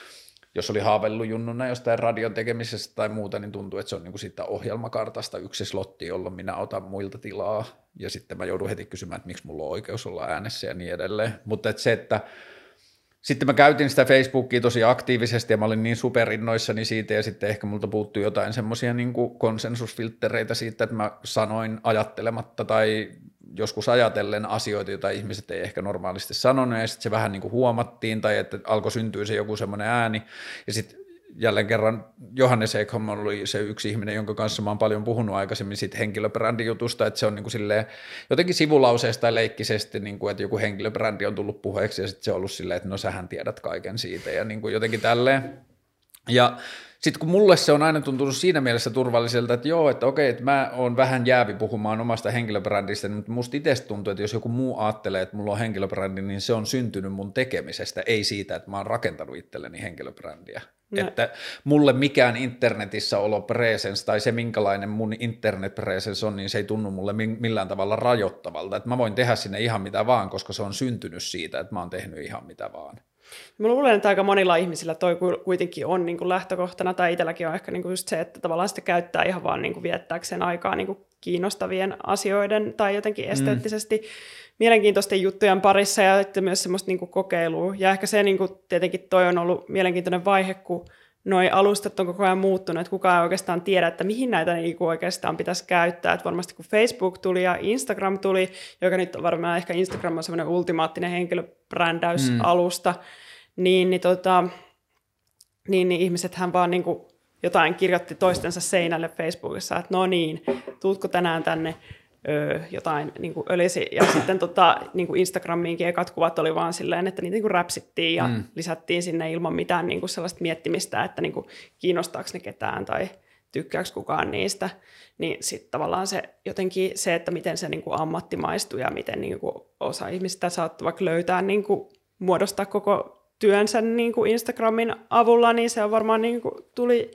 jos oli haaveillut junnuna jostain radion tekemisestä tai muuta, niin tuntuu, että se on niin kuin siitä ohjelmakartasta yksi slotti, jolloin minä otan muilta tilaa, ja sitten mä joudun heti kysymään, että miksi mulla on oikeus olla äänessä ja niin edelleen. Mutta että se, että sitten mä käytin sitä Facebookia tosi aktiivisesti, ja mä olin niin superinnoissani siitä, ja sitten ehkä multa puuttui jotain semmoisia niin kuin konsensusfilttereitä siitä, että mä sanoin ajattelematta tai joskus ajatellen asioita, joita ihmiset ei ehkä normaalisti sanonut, ja sitten se vähän niin kuin huomattiin, tai että alkoi syntyä se joku semmoinen ääni, ja sitten jälleen kerran Johannes Ekholm oli se yksi ihminen, jonka kanssa mä oon paljon puhunut aikaisemmin siitä henkilöbrändijutusta, että se on niin kuin silleen jotenkin sivulauseesta tai leikkisesti, niin kuin, että joku henkilöbrändi on tullut puheeksi, ja sitten se on ollut silleen, että no sähän tiedät kaiken siitä, ja niin kuin jotenkin tälleen. Ja sitten kun mulle se on aina tuntunut siinä mielessä turvalliselta, että joo, että okei, että mä oon vähän jäävi puhumaan omasta henkilöbrändistä, mutta musta itse tuntuu, että jos joku muu ajattelee, että mulla on henkilöbrändi, niin se on syntynyt mun tekemisestä, ei siitä, että mä oon rakentanut itselleni henkilöbrändiä. No. Että mulle mikään internetissä olo presence tai se minkälainen mun internet presence on, niin se ei tunnu mulle millään tavalla rajoittavalta, että mä voin tehdä sinne ihan mitä vaan, koska se on syntynyt siitä, että mä oon tehnyt ihan mitä vaan. Mä luulen, että aika monilla ihmisillä toi kuitenkin on niin kuin lähtökohtana, tai itselläkin on ehkä niin kuin just se, että tavallaan sitä käyttää ihan vaan niin kuin viettääkseen aikaa niin kuin kiinnostavien asioiden tai jotenkin esteettisesti mm. mielenkiintoisten juttujen parissa ja myös semmoista niin kuin kokeilua. Ja ehkä se niin kuin, tietenkin toi on ollut mielenkiintoinen vaihe, kun noi alustat on koko ajan muuttunut, että kukaan ei oikeastaan tiedä, että mihin näitä niin kuin oikeastaan pitäisi käyttää. Että varmasti kun Facebook tuli ja Instagram tuli, joka nyt on varmaan ehkä Instagram on semmoinen ultimaattinen henkilöbrändäysalusta, mm. niin, niin, tota, niin, niin ihmisethän vaan niin kuin jotain kirjoitti toistensa seinälle Facebookissa, että no niin, tuutko tänään tänne öö, jotain niin kuin ölisi. Ja sitten tota, niin kuin Instagramiinkin ekat kuvat oli vaan silleen, että niitä niin kuin räpsittiin ja mm. lisättiin sinne ilman mitään niin kuin sellaista miettimistä, että niin kuin kiinnostaako ne ketään tai tykkääkö kukaan niistä. Niin sitten tavallaan se jotenkin se, että miten se niin kuin ammattimaistuu ja miten niin kuin osa ihmistä saattaa vaikka löytää, niin kuin muodostaa koko työnsä niin kuin Instagramin avulla, niin se on varmaan niin kuin tuli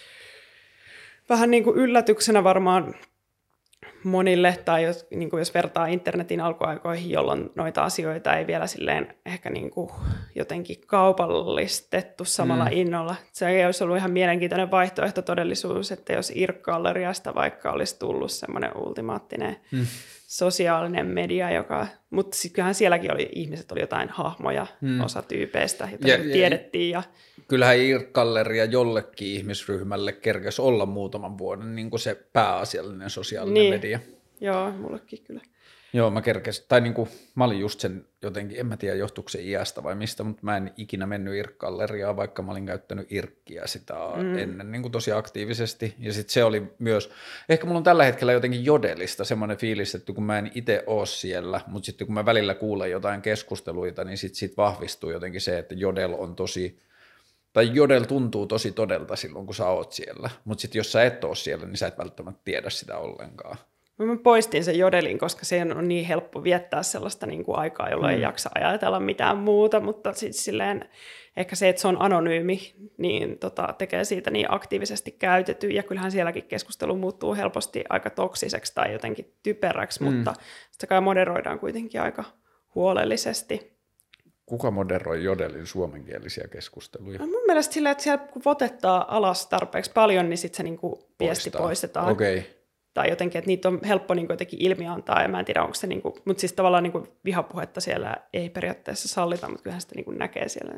vähän niin kuin yllätyksenä varmaan monille, tai jos, niin kuin jos vertaa internetin alkuaikoihin, jolloin noita asioita ei vielä silleen ehkä niin kuin jotenkin kaupallistettu samalla mm. innolla. Se ei olisi ollut ihan mielenkiintoinen vaihtoehto todellisuus, että jos IRC-galleriasta vaikka olisi tullut semmoinen ultimaattinen mm. sosiaalinen media, joka, mutta sitten kyllähän sielläkin oli, ihmiset oli jotain hahmoja mm. osa tyypeistä, joita ja, ja, tiedettiin. Ja kyllähän IRC-galleria jollekin ihmisryhmälle kerkesi olla muutaman vuoden niin kuin se pääasiallinen sosiaalinen niin. media. Joo, mullekin kyllä. Joo, mä kerkesin, tai niin kuin, mä olin just sen jotenkin, en mä tiedä johtuuko se iästä vai mistä, mutta mä en ikinä mennyt IRC-galleriaan, vaikka mä olin käyttänyt IRCkiä sitä mm. ennen niin kuin tosi aktiivisesti. Ja sitten se oli myös, ehkä mulla on tällä hetkellä jotenkin Jodelista semmoinen fiilis, että kun mä en itse ole siellä, mutta sitten kun mä välillä kuulen jotain keskusteluita, niin sitten sit vahvistuu jotenkin se, että Jodel on tosi, tai Jodel tuntuu tosi todelta silloin, kun sä oot siellä, mutta sitten jos sä et ole siellä, niin sä et välttämättä tiedä sitä ollenkaan. Mä poistin sen Jodelin, koska se on niin helppo viettää sellaista niin kuin aikaa, jolloin mm. ei jaksa ajatella mitään muuta, mutta siis silleen, ehkä se, että se on anonyymi, niin tota, tekee siitä niin aktiivisesti käytetty, ja kyllähän sielläkin keskustelu muuttuu helposti aika toksiseksi tai jotenkin typeräksi, mm. mutta sitä kai moderoidaan kuitenkin aika huolellisesti. Kuka moderoi Jodelin suomenkielisiä keskusteluja? No mun mielestä sillä, että siellä kun votettaa alas tarpeeksi paljon, niin sitten se niin kuin viesti poistetaan. Okei. Okay. Tai jotenkin, että niitä on helppo niin kuin jotenkin ilmiantaa, ja mä en tiedä, onko se, niin kuin, mutta siis tavallaan niin kuin vihapuhetta siellä ei periaatteessa sallita, mutta kyllähän sitä niin kuin näkee siellä.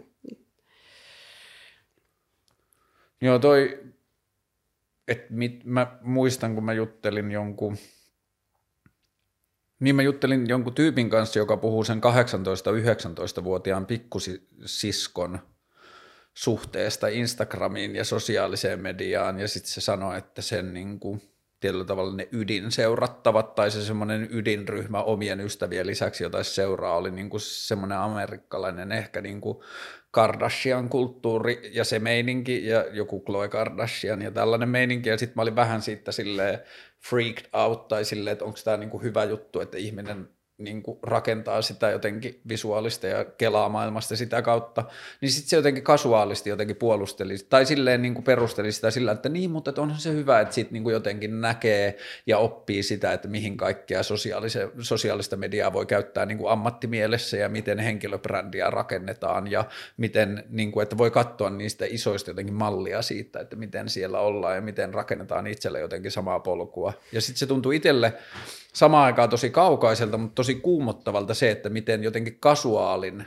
Joo, toi, että mä muistan, kun mä juttelin jonkun, niin mä juttelin jonkun tyypin kanssa, joka puhuu sen kahdeksantoista-yhdeksäntoista-vuotiaan pikkusiskon suhteesta Instagramiin ja sosiaaliseen mediaan, ja sitten se sanoi, että sen niin kuin tietyllä tavalla ne ydinseurattavat tai se semmoinen ydinryhmä omien ystävien lisäksi, jota seuraa, oli niin kuin semmoinen amerikkalainen ehkä niin kuin Kardashian-kulttuuri ja se meininki ja joku Khloe Kardashian ja tällainen meininki, ja sitten mä olin vähän siitä silleen freaked out tai silleen, että onko tämä niin kuin hyvä juttu, että ihminen niin kuin rakentaa sitä jotenkin visuaalista ja kelaa-maailmasta sitä kautta, niin sitten se jotenkin kasuaalisti jotenkin puolusteli, tai silleen niin kuin perusteli sitä sillä, että niin, mutta onhan se hyvä, että sitten niin kuin jotenkin näkee ja oppii sitä, että mihin kaikkea sosiaalista mediaa voi käyttää niin kuin ammattimielessä ja miten henkilöbrändiä rakennetaan ja miten, niin kuin, että voi katsoa niistä isoista jotenkin mallia siitä, että miten siellä ollaan ja miten rakennetaan itselle jotenkin samaa polkua. Ja sitten se tuntuu itselle samaan aikaan tosi kaukaiselta, mutta tosi kuumottavalta se, että miten jotenkin kasuaalin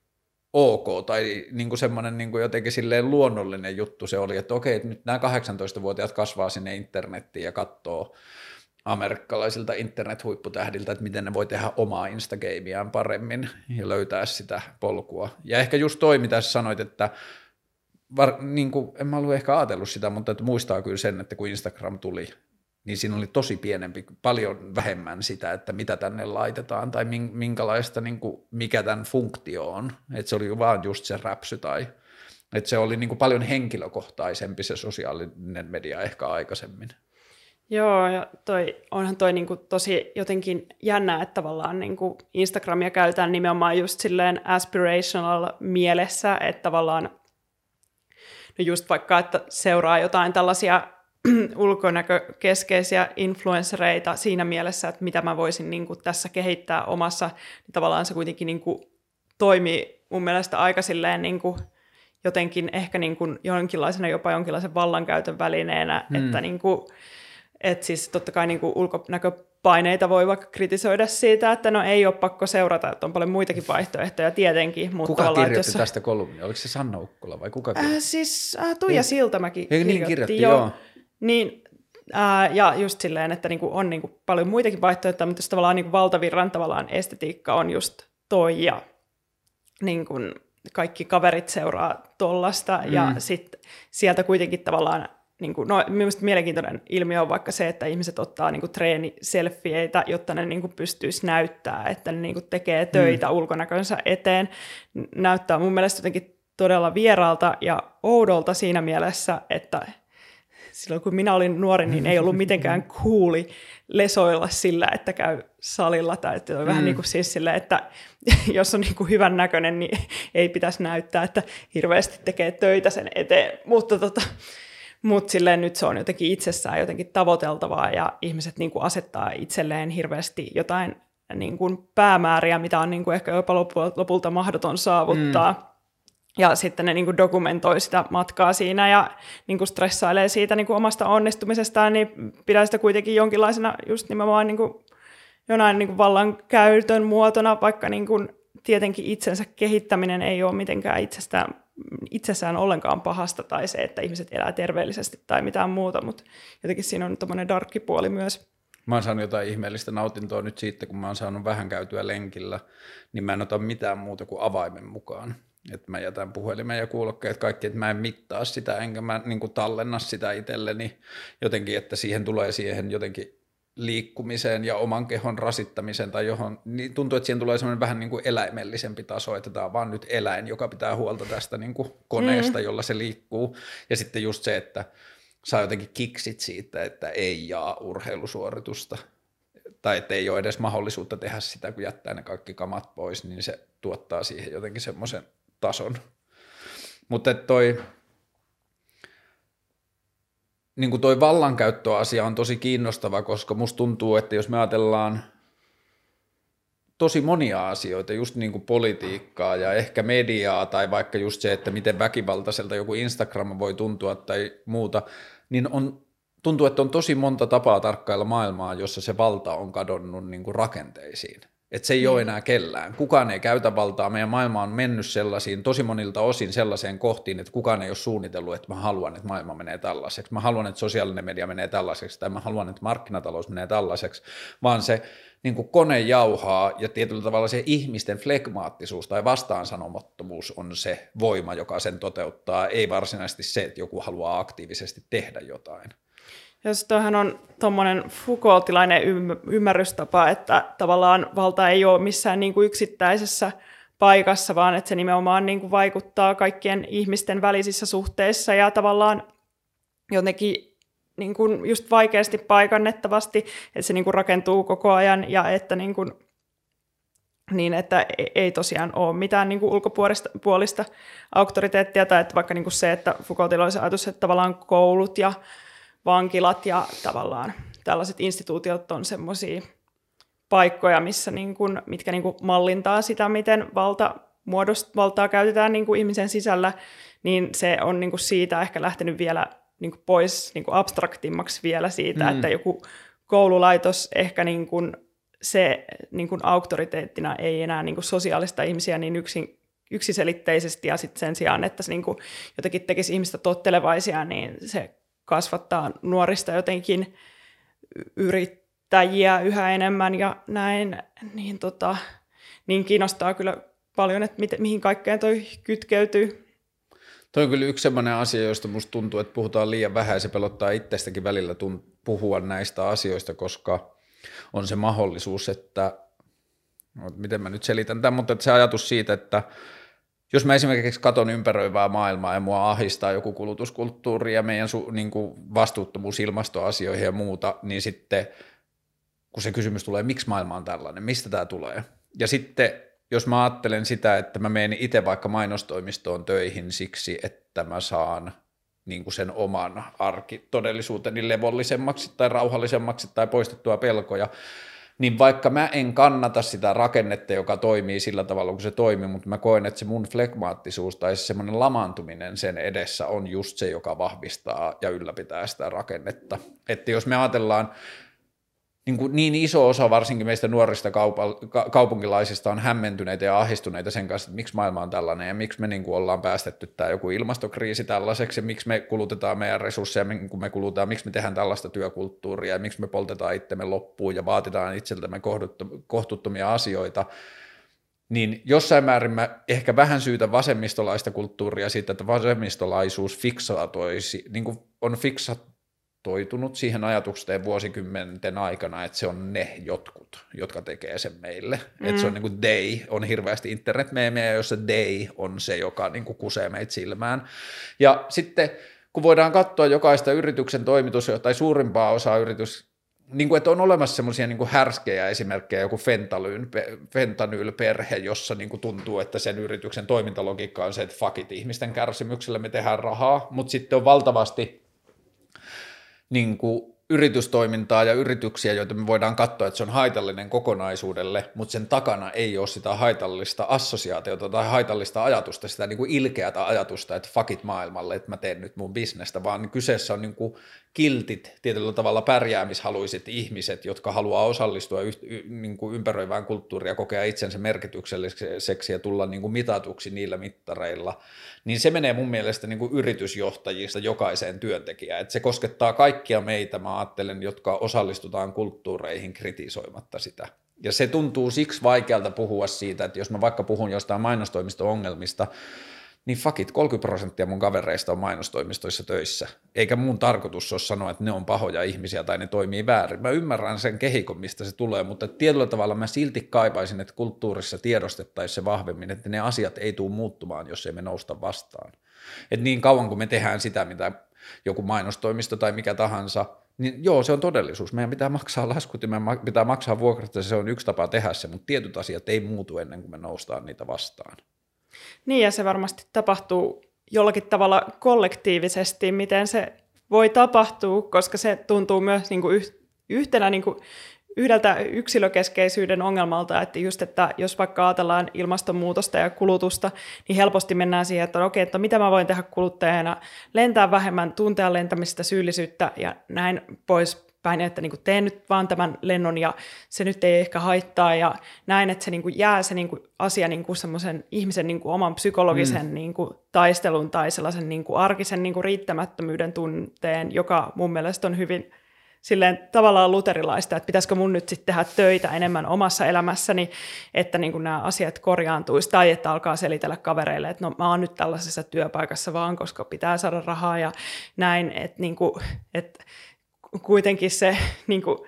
ok tai niin kuin semmoinen niin kuin jotenkin silleen luonnollinen juttu se oli, että okei, että nyt nämä kahdeksantoistavuotiaat kasvaa sinne internettiin ja katsoo amerikkalaisilta internet-huipputähdiltä, että miten ne voi tehdä omaa Instagamiaan paremmin ja löytää sitä polkua. Ja ehkä just toi, mitä sä sanoit, että var, niin kuin, en mä ollut ehkä ajatellut sitä, mutta että muistaa kyllä sen, että kun Instagram tuli, niin siinä oli tosi pienempi, paljon vähemmän sitä, että mitä tänne laitetaan tai minkälaista, niin kuin, mikä tämän funktio on. Että se oli vaan just se räpsy tai, että se oli niin kuin paljon henkilökohtaisempi se sosiaalinen media ehkä aikaisemmin. Joo, ja toi, onhan toi niinku tosi jotenkin jännää, että tavallaan niinku Instagramia käytetään nimenomaan just silleen aspirational mielessä, että tavallaan no just vaikka, että seuraa jotain tällaisia ulkonäkökeskeisiä influenssereita siinä mielessä, että mitä mä voisin niin kuin tässä kehittää omassa, niin tavallaan se kuitenkin niin kuin toimii mun mielestä aika silleen niin kuin jotenkin ehkä niin kuin jonkinlaisena jopa jonkinlaisen vallankäytön välineenä, hmm. että niin kuin, että siis totta kai niin kuin ulkonäköpaineita voi vaikka kritisoida siitä, että no ei ole pakko seurata, että on paljon muitakin vaihtoehtoja tietenkin. Mutta kuka kirjoitti jos... tästä kolumnia? Oliko se Sanna Ukkola vai kuka kirjoitti? Äh, siis äh, Tuija Siltamäki Eikö kirjoitti. Niin kirjoitti, joo. joo. Niin, ää, ja just silleen, että niinku on niinku paljon muitakin vaihtoehtoja, mutta jos tavallaan niinku valtavirran tavallaan estetiikka on just toi ja niinku kaikki kaverit seuraa tollasta mm. ja sitten sieltä kuitenkin tavallaan, niinku, no mielestäni mielenkiintoinen ilmiö on vaikka se, että ihmiset ottaa niinku treeniselfieitä, jotta ne niinku pystyisi näyttää, että ne niinku tekee töitä mm. ulkonäkönsä eteen. Näyttää mun mielestä jotenkin todella vieraalta ja oudolta siinä mielessä, että silloin kun minä olin nuori, niin ei ollut mitenkään cooli lesoilla sillä, että käy salilla. Tai että on mm. vähän niin kuin siis sillä, että jos on niin kuin hyvän näköinen, niin ei pitäisi näyttää, että hirveästi tekee töitä sen eteen. Mutta tota, mut silleen nyt se on jotenkin itsessään jotenkin tavoiteltavaa ja ihmiset niin kuin asettaa itselleen hirveästi jotain niin kuin päämääriä, mitä on niin kuin ehkä jopa lopulta mahdoton saavuttaa. Mm. Ja sitten ne niin kuin dokumentoi sitä matkaa siinä ja niin kuin stressailee siitä niin kuin omasta onnistumisestaan, niin pidän sitä kuitenkin jonkinlaisena just nimenomaan niin kuin jonain niin kuin vallankäytön muotona, vaikka niin kuin tietenkin itsensä kehittäminen ei ole mitenkään itsestään, itsessään ollenkaan pahasta tai se, että ihmiset elää terveellisesti tai mitään muuta, mutta jotenkin siinä on tommoinen darkkipuoli myös. Mä oon saanut jotain ihmeellistä nautintoa nyt siitä, kun mä oon saanut vähän käytyä lenkillä, niin mä en ota mitään muuta kuin avaimen mukaan. Että mä jätän puhelimen ja kuulokkeet kaikki, että mä en mittaa sitä, enkä mä niin kuin tallenna sitä itselleni jotenkin, että siihen tulee siihen jotenkin liikkumiseen ja oman kehon rasittamiseen tai johon, niin tuntuu, että siihen tulee semmoinen vähän niin kuin eläimellisempi taso, että tämä on vaan nyt eläin, joka pitää huolta tästä niin kuin koneesta, mm. jolla se liikkuu. Ja sitten just se, että saa jotenkin kiksit siitä, että ei jaa urheilusuoritusta tai että ei ole edes mahdollisuutta tehdä sitä, kun jättää ne kaikki kamat pois, niin se tuottaa siihen jotenkin semmoisen tason. Mutta toi, niin kuin toi vallankäyttöasia on tosi kiinnostava, koska musta tuntuu, että jos me ajatellaan tosi monia asioita, just niin kuin politiikkaa ja ehkä mediaa tai vaikka just se, että miten väkivaltaiselta joku Instagram voi tuntua tai muuta, niin on, tuntuu, että on tosi monta tapaa tarkkailla maailmaa, jossa se valta on kadonnut niin kuin rakenteisiin. Että se ei mm. ole enää kellään. Kukaan ei käytä valtaa. Meidän maailma on mennyt sellaisiin, tosi monilta osin sellaiseen kohtiin, että kukaan ei ole suunnitellut, että mä haluan, että maailma menee tällaiseksi. Mä haluan, että sosiaalinen media menee tällaiseksi, tai mä haluan, että markkinatalous menee tällaiseksi, vaan se niin kuin kone jauhaa, ja tietyllä tavalla se ihmisten flegmaattisuus tai vastaansanomattomuus on se voima, joka sen toteuttaa, ei varsinaisesti se, että joku haluaa aktiivisesti tehdä jotain. Ja tuohan on tuommoinen Foucaultilainen ymmärrystapa, että tavallaan valta ei ole missään niin kuin yksittäisessä paikassa, vaan että se nimenomaan niin kuin vaikuttaa kaikkien ihmisten välisissä suhteissa ja tavallaan jotenkin niin kuin just vaikeasti paikannettavasti, että se niin kuin rakentuu koko ajan ja että niin kuin niin että ei tosiaan ole mitään niin kuin ulkopuolista auktoriteettia, tai että vaikka niin kuin se, että Foucaultilla olisi ajatus, että tavallaan koulut ja vankilat ja tavallaan tällaiset instituutiot on semmoisia paikkoja, missä niin kuin, mitkä niin kuin mallintaa sitä, miten valta muodost, valtaa käytetään niin kuin ihmisen sisällä, niin se on niin kuin siitä ehkä lähtenyt vielä niin kuin pois niin kuin abstraktimmaksi vielä siitä, mm. että joku koululaitos ehkä niin kuin se niin kuin auktoriteettina ei enää niin kuin sosiaalista ihmisiä niin yksin, yksiselitteisesti, ja sitten sen sijaan, että se niin kuin jotenkin tekisi ihmistä tottelevaisia, niin se kasvattaa nuorista jotenkin yrittäjiä yhä enemmän ja näin, niin, tota, niin kiinnostaa kyllä paljon, että mit, mihin kaikkeen toi kytkeytyy. Toi on kyllä yksi sellainen asia, josta musta tuntuu, että puhutaan liian vähän, ja se pelottaa itsestäkin välillä tunt- puhua näistä asioista, koska on se mahdollisuus, että, no, miten mä nyt selitän tämän, mutta se ajatus siitä, että jos mä esimerkiksi katson ympäröivää maailmaa ja mua ahdistaa joku kulutuskulttuuri ja meidän su, niin kuin vastuuttomuus ilmastoasioihin ja muuta, niin sitten kun se kysymys tulee, miksi maailma on tällainen, mistä tämä tulee, ja sitten jos mä ajattelen sitä, että mä menen itse vaikka mainostoimistoon töihin siksi, että mä saan niin kuin sen oman arkitodellisuuteni levollisemmaksi tai rauhallisemmaksi tai poistettua pelkoja, niin vaikka mä en kannata sitä rakennetta, joka toimii sillä tavalla, kun se toimii, mutta mä koen, että se mun flegmaattisuus tai se semmoinen lamaantuminen sen edessä on just se, joka vahvistaa ja ylläpitää sitä rakennetta. Että jos me ajatellaan, niin, kuin niin iso osa varsinkin meistä nuorista kaupa- kaupunkilaisista on hämmentyneitä ja ahdistuneita sen kanssa, että miksi maailma on tällainen ja miksi me niin kuin ollaan päästetty tämä joku ilmastokriisi tällaiseksi ja miksi me kulutetaan meidän resursseja, kun me kulutetaan, miksi me tehdään tällaista työkulttuuria ja miksi me poltetaan itsemme loppuun ja vaatitaan itseltämme kohtuuttomia asioita, niin jossain määrin mä ehkä vähän syytän vasemmistolaista kulttuuria siitä, että vasemmistolaisuus fiksaatoisi, niin kuin on fiksattu, toitunut siihen ajatukseen vuosikymmenten aikana, että se on ne jotkut, jotka tekee sen meille. Mm. Että se on niin kuin they, on hirveästi internetmeemejä, jossa they on se, joka niin kuin kusee meitä silmään. Ja sitten kun voidaan katsoa jokaista yrityksen toimitus, tai suurimpaa osaa yritys, niin kuin, että on olemassa semmoisia niin kuin härskejä esimerkkejä, joku fentanylperhe, jossa niin kuin tuntuu, että sen yrityksen toimintalogiikka on se, että fuck it, ihmisten kärsimyksellä me tehdään rahaa, mutta sitten on valtavasti niin kuin yritystoimintaa ja yrityksiä, joita me voidaan katsoa, että se on haitallinen kokonaisuudelle, mutta sen takana ei ole sitä haitallista assosiaatiota tai haitallista ajatusta, sitä niin kuin ilkeätä ajatusta, että fuck it maailmalle, että mä teen nyt mun bisnestä, vaan kyseessä on niin kuin kiltit, tietyllä tavalla pärjäämishaluiset ihmiset, jotka haluaa osallistua y- y- niin kuin ympäröivään kulttuuriin ja kokea itsensä merkitykselliseksi ja tulla niin kuin mitatuksi niillä mittareilla, niin se menee mun mielestä niin kuin yritysjohtajista jokaiseen työntekijään, että se koskettaa kaikkia meitä, mä ajattelen, jotka osallistutaan kulttuureihin kritisoimatta sitä. Ja se tuntuu siksi vaikealta puhua siitä, että jos mä vaikka puhun jostain mainostoimisto-ongelmista, niin fuck it, kolmekymmentä prosenttia mun kavereista on mainostoimistoissa töissä. Eikä mun tarkoitus ole sanoa, että ne on pahoja ihmisiä tai ne toimii väärin. Mä ymmärrän sen kehikon, mistä se tulee, mutta tietyllä tavalla mä silti kaipaisin, että kulttuurissa tiedostettaisiin se vahvemmin, että ne asiat ei tule muuttumaan, jos ei me nousta vastaan. Et niin kauan kuin me tehdään sitä, mitä joku mainostoimisto tai mikä tahansa, niin joo, se on todellisuus. Meidän pitää maksaa laskut ja meidän pitää maksaa vuokrat, ja se on yksi tapa tehdä se, mutta tietyt asiat ei muutu ennen kuin me noustaan niitä vastaan. Niin, ja se varmasti tapahtuu jollakin tavalla kollektiivisesti, miten se voi tapahtua, koska se tuntuu myös niin kuin yhtenä niin kuin yhdeltä yksilökeskeisyyden ongelmalta, että just, että jos vaikka ajatellaan ilmastonmuutosta ja kulutusta, niin helposti mennään siihen, että okei, että mitä mä voin tehdä kuluttajana, lentää vähemmän, tuntea lentämistä, syyllisyyttä ja näin pois päin, että niin kuin teen nyt vaan tämän lennon ja se nyt ei ehkä haittaa ja näin, että se niin kuin jää se niin kuin asia niin kuin semmoisen ihmisen niin kuin oman psykologisen mm. niin kuin taistelun tai sellaisen niin kuin arkisen niin kuin riittämättömyyden tunteen, joka mun mielestä on hyvin silleen tavallaan luterilaista, että pitäisikö mun nyt sitten tehdä töitä enemmän omassa elämässäni, että niin kuin nämä asiat korjaantuisi, tai että alkaa selitellä kavereille, että no mä oon nyt tällaisessa työpaikassa vaan, koska pitää saada rahaa ja näin, että, niin kuin, että kuitenkin se niin kuin,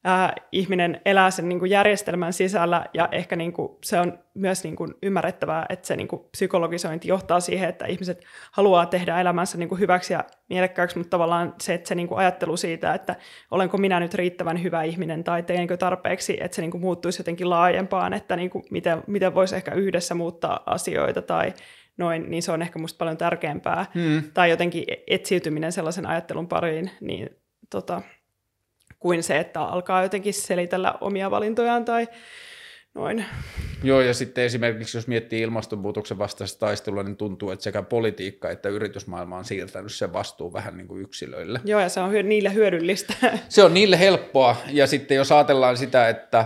ää, ihminen elää sen niin kuin järjestelmän sisällä, ja ehkä niin kuin, se on myös niin kuin ymmärrettävää, että se niin kuin psykologisointi johtaa siihen, että ihmiset haluaa tehdä elämänsä niin kuin hyväksi ja mielekkääksi, mutta tavallaan se, että se niin kuin ajattelu siitä, että olenko minä nyt riittävän hyvä ihminen tai teenkö tarpeeksi, että se niin kuin muuttuisi jotenkin laajempaan, että niin kuin miten, miten voisi ehkä yhdessä muuttaa asioita tai noin, niin se on ehkä musta paljon tärkeämpää. Hmm. Tai jotenkin etsiytyminen sellaisen ajattelun pariin, niin tota, kuin se, että alkaa jotenkin selitellä omia valintojaan tai noin. Joo, ja sitten esimerkiksi jos miettii ilmastonmuutoksen vastaista taistelua, niin tuntuu, että sekä politiikka että yritysmaailma on siirtänyt sen vastuun vähän niin kuin yksilöille. Joo, ja se on hyö- niille hyödyllistä. Se on niille helppoa, ja sitten jos ajatellaan sitä, että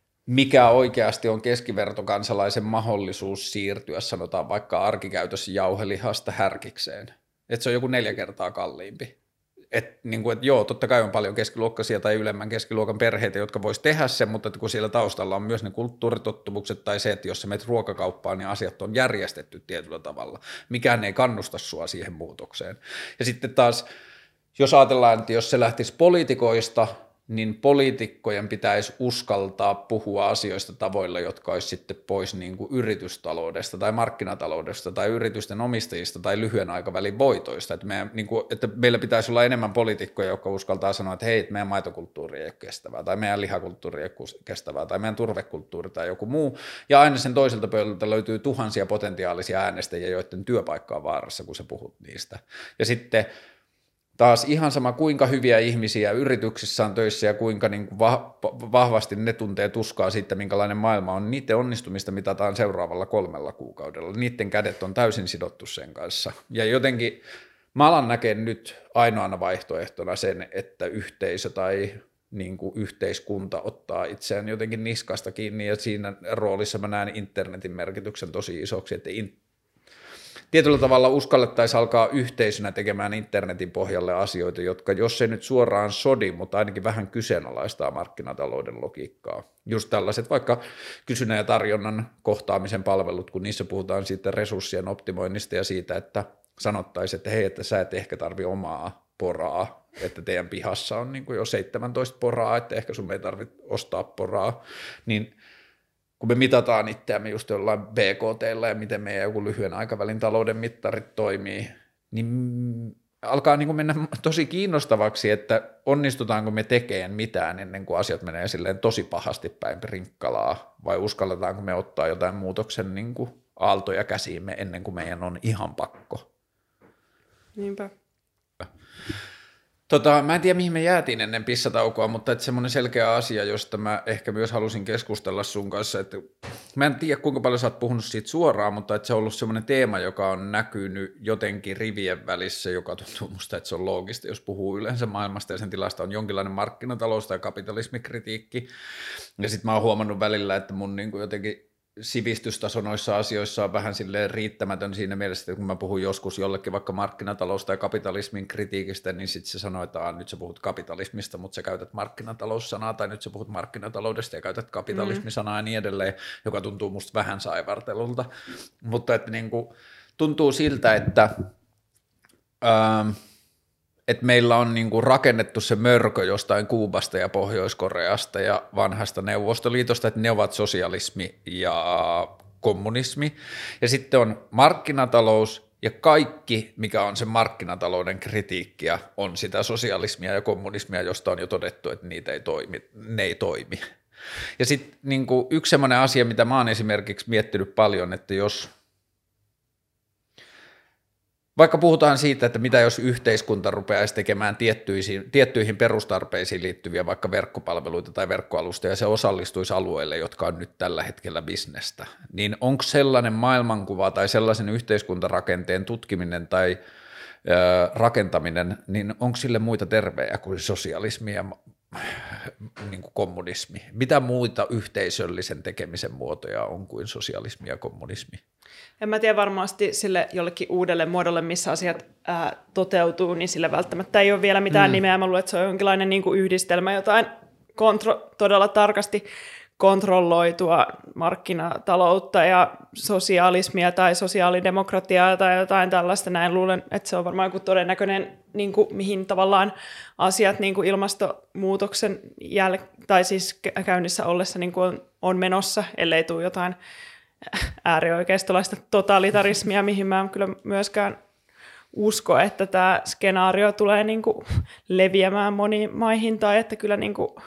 mikä oikeasti on keskivertokansalaisen mahdollisuus siirtyä, sanotaan vaikka arkikäytössä jauhelihasta härkikseen, että se on joku neljä kertaa kalliimpi. Että niin et joo, totta kai on paljon keskiluokkaisia tai ylemmän keskiluokan perheitä, jotka vois tehdä sen, mutta kun siellä taustalla on myös ne kulttuuritottumukset tai se, että jos sä menet ruokakauppaan, niin asiat on järjestetty tietyllä tavalla. Mikään ei kannusta sua siihen muutokseen. Ja sitten taas, jos ajatellaan, että jos se lähtisi poliitikoista, niin poliitikkojen pitäisi uskaltaa puhua asioista tavoilla, jotka olisi sitten pois niin kuin yritystaloudesta tai markkinataloudesta tai yritysten omistajista tai lyhyen aikavälin voitoista. Että, meidän, niin kuin, että meillä pitäisi olla enemmän poliitikkoja, jotka uskaltaa sanoa, että hei, meidän maitokulttuuri ei ole kestävää tai meidän lihakulttuuri ei ole kestävää tai meidän turvekulttuuri tai joku muu. Ja aina sen toiselta pöydältä löytyy tuhansia potentiaalisia äänestäjiä, joiden työpaikka on vaarassa, kun sä puhut niistä. Ja sitten taas ihan sama, kuinka hyviä ihmisiä yrityksissä on töissä ja kuinka niin kuin vahvasti ne tuntee tuskaa siitä, minkälainen maailma on. Niiden onnistumista mitataan seuraavalla kolmella kuukaudella. Niiden kädet on täysin sidottu sen kanssa. Ja jotenkin mä alan näkeä nyt ainoana vaihtoehtona sen, että yhteisö tai niin kuin yhteiskunta ottaa itseään jotenkin niskasta kiinni. Ja siinä roolissa mä näen internetin merkityksen tosi isoksi, että in- tietyllä tavalla uskallettaisiin alkaa yhteisönä tekemään internetin pohjalle asioita, jotka jos ei nyt suoraan sodi, mutta ainakin vähän kyseenalaistaa markkinatalouden logiikkaa. Just tällaiset vaikka kysynnän ja tarjonnan kohtaamisen palvelut, kun niissä puhutaan siitä resurssien optimoinnista ja siitä, että sanottaisiin, että hei, että sä et ehkä tarvi omaa poraa, että teidän pihassa on niin kuin jo seitsemäntoista poraa, että ehkä sun ei tarvitse ostaa poraa, niin kun me mitataan itseämme just jollain B K T:llä ja miten meidän joku lyhyen aikavälin talouden mittarit toimii, niin alkaa niin kuin mennä tosi kiinnostavaksi, että onnistutaanko me tekemään mitään ennen kuin asiat menee silleen tosi pahasti päin prinkkalaa, vai uskalletaanko me ottaa jotain muutoksen niin kuin aaltoja käsiimme ennen kuin meidän on ihan pakko. Niinpä. Tota, mä en tiedä, mihin me jäätiin ennen pissataukoa, mutta että semmoinen selkeä asia, josta mä ehkä myös halusin keskustella sun kanssa, että mä en tiedä, kuinka paljon sä oot puhunut siitä suoraan, mutta että se on ollut semmoinen teema, joka on näkynyt jotenkin rivien välissä, joka tuntuu musta, että se on loogista, jos puhuu yleensä maailmasta ja sen tilasta on jonkinlainen markkinatalous tai kapitalismikritiikki. Ja sit mä oon huomannut välillä, että mun niin kuin jotenkin sivistystaso noissa asioissa on vähän silleen riittämätön siinä mielessä, että kun mä puhun joskus jollekin vaikka markkinatalous- tai kapitalismin kritiikistä, niin sitten se sanoo, että nyt sä puhut kapitalismista, mutta sä käytät markkinataloussanaa, tai nyt sä puhut markkinataloudesta ja käytät kapitalismisanaa ja niin edelleen, joka tuntuu musta vähän saivartelulta. Mutta että niin kuin, tuntuu siltä, että Ähm, että meillä on niinku rakennettu se mörkö jostain Kuubasta ja Pohjois-Koreasta ja vanhasta Neuvostoliitosta, että ne ovat sosialismi ja kommunismi. Ja sitten on markkinatalous ja kaikki, mikä on sen markkinatalouden kritiikkiä, on sitä sosialismia ja kommunismia, josta on jo todettu, että niitä ei toimi, ne ei toimi. Ja sitten niinku yksi semmoinen asia, mitä mä oon esimerkiksi miettinyt paljon, että jos vaikka puhutaan siitä, että mitä jos yhteiskunta rupeaisi tekemään tiettyihin, tiettyihin perustarpeisiin liittyviä vaikka verkkopalveluita tai verkkoalustoja ja se osallistuisi alueille, jotka on nyt tällä hetkellä bisnestä, niin onko sellainen maailmankuva tai sellaisen yhteiskuntarakenteen tutkiminen tai ö, rakentaminen, niin onko sille muita tervejä kuin sosialismi ja niin kuin kommunismi? Mitä muita yhteisöllisen tekemisen muotoja on kuin sosialismi ja kommunismi? En mä tiedä, varmasti sille jollekin uudelle muodolle, missä asiat ää, toteutuu, niin sille välttämättä ei ole vielä mitään mm. nimeä. Mä luulen, että se on jonkinlainen niin kuin yhdistelmä, jotain kontro todella tarkasti kontrolloitua markkinataloutta ja sosialismia tai sosiaalidemokratiaa tai jotain tällaista. Näin luulen, että se on varmaan joku todennäköinen, niin kuin, mihin tavallaan asiat niin kuin ilmastonmuutoksen jäl- tai siis käynnissä ollessa niin kuin on, on menossa, ellei tule jotain äärioikeistolaista totalitarismia, mihin mä en kyllä myöskään usko, että tämä skenaario tulee niin kuin leviämään moniin maihin tai että kyllä niin kuin,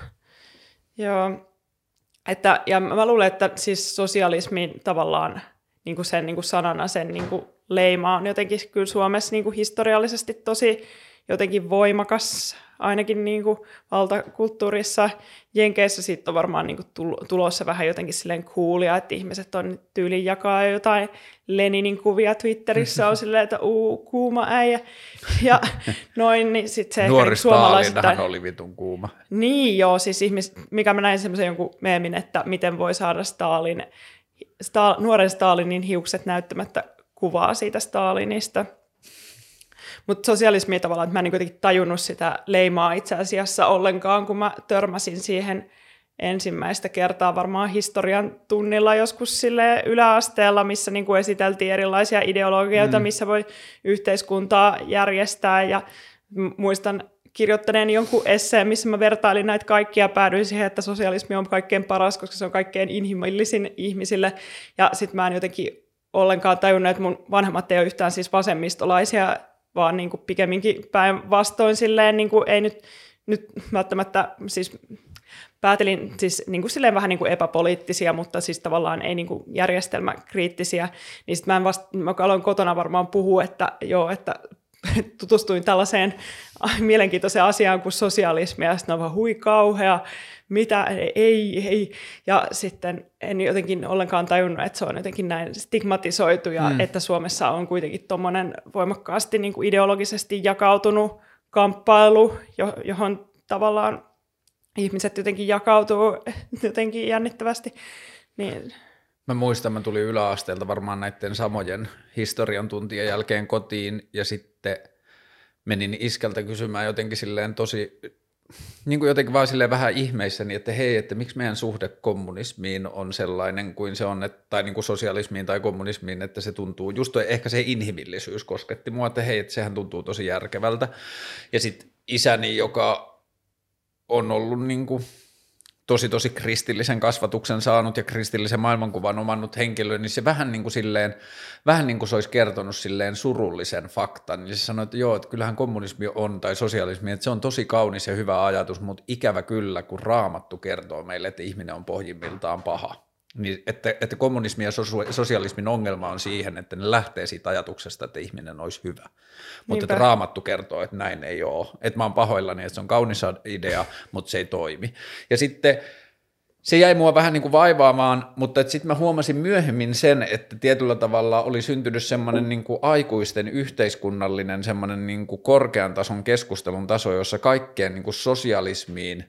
joo. Että, ja mä luulen, että siis sosialismin tavallaan niin kuin sen niin kuin sanana, sen niin kuin leima on jotenkin kyllä Suomessa niin kuin historiallisesti tosi jotenkin voimakas, ainakin niin kuin valtakulttuurissa. Jenkeissä siitä on varmaan niin kuin tulossa vähän jotenkin silleen coolia, että ihmiset on tyyliin jakaa jotain Leninin kuvia Twitterissä, on silleen, että uu, kuuma äijä. Ja noin, niin sitten se nuori ehkä suomalaisittain oli vitun kuuma. Niin joo, siis ihmis, mikä mä näin semmoisen jonkun meemin, että miten voi saada Stalin, sta, nuoren Stalinin hiukset näyttämättä kuvaa siitä Stalinista. Mutta sosialismi tavallaan, että mä en niin kuitenkin tajunnut sitä leimaa itse asiassa ollenkaan, kun mä törmäsin siihen ensimmäistä kertaa varmaan historian tunnilla joskus sille yläasteella, missä niin kuin esiteltiin erilaisia ideologioita, mm. missä voi yhteiskuntaa järjestää. Ja muistan kirjoittaneen jonkun esseen, missä mä vertailin näitä kaikkia ja päädyin siihen, että sosialismi on kaikkein paras, koska se on kaikkein inhimillisin ihmisille. Ja sitten mä en jotenkin ollenkaan tajunnut, että mun vanhemmat ei ole yhtään siis vasemmistolaisia, vaan niin kuin pikemminkin päinvastoin silleen, niin kuin ei nyt, nyt välttämättä, siis päätelin siis niin kuin silleen vähän niin kuin epäpoliittisia, mutta siis tavallaan ei niin kuin järjestelmäkriittisiä, niin sitten mä, en vasta, mä aloin kotona varmaan puhua, että joo, että tutustuin tällaiseen mielenkiintoiseen asiaan kuin sosialismi, ja sitten on vaan hui kauhea, mitä, ei, ei, ja sitten en jotenkin ollenkaan tajunnut, että se on jotenkin näin stigmatisoitu, ja mm. että Suomessa on kuitenkin tuommoinen voimakkaasti niin kuin ideologisesti jakautunut kamppailu, johon tavallaan ihmiset jotenkin jakautuu jotenkin jännittävästi. Niin. Mä muistan, mä tulin yläasteelta varmaan näiden samojen historian tuntien jälkeen kotiin, ja sitten menin iskältä kysymään jotenkin silleen tosi, niin kuin jotenkin vaan silleen vähän ihmeissäni, että hei, että miksi meidän suhde kommunismiin on sellainen kuin se on, että, tai niin kuin sosialismiin tai kommunismiin, että se tuntuu, just ehkä se inhimillisyys kosketti mua, että hei, että sehän tuntuu tosi järkevältä. Ja sitten isäni, joka on ollut niin kuin tosi tosi kristillisen kasvatuksen saanut ja kristillisen maailmankuvan omannut henkilö, niin se vähän niin kuin silleen, vähän niin kuin se olisi kertonut silleen surullisen faktan, niin se sanoi, että joo, että kyllähän kommunismi on tai sosialismi, että se on tosi kaunis ja hyvä ajatus, mutta ikävä kyllä, kun Raamattu kertoo meille, että ihminen on pohjimmiltaan paha. Niin, että, että kommunismin ja sosialismin ongelma on siihen, että ne lähtee siitä ajatuksesta, että ihminen olisi hyvä. Mutta että Raamattu kertoo, että näin ei ole. Että mä oon pahoillani, että se on kaunis idea, mutta se ei toimi. Ja sitten se jäi mua vähän niin kuin vaivaamaan, mutta sitten mä huomasin myöhemmin sen, että tietyllä tavalla oli syntynyt semmoinen niin kuin aikuisten yhteiskunnallinen semmoinen niin kuin korkean tason keskustelun taso, jossa kaikkeen niin kuin sosialismiin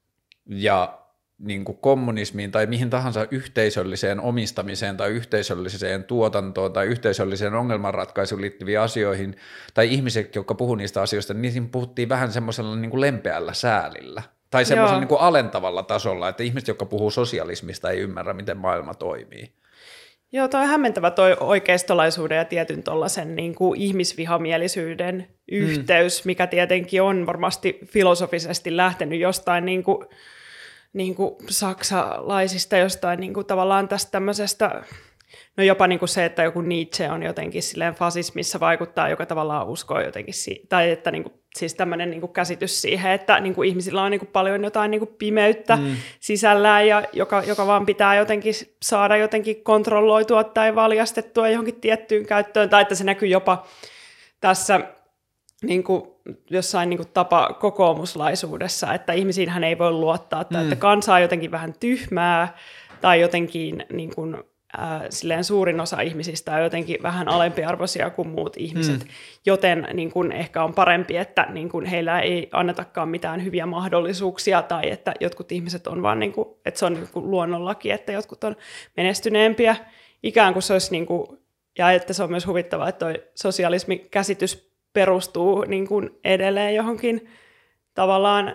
ja niin kuin kommunismiin tai mihin tahansa yhteisölliseen omistamiseen tai yhteisölliseen tuotantoon tai yhteisölliseen ongelmanratkaisuun liittyviin asioihin tai ihmiset, jotka puhuu niistä asioista, niin niihin puhuttiin vähän semmoisella niin kuin lempeällä säälillä tai semmoisella niin kuin alentavalla tasolla, että ihmiset, jotka puhuu sosialismista, ei ymmärrä, miten maailma toimii. Joo, toi on hämmentävä toi oikeistolaisuuden ja tietyn tuollaisen niin kuin ihmisvihamielisyyden yhteys, mm. mikä tietenkin on varmasti filosofisesti lähtenyt jostain niin kuin niin kuin saksalaisista jostain niin kuin tavallaan tästä tämmöisestä, no jopa niin kuin se, että joku Nietzsche on jotenkin silleen fasismissa vaikuttaa, joka tavallaan uskoo jotenkin, si- tai että niin kuin, siis tämmöinen niin kuin käsitys siihen, että niin kuin ihmisillä on niin kuin paljon jotain niin kuin pimeyttä mm. sisällään, ja joka, joka vaan pitää jotenkin saada jotenkin kontrolloitua tai valjastettua johonkin tiettyyn käyttöön, tai että se näkyy jopa tässä niin kuin jossain niin kuin tapa kokoomuslaisuudessa, että ihmisiinhän ei voi luottaa, tai mm. että kansa on jotenkin vähän tyhmää, tai jotenkin niin kuin, äh, silleen suurin osa ihmisistä on jotenkin vähän alempiarvoisia kuin muut ihmiset, mm. joten niin kuin ehkä on parempi, että niin kuin heillä ei annetakaan mitään hyviä mahdollisuuksia, tai että jotkut ihmiset on vaan, niin kuin, että se on niin kuin luonnonlaki, että jotkut on menestyneempiä, ikään kuin se olisi, niin kuin, ja että se on myös huvittavaa, että toi sosialismikäsitys perustuu niin kuin edelleen johonkin tavallaan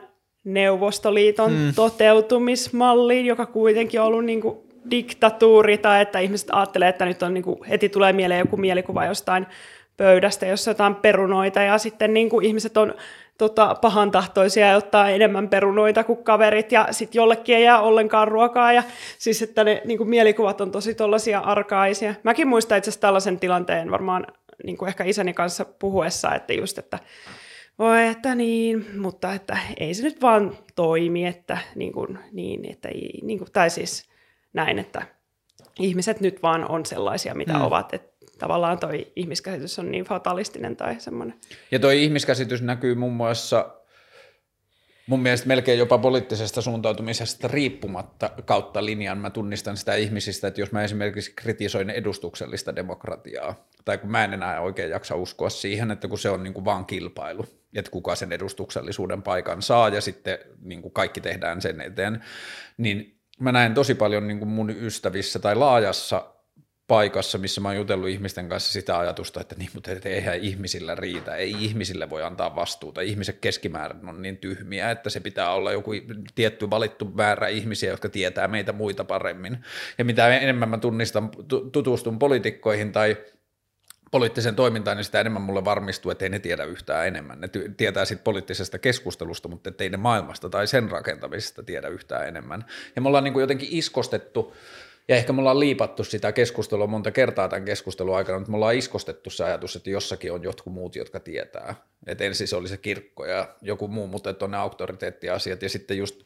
Neuvostoliiton hmm. toteutumismalliin, joka kuitenkin on ollut niin kuin diktatuuri, tai että ihmiset ajattelee, että nyt on niin kuin, heti tulee mieleen joku mielikuva jostain pöydästä, jossa jotain perunoita, ja sitten niin kuin ihmiset on tota, pahantahtoisia ja ottaa enemmän perunoita kuin kaverit, ja sitten jollekin ei jää ollenkaan ruokaa, ja siis että ne niin kuin mielikuvat on tosi tollaisia arkaisia. Mäkin muistan itse asiassa tällaisen tilanteen varmaan niin kuin ehkä isäni kanssa puhuessa, että just, että voi, että niin, mutta että ei se nyt vaan toimi, että niin kuin, niin, että ei, niin kuin, tai siis näin, että ihmiset nyt vaan on sellaisia, mitä hmm. ovat, että tavallaan toi ihmiskäsitys on niin fatalistinen tai semmoinen. Ja toi ihmiskäsitys näkyy muun muassa mun mielestä melkein jopa poliittisesta suuntautumisesta riippumatta kautta linjan. Mä tunnistan sitä ihmisistä, että jos mä esimerkiksi kritisoin edustuksellista demokratiaa, tai kun mä en enää oikein jaksa uskoa siihen, että kun se on niin kuin vaan kilpailu, että kuka sen edustuksellisuuden paikan saa ja sitten niin kuin kaikki tehdään sen eteen, niin mä näen tosi paljon niin kuin mun ystävissä tai laajassa paikassa, missä mä oon jutellut ihmisten kanssa sitä ajatusta, että niin, mutta eihän ihmisillä riitä, ei ihmisille voi antaa vastuuta, ihmiset keskimäärin on niin tyhmiä, että se pitää olla joku tietty valittu määrä ihmisiä, jotka tietää meitä muita paremmin, ja mitä enemmän mä tunnistan, tutustun poliitikkoihin tai poliittiseen toimintaan, niin sitä enemmän mulle varmistuu, että ei ne tiedä yhtään enemmän. Ne tietää siitä poliittisesta keskustelusta, mutta ettei ne maailmasta tai sen rakentamisesta tiedä yhtään enemmän. Ja me ollaan niin kuin jotenkin iskostettu, ja ehkä me ollaan liipattu sitä keskustelua monta kertaa tämän keskustelun aikana, mutta me ollaan iskostettu se ajatus, että jossakin on jotkut muut, jotka tietää. Että ensin se oli se kirkko ja joku muu, mutta että on ne auktoriteettiasiat ja sitten just.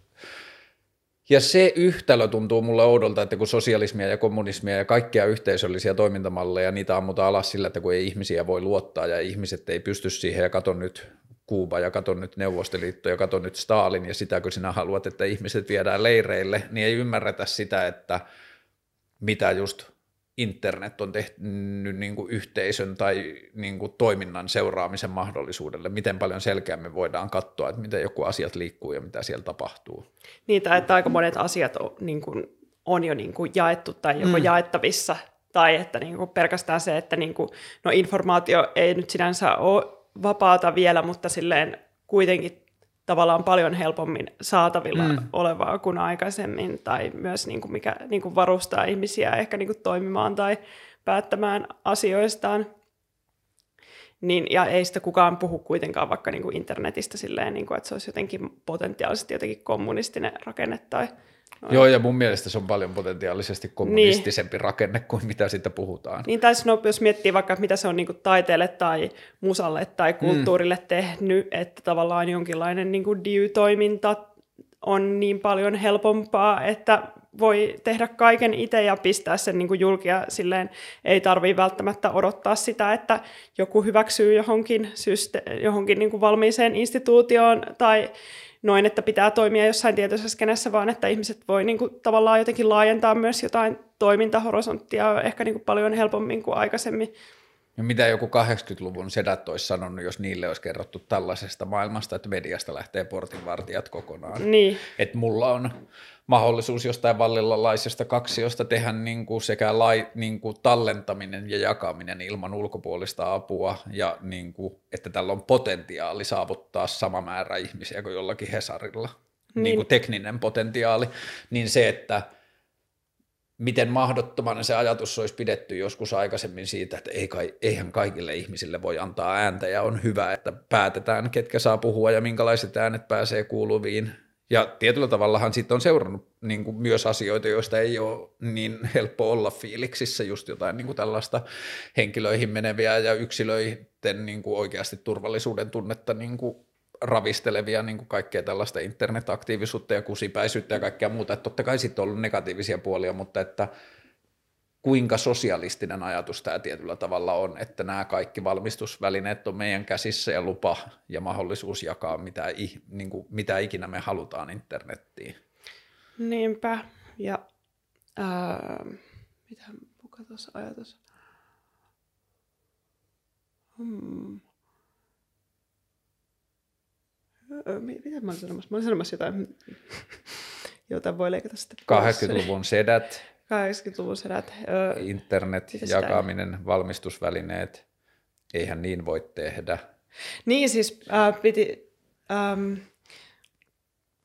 Ja se yhtälö tuntuu mulle oudolta, että kun sosialismia ja kommunismia ja kaikkia yhteisöllisiä toimintamalleja, niitä ammutaan alas sillä, että kun ei ihmisiä voi luottaa ja ihmiset ei pysty siihen ja kato nyt Kuuba ja kato nyt Neuvostoliitto ja kato nyt Stalin ja sitä, kun sinä haluat, että ihmiset viedään leireille, niin ei ymmärretä sitä, että mitä just internet on tehnyt niin kuin yhteisön tai niin kuin toiminnan seuraamisen mahdollisuudelle, miten paljon selkeämmin voidaan katsoa, että miten joku asiat liikkuu ja mitä siellä tapahtuu. Niitä, että aika monet asiat on, niin kuin, on jo niin kuin jaettu tai joko mm. jaettavissa, tai että niin kuin pelkästään se, että niin kuin, no informaatio ei nyt sinänsä ole vapaata vielä, mutta silleen kuitenkin tavallaan paljon helpommin saatavilla mm. olevaa kuin aikaisemmin, tai myös niin kuin mikä niin kuin varustaa ihmisiä ehkä niin kuin toimimaan tai päättämään asioistaan. Niin, ja ei sitä kukaan puhu kuitenkaan vaikka niin kuin internetistä silleen, niin kuin, että se olisi jotenkin potentiaalisesti jotenkin kommunistinen rakenne. Tai noin. Joo, ja mun mielestä se on paljon potentiaalisesti kommunistisempi niin. rakenne kuin mitä siitä puhutaan. Niin, tai jos miettii vaikka, mitä se on niin kuin taiteelle tai musalle tai kulttuurille mm. tehnyt, että tavallaan jonkinlainen niin kuin D I Y-toiminta on niin paljon helpompaa, että voi tehdä kaiken itse ja pistää sen niin kuin julkia, silleen ei tarvitse välttämättä odottaa sitä, että joku hyväksyy johonkin, syste- johonkin niin kuin valmiiseen instituutioon tai noin, että pitää toimia jossain tietyssä skenessä, vaan että ihmiset voi niin kuin tavallaan jotenkin laajentaa myös jotain toimintahorisonttia ehkä niin kuin paljon helpommin kuin aikaisemmin. Ja mitä joku kahdeksankymmentäluvun sedät olisi sanonut, jos niille olisi kerrottu tällaisesta maailmasta, että mediasta lähtee portinvartijat kokonaan. Niin. Että mulla on mahdollisuus jostain vallilalaisesta kaksiosta tehdä niin kuin sekä lai, niin kuin tallentaminen ja jakaminen ilman ulkopuolista apua, ja niin kuin, että tällä on potentiaali saavuttaa sama määrä ihmisiä kuin jollakin Hesarilla, niin, niin kuin tekninen potentiaali, niin se, että miten mahdottomana se ajatus olisi pidetty joskus aikaisemmin siitä, että ei kai, eihän kaikille ihmisille voi antaa ääntä ja on hyvä, että päätetään, ketkä saa puhua ja minkälaiset äänet pääsee kuuluviin. Ja tietyllä tavallahan siitä on seurannut niin kuin myös asioita, joista ei ole niin helppo olla fiiliksissä, just jotain niin kuin tällaista henkilöihin meneviä ja yksilöiden niin kuin oikeasti turvallisuuden tunnetta niin kuin ravistelevia niin kuin kaikkea tällaista internetaktiivisuutta ja kusipäisyyttä ja kaikkea muuta. Että totta kai sitten on ollut negatiivisia puolia, mutta että kuinka sosialistinen ajatus tämä tietyllä tavalla on, että nämä kaikki valmistusvälineet on meidän käsissä ja lupa ja mahdollisuus jakaa mitä, niin kuin, mitä ikinä me halutaan internettiin. Niinpä. Ja ää, mitä muka tuossa ajatus? Hmm. Mitä mä olin sanomassa? Mä olin sanomassa jotain, jota voi leikata sitten. kahdeksankymmentäluvun sedät. kahdeksankymmentäluvun sedät. Internet, jakaminen, valmistusvälineet. Eihän niin voi tehdä. Niin siis äh, piti, ähm,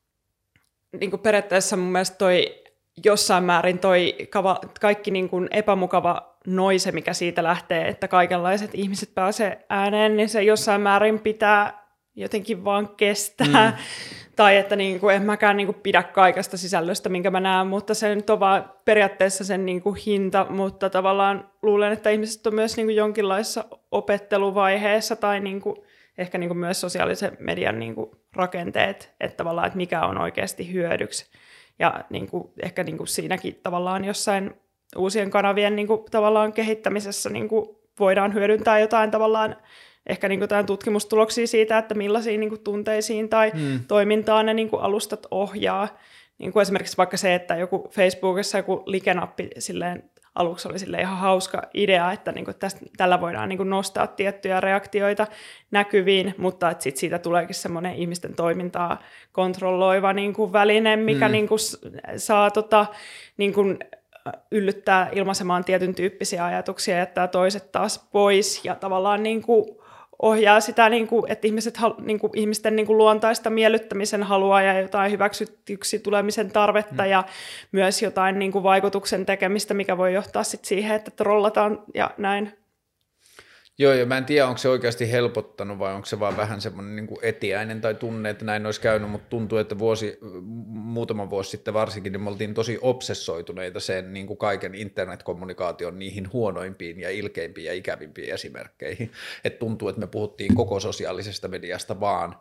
niin kuin periaatteessa mun mielestä toi jossain määrin toi kava, kaikki niin kuin epämukava noise, mikä siitä lähtee, että kaikenlaiset ihmiset pääsee ääneen, niin se jossain määrin pitää jotenkin vaan kestää. Mm. Tai että niin kuin, en mäkään niin kuin pidä kaikesta sisällöstä, minkä mä näen, mutta se nyt on vaan periaatteessa sen niin kuin hinta, mutta tavallaan luulen, että ihmiset on myös niin kuin jonkinlaisessa opetteluvaiheessa tai niin kuin, ehkä niin kuin myös sosiaalisen median niin kuin rakenteet, että tavallaan, että mikä on oikeasti hyödyksi. Ja niin kuin, ehkä niin kuin siinäkin tavallaan jossain uusien kanavien niin kuin, tavallaan kehittämisessä niin kuin voidaan hyödyntää jotain tavallaan ehkä niin kuin jotain tutkimustuloksia siitä, että millaisiin niin kuin tunteisiin tai mm. toimintaan ne niin kuin alustat ohjaa. Niin kuin esimerkiksi vaikka se, että joku Facebookissa joku likenappi silleen, aluksi oli silleen ihan hauska idea, että niin kuin tästä, tällä voidaan niin kuin nostaa tiettyjä reaktioita näkyviin, mutta että sit siitä tuleekin semmoinen ihmisten toimintaa kontrolloiva niin kuin väline, mikä mm. niin kuin saa tota, niin kuin yllyttää ilmaisemaan tietyn tyyppisiä ajatuksia ja jättää toiset taas pois ja tavallaan niin kuin ohjaa sitä, niin kuin, että ihmiset, niin kuin, ihmisten niin kuin luontaista miellyttämisen halua ja jotain hyväksytyksi tulemisen tarvetta mm. ja myös jotain niin kuin vaikutuksen tekemistä, mikä voi johtaa sit siihen, että trollataan ja näin. Joo, ja mä en tiedä, onko se oikeasti helpottanut vai onko se vaan vähän semmoinen niin kuin etiäinen tai tunne, että näin olisi käynyt, mutta tuntuu, että vuosi, muutama vuosi sitten varsinkin, niin me oltiin tosi obsessoituneita sen niin kuin kaiken internetkommunikaation niihin huonoimpiin ja ilkeimpiin ja ikävimpiin esimerkkeihin. Että tuntuu, että me puhuttiin koko sosiaalisesta mediasta vaan,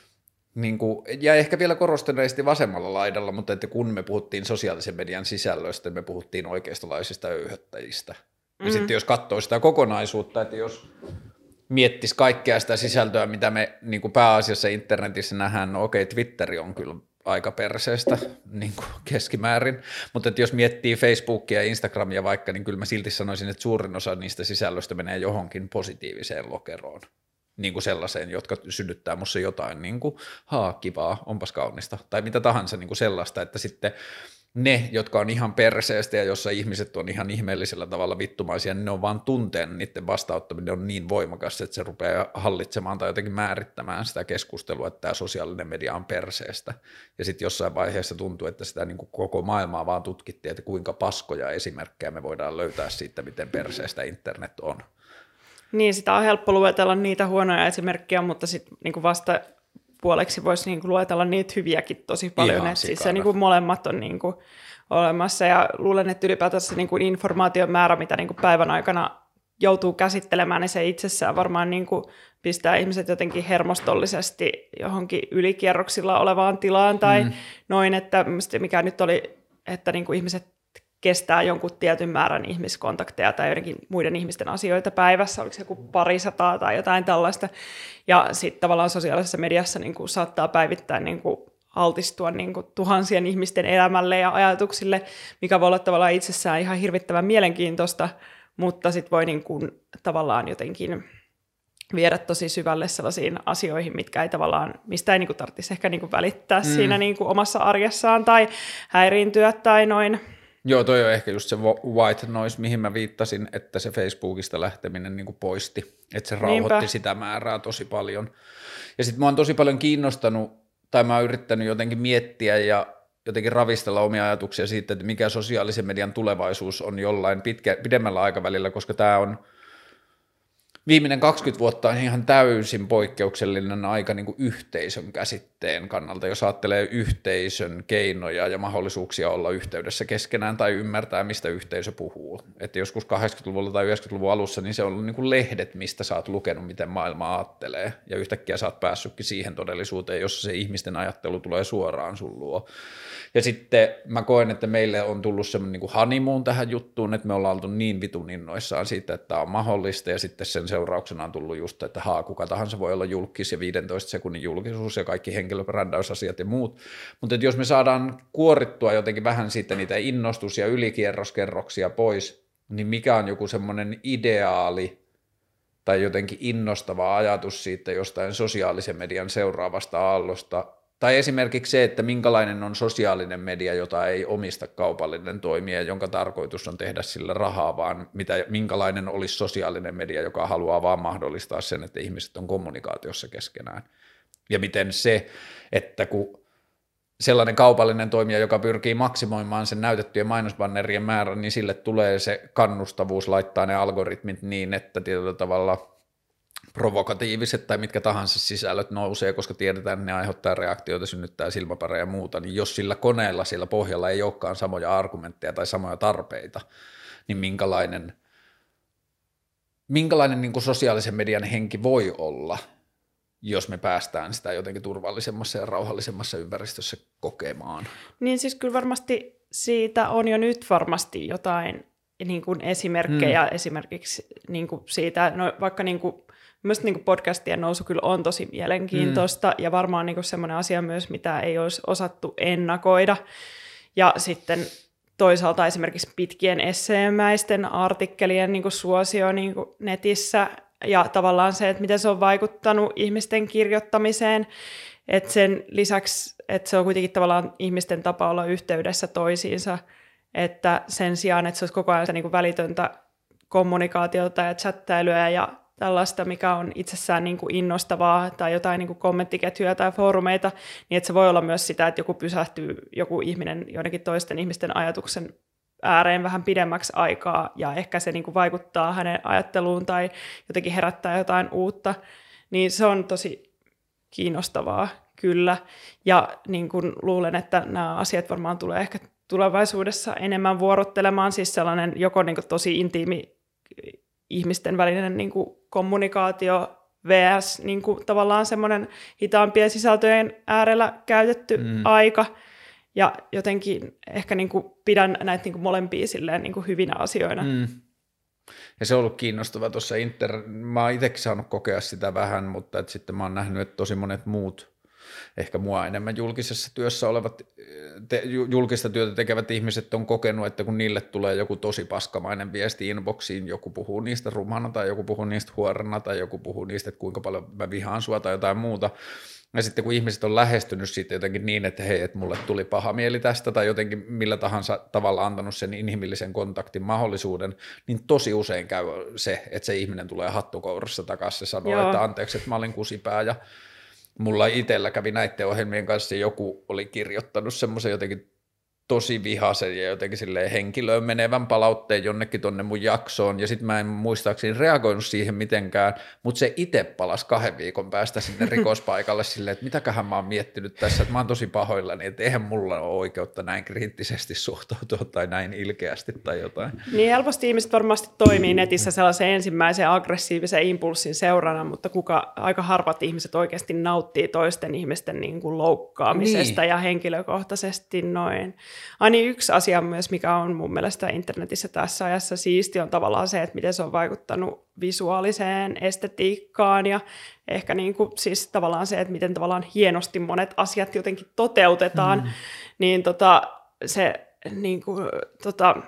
niin kuin, ja ehkä vielä korostuneesti vasemmalla laidalla, mutta että kun me puhuttiin sosiaalisen median sisällöstä, me puhuttiin oikeistolaisista öyhöttäjistä. Ja mm-hmm. sitten jos katsoo sitä kokonaisuutta, että jos miettisi kaikkea sitä sisältöä, mitä me niin kuin pääasiassa internetissä nähdään, no okei, Twitteri on kyllä aika perseestä niin kuin keskimäärin, mutta että jos miettii Facebookia ja Instagramia vaikka, niin kyllä mä silti sanoisin, että suurin osa niistä sisällöistä menee johonkin positiiviseen lokeroon, niin kuin sellaiseen, jotka synnyttää musta jotain niin kuin, haa, kivaa, onpas kaunista, tai mitä tahansa niin kuin sellaista, että sitten ne, jotka on ihan perseestä ja jossa ihmiset on ihan ihmeellisellä tavalla vittumaisia, niin ne on vaan tunteen, niiden vastauttaminen on niin voimakas, että se rupeaa hallitsemaan tai jotenkin määrittämään sitä keskustelua, että tämä sosiaalinen media on perseestä. Ja sitten jossain vaiheessa tuntuu, että sitä niin kuin koko maailmaa vaan tutkittiin, että kuinka paskoja esimerkkejä me voidaan löytää siitä, miten perseestä internet on. Niin, sitä on helppo luetella niitä huonoja esimerkkejä, mutta sitten niin vasta puoleksi voisi niinku luetella niitä hyviäkin tosi paljon, että siis se niinku molemmat on niinku olemassa, ja luulen, että ylipäätään se niinku informaation määrä, mitä niinku päivän aikana joutuu käsittelemään, niin se itsessään varmaan niinku pistää ihmiset jotenkin hermostollisesti johonkin ylikierroksilla olevaan tilaan, tai mm. noin, että mikä nyt oli, että niinku ihmiset kestää jonkun tietyn määrän ihmiskontakteja tai joidenkin muiden ihmisten asioita päivässä, oliko se joku parisataa tai jotain tällaista. Ja sitten tavallaan sosiaalisessa mediassa niin kuin saattaa päivittäin niin kuin altistua niin kuin tuhansien ihmisten elämälle ja ajatuksille, mikä voi olla tavallaan itsessään ihan hirvittävän mielenkiintoista, mutta sitten voi niin kuin tavallaan jotenkin viedä tosi syvälle sellaisiin asioihin, mitkä ei tavallaan, mistä ei niin kuin tarvitsisi ehkä niin kuin välittää mm. siinä niin kuin omassa arjessaan tai häiriintyä tai noin. Joo, toi on ehkä just se white noise, mihin mä viittasin, että se Facebookista lähteminen niin kuin poisti, että se rauhoitti Niinpä. sitä määrää tosi paljon. Ja sitten mä oon tosi paljon kiinnostanut, tai mä oon yrittänyt jotenkin miettiä ja jotenkin ravistella omia ajatuksia siitä, että mikä sosiaalisen median tulevaisuus on jollain pitkä, pidemmällä aikavälillä, koska tämä on viimeinen kaksikymmentä vuotta on ihan täysin poikkeuksellinen aika niin kuin yhteisön käsitteen kannalta, jos ajattelee yhteisön keinoja ja mahdollisuuksia olla yhteydessä keskenään tai ymmärtää, mistä yhteisö puhuu. Että joskus kahdeksankymmentäluvulla tai yhdeksänkymmentäluvun alussa niin se on ollut niin kuin lehdet, mistä sä oot lukenut, miten maailma ajattelee, ja yhtäkkiä sä oot päässytkin siihen todellisuuteen, jossa se ihmisten ajattelu tulee suoraan sun luo. Ja sitten mä koen, että meille on tullut semmoinen niin kuin honeymoon tähän juttuun, että me ollaan oltu niin vitun innoissaan siitä, että tämä on mahdollista, ja sitten sen seurauksena on tullut just, että haa, kuka tahansa voi olla julkis ja viidentoista sekunnin julkisuus ja kaikki henkilöbrändäysasiat ja muut. Mutta jos me saadaan kuorittua jotenkin vähän siitä niitä innostus- ja ylikierroskerroksia pois, niin mikä on joku semmoinen ideaali tai jotenkin innostava ajatus siitä jostain sosiaalisen median seuraavasta aallosta, tai esimerkiksi se, että minkälainen on sosiaalinen media, jota ei omista kaupallinen toimija, jonka tarkoitus on tehdä sillä rahaa, vaan mitä, minkälainen olisi sosiaalinen media, joka haluaa vaan mahdollistaa sen, että ihmiset on kommunikaatiossa keskenään. Ja miten se, että kun sellainen kaupallinen toimija, joka pyrkii maksimoimaan sen näytettyjen mainosbannerien määrän, niin sille tulee se kannustavuus laittaa ne algoritmit niin, että tietyllä tavalla provokatiiviset tai mitkä tahansa sisällöt nousee, koska tiedetään, että ne aiheuttaa reaktioita, synnyttää silmäpareja ja muuta, niin jos sillä koneella siellä pohjalla ei olekaan samoja argumentteja tai samoja tarpeita, niin minkälainen, minkälainen niin kuin sosiaalisen median henki voi olla, jos me päästään sitä jotenkin turvallisemmassa ja rauhallisemmassa ympäristössä kokemaan. Niin siis kyllä varmasti siitä on jo nyt varmasti jotain niin kuin esimerkkejä hmm. esimerkiksi niin kuin siitä, no vaikka niin kuin, mielestäni niin kuin podcastien nousu kyllä on tosi mielenkiintoista hmm. ja varmaan niin kuin semmoinen asia myös, mitä ei olisi osattu ennakoida. Ja sitten toisaalta esimerkiksi pitkien esseemäisten artikkelien niin kuin suosio niin kuin netissä ja tavallaan se, että miten se on vaikuttanut ihmisten kirjoittamiseen, että sen lisäksi, että se on kuitenkin tavallaan ihmisten tapa olla yhteydessä toisiinsa, että sen sijaan, että se olisi koko ajan niin kuin välitöntä kommunikaatiota ja chattailuja ja tällaista, mikä on itsessään niin kuin innostavaa tai jotain niin kuin kommenttiketjuja tai foorumeita, niin että se voi olla myös sitä, että joku pysähtyy, joku ihminen joidenkin toisten ihmisten ajatuksen ääreen vähän pidemmäksi aikaa ja ehkä se niin kuin vaikuttaa hänen ajatteluun tai jotenkin herättää jotain uutta, niin se on tosi kiinnostavaa kyllä. Ja niin kuin luulen, että nämä asiat varmaan tulee ehkä tulevaisuudessa enemmän vuorottelemaan, siis sellainen joko niin kuin tosi intiimi ihmisten välinen niin kuin kommunikaatio versus niin kuin tavallaan semmoinen hitaampien sisältöjen äärellä käytetty mm. aika. Ja jotenkin ehkä niin kuin pidän näitä niin kuin molempia silleen niin kuin hyvinä asioina. Mm. Ja se on ollut kiinnostavaa tuossa inter... Mä oon itsekin saanut kokea sitä vähän, mutta et sitten mä oon nähnyt, että tosi monet muut, ehkä mua enemmän julkisessa työssä olevat, te, julkista työtä tekevät ihmiset on kokenut, että kun niille tulee joku tosi paskamainen viesti inboxiin, joku puhuu niistä rumana tai joku puhuu niistä huorana tai joku puhuu niistä, että kuinka paljon mä vihaan sua tai jotain muuta. Ja sitten kun ihmiset on lähestynyt siitä jotenkin niin, että hei, että mulle tuli paha mieli tästä tai jotenkin millä tahansa tavalla antanut sen inhimillisen kontaktin mahdollisuuden, niin tosi usein käy se, että se ihminen tulee hattukourassa takaisin ja sanoo, Joo. että anteeksi, että mä olin kusipää ja mulla itsellä kävi näiden ohjelmien kanssa joku oli kirjoittanut semmoisen jotenkin tosi vihaisen ja jotenkin silleen henkilöön menevän palautteen jonnekin tonne mun jaksoon, ja sitten mä en muistaakseni reagoinut siihen mitenkään, mutta se itse palasi kahden viikon päästä sinne rikospaikalle silleen, että mitäköhän mä oon miettinyt tässä, että mä oon tosi pahoillani, että eihän mulla ole oikeutta näin kriittisesti suhtautua tai näin ilkeästi tai jotain. Niin helposti ihmiset varmasti toimii netissä sellaisen ensimmäisen aggressiivisen impulssin seurana, mutta kuka, aika harvat ihmiset oikeasti nauttii toisten ihmisten niin kuin loukkaamisesta niin. Ja henkilökohtaisesti noin. Aina yksi asia myös, mikä on mun mielestä internetissä tässä ajassa siisti, on tavallaan se, että miten se on vaikuttanut visuaaliseen estetiikkaan ja ehkä niin kuin, siis tavallaan se, että miten tavallaan hienosti monet asiat jotenkin toteutetaan, mm. niin tota, se niin kuin, tota,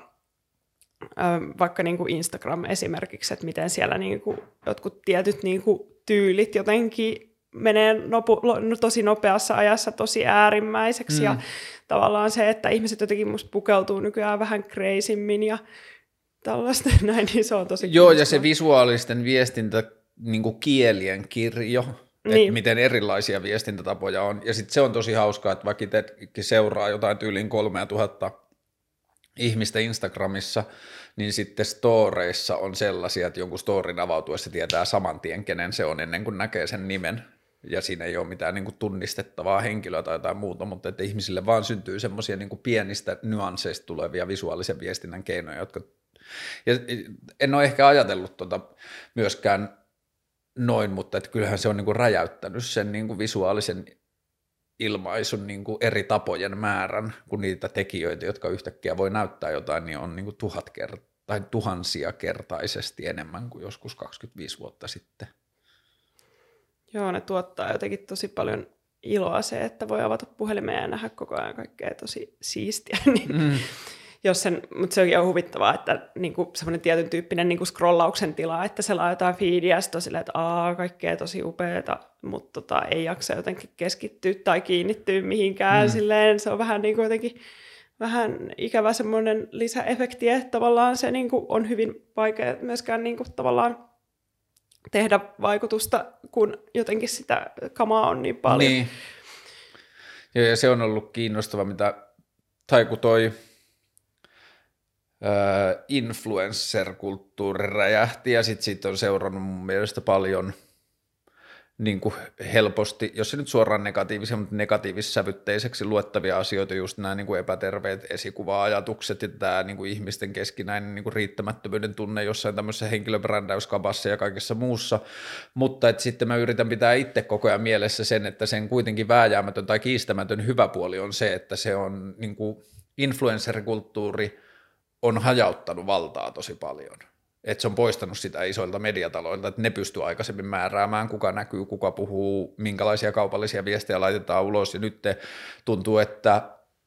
vaikka niin kuin Instagram esimerkiksi, että miten siellä niin kuin jotkut tietyt niin kuin tyylit jotenkin menee nopu, no, tosi nopeassa ajassa tosi äärimmäiseksi mm. ja tavallaan se, että ihmiset jotenkin musta pukeutuu nykyään vähän crazymmin ja tällaista näin, niin se on tosi Joo, ja se visuaalisten viestintä, niin kuin kielien kirjo, niin. Että miten erilaisia viestintätapoja on. Ja sitten se on tosi hauskaa, että vaikka itsekin seuraa jotain tyyliin kolmea tuhatta ihmistä Instagramissa, niin sitten storeissa on sellaisia, että jonkun storin avautuessa tietää saman tien, kenen se on ennen kuin näkee sen nimen. Ja siinä ei ole mitään niin kuin tunnistettavaa henkilöä tai jotain muuta, mutta että ihmisille vaan syntyy semmoisia niin kuin pienistä nyansseista tulevia visuaalisen viestinnän keinoja, jotka... Ja en ole ehkä ajatellut tuota myöskään noin, mutta että kyllähän se on niin kuin räjäyttänyt sen niin kuin visuaalisen ilmaisun niin kuin eri tapojen määrän, kun niitä tekijöitä, jotka yhtäkkiä voi näyttää jotain, niin on niin kuin tuhat kert- tai tuhansia kertaisesti enemmän kuin joskus kaksikymmentäviisi vuotta sitten. Joo, ne tuottaa jotenkin tosi paljon iloa se, että voi avata puhelimeen ja nähdä koko ajan kaikkea tosi siistiä. niin, mm. jos sen, mutta se onkin huvittavaa, että niinku, semmoinen tietyn tyyppinen niinku scrollauksen tila, että se laitetaan feedia ja sitten on silleen, että aah, kaikkea tosi upeata, mutta tota, ei jaksa jotenkin keskittyä tai kiinnittyä mihinkään. Mm. Silleen, se on vähän niin kuin jotenkin vähän ikävä semmoinen lisäefekti, että tavallaan se niinku, on hyvin vaikea myöskään niinku, tavallaan tehdä vaikutusta, kun jotenkin sitä kamaa on niin paljon. Niin. Ja, ja se on ollut kiinnostava, mitä, tai kun toi äh, influencer-kulttuuri räjähti, ja sitten siitä on seurannut mun mielestä paljon niin kuin helposti, jos se nyt suoraan negatiivisia, mutta negatiivissävytteiseksi luettavia asioita, just nämä niin kuin epäterveet esikuva-ajatukset ja tämä niin kuin ihmisten keskinäinen niin kuin riittämättömyyden tunne jossain tämmöisessä henkilöbrändäyskabassa ja kaikessa muussa, mutta että sitten mä yritän pitää itse koko ajan mielessä sen, että sen kuitenkin vääjäämätön tai kiistämätön hyvä puoli on se, että se on niin kuin influenssarikulttuuri on hajauttanut valtaa tosi paljon. Että se on poistanut sitä isoilta mediataloilta, että ne pystyy aikaisemmin määräämään, kuka näkyy, kuka puhuu, minkälaisia kaupallisia viestejä laitetaan ulos, ja nyt tuntuu, että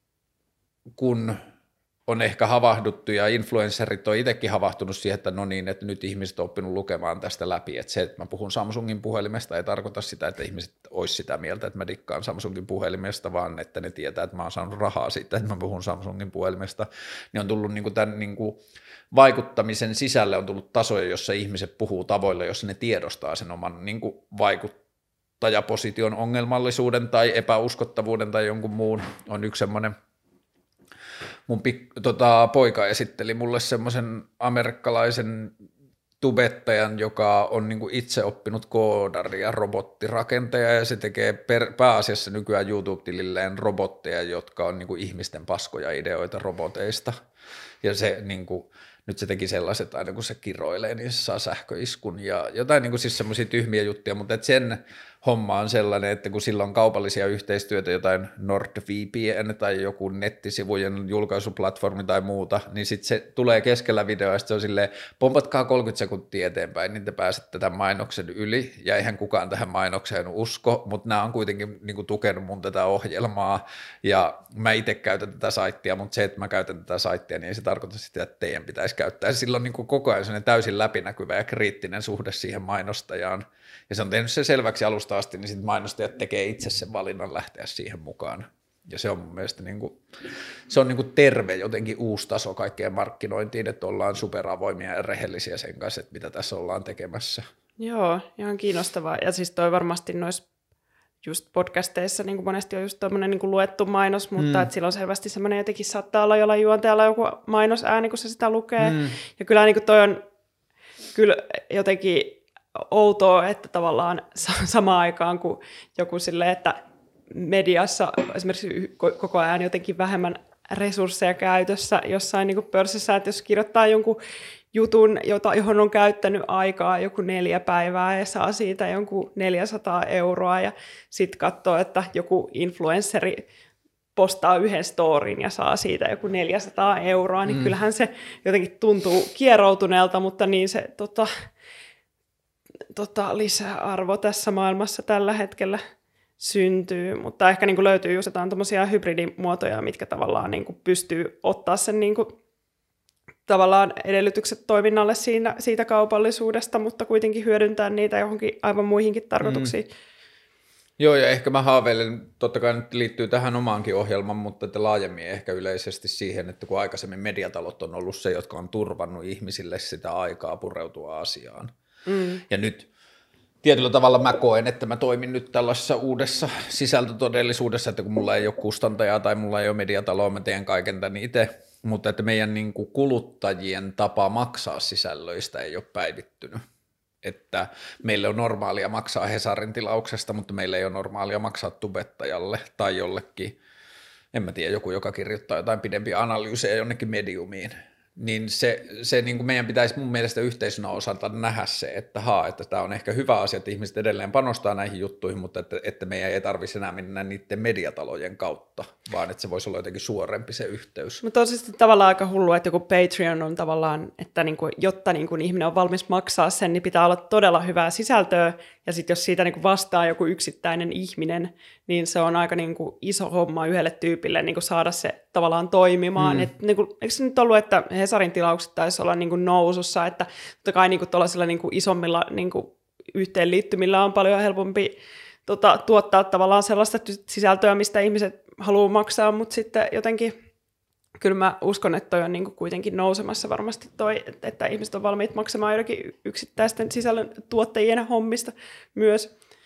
kun on ehkä havahduttu, ja influencerit on itsekin havahtunut siihen, että no niin, että nyt ihmiset on oppinut lukemaan tästä läpi, että se, että mä puhun Samsungin puhelimesta, ei tarkoita sitä, että ihmiset olisi sitä mieltä, että mä dikkaan Samsungin puhelimesta, vaan että ne tietää, että mä oon saanut rahaa siitä, että mä puhun Samsungin puhelimesta, niin on tullut niin kuin tämän niin kuin vaikuttamisen sisälle on tullut tasoja, jossa ihmiset puhuu tavoilla, jossa ne tiedostaa sen oman niin kuin vaikuttajaposition ongelmallisuuden tai epäuskottavuuden tai jonkun muun. On yksi semmoinen, mun pik- tota, poika esitteli mulle semmoisen amerikkalaisen tubettajan, joka on niin kuin itse oppinut koodari ja robottirakentaja, ja se tekee per, pääasiassa nykyään YouTube-tililleen robotteja, jotka on niin kuin ihmisten paskoja ideoita roboteista, ja se niin kuin nyt se teki sellaiset, aina kun se kiroilee, niin se saa sähköiskun ja jotain niin kuin siis semmoisia tyhmiä juttuja, mutta et sen homma on sellainen, että kun sillä on kaupallisia yhteistyötä, jotain NordVPN tai joku nettisivujen julkaisuplatformi tai muuta, niin sitten se tulee keskellä videoa ja se on silleen, pompatkaa kolmekymmentä sekuntia eteenpäin, niin te pääsette tämän mainoksen yli, ja eihän kukaan tähän mainokseen usko, mutta nämä on kuitenkin niin kuin tukenut mun tätä ohjelmaa, ja mä itse käytän tätä saittia, mutta se, että mä käytän tätä saittia, niin ei se tarkoita sitä, että teidän pitäisi käyttää. Sillä on niin kuin koko ajan sellainen täysin läpinäkyvä ja kriittinen suhde siihen mainostajaan, ja se on tehnyt sen selväksi alusta asti, niin sitten mainostajat tekee itse sen valinnan lähteä siihen mukaan. Ja se on mun mielestä niin kuin, se on niin kuin terve jotenkin uusi taso kaikkeen markkinointiin, että ollaan superavoimia ja rehellisiä sen kanssa, että mitä tässä ollaan tekemässä. Joo, ihan kiinnostavaa. Ja siis toi varmasti noissa just podcasteissa niin kuin monesti on just tuommoinen niin kuin luettu mainos, mutta mm. että sillä on selvästi semmoinen jotenkin saattaa olla jollain juonteella joku mainosääni, kun se sitä lukee. Mm. Ja kyllä niin kuin toi on kyllä jotenkin outoa, että tavallaan samaan aikaan kuin joku silleen, että mediassa esimerkiksi koko ajan jotenkin vähemmän resursseja käytössä jossain niin kuin pörssissä, että jos kirjoittaa jonkun jutun, jota, johon on käyttänyt aikaa joku neljä päivää ja saa siitä jonkun neljäsataa euroa ja sitten katsoo, että joku influenssari postaa yhden storin ja saa siitä joku neljäsataa euroa, niin mm. kyllähän se jotenkin tuntuu kieroutuneelta, mutta niin se tota, tota, lisäarvo tässä maailmassa tällä hetkellä syntyy, mutta ehkä niin kuin löytyy just jotain tommosia hybridimuotoja, mitkä tavallaan niin kuin pystyy ottaa sen niin kuin tavallaan edellytykset toiminnalle siinä, siitä kaupallisuudesta, mutta kuitenkin hyödyntää niitä johonkin aivan muihinkin tarkoituksiin. Mm. Joo, ja ehkä mä haaveilen, totta kai nyt liittyy tähän omaankin ohjelman, mutta että laajemmin ehkä yleisesti siihen, että kun aikaisemmin mediatalot on ollut se, jotka on turvannut ihmisille sitä aikaa pureutua asiaan. Mm. Ja nyt tietyllä tavalla mä koen, että mä toimin nyt tällaisessa uudessa sisältötodellisuudessa, että kun mulla ei ole kustantajaa tai mulla ei ole mediataloa, mä teen kaiken tämän itse, mutta että meidän niin kuin kuluttajien tapa maksaa sisällöistä ei ole päivittynyt. Että meillä on normaalia maksaa Hesarin tilauksesta, mutta meillä ei ole normaalia maksaa tubettajalle tai jollekin, en mä tiedä, joku, joka kirjoittaa jotain pidempiä analyysejä jonnekin mediumiin. Niin se, se niin kuin meidän pitäisi mun mielestä yhteisönä osalta nähdä se, että haa, että tämä on ehkä hyvä asia, että ihmiset edelleen panostaa näihin juttuihin, mutta että, että meidän ei tarvitse enää mennä niiden mediatalojen kautta, vaan että se voisi olla jotenkin suorempi se yhteys. Mutta on siis tavallaan aika hullua, että joku Patreon on tavallaan, että niin kuin, jotta niin kuin ihminen on valmis maksaa sen, niin pitää olla todella hyvää sisältöä, ja sitten jos siitä niin kuin vastaa joku yksittäinen ihminen, niin se on aika niin kuin iso homma yhdelle tyypille niin kuin saada se tavallaan toimimaan. Mm. Et, niin kuin, eikö se nyt ollut, että Hesarin tilaukset taisi olla niin kuin nousussa, että totta kai niin kuin tuollaisilla niin kuin isommilla niin kuin yhteenliittymillä on paljon helpompi tota, tuottaa tavallaan sellaista sisältöä, mistä ihmiset haluaa maksaa, mutta sitten jotenkin kyllä mä uskon, että toi on niin kuin kuitenkin nousemassa varmasti toi, että ihmiset on valmiit maksamaan joidenkin yksittäisten sisällön tuottajien hommista myös.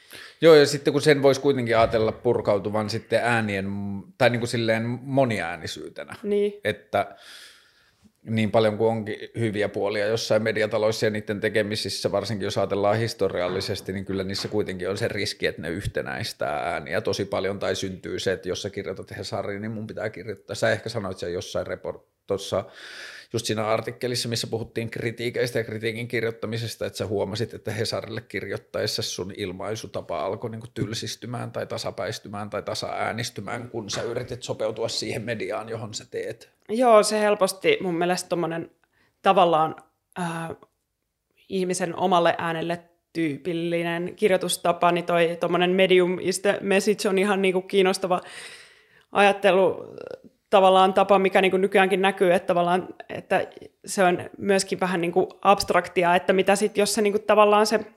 Joo, ja sitten kun sen voisi kuitenkin ajatella purkautuvan sitten äänien, tai niin kuin silleen moniäänisyytenä, Niin. että niin paljon kuin onkin hyviä puolia jossain mediataloissa ja niiden tekemisissä, varsinkin jos ajatellaan historiallisesti, niin kyllä niissä kuitenkin on se riski, että ne yhtenäistää ääniä tosi paljon, tai syntyy se, että jos sä kirjoitat Hesariin, niin mun pitää kirjoittaa. Sä ehkä sanoit sen jossain tuossa just siinä artikkelissa, missä puhuttiin kritiikeistä ja kritiikin kirjoittamisesta, että sä huomasit, että Hesarille kirjoittaessa sun ilmaisutapa alkoi niin kuin tylsistymään tai tasapäistymään tai tasa-äänistymään, kun sä yritit sopeutua siihen mediaan, johon sä teet. Joo, se helposti mun mielestä tommonen tavallaan äh, ihmisen omalle äänelle tyypillinen kirjoitustapa, niin toi tommonen medium is the message on ihan niinku kiinnostava ajattelu tavallaan tapa, mikä niinku nykyäänkin näkyy, että, tavallaan, että se on myöskin vähän niinku abstraktia, että mitä sitten, jos se niinku tavallaan se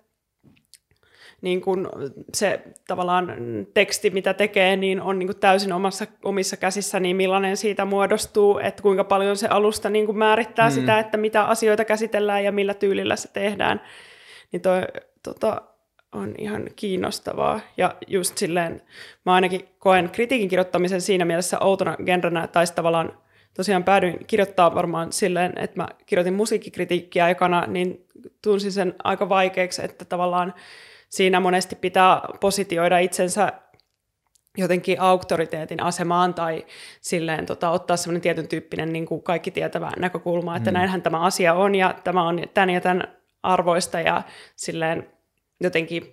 niin kun se tavallaan teksti, mitä tekee, niin on niin kun täysin omassa, omissa käsissä, niin millainen siitä muodostuu, että kuinka paljon se alusta niin kun määrittää mm. sitä, että mitä asioita käsitellään ja millä tyylillä se tehdään. Niin toi tota, on ihan kiinnostavaa. Ja just silleen, mä ainakin koen kritiikin kirjoittamisen siinä mielessä outona genrenä, tai tavallaan tosiaan päädyin kirjoittaa varmaan silleen, että mä kirjoitin musiikkikritiikkiä aikana, niin tunsin sen aika vaikeaksi, että tavallaan siinä monesti pitää positioida itsensä jotenkin auktoriteetin asemaan tai silleen tota, ottaa semmoinen tietyn tyyppinen niin kuin kaikki tietävä näkökulma, että mm. näinhän tämä asia on ja tämä on tämän ja tämän arvoista ja silleen jotenkin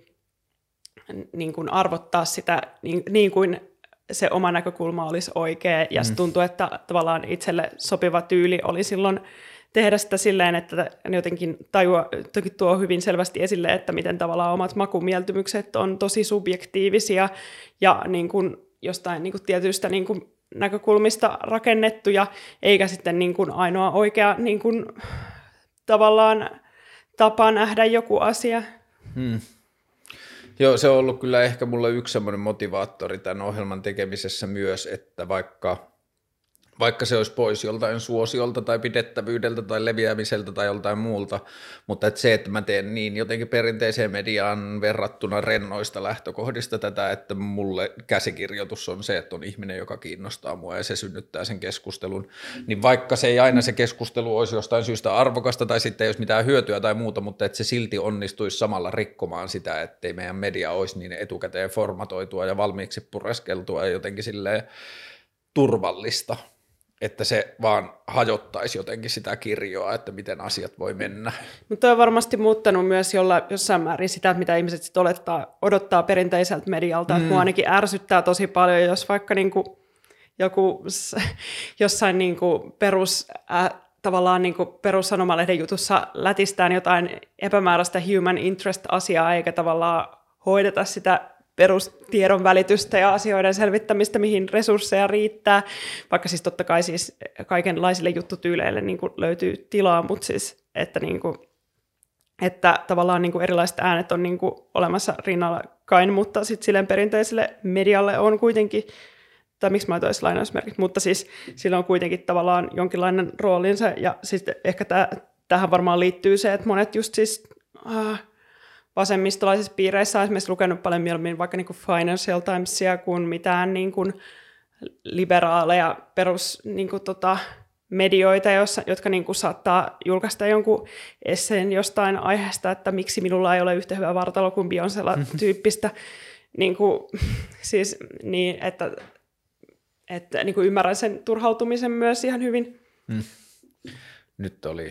niin kuin arvottaa sitä niin, niin kuin se oma näkökulma olisi oikea ja mm. se tuntuu, että tavallaan itselle sopiva tyyli oli silloin tehdä sitä silleen, että jotenkin tajua, toki tuo hyvin selvästi esille, että miten tavallaan omat makumieltymykset on tosi subjektiivisia ja niin kuin jostain niin kuin tietyistä niin kuin näkökulmista rakennettuja, eikä sitten niin kuin ainoa oikea niin kuin tavallaan tapa nähdä joku asia. Hmm. Joo, se on ollut kyllä ehkä mulle yksi semmoinen motivaattori tämän ohjelman tekemisessä myös, että vaikka Vaikka se olisi pois joltain suosiolta tai pidettävyydeltä tai leviämiseltä tai joltain muulta, mutta että se, että mä teen niin jotenkin perinteiseen mediaan verrattuna rennoista lähtökohdista tätä, että mulle käsikirjoitus on se, että on ihminen, joka kiinnostaa mua ja se synnyttää sen keskustelun, niin vaikka se ei aina se keskustelu olisi jostain syystä arvokasta tai sitten ei olisi mitään hyötyä tai muuta, mutta että se silti onnistuisi samalla rikkomaan sitä, ettei meidän media olisi niin etukäteen formatoitua ja valmiiksi pureskeltua ja jotenkin silleen turvallista, että se vaan hajottaisi jotenkin sitä kirjoa, että miten asiat voi mennä. Mutta on varmasti muuttanut myös jolla, jossain määrin sitä, mitä ihmiset sit odottaa, odottaa perinteiseltä medialta. Mm. Että mua ainakin ärsyttää tosi paljon, jos vaikka niinku joku jossain niinku perus, äh, tavallaan niinku perussanomalehden jutussa lätistään jotain epämääräistä human interest-asiaa, eikä tavallaan hoideta sitä perustiedon välitystä ja asioiden selvittämistä, mihin resursseja riittää, vaikka siis totta kai siis kaikenlaisille juttutyyleille niin kuin löytyy tilaa, mutta siis, että, niin kuin, että tavallaan niin kuin erilaiset äänet on niin kuin olemassa rinnallakkain, mutta sitten silleen perinteiselle medialle on kuitenkin, tai miksi mä toisin lainausmerkit, mutta siis sillä on kuitenkin tavallaan jonkinlainen roolinsa, ja sitten ehkä täh, tähän varmaan liittyy se, että monet just siis äh, vasemmistolaisissa piireissä on esimerkiksi lukenut paljon mieluummin vaikka niin kuin Financial Timesia kuin mitään niin kuin liberaaleja perus niin kuin tota, medioita, jossa, jotka niin kuin saattaa julkaista jonkun esseen jostain aiheesta, että miksi minulla ei ole yhtä hyvä vartalo kuin Beyoncella tyyppistä. niin kuin, siis, niin, että, että niin kuin ymmärrän sen turhautumisen myös ihan hyvin. Hmm. Nyt oli...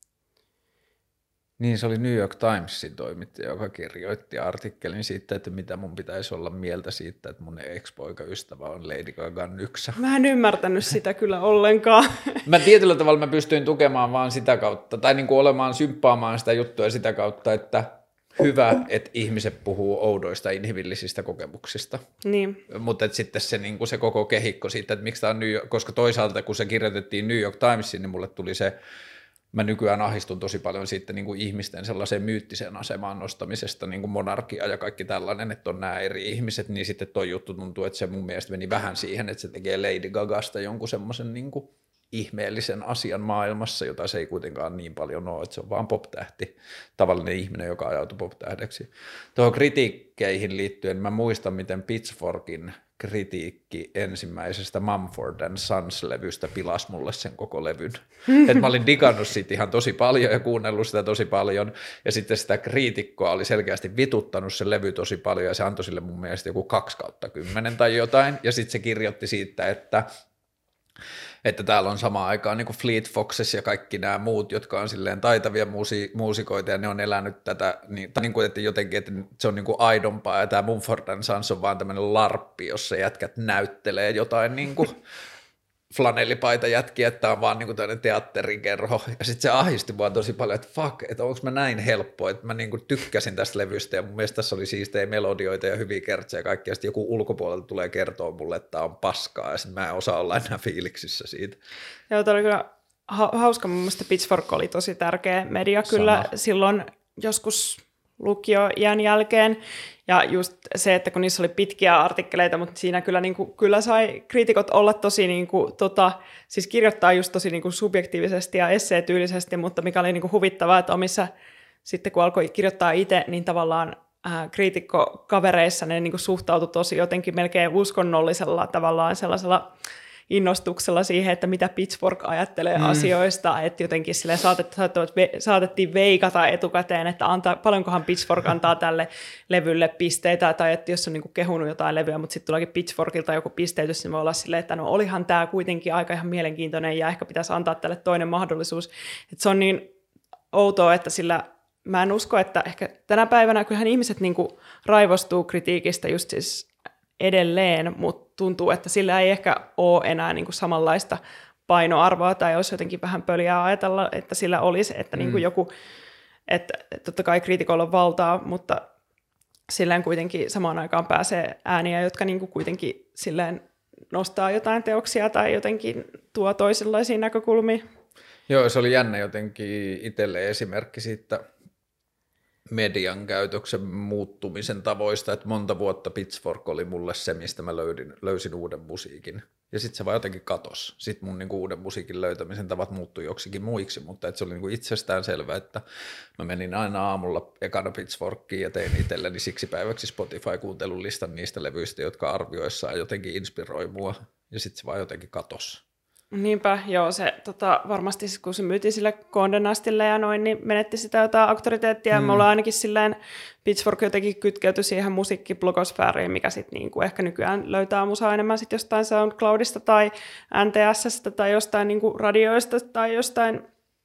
Niin, se oli New York Timesin toimittaja, joka kirjoitti artikkelin siitä, että mitä mun pitäisi olla mieltä siitä, että mun ex-poikaystävä on Lady Gagan yksä. Mä en ymmärtänyt sitä kyllä ollenkaan. Mä tietyllä tavalla mä pystyin tukemaan vaan sitä kautta, tai niin kuin olemaan symppaamaan sitä juttua sitä kautta, että hyvä, että ihmiset puhuu oudoista inhimillisistä kokemuksista. Niin. Mutta sitten se, niin kuin se koko kehikko siitä, että miksi tämä on New York, koska toisaalta kun se kirjoitettiin New York Timesiin, niin mulle tuli se, mä nykyään ahdistun tosi paljon siitä niin kuin ihmisten sellaiseen myyttiseen asemaan nostamisesta, niin kuin monarkia ja kaikki tällainen, että on nämä eri ihmiset, niin sitten toi juttu tuntuu, että se mun mielestä meni vähän siihen, että se tekee Lady Gagasta jonkun semmoisen niin kuin ihmeellisen asian maailmassa, jota se ei kuitenkaan niin paljon ole, että se on vaan pop-tähti, tavallinen ihminen, joka ajautui pop-tähdeksi. Tuohon kritiikkeihin liittyen mä muistan, miten Pitchforkin kritiikki ensimmäisestä Mumford and Sons-levystä pilasi mulle sen koko levyn. Et mä olin digannut siitä ihan tosi paljon ja kuunnellut sitä tosi paljon, ja sitten sitä kriitikkoa oli selkeästi vituttanut se levy tosi paljon, ja se antoi sille mun mielestä joku kaksi kautta kymmenen tai jotain, ja sitten se kirjoitti siitä, että että täällä on samaan aikaan niin kuin Fleet Foxes ja kaikki nämä muut, jotka on silleen taitavia muusi- muusikoita ja ne on elänyt tätä, niin, tai niin kuin, että jotenkin, että se on niin kuin aidompaa ja tämä Mumford and Sons on vaan tämmöinen larppi, jossa jätkät näyttelee jotain niin kuin flanellipaita jätkiä, että tämä on vaan niin kuin tämmöinen teatterikerho ja sitten se ahdisti mua tosi paljon, että fuck, että onko mä näin helppo, että mä niin kuin tykkäsin tästä levystä ja mun mielestä tässä oli siistejä melodioita ja hyviä kertsejä ja kaikkea, ja sitten joku ulkopuolelta tulee kertoa mulle, että tämä on paskaa ja sitten mä en osaa olla enää fiiliksissä siitä. Joo, tämä oli kyllä hauska, mun mielestä Pitchfork oli tosi tärkeä media kyllä Sama. silloin joskus lukioiän jälkeen, ja just se, että kun niissä oli pitkiä artikkeleita, mutta siinä kyllä, niin kuin, kyllä sai kriitikot olla tosi, niin kuin, tota, siis kirjoittaa just tosi niin kuin subjektiivisesti ja esseetyylisesti, mutta mikä oli niin kuin huvittavaa, että omissa, sitten kun alkoi kirjoittaa itse, niin tavallaan äh, kriitikkokavereissa ne niin kuin suhtautui tosi jotenkin melkein uskonnollisella tavallaan sellaisella innostuksella siihen, että mitä Pitchfork ajattelee mm. asioista, että jotenkin sille saatettiin veikata etukäteen, että antaa, paljonkohan Pitchfork antaa tälle levylle pisteitä, tai että jos on niin kuin kehunut jotain levyä, mutta sitten tuleekin Pitchforkilta joku pisteytys, niin voi olla silleen, että no olihan tämä kuitenkin aika ihan mielenkiintoinen, ja ehkä pitäisi antaa tälle toinen mahdollisuus. Että se on niin outoa, että sillä mä en usko, että ehkä tänä päivänä kyllähän ihmiset niin kuin raivostuu kritiikistä just siis edelleen, mutta tuntuu, että sillä ei ehkä ole enää niin kuin samanlaista painoarvoa, tai olisi jotenkin vähän pöliää ajatella, että sillä olisi, että mm. niin kuin joku, että, että totta kai kriitikoilla on valtaa, mutta silleen kuitenkin samaan aikaan pääsee ääniä, jotka niin kuin kuitenkin silleen nostaa jotain teoksia tai jotenkin tuo toisenlaisia näkökulmia. Joo, se oli jännä jotenkin itselle esimerkki siitä median käytöksen muuttumisen tavoista, että monta vuotta Pitchfork oli mulle se, mistä mä löydin, löysin uuden musiikin. Ja sitten se vaan jotenkin katosi. Sitten mun niinku uuden musiikin löytämisen tavat muuttui joksikin muiksi, mutta et se oli niinku itsestään selvä, että mä menin aina aamulla ekana Pitchforkiin ja tein itselleni siksi päiväksi Spotify-kuuntelun listan niistä levyistä, jotka arvioissaan jotenkin inspiroi mua. Ja sitten se vaan jotenkin katosi. Niinpä, joo, se tota, varmasti kun se myytiin sille Condé Nastille ja noin, niin menetti sitä jotain auktoriteettia. Mm. Mulla ainakin silleen Pitchfork jotenkin kytkeytyi siihen musiikkiblogosfääriin, mikä sitten niinku ehkä nykyään löytää musaa enemmän sit jostain SoundCloudista tai N T S:stä tai jostain niinku radioista tai jostain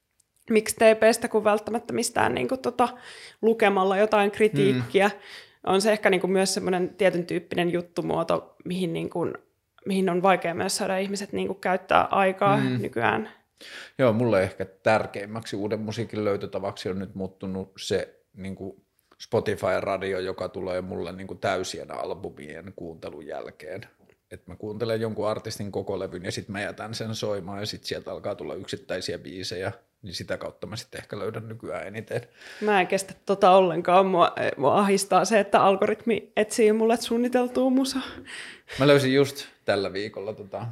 mixtapeista kuin välttämättä mistään niinku tota, lukemalla jotain kritiikkiä. Mm. On se ehkä niinku myös semmoinen tietyn tyyppinen juttumuoto, mihin niinku mihin on vaikea myös saada ihmiset niin kuin käyttää aikaa mm. nykyään. Joo, mulle ehkä tärkeimmäksi uuden musiikin löytötavaksi on nyt muuttunut se niin kuin Spotify-radio, joka tulee mulle niin kuin täysien albumien kuuntelun jälkeen. Että mä kuuntelen jonkun artistin koko levyn ja sitten mä jätän sen soimaan ja sitten sieltä alkaa tulla yksittäisiä biisejä, niin sitä kautta mä sitten ehkä löydän nykyään eniten. Mä en kestä tota ollenkaan. Mua, mua ahistaa se, että algoritmi etsii mulle suunniteltua musaa. Mä löysin just tällä viikolla tota,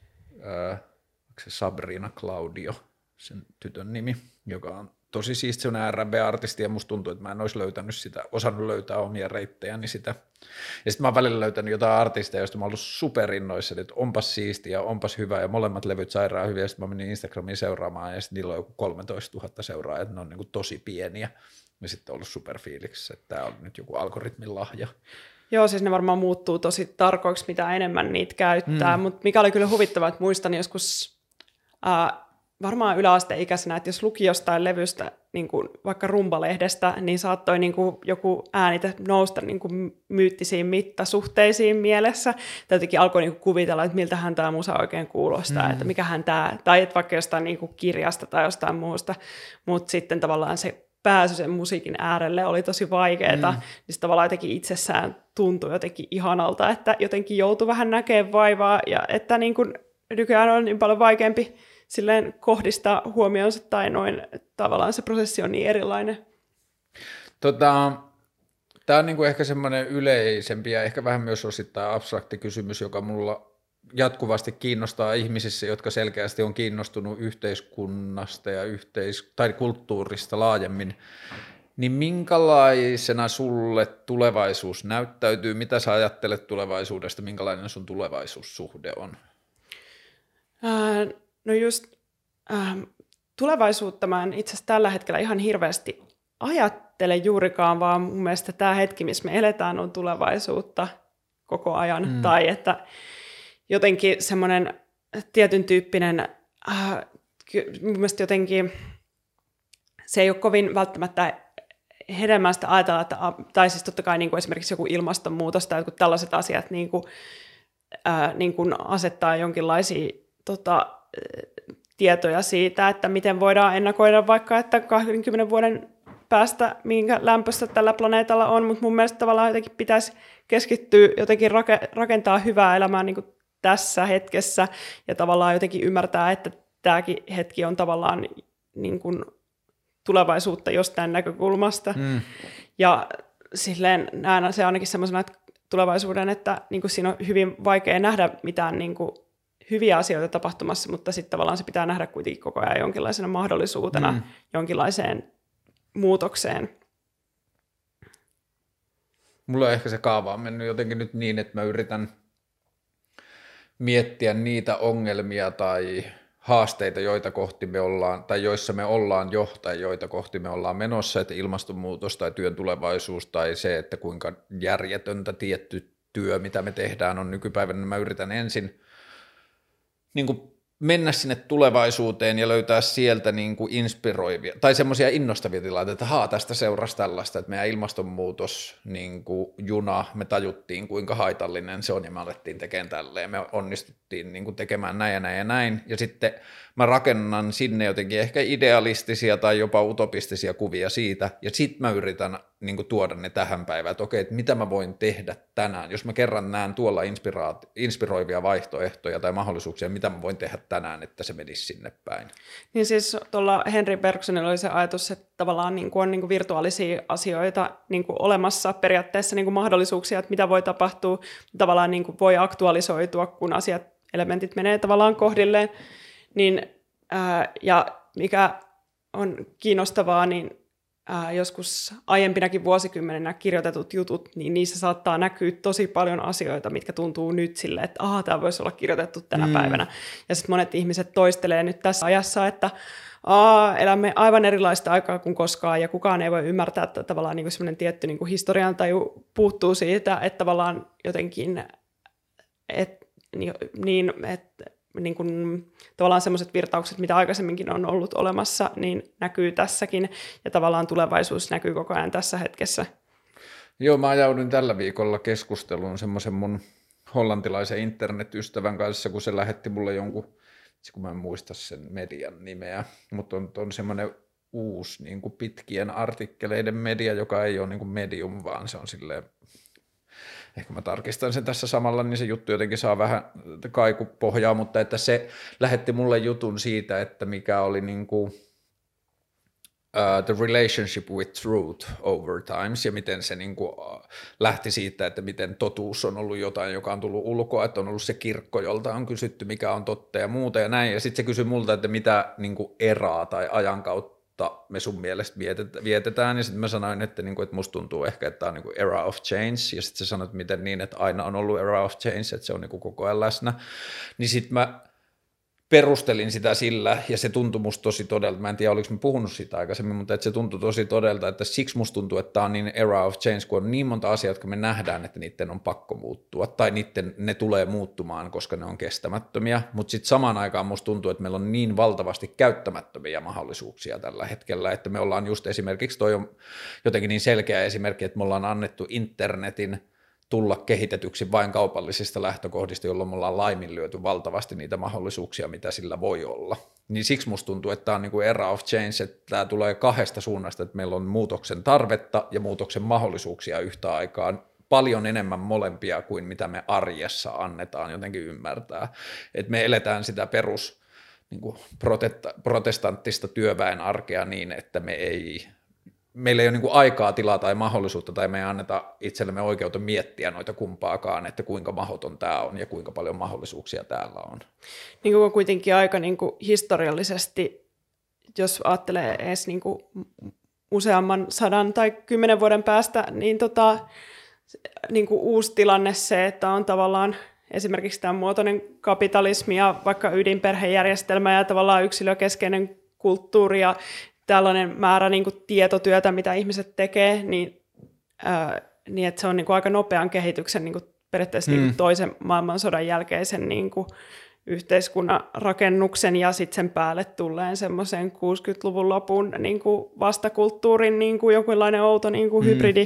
ää, se Sabrina Claudio, sen tytön nimi, joka on tosi siisti, se on R and B-artisti ja musta tuntuu, että mä en olisi löytänyt sitä, osannut löytää omia reittejäni sitä. Ja sitten mä oon välillä löytänyt jotain artisteja, joista mä oon ollut superinnoissa, että onpas siistiä, onpas hyvä ja molemmat levyt sairaan hyviä. Ja sitten mä menin Instagramiin seuraamaan ja sitten niillä on joku kolmetoistatuhatta seuraajaa, että ne on niinku tosi pieniä. Ja sitten on ollut superfiiliksissä, että tää on nyt joku algoritmin lahja. Joo, siis ne varmaan muuttuu tosi tarkoiksi, mitä enemmän niitä käyttää, mm. mutta mikä oli kyllä huvittavaa, että muistan joskus äh, varmaan yläasteikäisenä, että jos luki jostain levystä, niin kuin vaikka Rumba-lehdestä, niin saattoi niin kuin joku äänite nousta niin kuin myyttisiin mittasuhteisiin mielessä. Tai jotenkin alkoi niin kuin kuvitella, että miltähän tämä musa oikein kuulostaa, mm. että mikähän tämä, tai että vaikka jostain niin kuin kirjasta tai jostain muusta, mutta sitten tavallaan se pääsy sen musiikin äärelle oli tosi vaikeaa, mm. niin se tavallaan jotenkin itsessään tuntui jotenkin ihanalta, että jotenkin joutui vähän näkemään vaivaa, ja että niin kuin nykyään on niin paljon vaikeampi silleen kohdistaa huomionsa tai noin, tavallaan se prosessi on niin erilainen. Tota, tämä on niinku ehkä semmoinen yleisempi ja ehkä vähän myös osittain abstrakti kysymys, joka mulla jatkuvasti kiinnostaa ihmisissä, jotka selkeästi on kiinnostunut yhteiskunnasta ja yhteis- tai kulttuurista laajemmin, niin minkälaisena sulle tulevaisuus näyttäytyy? Mitä sä ajattelet tulevaisuudesta? Minkälainen sun tulevaisuussuhde on? Ää, no just ää, tulevaisuutta mä en itse asiassa tällä hetkellä ihan hirveästi ajattele juurikaan, vaan mun mielestä tämä hetki, missä me eletään, on tulevaisuutta koko ajan. Mm. Tai että jotenkin semmoinen tietyn tyyppinen, äh, mun mielestä jotenkin se ei ole kovin välttämättä hedelmästä ajatella, että, tai siis totta kai niin kuin esimerkiksi joku ilmastonmuutos tai jotkut tällaiset asiat niin kuin, äh, niin kuin asettaa jonkinlaisia tota, tietoja siitä, että miten voidaan ennakoida vaikka, että kaksikymmentä vuoden päästä, minkä lämpöstä tällä planeetalla on, mutta mun mielestä tavallaan jotenkin pitäisi keskittyä jotenkin rakentaa hyvää elämää niin kuin tässä hetkessä ja tavallaan jotenkin ymmärtää, että tämäkin hetki on tavallaan niin kuin tulevaisuutta jostain näkökulmasta. Mm. Ja silleen näen se ainakin semmoisena tulevaisuuden, että niin kuin siinä on hyvin vaikea nähdä mitään niin kuin hyviä asioita tapahtumassa, mutta sitten tavallaan se pitää nähdä kuitenkin koko ajan jonkinlaisena mahdollisuutena mm. jonkinlaiseen muutokseen. Mulla on ehkä se kaava on mennyt jotenkin nyt niin, että mä yritän miettiä niitä ongelmia tai haasteita, joita kohti me ollaan, tai joissa me ollaan jo, tai joita kohti me ollaan menossa, että ilmastonmuutos tai työn tulevaisuus tai se, että kuinka järjetöntä tietty työ, mitä me tehdään, on nykypäivänä, niin mä yritän ensin niin kuin mennä sinne tulevaisuuteen ja löytää sieltä niin kuin inspiroivia tai semmoisia innostavia tilanteita, että haa, tästä seurasi tällaista, että meidän ilmastonmuutos niin kuin juna, me tajuttiin kuinka haitallinen se on ja me alettiin tekemään tälleen, me onnistuttiin niin kuin tekemään näin ja näin ja näin ja sitten mä rakennan sinne jotenkin ehkä idealistisia tai jopa utopistisia kuvia siitä ja sitten mä yritän niin kuin tuoda ne tähän päivään, että okei, että mitä mä voin tehdä tänään, jos mä kerran näen tuolla inspiraat- inspiroivia vaihtoehtoja tai mahdollisuuksia, mitä mä voin tehdä tänään, että se menisi sinne päin. Niin siis tuolla Henry Bergsonilla oli se ajatus, että tavallaan niin kuin on niin kuin virtuaalisia asioita niin kuin olemassa periaatteessa niin kuin mahdollisuuksia, että mitä voi tapahtua, tavallaan niin kuin voi aktualisoitua, kun asiat, elementit menee tavallaan kohdilleen, niin, ää, ja mikä on kiinnostavaa, niin ää, joskus aiempinakin vuosikymmeninä kirjoitetut jutut, niin niissä saattaa näkyä tosi paljon asioita, mitkä tuntuu nyt silleen, että aha, tämä voisi olla kirjoitettu tänä mm. päivänä. Ja sitten monet ihmiset toistelee nyt tässä ajassa, että Aa, elämme aivan erilaista aikaa kuin koskaan, ja kukaan ei voi ymmärtää, että tavallaan niin semmoinen tietty niin historian taju puuttuu siitä, että tavallaan jotenkin, et, niin, että niin kuin, tavallaan semmoiset virtaukset, mitä aikaisemminkin on ollut olemassa, niin näkyy tässäkin, ja tavallaan tulevaisuus näkyy koko ajan tässä hetkessä. Joo, mä ajauduin tällä viikolla keskusteluun semmoisen mun hollantilaisen internetystävän kanssa, kun se lähetti mulle jonkun, kun mä en muista sen median nimeä, mutta on, on semmoinen uusi niin kuin pitkien artikkeleiden media, joka ei ole niin kuin medium, vaan se on silleen, ehkä mä tarkistan sen tässä samalla, niin se juttu jotenkin saa vähän kaikupohjaa, mutta että se lähetti mulle jutun siitä, että mikä oli niin kuin, uh, the relationship with truth over times, ja miten se niin kuin, uh, lähti siitä, että miten totuus on ollut jotain, joka on tullut ulkoa, että on ollut se kirkko, jolta on kysytty, mikä on totta ja muuta ja näin, ja sitten se kysyi multa, että mitä niin kuin eraa tai ajan kautta me sun mielestä vietetään, ja sitten mä sanoin, että, niin kuin, että musta tuntuu ehkä, että tämä on niin kuin era of change, ja sitten sä sanoit, miten niin, että aina on ollut era of change, että se on niin kuin koko ajan läsnä, niin sitten mä perustelin sitä sillä, ja se tuntui musta tosi todelta, mä en tiedä oliko mä puhunut siitä aikaisemmin, mutta että se tuntui tosi todelta, että siksi musta tuntuu, että tämä on niin era of change, kun on niin monta asiaa, jotka me nähdään, että niiden on pakko muuttua, tai niiden, ne tulee muuttumaan, koska ne on kestämättömiä, mutta sitten samaan aikaan musta tuntuu, että meillä on niin valtavasti käyttämättömiä mahdollisuuksia tällä hetkellä, että me ollaan just esimerkiksi, toi on jotenkin niin selkeä esimerkki, että me ollaan annettu internetin tulla kehitetyksi vain kaupallisista lähtökohdista, jolloin me ollaan laiminlyöty valtavasti niitä mahdollisuuksia, mitä sillä voi olla. Niin siksi musta tuntuu, että tämä on niin kuin era of change, että tämä tulee kahdesta suunnasta, että meillä on muutoksen tarvetta ja muutoksen mahdollisuuksia yhtä aikaan, paljon enemmän molempia kuin mitä me arjessa annetaan jotenkin ymmärtää. Että me eletään sitä perus niin kuin protestanttista työväen arkea niin, että me ei meillä ei ole niin kuin aikaa, tilaa tai mahdollisuutta, tai me ei anneta itsellemme oikeutta miettiä noita kumpaakaan, että kuinka mahdoton tämä on ja kuinka paljon mahdollisuuksia täällä on. Niin kuin kuitenkin aika niin kuin historiallisesti, jos ajattelee edes niin kuin useamman sadan tai kymmenen vuoden päästä, niin, tota, niin kuin uusi tilanne se, että on tavallaan esimerkiksi tämä muotoinen kapitalismi ja vaikka ydinperhejärjestelmä ja tavallaan yksilökeskeinen kulttuuri ja tällainen määrä niin kuin tietotyötä, mitä ihmiset tekee, niin, ää, niin että se on niin kuin aika nopean kehityksen niin kuin periaatteessa mm. niin kuin toisen maailmansodan jälkeisen niin kuin yhteiskunnan rakennuksen ja sitten sen päälle tulleen semmoisen kuusikymmentäluvun lopun niin kuin vastakulttuurin niin kuin jokinlainen outo niin kuin mm. hybridi,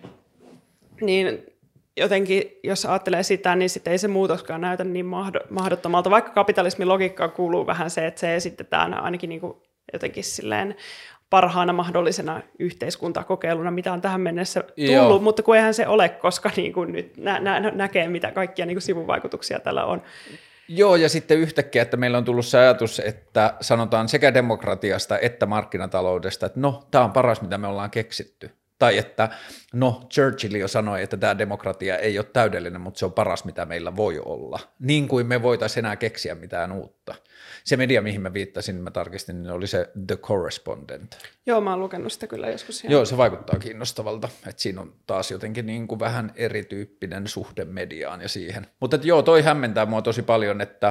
niin jotenkin, jos ajattelee sitä, niin sitten ei se muutoskaan näytä niin mahdottomalta, vaikka kapitalismin logiikkaan kuuluu vähän se, että se esitetään ainakin niin kuin jotenkin silleen parhaana mahdollisena yhteiskuntakokeiluna, mitä on tähän mennessä tullut, Joo. mutta kun eihän se ole, koska niin kuin nyt nä- nä- näkee, mitä kaikkia niin kuin sivuvaikutuksia tällä on. Joo, ja sitten yhtäkkiä, että meillä on tullut se ajatus, että sanotaan sekä demokratiasta että markkinataloudesta, että no, tämä on paras, mitä me ollaan keksitty. Tai että no, Churchill jo sanoi, että tämä demokratia ei ole täydellinen, mutta se on paras, mitä meillä voi olla. Niin kuin me voitaisiin enää keksiä mitään uutta. Se media, mihin mä viittasin, mä tarkistin, niin oli se The Correspondent. Joo, mä oon lukenut sitä kyllä joskus. Joo, se vaikuttaa kiinnostavalta, että siinä on taas jotenkin niin kuin vähän erityyppinen suhde mediaan ja siihen. Mutta joo, toi hämmentää mua tosi paljon, että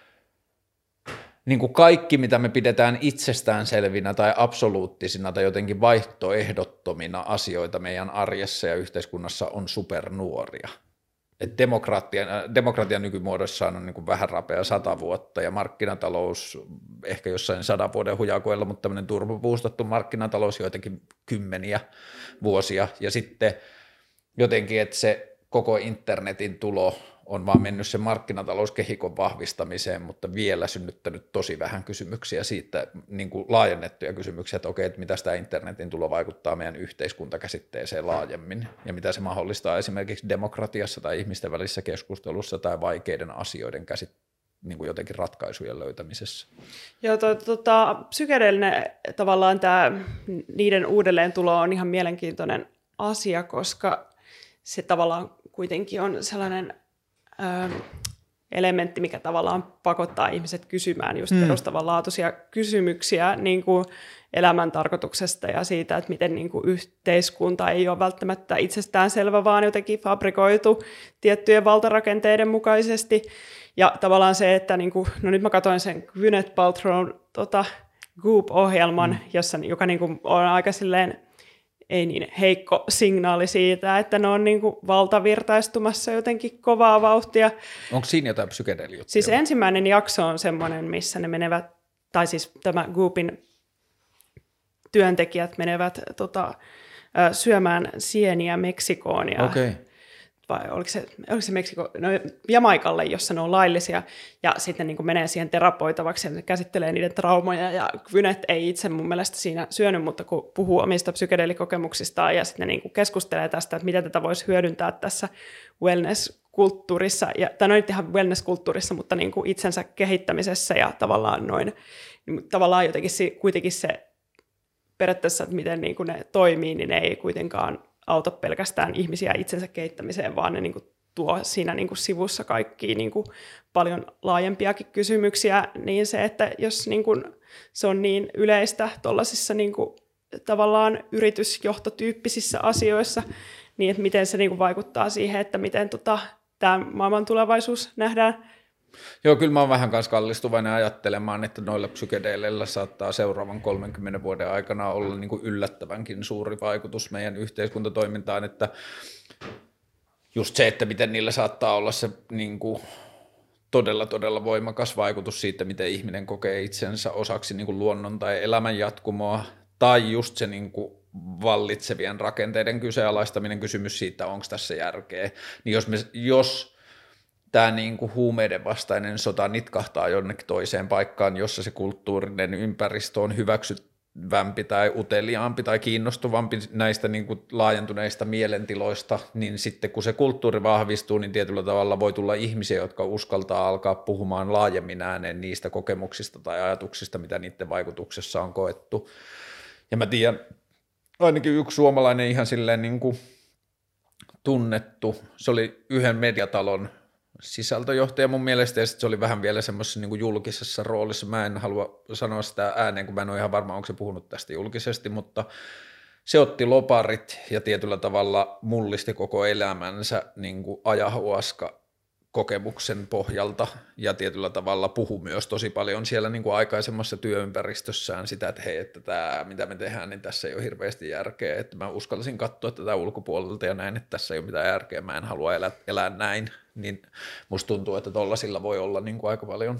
niin kuin kaikki, mitä me pidetään itsestäänselvinä tai absoluuttisina tai jotenkin vaihtoehdottomina asioita meidän arjessa ja yhteiskunnassa on supernuoria. Et demokratian, demokratian nykymuodossaan on niin kuin vähän rapea sata vuotta ja markkinatalous ehkä jossain sadan vuoden hujakoilla, mutta tämmöinen turbopuustattu markkinatalous joitakin kymmeniä vuosia ja sitten jotenkin, että se koko internetin tulo on vaan mennyt sen markkinatalouskehikon vahvistamiseen, mutta vielä synnyttänyt tosi vähän kysymyksiä siitä, niin kuin laajennettuja kysymyksiä, että okei, että mitä tämä internetin tulo vaikuttaa meidän yhteiskuntakäsitteeseen laajemmin, ja mitä se mahdollistaa esimerkiksi demokratiassa tai ihmisten välisessä keskustelussa tai vaikeiden asioiden käsit, niin kuin jotenkin ratkaisujen löytämisessä. Joo, to, tota, psykedeellinen tavallaan tämä, niiden uudelleen tulo on ihan mielenkiintoinen asia, koska se tavallaan kuitenkin on sellainen elementti, mikä tavallaan pakottaa ihmiset kysymään just mm. perustavanlaatuisia kysymyksiä niin kuin elämän tarkoituksesta ja siitä, että miten niin kuin yhteiskunta ei ole välttämättä itsestäänselvä, vaan jotenkin fabrikoitu tiettyjen valtarakenteiden mukaisesti. Ja tavallaan se, että niin kuin, no nyt mä katsoin sen Gwyneth Paltrown tota, Goop-ohjelman, mm. jossa, joka niin kuin on aika silleen ei niin heikko signaali siitä, että ne on niin kuin valtavirtaistumassa jotenkin kovaa vauhtia. Onko siinä jotain psykedeliuttia? Siis ensimmäinen jakso on semmoinen, missä ne menevät, tai siis tämä Goopin työntekijät menevät tota, syömään sieniä Meksikoon. Ja, okay. Vai oliko se, oliko se Meksiko, no Jamaikalle, jossa ne on laillisia, ja sitten niin kuin menee siihen terapoitavaksi, ja ne käsittelee niiden traumoja, ja Gwyneth ei itse mun mielestä siinä syönyt, mutta kun puhuu omista psykedeelikokemuksistaan, ja sitten ne niin kuin keskustelee tästä, että miten tätä voisi hyödyntää tässä wellness-kulttuurissa, ja, tai no nyt ihan wellness-kulttuurissa, mutta niin kuin itsensä kehittämisessä, ja tavallaan noin, niin tavallaan jotenkin kuitenkin se periaatteessa, että miten niin kuin ne toimii, niin ne ei kuitenkaan auta pelkästään ihmisiä itsensä kehittämiseen, vaan ne niin kuin tuo siinä niin kuin sivussa kaikkia niin kuin paljon laajempiakin kysymyksiä, niin se, että jos niin kuin se on niin yleistä tuollaisissa niin kuin tavallaan yritysjohtotyyppisissä asioissa, niin että miten se niin kuin vaikuttaa siihen, että miten tota, tämä maailman tulevaisuus nähdään. Joo, kyllä mä oon vähän kanssa kallistuvainen ajattelemaan, että noilla psykedeeleillä saattaa seuraavan kolmenkymmenen vuoden aikana olla niin kuin yllättävänkin suuri vaikutus meidän yhteiskuntatoimintaan, että just se, että miten niillä saattaa olla se niin kuin todella, todella voimakas vaikutus siitä, miten ihminen kokee itsensä osaksi niin kuin luonnon tai elämän jatkumoa, tai just se niin kuin vallitsevien rakenteiden kyseenalaistaminen, kysymys siitä, onko tässä järkeä, niin jos, me, jos tämä niin kuin huumeiden vastainen sota nitkahtaa jonnekin toiseen paikkaan, jossa se kulttuurinen ympäristö on hyväksyvämpi tai uteliaampi tai kiinnostuvampi näistä niin kuin laajentuneista mielentiloista, niin sitten kun se kulttuuri vahvistuu, niin tietyllä tavalla voi tulla ihmisiä, jotka uskaltaa alkaa puhumaan laajemmin ääneen niistä kokemuksista tai ajatuksista, mitä niiden vaikutuksessa on koettu. Ja mä tiedän ainakin yksi suomalainen ihan silleen niin kuin tunnettu, se oli yhden mediatalon sisältöjohtaja mun mielestä, ja sitten se oli vähän vielä semmoisessa niin kuin julkisessa roolissa. Mä en halua sanoa sitä ääneen, kun mä en ole ihan varma, onko se puhunut tästä julkisesti, mutta se otti loparit ja tietyllä tavalla mullisti koko elämänsä niin kuin ayahuasca kokemuksen pohjalta ja tietyllä tavalla puhui myös tosi paljon siellä niin kuin aikaisemmassa työympäristössään sitä, että hei, että tämä, mitä me tehdään, niin tässä ei ole hirveästi järkeä, että mä uskallisin katsoa tätä ulkopuolelta ja näin, että tässä ei ole mitään järkeä, mä en halua elää, elää näin, niin musta tuntuu, että tollasilla voi olla niin kuin aika paljon.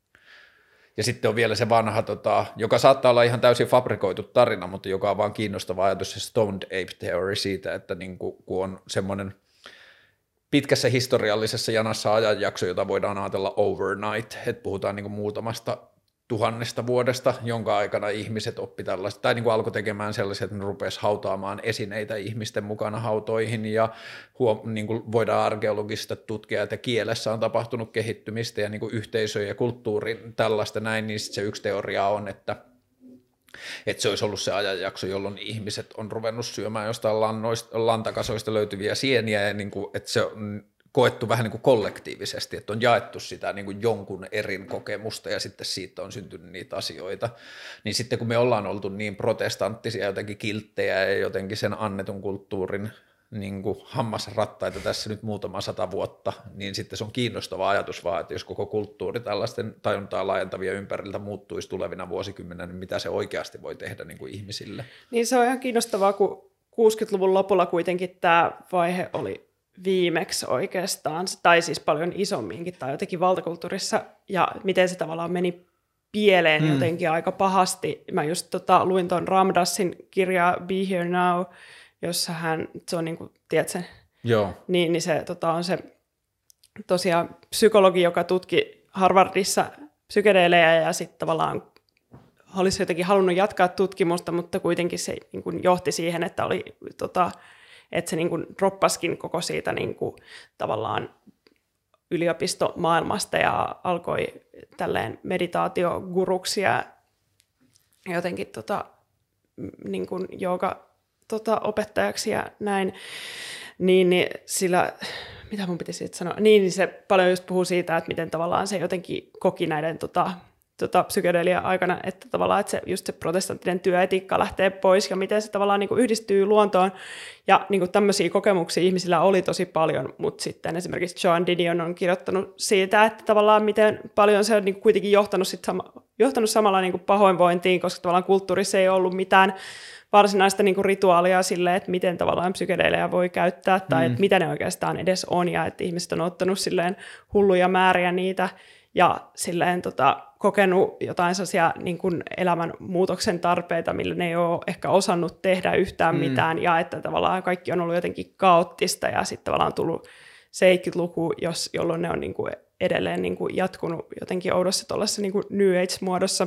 Ja sitten on vielä se vanha, tota, joka saattaa olla ihan täysin fabrikoitu tarina, mutta joka on vaan kiinnostava ajatus, se Stoned Ape Theory siitä, että niin kuin, kun on semmoinen pitkässä historiallisessa janassa ajanjakso, jota voidaan ajatella overnight, että puhutaan niin kuin muutamasta tuhannesta vuodesta, jonka aikana ihmiset oppi tällaista, tai niin kuin alkoi tekemään sellaiset, että ne rupesi hautaamaan esineitä ihmisten mukana hautoihin, ja huom- niin kuin voidaan arkeologista tutkia, että kielessä on tapahtunut kehittymistä, ja niin kuin yhteisö ja kulttuurin tällaista näin, niin se yksi teoria on, että että se olisi ollut se ajanjakso, jolloin ihmiset on ruvennut syömään jostain lannoista, lantakasoista löytyviä sieniä, ja niin kuin, että se on koettu vähän niin kuin kollektiivisesti, että on jaettu sitä niin kuin jonkun erin kokemusta, ja sitten siitä on syntynyt niitä asioita. Niin sitten kun me ollaan oltu niin protestanttisia, jotenkin kilttejä ja jotenkin sen annetun kulttuurin niin kuin hammasrattaita tässä nyt muutama sata vuotta, niin sitten se on kiinnostava ajatus vaan, että jos koko kulttuuri tällaisten tajuntaa laajentavia ympäriltä muuttuisi tulevina vuosikymmeninä, niin mitä se oikeasti voi tehdä niin kuin ihmisille. Niin se on ihan kiinnostavaa, kun kuusikymmentäluvun lopulla kuitenkin tämä vaihe oli viimeksi oikeastaan, tai siis paljon isomminkin, tai jotenkin valtakulttuurissa, ja miten se tavallaan meni pieleen mm. jotenkin aika pahasti. Mä just tota, luin tuon Ram Dassin kirjaa Be Here Now, jossa hän, se on niin kuin, tiedätkö, Joo. Niin, niin se tota, on se tosiaan psykologi, joka tutki Harvardissa psykedeelejä ja sitten tavallaan olisi jotenkin halunnut jatkaa tutkimusta, mutta kuitenkin se niin kuin, johti siihen, että, oli, tota, että se niin kuin, droppaskin koko siitä niin kuin, tavallaan yliopistomaailmasta ja alkoi tälleen meditaatioguruksi ja jotenkin tota, niin kuin, jooga Tota, opettajaksi ja näin, niin, niin sillä, mitä mun piti siitä sanoa, niin, niin se paljon just puhuu siitä, että miten tavallaan se jotenkin koki näiden tota, tota, psykedelia aikana, että tavallaan että se, just se protestanttinen työetiikka lähtee pois ja miten se tavallaan niin kuin yhdistyy luontoon ja niin kuin tämmöisiä kokemuksia ihmisillä oli tosi paljon, mutta sitten esimerkiksi Joan Didion on kirjoittanut siitä, että tavallaan miten paljon se on niin kuin kuitenkin johtanut, sit sama, johtanut samalla niin kuin pahoinvointiin, koska tavallaan kulttuurissa ei ollut mitään varsinaista niin kuin rituaalia silleen, että miten tavallaan psykedeilejä voi käyttää tai mm. että mitä ne oikeastaan edes on ja että ihmiset on ottanut silleen hulluja määriä niitä ja silleen tota, kokenut jotain sellaisia niin kuin elämän muutoksen tarpeita, millä ne ei ole ehkä osannut tehdä yhtään mm. mitään ja että tavallaan kaikki on ollut jotenkin kaoottista ja sitten tavallaan on tullut seitsemänkymmentäluku, jos, jolloin ne on niin kuin edelleen niin kuin jatkunut jotenkin oudossa tuollaisessa niin kuin New Age-muodossa.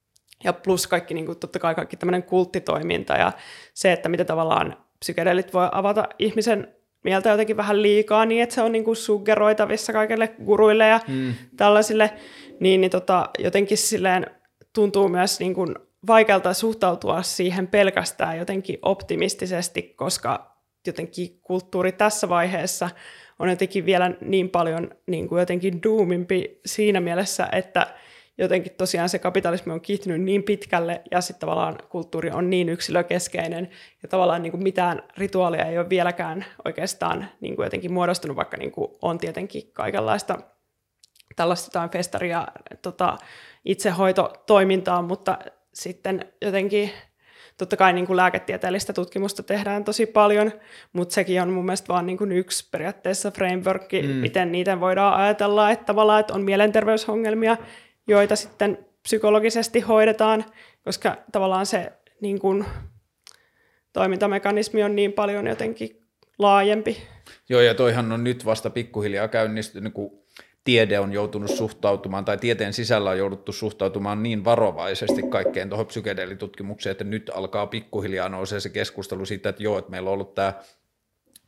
Ja plus kaikki, niin kuin, totta kai kaikki tämmöinen kulttitoiminta ja se, että miten tavallaan psykedeelit voi avata ihmisen mieltä jotenkin vähän liikaa niin, että se on niin kuin suggeroitavissa kaikille guruille ja mm. tällaisille, niin, niin tota, jotenkin silleen tuntuu myös niin kuin vaikealta suhtautua siihen pelkästään jotenkin optimistisesti, koska jotenkin kulttuuri tässä vaiheessa on jotenkin vielä niin paljon niin kuin jotenkin doomimpi siinä mielessä, että jotenkin tosiaan se kapitalismi on kiihtynyt niin pitkälle ja sitten tavallaan kulttuuri on niin yksilökeskeinen ja tavallaan niin kuin mitään rituaalia ei ole vieläkään oikeastaan niin kuin jotenkin muodostunut, vaikka niin kuin on tietenkin kaikenlaista tällaista jotain festaria tota, itsehoitotoimintaa, mutta sitten jotenkin totta kai niin kuin lääketieteellistä tutkimusta tehdään tosi paljon, mutta sekin on mun mielestä vaan niin kuin yksi periaatteessa frameworkki, mm. miten niitä voidaan ajatella, että tavallaan että on mielenterveysongelmia, joita sitten psykologisesti hoidetaan, koska tavallaan se niin kuin, toimintamekanismi on niin paljon jotenkin laajempi. Joo, ja toihan on nyt vasta pikkuhiljaa käynnistynyt, kun tiede on joutunut suhtautumaan, tai tieteen sisällä on jouduttu suhtautumaan niin varovaisesti kaikkeen tuohon psykedeelitutkimukseen, että nyt alkaa pikkuhiljaa nousee se keskustelu siitä, että joo, että meillä on ollut tämä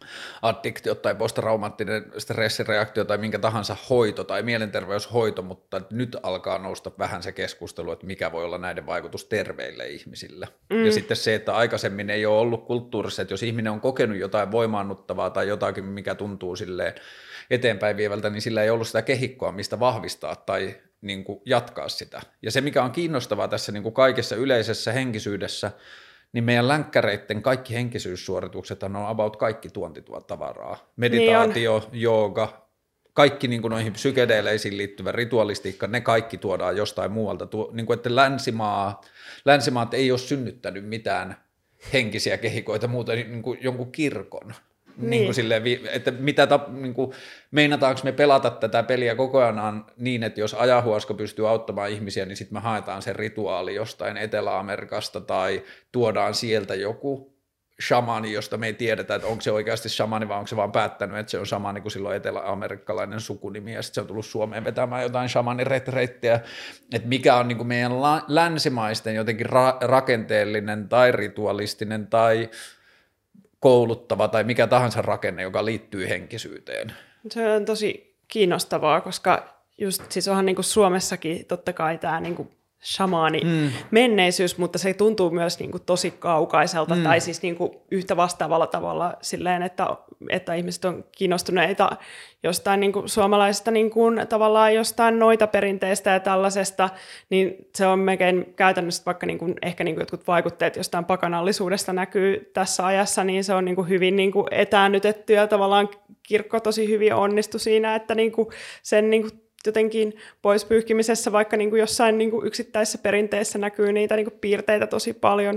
addiktiot tai posttraumaattinen stressireaktio tai minkä tahansa hoito tai mielenterveyshoito, mutta nyt alkaa nousta vähän se keskustelu, että mikä voi olla näiden vaikutus terveille ihmisille. Mm. Ja sitten se, että aikaisemmin ei ole ollut kulttuurissa, että jos ihminen on kokenut jotain voimaannuttavaa tai jotakin, mikä tuntuu silleen eteenpäin vievältä, niin sillä ei ollut sitä kehikkoa, mistä vahvistaa tai niin kuin jatkaa sitä. Ja se, mikä on kiinnostavaa tässä niin kuin kaikessa yleisessä henkisyydessä, niin meidän länkkäreiden kaikki henkisyyssuoritukset on about kaikki tuontitavaraa. Meditaatio, niin jooga, kaikki niin kuin noihin psykedeleisiin liittyvä ritualistiikka, ne kaikki tuodaan jostain muualta. Tuo, niin kuin, että länsimaa, länsimaat ei ole synnyttänyt mitään henkisiä kehikoita muuta niin kuin jonkun kirkon. Niin. Niin kuin silleen, että mitä ta, niin kuin, meinataanko me pelata tätä peliä koko ajan niin, että jos ajahuaska pystyy auttamaan ihmisiä, niin sitten me haetaan se rituaali jostain Etelä-Amerikasta tai tuodaan sieltä joku shamani, josta me ei tiedetä, että onko se oikeasti shamani vai onko se vaan päättänyt, että se on shamani, kun silloin etelä-amerikkalainen sukunimi ja sitten se on tullut Suomeen vetämään jotain shamaniretreittiä, että mikä on niin kuin meidän la- länsimaisten jotenkin ra- rakenteellinen tai ritualistinen tai kouluttava tai mikä tahansa rakenne, joka liittyy henkisyyteen. Se on tosi kiinnostavaa, koska just siis onhan niin kuin Suomessakin totta kai tämä niin kuin shamaani mm. menneisyys, mutta se tuntuu myös niin kuin tosi kaukaiselta mm. tai siis niin kuin yhtä vastaavalla tavalla silleen, että, että ihmiset on kiinnostuneita jostain niin kuin suomalaisesta niin kuin tavallaan jostain noita perinteistä ja tällaisesta, niin se on melkein käytännössä vaikka niin kuin, ehkä niin kuin jotkut vaikutteet jostain pakanallisuudesta näkyy tässä ajassa, niin se on niin kuin hyvin niin kuin etäännytetty ja tavallaan kirkko tosi hyvin onnistui siinä, että niin kuin sen niin kuin jotenkin pois pyyhkimisessä, vaikka niin kuin jossain niin kuin yksittäisissä perinteissä näkyy niitä niin kuin piirteitä tosi paljon.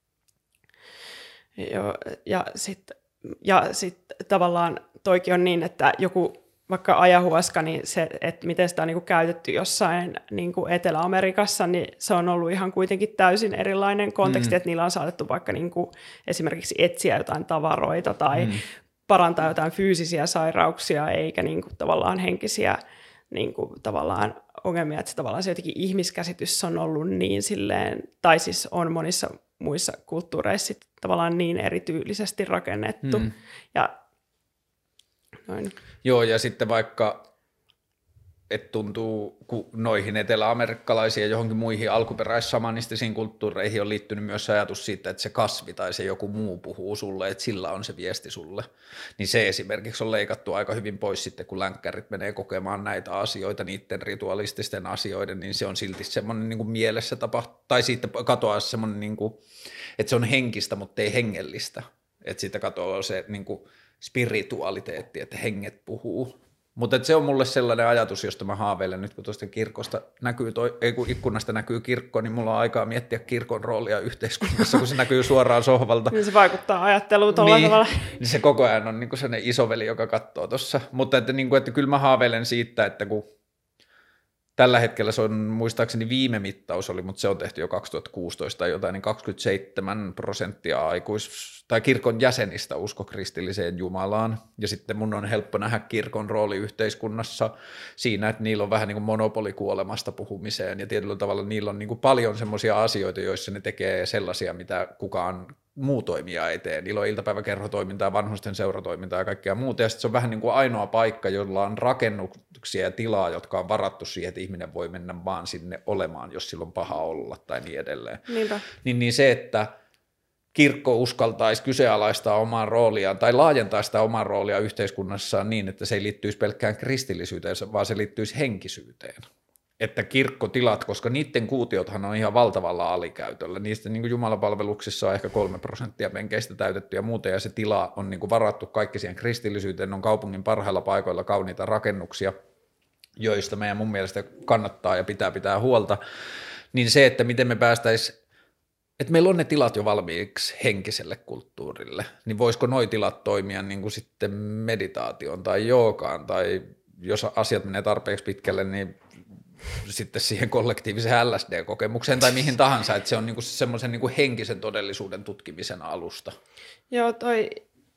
Jo, ja sitten ja sit tavallaan toikin on niin, että joku vaikka ajahuaska, niin se, että miten sitä on niin kuin käytetty jossain niin kuin Etelä-Amerikassa, niin se on ollut ihan kuitenkin täysin erilainen konteksti, mm. että niillä on saatettu vaikka niin kuin esimerkiksi etsiä jotain tavaroita tai mm. parantaa jotain fyysisiä sairauksia, eikä niin kuin tavallaan henkisiä niin kuin tavallaan ongelmia, että se tavallaan se jotenkin ihmiskäsitys on ollut niin silleen, tai siis on monissa muissa kulttuureissa tavallaan niin erityylisesti rakennettu. Mm. Ja noin. Joo, ja sitten vaikka, että tuntuu, kun noihin etelä-amerikkalaisiin ja johonkin muihin alkuperäissamanistisiin kulttuureihin on liittynyt myös ajatus siitä, että se kasvi tai se joku muu puhuu sulle, että sillä on se viesti sulle. Niin se esimerkiksi on leikattu aika hyvin pois sitten, kun länkkärit menee kokemaan näitä asioita, niiden ritualististen asioiden, niin se on silti semmoinen niin kuin mielessä tapahtuu, tai siitä katoaa semmoinen, niin kuin, että se on henkistä, mutta ei hengellistä. Että siitä katoaa se niin kuin spiritualiteetti, että henget puhuu. Mutta se on mulle sellainen ajatus, josta mä haaveilen nyt, kun tuosta kirkosta näkyy, toi, ei kun ikkunasta näkyy kirkko, niin mulla on aikaa miettiä kirkon roolia yhteiskunnassa, kun se näkyy suoraan sohvalta. Niin se vaikuttaa ajatteluun tuolla niin, tavalla. Niin se koko ajan on niinku sellainen isoveli, joka katsoo tuossa. Mutta että, niinku, että kyllä mä haaveilen siitä, että kun tällä hetkellä se on, muistaakseni viime mittaus oli, mutta se on tehty jo kaksituhattakuusitoista tai jotain, niin kaksikymmentäseitsemän prosenttia aikuis- tai kirkon jäsenistä usko kristilliseen Jumalaan. Ja sitten mun on helppo nähdä kirkon rooli yhteiskunnassa siinä, että niillä on vähän niin kuin monopoli kuolemasta puhumiseen ja tietyllä tavalla niillä on niin kuin paljon semmoisia asioita, joissa ne tekee sellaisia, mitä kukaan muu toimija ei tee. Niillä on iltapäiväkerhotoimintaa, vanhusten seuratoimintaa ja kaikkea muuta. Ja sitten se on vähän niin kuin ainoa paikka, jolla on rakennuksia ja tilaa, jotka on varattu siihen, että ihminen voi mennä vaan sinne olemaan, jos sillä on paha olla tai niin edelleen. Niinpä. Niin, niin se, että kirkko uskaltaisi kyseenalaistaa omaa rooliaan tai laajentaa sitä omaa roolia yhteiskunnassaan niin, että se ei liittyisi pelkkään kristillisyyteen, vaan se liittyisi henkisyyteen. Että kirkkotilat, koska niiden kuutiothan on ihan valtavalla alikäytöllä. Niistä niin kuin jumalapalveluksissa on ehkä kolme prosenttia penkeistä täytetty ja muuten, ja se tila on niin kuin varattu kaikki siihen kristillisyyteen. On kaupungin parhailla paikoilla kauniita rakennuksia, joista meidän mun mielestä kannattaa ja pitää pitää huolta. Niin se, että miten me päästäisiin, että meillä on ne tilat jo valmiiksi henkiselle kulttuurille, niin voisiko noi tilat toimia niin kuin sitten meditaation tai joogaan, tai jos asiat menee tarpeeksi pitkälle, niin sitten siihen kollektiiviseen L S D-kokemukseen tai mihin tahansa, että se on niinku semmoisen niinku henkisen todellisuuden tutkimisen alusta. Joo, toi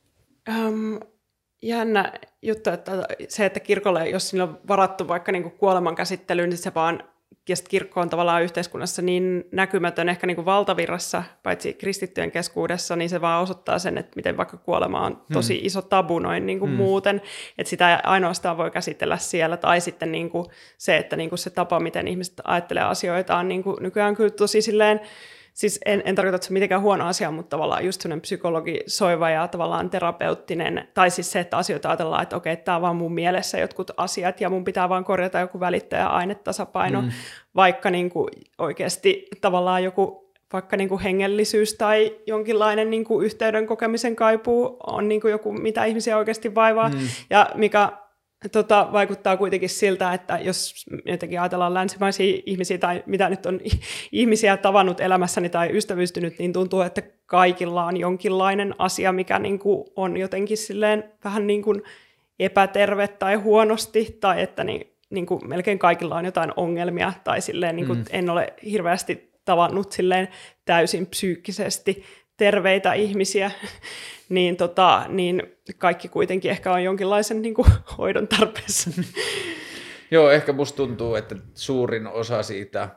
um, jännä juttu, että se, että kirkolle, jos siinä on varattu vaikka niinku kuoleman käsittelyyn, niin se vaan ja sit kirkko on tavallaan yhteiskunnassa niin näkymätön ehkä niin kuin valtavirrassa, paitsi kristittyjen keskuudessa, niin se vaan osoittaa sen, että miten vaikka kuolema on tosi hmm. iso tabu noin niin kuin hmm. muuten, että sitä ei ainoastaan voi käsitellä siellä, tai sitten niin kuin se, että niin kuin se tapa, miten ihmiset ajattelee asioita, on niin kuin nykyään kyllä tosi silleen, siis en, en tarkoita, että se on mitenkään huono asia, mutta tavallaan just sellainen psykologisoiva ja tavallaan terapeuttinen, tai siis se, että asioita ajatellaan, että okei, tämä on vaan mun mielessä jotkut asiat, ja mun pitää vaan korjata joku välittäjä-ainetasapaino, mm. vaikka niin kuin oikeasti tavallaan joku vaikka niin kuin hengellisyys tai jonkinlainen niin kuin yhteyden kokemisen kaipuu on niin kuin joku, mitä ihmisiä oikeasti vaivaa, mm. ja mikä Tota, vaikuttaa kuitenkin siltä, että jos jotenkin ajatellaan länsimaisia ihmisiä tai mitä nyt on ihmisiä tavannut elämässäni tai ystävystynyt, niin tuntuu, että kaikilla on jonkinlainen asia, mikä niin kuin on jotenkin silleen vähän niin kuin epäterve tai huonosti, tai että niin, niin kuin melkein kaikilla on jotain ongelmia, tai silleen niin kuin mm. en ole hirveästi tavannut silleen täysin psyykkisesti terveitä ihmisiä, niin, tota, niin kaikki kuitenkin ehkä on jonkinlaisen niin kuin, hoidon tarpeessa. Joo, ehkä musta tuntuu, että suurin osa siitä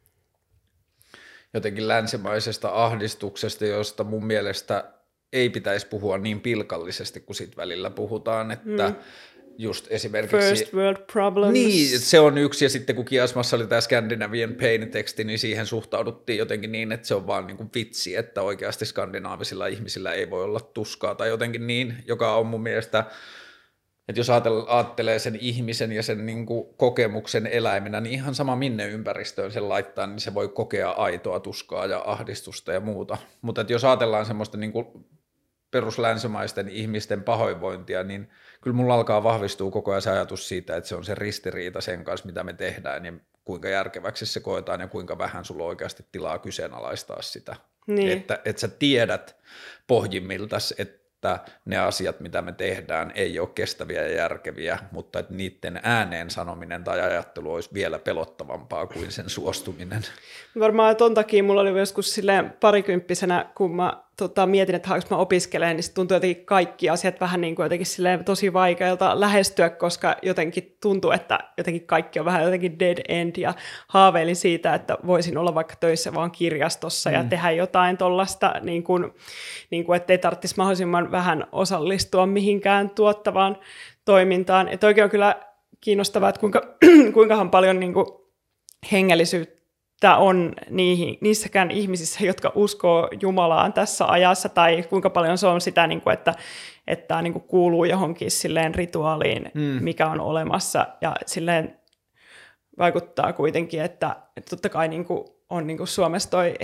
jotenkin länsimaisesta ahdistuksesta, josta mun mielestä ei pitäisi puhua niin pilkallisesti kuin sit välillä puhutaan, että mm. just esimerkiksi First world problems. Niin, se on yksi, ja sitten kun Kiasmassa oli tämä Scandinavian Pain-teksti, niin siihen suhtauduttiin jotenkin niin, että se on vaan niin kuin vitsi, että oikeasti skandinaavisilla ihmisillä ei voi olla tuskaa tai jotenkin niin, joka on mun mielestä, että jos ajattelee sen ihmisen ja sen niin kuin kokemuksen eläimenä, niin ihan sama minne ympäristöön sen laittaa, niin se voi kokea aitoa tuskaa ja ahdistusta ja muuta, mutta että jos ajatellaan semmoista niin kuin peruslänsimaisten ihmisten pahoinvointia, niin kyllä mulla alkaa vahvistua koko ajan se ajatus siitä, että se on se ristiriita sen kanssa, mitä me tehdään ja kuinka järkeväksi se koetaan ja kuinka vähän sulla on oikeasti tilaa kyseenalaistaa sitä. Niin. Että, että sä tiedät pohjimmiltas, että ne asiat, mitä me tehdään, ei ole kestäviä ja järkeviä, mutta että niiden ääneen sanominen tai ajattelu olisi vielä pelottavampaa kuin sen suostuminen. Varmaan ton takia mulla oli joskus silleen parikymppisenä, kun mä tota, mietin, että haluanko mä opiskelemaan, niin tuntui jotenkin kaikki asiat vähän niin kuin jotenkin silleen tosi vaikealta lähestyä, koska jotenkin tuntuu, että jotenkin kaikki on vähän jotenkin dead end, ja haaveilin siitä, että voisin olla vaikka töissä vaan kirjastossa mm. ja tehdä jotain tollaista, niin kuin, niin kuin, ettei tarvitsisi mahdollisimman vähän osallistua mihinkään tuottavaan toimintaan. Että oikein on kyllä kiinnostavaa, että kuinka, kuinkahan paljon niin kuin hengellisyyttä on niihin, niissäkään ihmisissä, jotka uskoo Jumalaan tässä ajassa, tai kuinka paljon se on sitä, että, että tämä kuuluu johonkin silleen rituaaliin, mm. mikä on olemassa, ja silleen vaikuttaa kuitenkin, että, että totta kai niin kuin on niin kuin Suomessa toi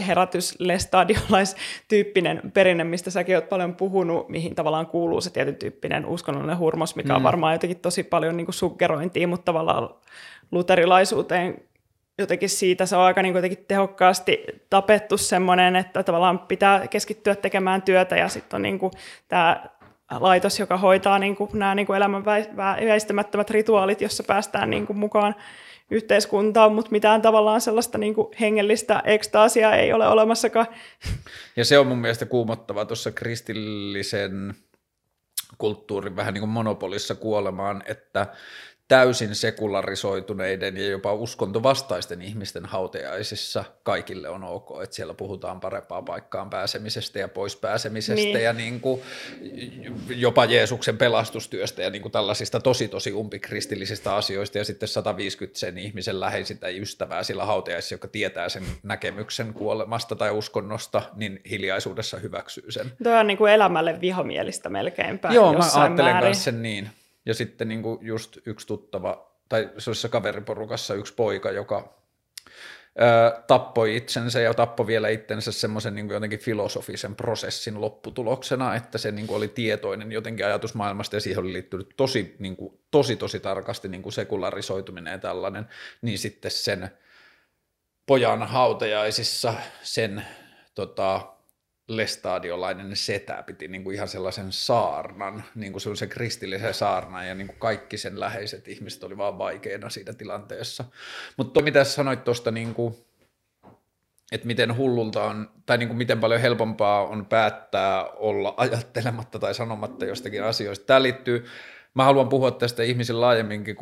herätyslestadiolaistyyppinen perinne, mistä säkin oot paljon puhunut, mihin tavallaan kuuluu se tietyn tyyppinen uskonnollinen hurmos, mikä mm. on varmaan jotenkin tosi paljon niin kuin suggerointia, mutta tavallaan luterilaisuuteen jotenkin siitä se on aika niin jotenkin tehokkaasti tapettu semmoinen, että tavallaan pitää keskittyä tekemään työtä, ja sitten on niin kuin tämä laitos, joka hoitaa niin kuin nämä niin kuin elämän väistämättömät rituaalit, jossa päästään niin kuin mukaan yhteiskuntaan, mutta mitään tavallaan sellaista niin kuin hengellistä ekstaasia ei ole olemassakaan. Ja se on mun mielestä kuumottava tuossa kristillisen kulttuurin vähän niin kuin monopolissa kuolemaan, että täysin sekularisoituneiden ja jopa uskontovastaisten ihmisten hautajaisissa kaikille on ok, että siellä puhutaan parempaan paikkaan pääsemisestä ja pois pääsemisestä niin. ja niin kuin jopa Jeesuksen pelastustyöstä ja niin kuin tällaisista tosi tosi umpikristillisistä asioista, ja sitten sata viisikymmentä sen ihmisen läheisintä ystävää sillä hautajaisissa, joka tietää sen näkemyksen kuolemasta tai uskonnosta, niin hiljaisuudessa hyväksyy sen. Tuo on niin kuin elämälle vihomielistä melkeinpä. Joo, mä ajattelen myös sen niin. Ja sitten niin kuin just yksi tuttava, tai sellaisessa kaveriporukassa yksi poika, joka ää, tappoi itsensä ja tappoi vielä itsensä semmoisen niin kuin jotenkin filosofisen prosessin lopputuloksena, että se niin kuin oli tietoinen jotenkin ajatusmaailmasta, ja siihen oli liittynyt tosi, niin kuin, tosi, tosi tarkasti niin kuin sekularisoituminen ja tällainen, niin sitten sen pojan hautajaisissa sen tota, lestadiolainen setä piti niin kuin ihan sellaisen saarnan, niin kuin sellaisen kristillisen saarnan, ja niin kuin kaikki sen läheiset ihmiset oli vaan vaikeina siinä tilanteessa. Mutta mitä sanoit tuosta, niin kuin, että miten hullulta on, tai niin kuin miten paljon helpompaa on päättää olla ajattelematta tai sanomatta jostakin asioista. Tämä liittyy, mä haluan puhua tästä ihmisen laajemminkin, kun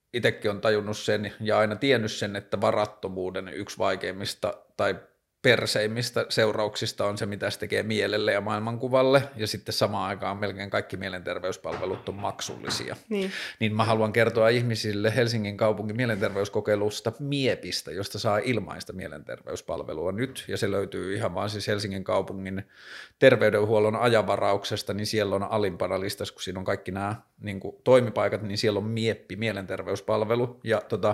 itsekin on tajunnut sen ja aina tiennyt sen, että varattomuuden yksi vaikeimmista tai perseimmistä seurauksista on se, mitä se tekee mielelle ja maailmankuvalle, ja sitten samaan aikaan melkein kaikki mielenterveyspalvelut on maksullisia. Niin. Niin mä haluan kertoa ihmisille Helsingin kaupungin mielenterveyskokeilusta Miepistä, josta saa ilmaista mielenterveyspalvelua nyt, ja se löytyy ihan vaan siis Helsingin kaupungin terveydenhuollon ajanvarauksesta, niin siellä on alimpana listassa, kun siinä on kaikki nämä niin kuin toimipaikat, niin siellä on Mieppi, mielenterveyspalvelu, ja tota,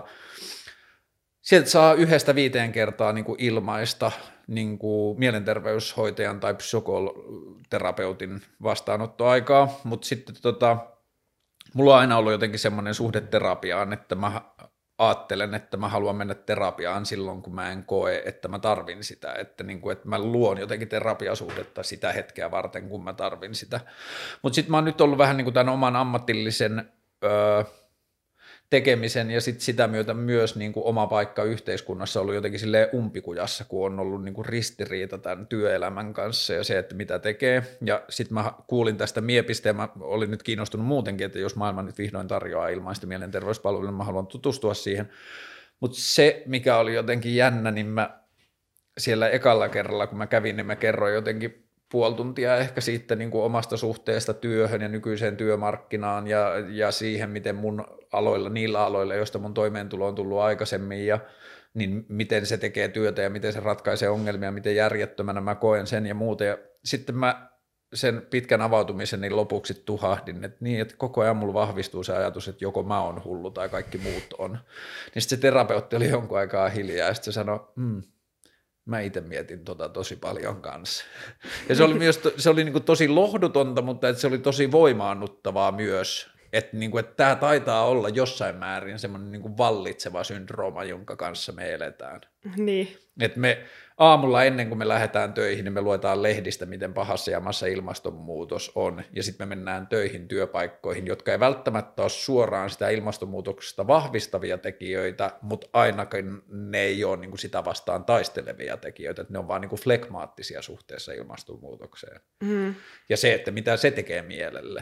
sieltä saa yhdestä viiteen kertaa niin kuin ilmaista niin kuin mielenterveyshoitajan tai psykoterapeutin vastaanottoaikaa, mutta sitten tota, mulla on aina ollut jotenkin semmoinen suhde terapiaan, että mä ajattelen, että mä haluan mennä terapiaan silloin, kun mä en koe, että mä tarvin sitä, että, niin kuin, että mä luon jotenkin terapiasuhdetta sitä hetkeä varten, kun mä tarvin sitä. Mutta sitten mä oon nyt ollut vähän niin kuin tämän oman ammatillisen öö, tekemisen ja sit sitä myötä myös niin kuin oma paikka yhteiskunnassa on ollut jotenkin silleen umpikujassa, kun on ollut niin kuin ristiriita tämän työelämän kanssa ja se, että mitä tekee. Ja sitten mä kuulin tästä Miepistä ja mä olin nyt kiinnostunut muutenkin, että jos maailma nyt vihdoin tarjoaa ilmaista mielenterveyspalveluja, niin mä haluan tutustua siihen. Mutta se, mikä oli jotenkin jännä, niin mä siellä ekalla kerralla, kun mä kävin, niin mä kerroin jotenkin puoli tuntia ehkä siitä niin kuin omasta suhteesta työhön ja nykyiseen työmarkkinaan ja, ja siihen, miten mun aloilla, niillä aloilla, joista mun toimeentulo on tullut aikaisemmin ja niin miten se tekee työtä ja miten se ratkaisee ongelmia, miten järjettömänä mä koen sen ja muuta. Ja sitten mä sen pitkän avautumisen niin lopuksi tuhahdin, että niin, että koko ajan mulla vahvistuu se ajatus, että joko mä oon hullu tai kaikki muut on. Niin sitten se terapeutti oli jonkun aikaa hiljaa ja sitten se sanoi, mm, mä itse mietin tota tosi paljon kanssa. Ja se oli myös se oli niinku tosi lohdutonta, mutta että se oli tosi voimaannuttavaa myös, että niinku, että tämä taitaa olla jossain määrin semmoinen niinku vallitseva syndrooma, jonka kanssa me eletään. Niin. Että me aamulla ennen kuin me lähdetään töihin, niin me luetaan lehdistä, miten pahassa jamassa ilmastonmuutos on, ja sitten me mennään töihin työpaikkoihin, jotka ei välttämättä ole suoraan sitä ilmastonmuutoksesta vahvistavia tekijöitä, mutta ainakin ne ei ole niin kuin sitä vastaan taistelevia tekijöitä, että ne on vaan niin kuin flegmaattisia suhteessa ilmastonmuutokseen. Mm. Ja se, että mitä se tekee mielelle.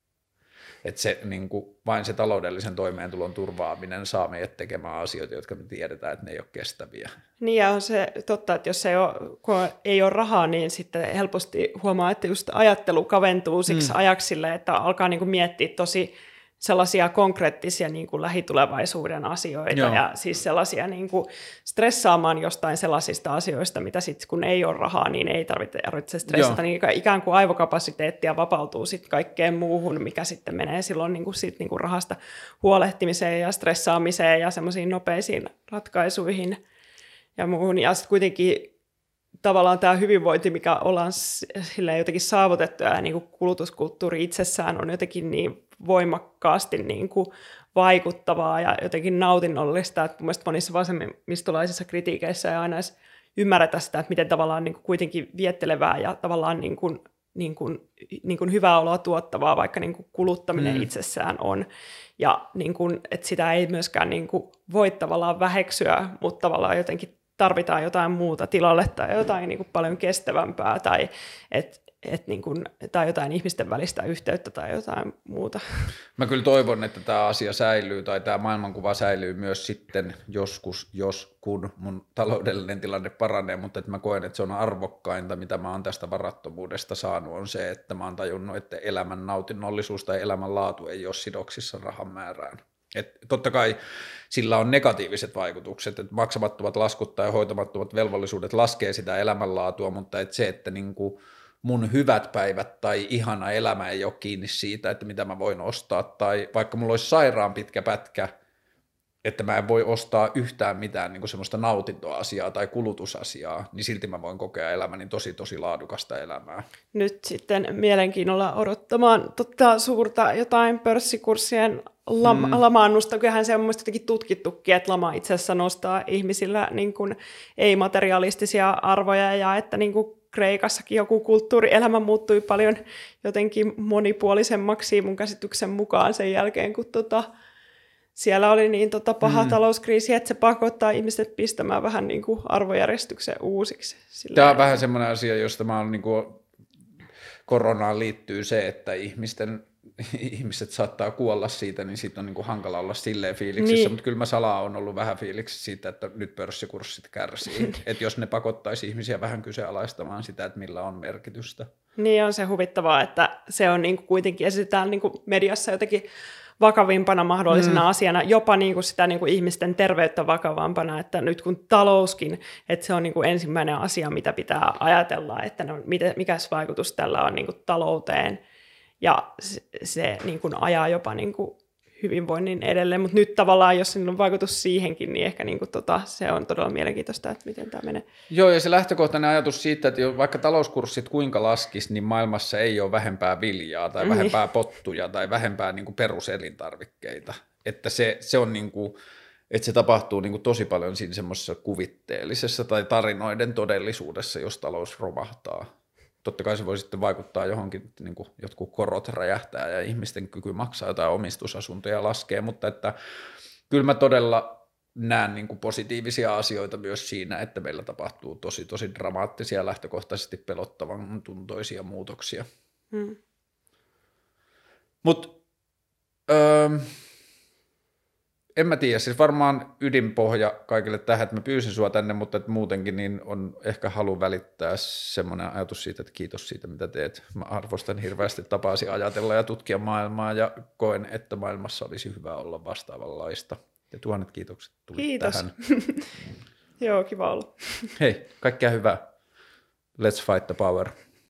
Että se, niin kuin, vain se taloudellisen toimeentulon turvaaminen saa meidät tekemään asioita, jotka me tiedetään, että ne ei ole kestäviä. Niin ja on se totta, että jos ei ole, kun ei ole rahaa, niin sitten helposti huomaa, että just ajattelu kaventuu siksi mm. ajaksi sille, että alkaa niin kuin miettiä tosi sellaisia konkreettisia niin kuin lähitulevaisuuden asioita. Joo. Ja siis sellaisia niin kuin stressaamaan jostain sellaisista asioista, mitä sitten kun ei ole rahaa, niin ei tarvitse, tarvitse stressata. Niin ikään kuin aivokapasiteettia vapautuu sitten kaikkeen muuhun, mikä sitten menee silloin niin kuin sit niin kuin rahasta huolehtimiseen ja stressaamiseen ja semmoisiin nopeisiin ratkaisuihin ja muuhun. Ja sitten kuitenkin tavallaan tämä hyvinvointi, mikä ollaan silleen jotenkin saavutettu ja niin kuin kulutuskulttuuri itsessään on jotenkin niin voimakkaasti niin kuin vaikuttavaa ja jotenkin nautinnollista, että mun mielestä monissa vasemmistolaisissa kritiikeissä ei aina edes ymmärretä sitä, että miten tavallaan niin kuin kuitenkin viettelevää ja tavallaan niin kuin, niin kuin, niin kuin hyvää oloa tuottavaa, vaikka niin kuin kuluttaminen mm. itsessään on. Ja niin kuin, että sitä ei myöskään niin kuin voi tavallaan väheksyä, mutta tavallaan jotenkin tarvitaan jotain muuta tilalle tai jotain niin kuin paljon kestävämpää tai, et, et niin kuin, tai jotain ihmisten välistä yhteyttä tai jotain muuta. Mä kyllä toivon, että tämä asia säilyy tai tämä maailmankuva säilyy myös sitten joskus, jos kun mun taloudellinen tilanne paranee, mutta että mä koen, että se on arvokkainta, mitä mä oon tästä varattomuudesta saanut, on se, että mä oon tajunnut, että elämän nautinnollisuus tai elämän laatu ei ole sidoksissa rahan määrään. Et totta kai sillä on negatiiviset vaikutukset, että maksamattomat laskut tai hoitamattomat velvollisuudet laskee sitä elämänlaatua, mutta et se, että niinku mun hyvät päivät tai ihana elämä ei ole kiinni siitä, että mitä mä voin ostaa, tai vaikka mulla olisi sairaan pitkä pätkä, että mä en voi ostaa yhtään mitään niin kuin semmoista nautintoasiaa tai kulutusasiaa, niin silti mä voin kokea elämäni tosi tosi laadukasta elämää. Nyt sitten mielenkiinnolla odottamaan totta suurta jotain pörssikurssien lam- mm. lamaannusta. Kyllähän se on mielestäni jotenkin tutkittukin, että lama itse asiassa nostaa ihmisillä niin kuin ei-materialistisia arvoja ja että niin kuin Kreikassakin joku kulttuurielämä muuttui paljon jotenkin monipuolisemmaksi mun käsityksen mukaan sen jälkeen, kun tota, siellä oli niin tota paha mm. talouskriisi, että se pakottaa ihmiset pistämään vähän niin kuin arvojärjestyksen uusiksi. Silleen. Tämä on vähän semmoinen asia, josta mä olen niin kuin koronaan liittyy se, että ihmisten ihmiset saattaa kuolla siitä, niin siitä on niin kuin hankala olla silleen fiiliksissä, niin. Mutta kyllä mä salaa on ollut vähän fiiliksissä siitä, että nyt pörssikurssit kärsii, että jos ne pakottaisi ihmisiä vähän kyseenalaistamaan sitä, että millä on merkitystä. Niin on se huvittavaa, että se on niin kuin kuitenkin esitetään niin kuin mediassa jotenkin vakavimpana mahdollisena mm. asiana, jopa niin kuin sitä niin kuin ihmisten terveyttä vakavampana, että nyt kun talouskin, että se on niin kuin ensimmäinen asia, mitä pitää ajatella, että no, mikäs vaikutus tällä on niin kuin talouteen, ja se, se niin kuin ajaa jopa niin kuin hyvinvoinnin edelleen, mutta nyt tavallaan, jos sillä on vaikutus siihenkin, niin ehkä niin kuin tota, se on todella mielenkiintoista, että miten tämä menee. Joo, ja se lähtökohtainen ajatus siitä, että vaikka talouskurssit kuinka laskisi, niin maailmassa ei ole vähempää viljaa tai vähempää pottuja tai vähempää niin kuin peruselintarvikkeita. Että se, se on niin kuin, että se tapahtuu niin kuin tosi paljon siinä semmoisessa kuvitteellisessa tai tarinoiden todellisuudessa, jos talous romahtaa. Totta kai se voi sitten vaikuttaa johonkin, niin kuin jotkut korot räjähtää ja ihmisten kyky maksaa jotain omistusasuntoja laskee, mutta että kyllä mä todella näen niin kuin positiivisia asioita myös siinä, että meillä tapahtuu tosi tosi dramaattisia, lähtökohtaisesti pelottavan tuntoisia muutoksia. Hmm. Mutta öö, en mä tiedä, siis varmaan ydinpohja kaikille tähän, että mä pyysin sua tänne, mutta että muutenkin niin on ehkä halu välittää semmoinen ajatus siitä, että kiitos siitä, mitä teet. Mä arvostan hirveästi tapaasi ajatella ja tutkia maailmaa ja koen, että maailmassa olisi hyvä olla vastaavanlaista. Ja tuhannet kiitokset tulit kiitos. Tähän. Joo, kiva olla. Hei, kaikkea hyvää. Let's fight the power.